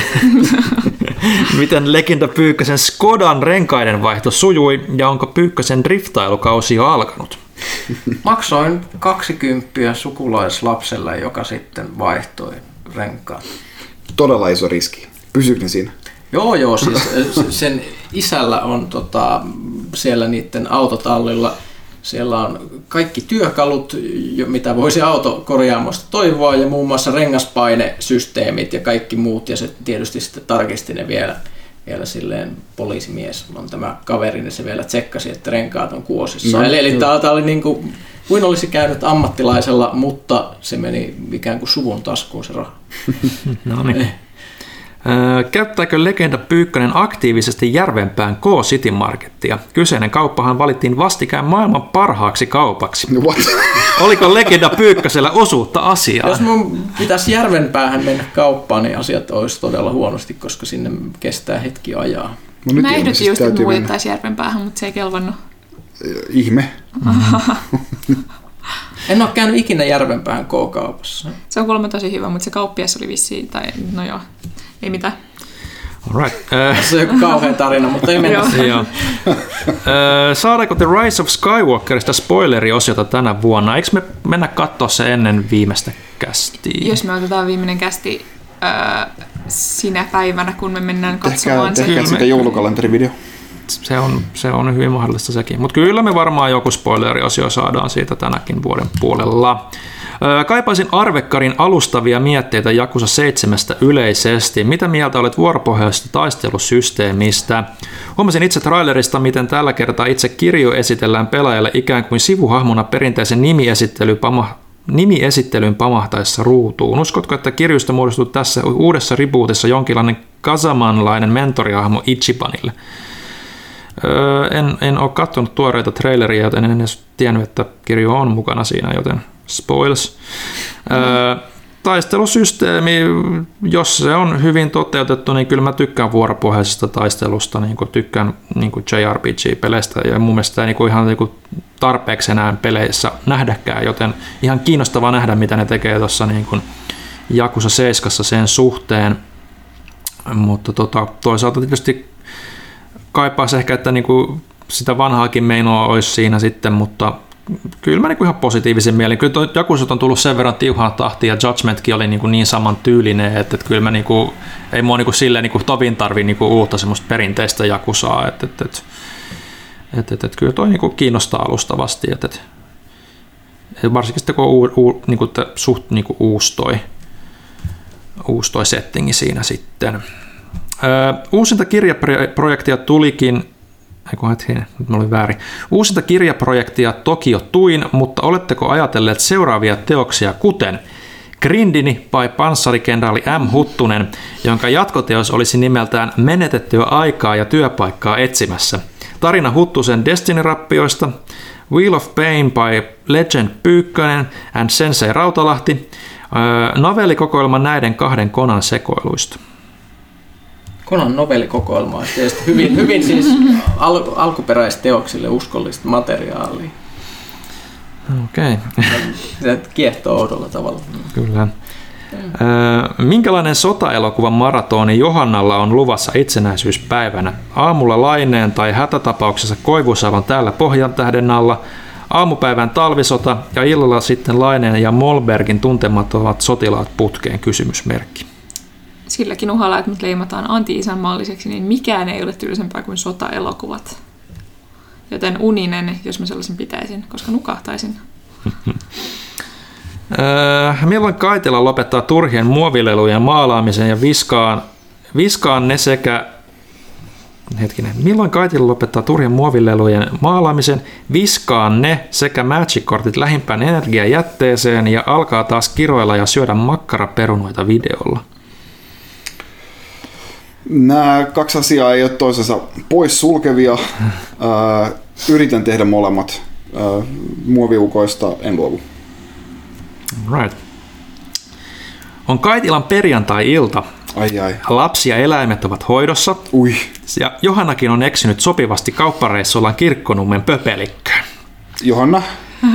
Speaker 1: Miten Legenda Pyykkösen Skodan renkaiden vaihto sujui ja onko Pyykkösen driftailukausi jo alkanut?
Speaker 4: Maksoin kaksikymppiä sukulaislapselle, joka sitten vaihtoi renkaat.
Speaker 2: Todella iso riski. Pysyykö ne siinä?
Speaker 4: Joo, joo. Siis sen isällä on tota, siellä niiden autotallilla, siellä on kaikki työkalut, mitä voisi autokorjaamosta toivoa, ja muun muassa rengaspainesysteemit ja kaikki muut, ja se tietysti sitten tarkisti ne vielä. Vielä silleen poliisimies on tämä kaveri, niin se vielä tsekkasi, että renkaat on kuosissa. No, eli eli tämä oli niin kuin kuin olisi käynyt ammattilaisella, mutta se meni ikään kuin suvun taskuun se raha.
Speaker 1: No niin. Öö, käyttääkö Legenda Pyykkönen aktiivisesti Järvenpään K-City Markettia? Kyseinen kauppahan valittiin vastikään maailman parhaaksi kaupaksi.
Speaker 2: No what?
Speaker 1: Oliko Legenda Pyykkösellä osuutta asiaan?
Speaker 4: Jos mun pitäisi Järvenpäähän mennä kauppaan, niin asiat olisi todella huonosti, koska sinne kestää hetki ajaa.
Speaker 2: No nyt
Speaker 3: Mä ehdotin
Speaker 2: ilmeisesti
Speaker 3: just, että
Speaker 2: täytyy mennä.
Speaker 3: muutettaisiin Järvenpäähän, mutta se ei kelvannut.
Speaker 2: Ihme.
Speaker 4: En ole käynyt ikinä Järvenpään K-kaupassa.
Speaker 3: Se on kuulemma tosi hyvä, mutta se kauppias oli vissiin, tai no joo, ei mitään.
Speaker 1: All right. Uh,
Speaker 4: Se on joku kauhea tarina, mutta ei mennä.
Speaker 1: Joo. Uh, saadaanko The Rise of Skywalkerista spoileriosiota tänä vuonna? Eikö me mennä katsoa se ennen viimeistä kästiä?
Speaker 3: Jos me otetaan viimeinen kästi öö, sinä päivänä, kun me mennään
Speaker 2: Tehkää,
Speaker 3: katsomaan se.
Speaker 2: tehkää sitä joulukalenterivideo.
Speaker 1: Se on, se on hyvin mahdollista sekin. Mutta kyllä me varmaan joku spoileriosio saadaan siitä tänäkin vuoden puolella. Öö, kaipaisin Arvekkarin alustavia mietteitä Yakuza seitsemästä yleisesti. Mitä mieltä olet vuoropohjaisesta taistelusysteemistä? Huomasin itse trailerista, miten tällä kertaa itse Kiryu esitellään pelaajalle ikään kuin sivuhahmona perinteisen nimiesittely pama, nimiesittelyn pamahtaessa ruutuun. Uskotko, että Kirystä muodostuu tässä uudessa rebootissa jonkinlainen kazamanlainen mentorihahmo Ichibanille? Öö, en, en ole katsonut tuoreita traileria, joten en edes tiennyt, että Kirju on mukana siinä, joten spoils. Öö, taistelusysteemi, jos se on hyvin toteutettu, niin kyllä mä tykkään vuoropohjaisesta taistelusta, niin kuin tykkään niin kuin J R P G-peleistä, ja mun mielestä niin kuin ihan niin kuin tarpeeksi enää peleissä nähdäkään, joten ihan kiinnostavaa nähdä, mitä ne tekee tuossa niin kuin Yakuza seitsemän sen suhteen, mutta tota, toisaalta tietysti kaipaisi ehkä, että niinku sitä vanhaakin meinoa olisi siinä sitten, mutta kyllä mä niinku ihan positiivisen mielin. Kyllä tuo Jakuzat on tullut sen verran tiuhaan tahtiin ja Judgmentkin oli niinku niin saman tyylinen, että, että kyllä mä niinku, ei mua niinku silleen niinku tovin tarvii niinku uutta semmoista perinteistä Jakuzaa, että, että, että, että, että, että kyllä toi niinku kiinnostaa alustavasti, että, että varsinkin sitten kun on uu, uu, niinku, suht niinku uusi toi, uusi toi settingi siinä sitten. Uusinta kirjaprojektia tulikin, eiku hetki, nyt mä olin väärin. Uusinta kirjaprojektia toki jo tuin, mutta oletteko ajatelleet seuraavia teoksia, kuten Grindini by panssarikenraali M. Huttunen, jonka jatkoteos olisi nimeltään Menetettyä aikaa ja työpaikkaa etsimässä. Tarina Huttusen Destiny-rappioista, Wheel of Pain by Legend Pyykkönen and Sensei Rautalahti, novellikokoelma näiden kahden Konan sekoiluista.
Speaker 4: Konan novellikokoelma on tietysti hyvin, hyvin siis al- alkuperäisteoksille uskollista materiaalia.
Speaker 1: Okei.
Speaker 4: Se kiehtoo oudolla tavalla.
Speaker 1: Kyllä. Öö, minkälainen sotaelokuvan maratoni Johannalla on luvassa itsenäisyyspäivänä? Aamulla Laineen tai hätätapauksessa Koivusavan täällä Pohjantähden alla, aamupäivän talvisota ja illalla sitten Laineen ja Molbergin tuntemattomat sotilaat putkeen kysymysmerkki.
Speaker 3: Silläkin uhalla, että mut leimataan anti-isänmaalliseksi, niin mikään ei ole tylsempää kuin sotaelokuvat. Joten uninen, jos mä sellaisen pitäisin, koska nukahtaisin.
Speaker 1: Öö, milloin Kaitila lopettaa turhien muovilelujen maalaamisen ja viskaan, viskaan ne sekä... Hetkinen. Milloin Kaitila lopettaa turhien muovilelujen maalaamisen, viskaan ne sekä Magic-kortit lähimpään energiajätteeseen ja alkaa taas kiroilla ja syödä makkaraperunoita videolla?
Speaker 2: Nämä kaksi asiaa ei ole toisensa pois sulkevia. Ää, yritän tehdä molemmat. Ää, muoviukoista en luovu.
Speaker 1: Right. On Kaitilan perjantai-ilta.
Speaker 2: Ai ai.
Speaker 1: Lapsi ja eläimet ovat hoidossa.
Speaker 2: Ui.
Speaker 1: Ja Johannakin on eksynyt sopivasti kauppareissullaan Kirkkonummen pöpelikköön.
Speaker 2: Johanna?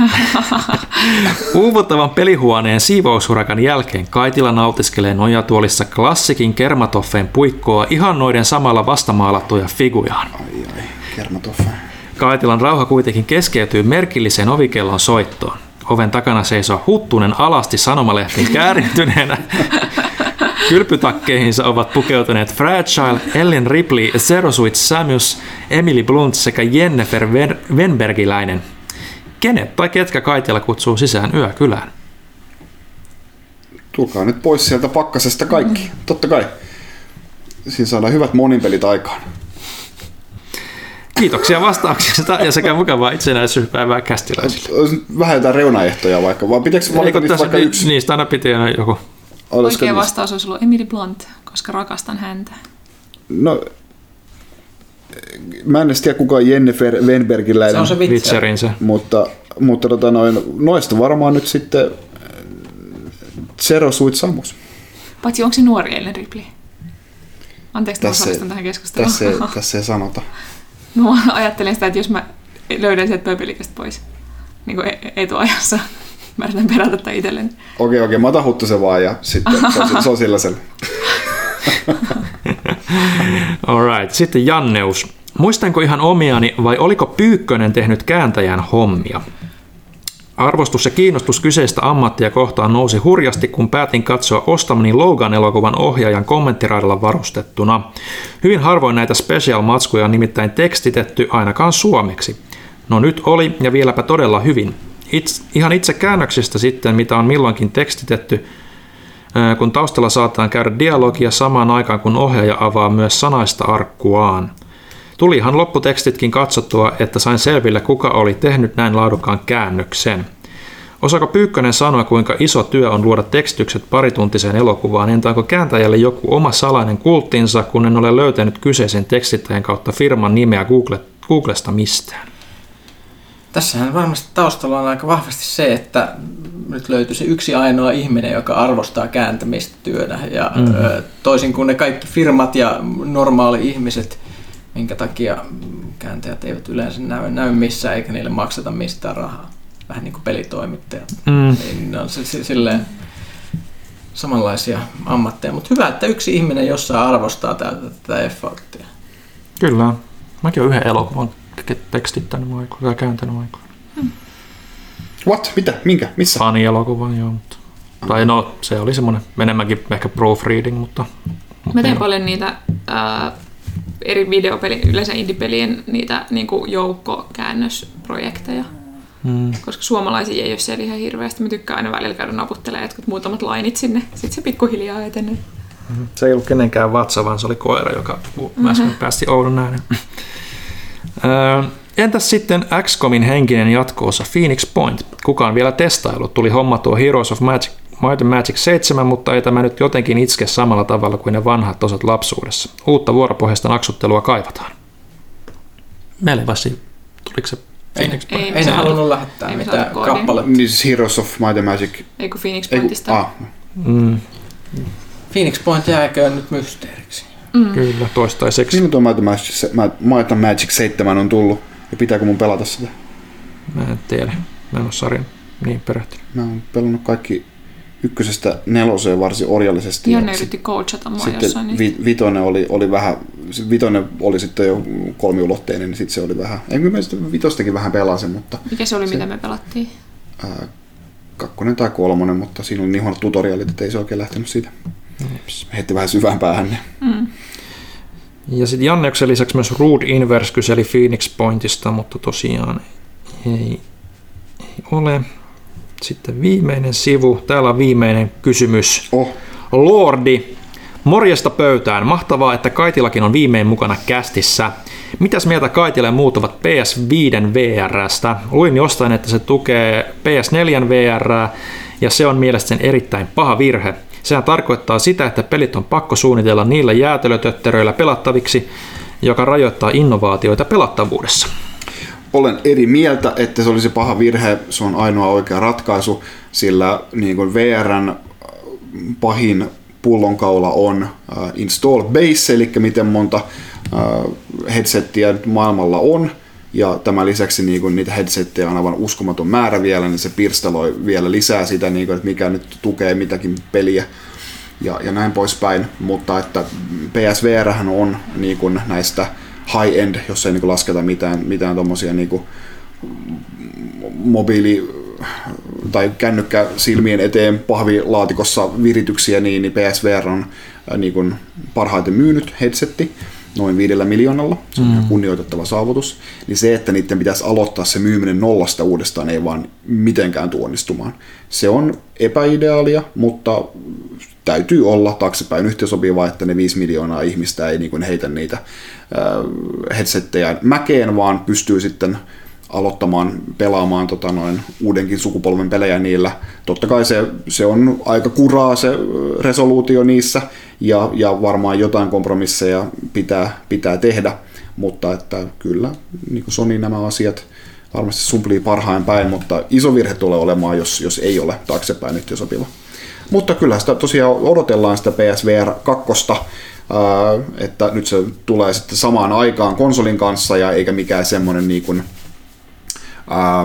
Speaker 1: Uuvuttavan pelihuoneen siivoushurakan jälkeen Kaitila nautiskelee nojatuolissa klassikin Kermatoffeen puikkoa ihannoiden samalla vastamaalattuja figujaan.
Speaker 2: Ai ai, Kermatoffe.
Speaker 1: Kaitilan rauha kuitenkin keskeytyy merkilliseen ovikellon soittoon. Oven takana seisoo Huttunen alasti sanomalehtiin käärintyneenä. Kylpytakkeihinsa ovat pukeutuneet Fragile, Ellen Ripley, Zero Suit Samus, Emily Blunt sekä Jennifer Wenbergiläinen. Kenet tai ketkä Kaitila kutsuu sisään yökylään?
Speaker 2: Tulkaa nyt pois sieltä pakkasesta kaikki. Mm. Totta kai. Siinä saadaan hyvät moninpelit aikaan.
Speaker 1: Kiitoksia vastauksista ja sekä mukavaa itsenäisyyspäivää kästiläisille.
Speaker 2: Olisi vähän jotain reunaehtoja vaikka, vaan pitäisikö valita niistä vaikka yksi?
Speaker 1: Niistä aina piti aina joku.
Speaker 3: Olisiko oikea vastaus olisi ollut Emily Blunt, koska rakastan häntä.
Speaker 2: No, mä en tiedä kuka on Jennifer Wenbergiläinen.
Speaker 4: Se on se
Speaker 1: Witcherin se.
Speaker 2: Mutta, mutta tota noin, noista varmaan nyt sitten Zero Suit Samus.
Speaker 3: Paitsi onko se nuori Ellen Ripley? Anteeksi, että osallistun tähän keskusteluun.
Speaker 2: Tässä ei, tässä ei sanota.
Speaker 3: No ajattelin sitä, että jos mä löydän sieltä pöpelikästä pois niin kuin etuajassa, mä yritän perätä tämän itselleni.
Speaker 2: Okei, okei, mä otan Huttusen vaan ja sitten se, se on sillä sen.
Speaker 1: Alright, sitten Janneus. Muistanko ihan omiani vai oliko Pyykkönen tehnyt kääntäjän hommia? Arvostus ja kiinnostus kyseistä ammattia kohtaan nousi hurjasti, kun päätin katsoa ostamani Logan-elokuvan ohjaajan kommenttiraidalla varustettuna. Hyvin harvoin näitä special-matskuja on nimittäin tekstitetty ainakaan suomeksi. No nyt oli, ja vieläpä todella hyvin. Itse, ihan itse käännöksistä sitten, mitä on milloinkin tekstitetty, kun taustalla saataan käydä dialogia samaan aikaan, kun ohjaaja avaa myös sanaista arkkuaan. Tulihan lopputekstitkin katsottua, että sain selville, kuka oli tehnyt näin laadukkaan käännöksen. Osaako Pyykkönen sanoa, kuinka iso työ on luoda tekstitykset parituntiseen elokuvaan, entä onko kääntäjälle joku oma salainen kulttinsa, kun en ole löytänyt kyseisen tekstittäjän kautta firman nimeä Google, Googlesta mistään?
Speaker 4: Tässähän varmasti taustalla on aika vahvasti se, että nyt löytyy se yksi ainoa ihminen, joka arvostaa kääntämistä työnä. Ja mm. toisin kuin ne kaikki firmat ja normaali ihmiset, minkä takia kääntäjät eivät yleensä näy, näy missään eikä niille makseta mistään rahaa. Vähän niin kuin pelitoimittajat. Mm. Niin ne on silleen samanlaisia ammatteja. Mutta hyvä, että yksi ihminen jossain arvostaa tätä, tätä efforttia.
Speaker 1: Kyllä. Mäkin olen yhden elokuvan tekstittänyt aikoina ja kääntänyt aikoina. Hmm.
Speaker 2: What? Mitä? Minkä? Missä?
Speaker 1: Fani-elokuvan, joo. Mutta. Tai no, se oli semmoinen enemmänkin ehkä proofreading, mutta...
Speaker 3: Mä teen paljon niitä ää, eri videopelien, yleensä indie-pelien niitä niinku joukkokäännösprojekteja. Hmm. Koska suomalaisia ei ole siellä ihan hirveästi. Mä tykkään aina välillä käydä naputtelemaan jotkut muutamat lainit sinne. Sitten se pikkuhiljaa etenee.
Speaker 1: Mm-hmm. Se ei ollut kenenkään vatsa, vaan se oli koira, joka mm-hmm. äsken päästi Oudun äänen. Entäs sitten X COMin henkinen jatko-osa Phoenix Point? Kukaan vielä testailu? Tuli hommattua Heroes of Magic, Might and Magic seitsemän, mutta ei tämä nyt jotenkin itske samalla tavalla kuin ne vanhat osat lapsuudessa. Uutta vuoropohjaista naksuttelua kaivataan. Melevasi, tuliko se Phoenix Point?
Speaker 4: Ei, ei ne halunnut lähettää mitään kappaletta.
Speaker 2: Niin Heroes of Might and Magic.
Speaker 3: Eikö Phoenix Pointista?
Speaker 2: Ah.
Speaker 1: Mm.
Speaker 4: Phoenix Point jääköön nyt mysteeriksi.
Speaker 1: Mm. Kyllä, toistaiseksi.
Speaker 2: Milloin tuo Might and Magic, Might and Magic seitsemän on tullut? Ja pitääkö mun pelata sitä?
Speaker 1: Mä en tiedä. Mä en ole sarjan niin perehtynyt.
Speaker 2: Mä oon pelannut kaikki ykkösestä neloseen varsin orjallisesti.
Speaker 3: Jonne yritti coachata mua jossain.
Speaker 2: Sitten vitonen oli, oli vähän, vitonen oli sitten jo kolmiulotteinen, niin sitten se oli vähän, enkö mä sitten vitostakin vähän pelasin, mutta...
Speaker 3: Mikä se oli, se, mitä me pelattiin?
Speaker 2: Ää, kakkonen tai kolmonen, mutta siinä oli niin huonot tutorialit, että ei se oikein lähtenyt siitä. Heitti vähän syvään päähän.
Speaker 3: Mm.
Speaker 1: Ja sitten Janneuksen lisäksi myös Rude Inverse kyseli Phoenix Pointista, mutta tosiaan ei, ei ole. Sitten viimeinen sivu. Täällä on viimeinen kysymys.
Speaker 2: Oh.
Speaker 1: Lordi, morjesta pöytään. Mahtavaa, että Kaitilakin on viimein mukana kästissä. Mitäs mieltä Kaitille muuttuvat P S viiden V R:stä? Luin jostain, että se tukee P S neljän V R:ää ja se on mielestäni erittäin paha virhe. Sehän tarkoittaa sitä, että pelit on pakko suunnitella niillä jäätelötötteröillä pelattaviksi, joka rajoittaa innovaatioita pelattavuudessa.
Speaker 2: Olen eri mieltä, että se olisi paha virhe, se on ainoa oikea ratkaisu, sillä niin kuin V R:n pahin pullonkaula on uh, install base, eli miten monta uh, headsettiä nyt maailmalla on, ja tämän lisäksi niin kuin niitä headsettiä on aivan uskomaton määrä vielä, niin se pirstaloi vielä lisää sitä, niin kuin, että mikä nyt tukee mitäkin peliä ja, ja näin poispäin, mutta että P S V R:hän on niin kuin näistä high-end, jos ei niin kuin lasketa mitään, mitään tommosia niin kuin mobiili- tai kännykkä silmien eteen pahvilaatikossa virityksiä, niin, niin P S V R on niin kuin parhaiten myynyt headsetti. noin viidellä miljoonalla, se on mm. kunnioitettava saavutus, niin se, että niiden pitäisi aloittaa se myyminen nollasta uudestaan, ei vaan mitenkään tuonnistumaan. Se on epäideaalia, mutta täytyy olla taaksepäin yhteensopivaa, että ne viisi miljoonaa ihmistä ei niin kuin heitä niitä äh, headsettejä mäkeen, vaan pystyy sitten aloittamaan pelaamaan tota noin, uudenkin sukupolven pelejä niillä. Totta kai se, se on aika kuraa se resoluutio niissä, ja, ja varmaan jotain kompromisseja pitää, pitää tehdä, mutta että kyllä niin kuin Sony nämä asiat varmasti sumplii parhain päin, mutta iso virhe tulee olemaan, jos, jos ei ole taaksepäin yhteensopiva. Mutta kyllä sitä tosiaan odotellaan sitä P S V R kaksi, että nyt se tulee sitten samaan aikaan konsolin kanssa, ja eikä mikään semmoinen niin kuin Ää,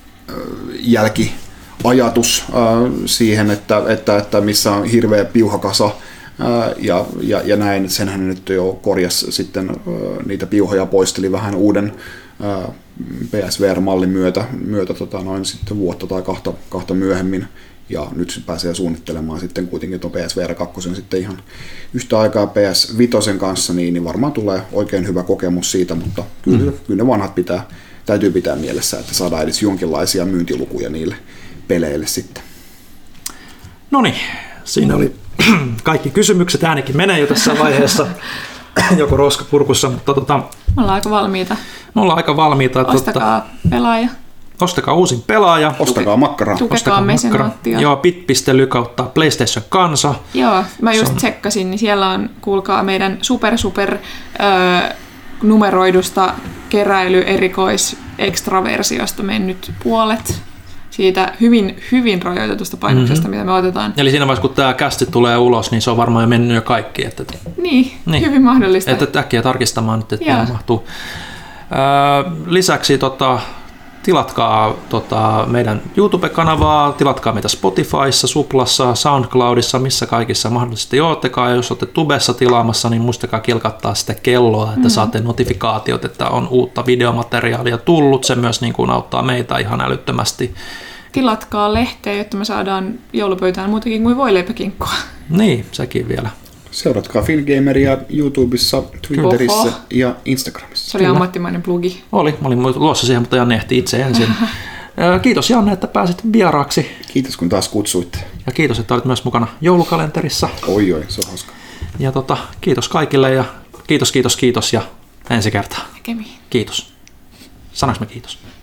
Speaker 2: jälkiajatus ää, siihen, että, että, että missä on hirveä piuhakasa ää, ja, ja, ja näin. Senhän nyt jo korjasi sitten ää, niitä piuhoja, poisteli vähän uuden ää, P S V R-mallin myötä, myötä tota, noin sitten vuotta tai kahta, kahta myöhemmin. Ja nyt se pääsee suunnittelemaan sitten kuitenkin tuon P S V R kaksi sitten ihan yhtä aikaa P S viisi kanssa, niin, niin varmaan tulee oikein hyvä kokemus siitä, mutta kyllä, mm. kyllä ne vanhat pitää täytyy pitää mielessä, että saadaan edes jonkinlaisia myyntilukuja niille peleille sitten.
Speaker 1: Noniin, siinä oli kaikki kysymykset. Äänikin menee jo tässä vaiheessa, joko roskakurkussa, mutta tota,
Speaker 3: me ollaan aika valmiita.
Speaker 1: Me ollaan aika valmiita.
Speaker 3: Ostakaa tota, pelaaja.
Speaker 1: Ostakaa uusin pelaaja.
Speaker 2: Ostakaa makkaraa.
Speaker 3: Tukekaa mesenaattia.
Speaker 1: Joo, bit piste ly kautta PlayStation Kansa.
Speaker 3: Joo, mä just tsekkasin, niin siellä on, kuulkaa, meidän super super öö, numeroidusta keräily-erikois-ekstraversiosta mennyt puolet siitä hyvin, hyvin rajoitetusta painoksesta, mm-hmm. mitä me otetaan.
Speaker 1: Eli siinä vaiheessa, kun tämä kästi tulee ulos, niin se on varmaan jo mennyt jo kaikki. Että,
Speaker 3: niin, niin, hyvin mahdollista.
Speaker 1: Että äkkiä tarkistamaan nyt, että tämä mahtuu. Öö, lisäksi tota, tilatkaa tota, meidän YouTube-kanavaa, tilatkaa meitä Spotifyssa, Suplassa, SoundCloudissa, missä kaikissa mahdollisesti oottekaan. Ja jos olette Tubessa tilaamassa, niin muistakaa kilkattaa sitä kelloa, että mm-hmm. saatte notifikaatiot, että on uutta videomateriaalia tullut. Se myös niin kuin auttaa meitä ihan älyttömästi.
Speaker 3: Tilatkaa lehteä, jotta me saadaan joulupöytään muutakin kuin voileipäkinkkua.
Speaker 1: Niin, sekin vielä.
Speaker 2: Seuratkaa Filmgameria YouTubessa, Twitterissä Oho. ja Instagramissa.
Speaker 3: Se oli Kyllä. ammattimainen plugi.
Speaker 1: Oli, mä olin luossa siihen, mutta Janne ehti itse ensin. Kiitos Janne, että pääsit vieraaksi.
Speaker 2: Kiitos kun taas kutsuitte.
Speaker 1: Ja kiitos, että olit myös mukana joulukalenterissa.
Speaker 2: Oi oi, se on hauska.
Speaker 1: Ja tota, kiitos kaikille ja kiitos, kiitos, kiitos ja ensi kertaa.
Speaker 3: Näkemiin.
Speaker 1: Kiitos. Sanoinko mä kiitos?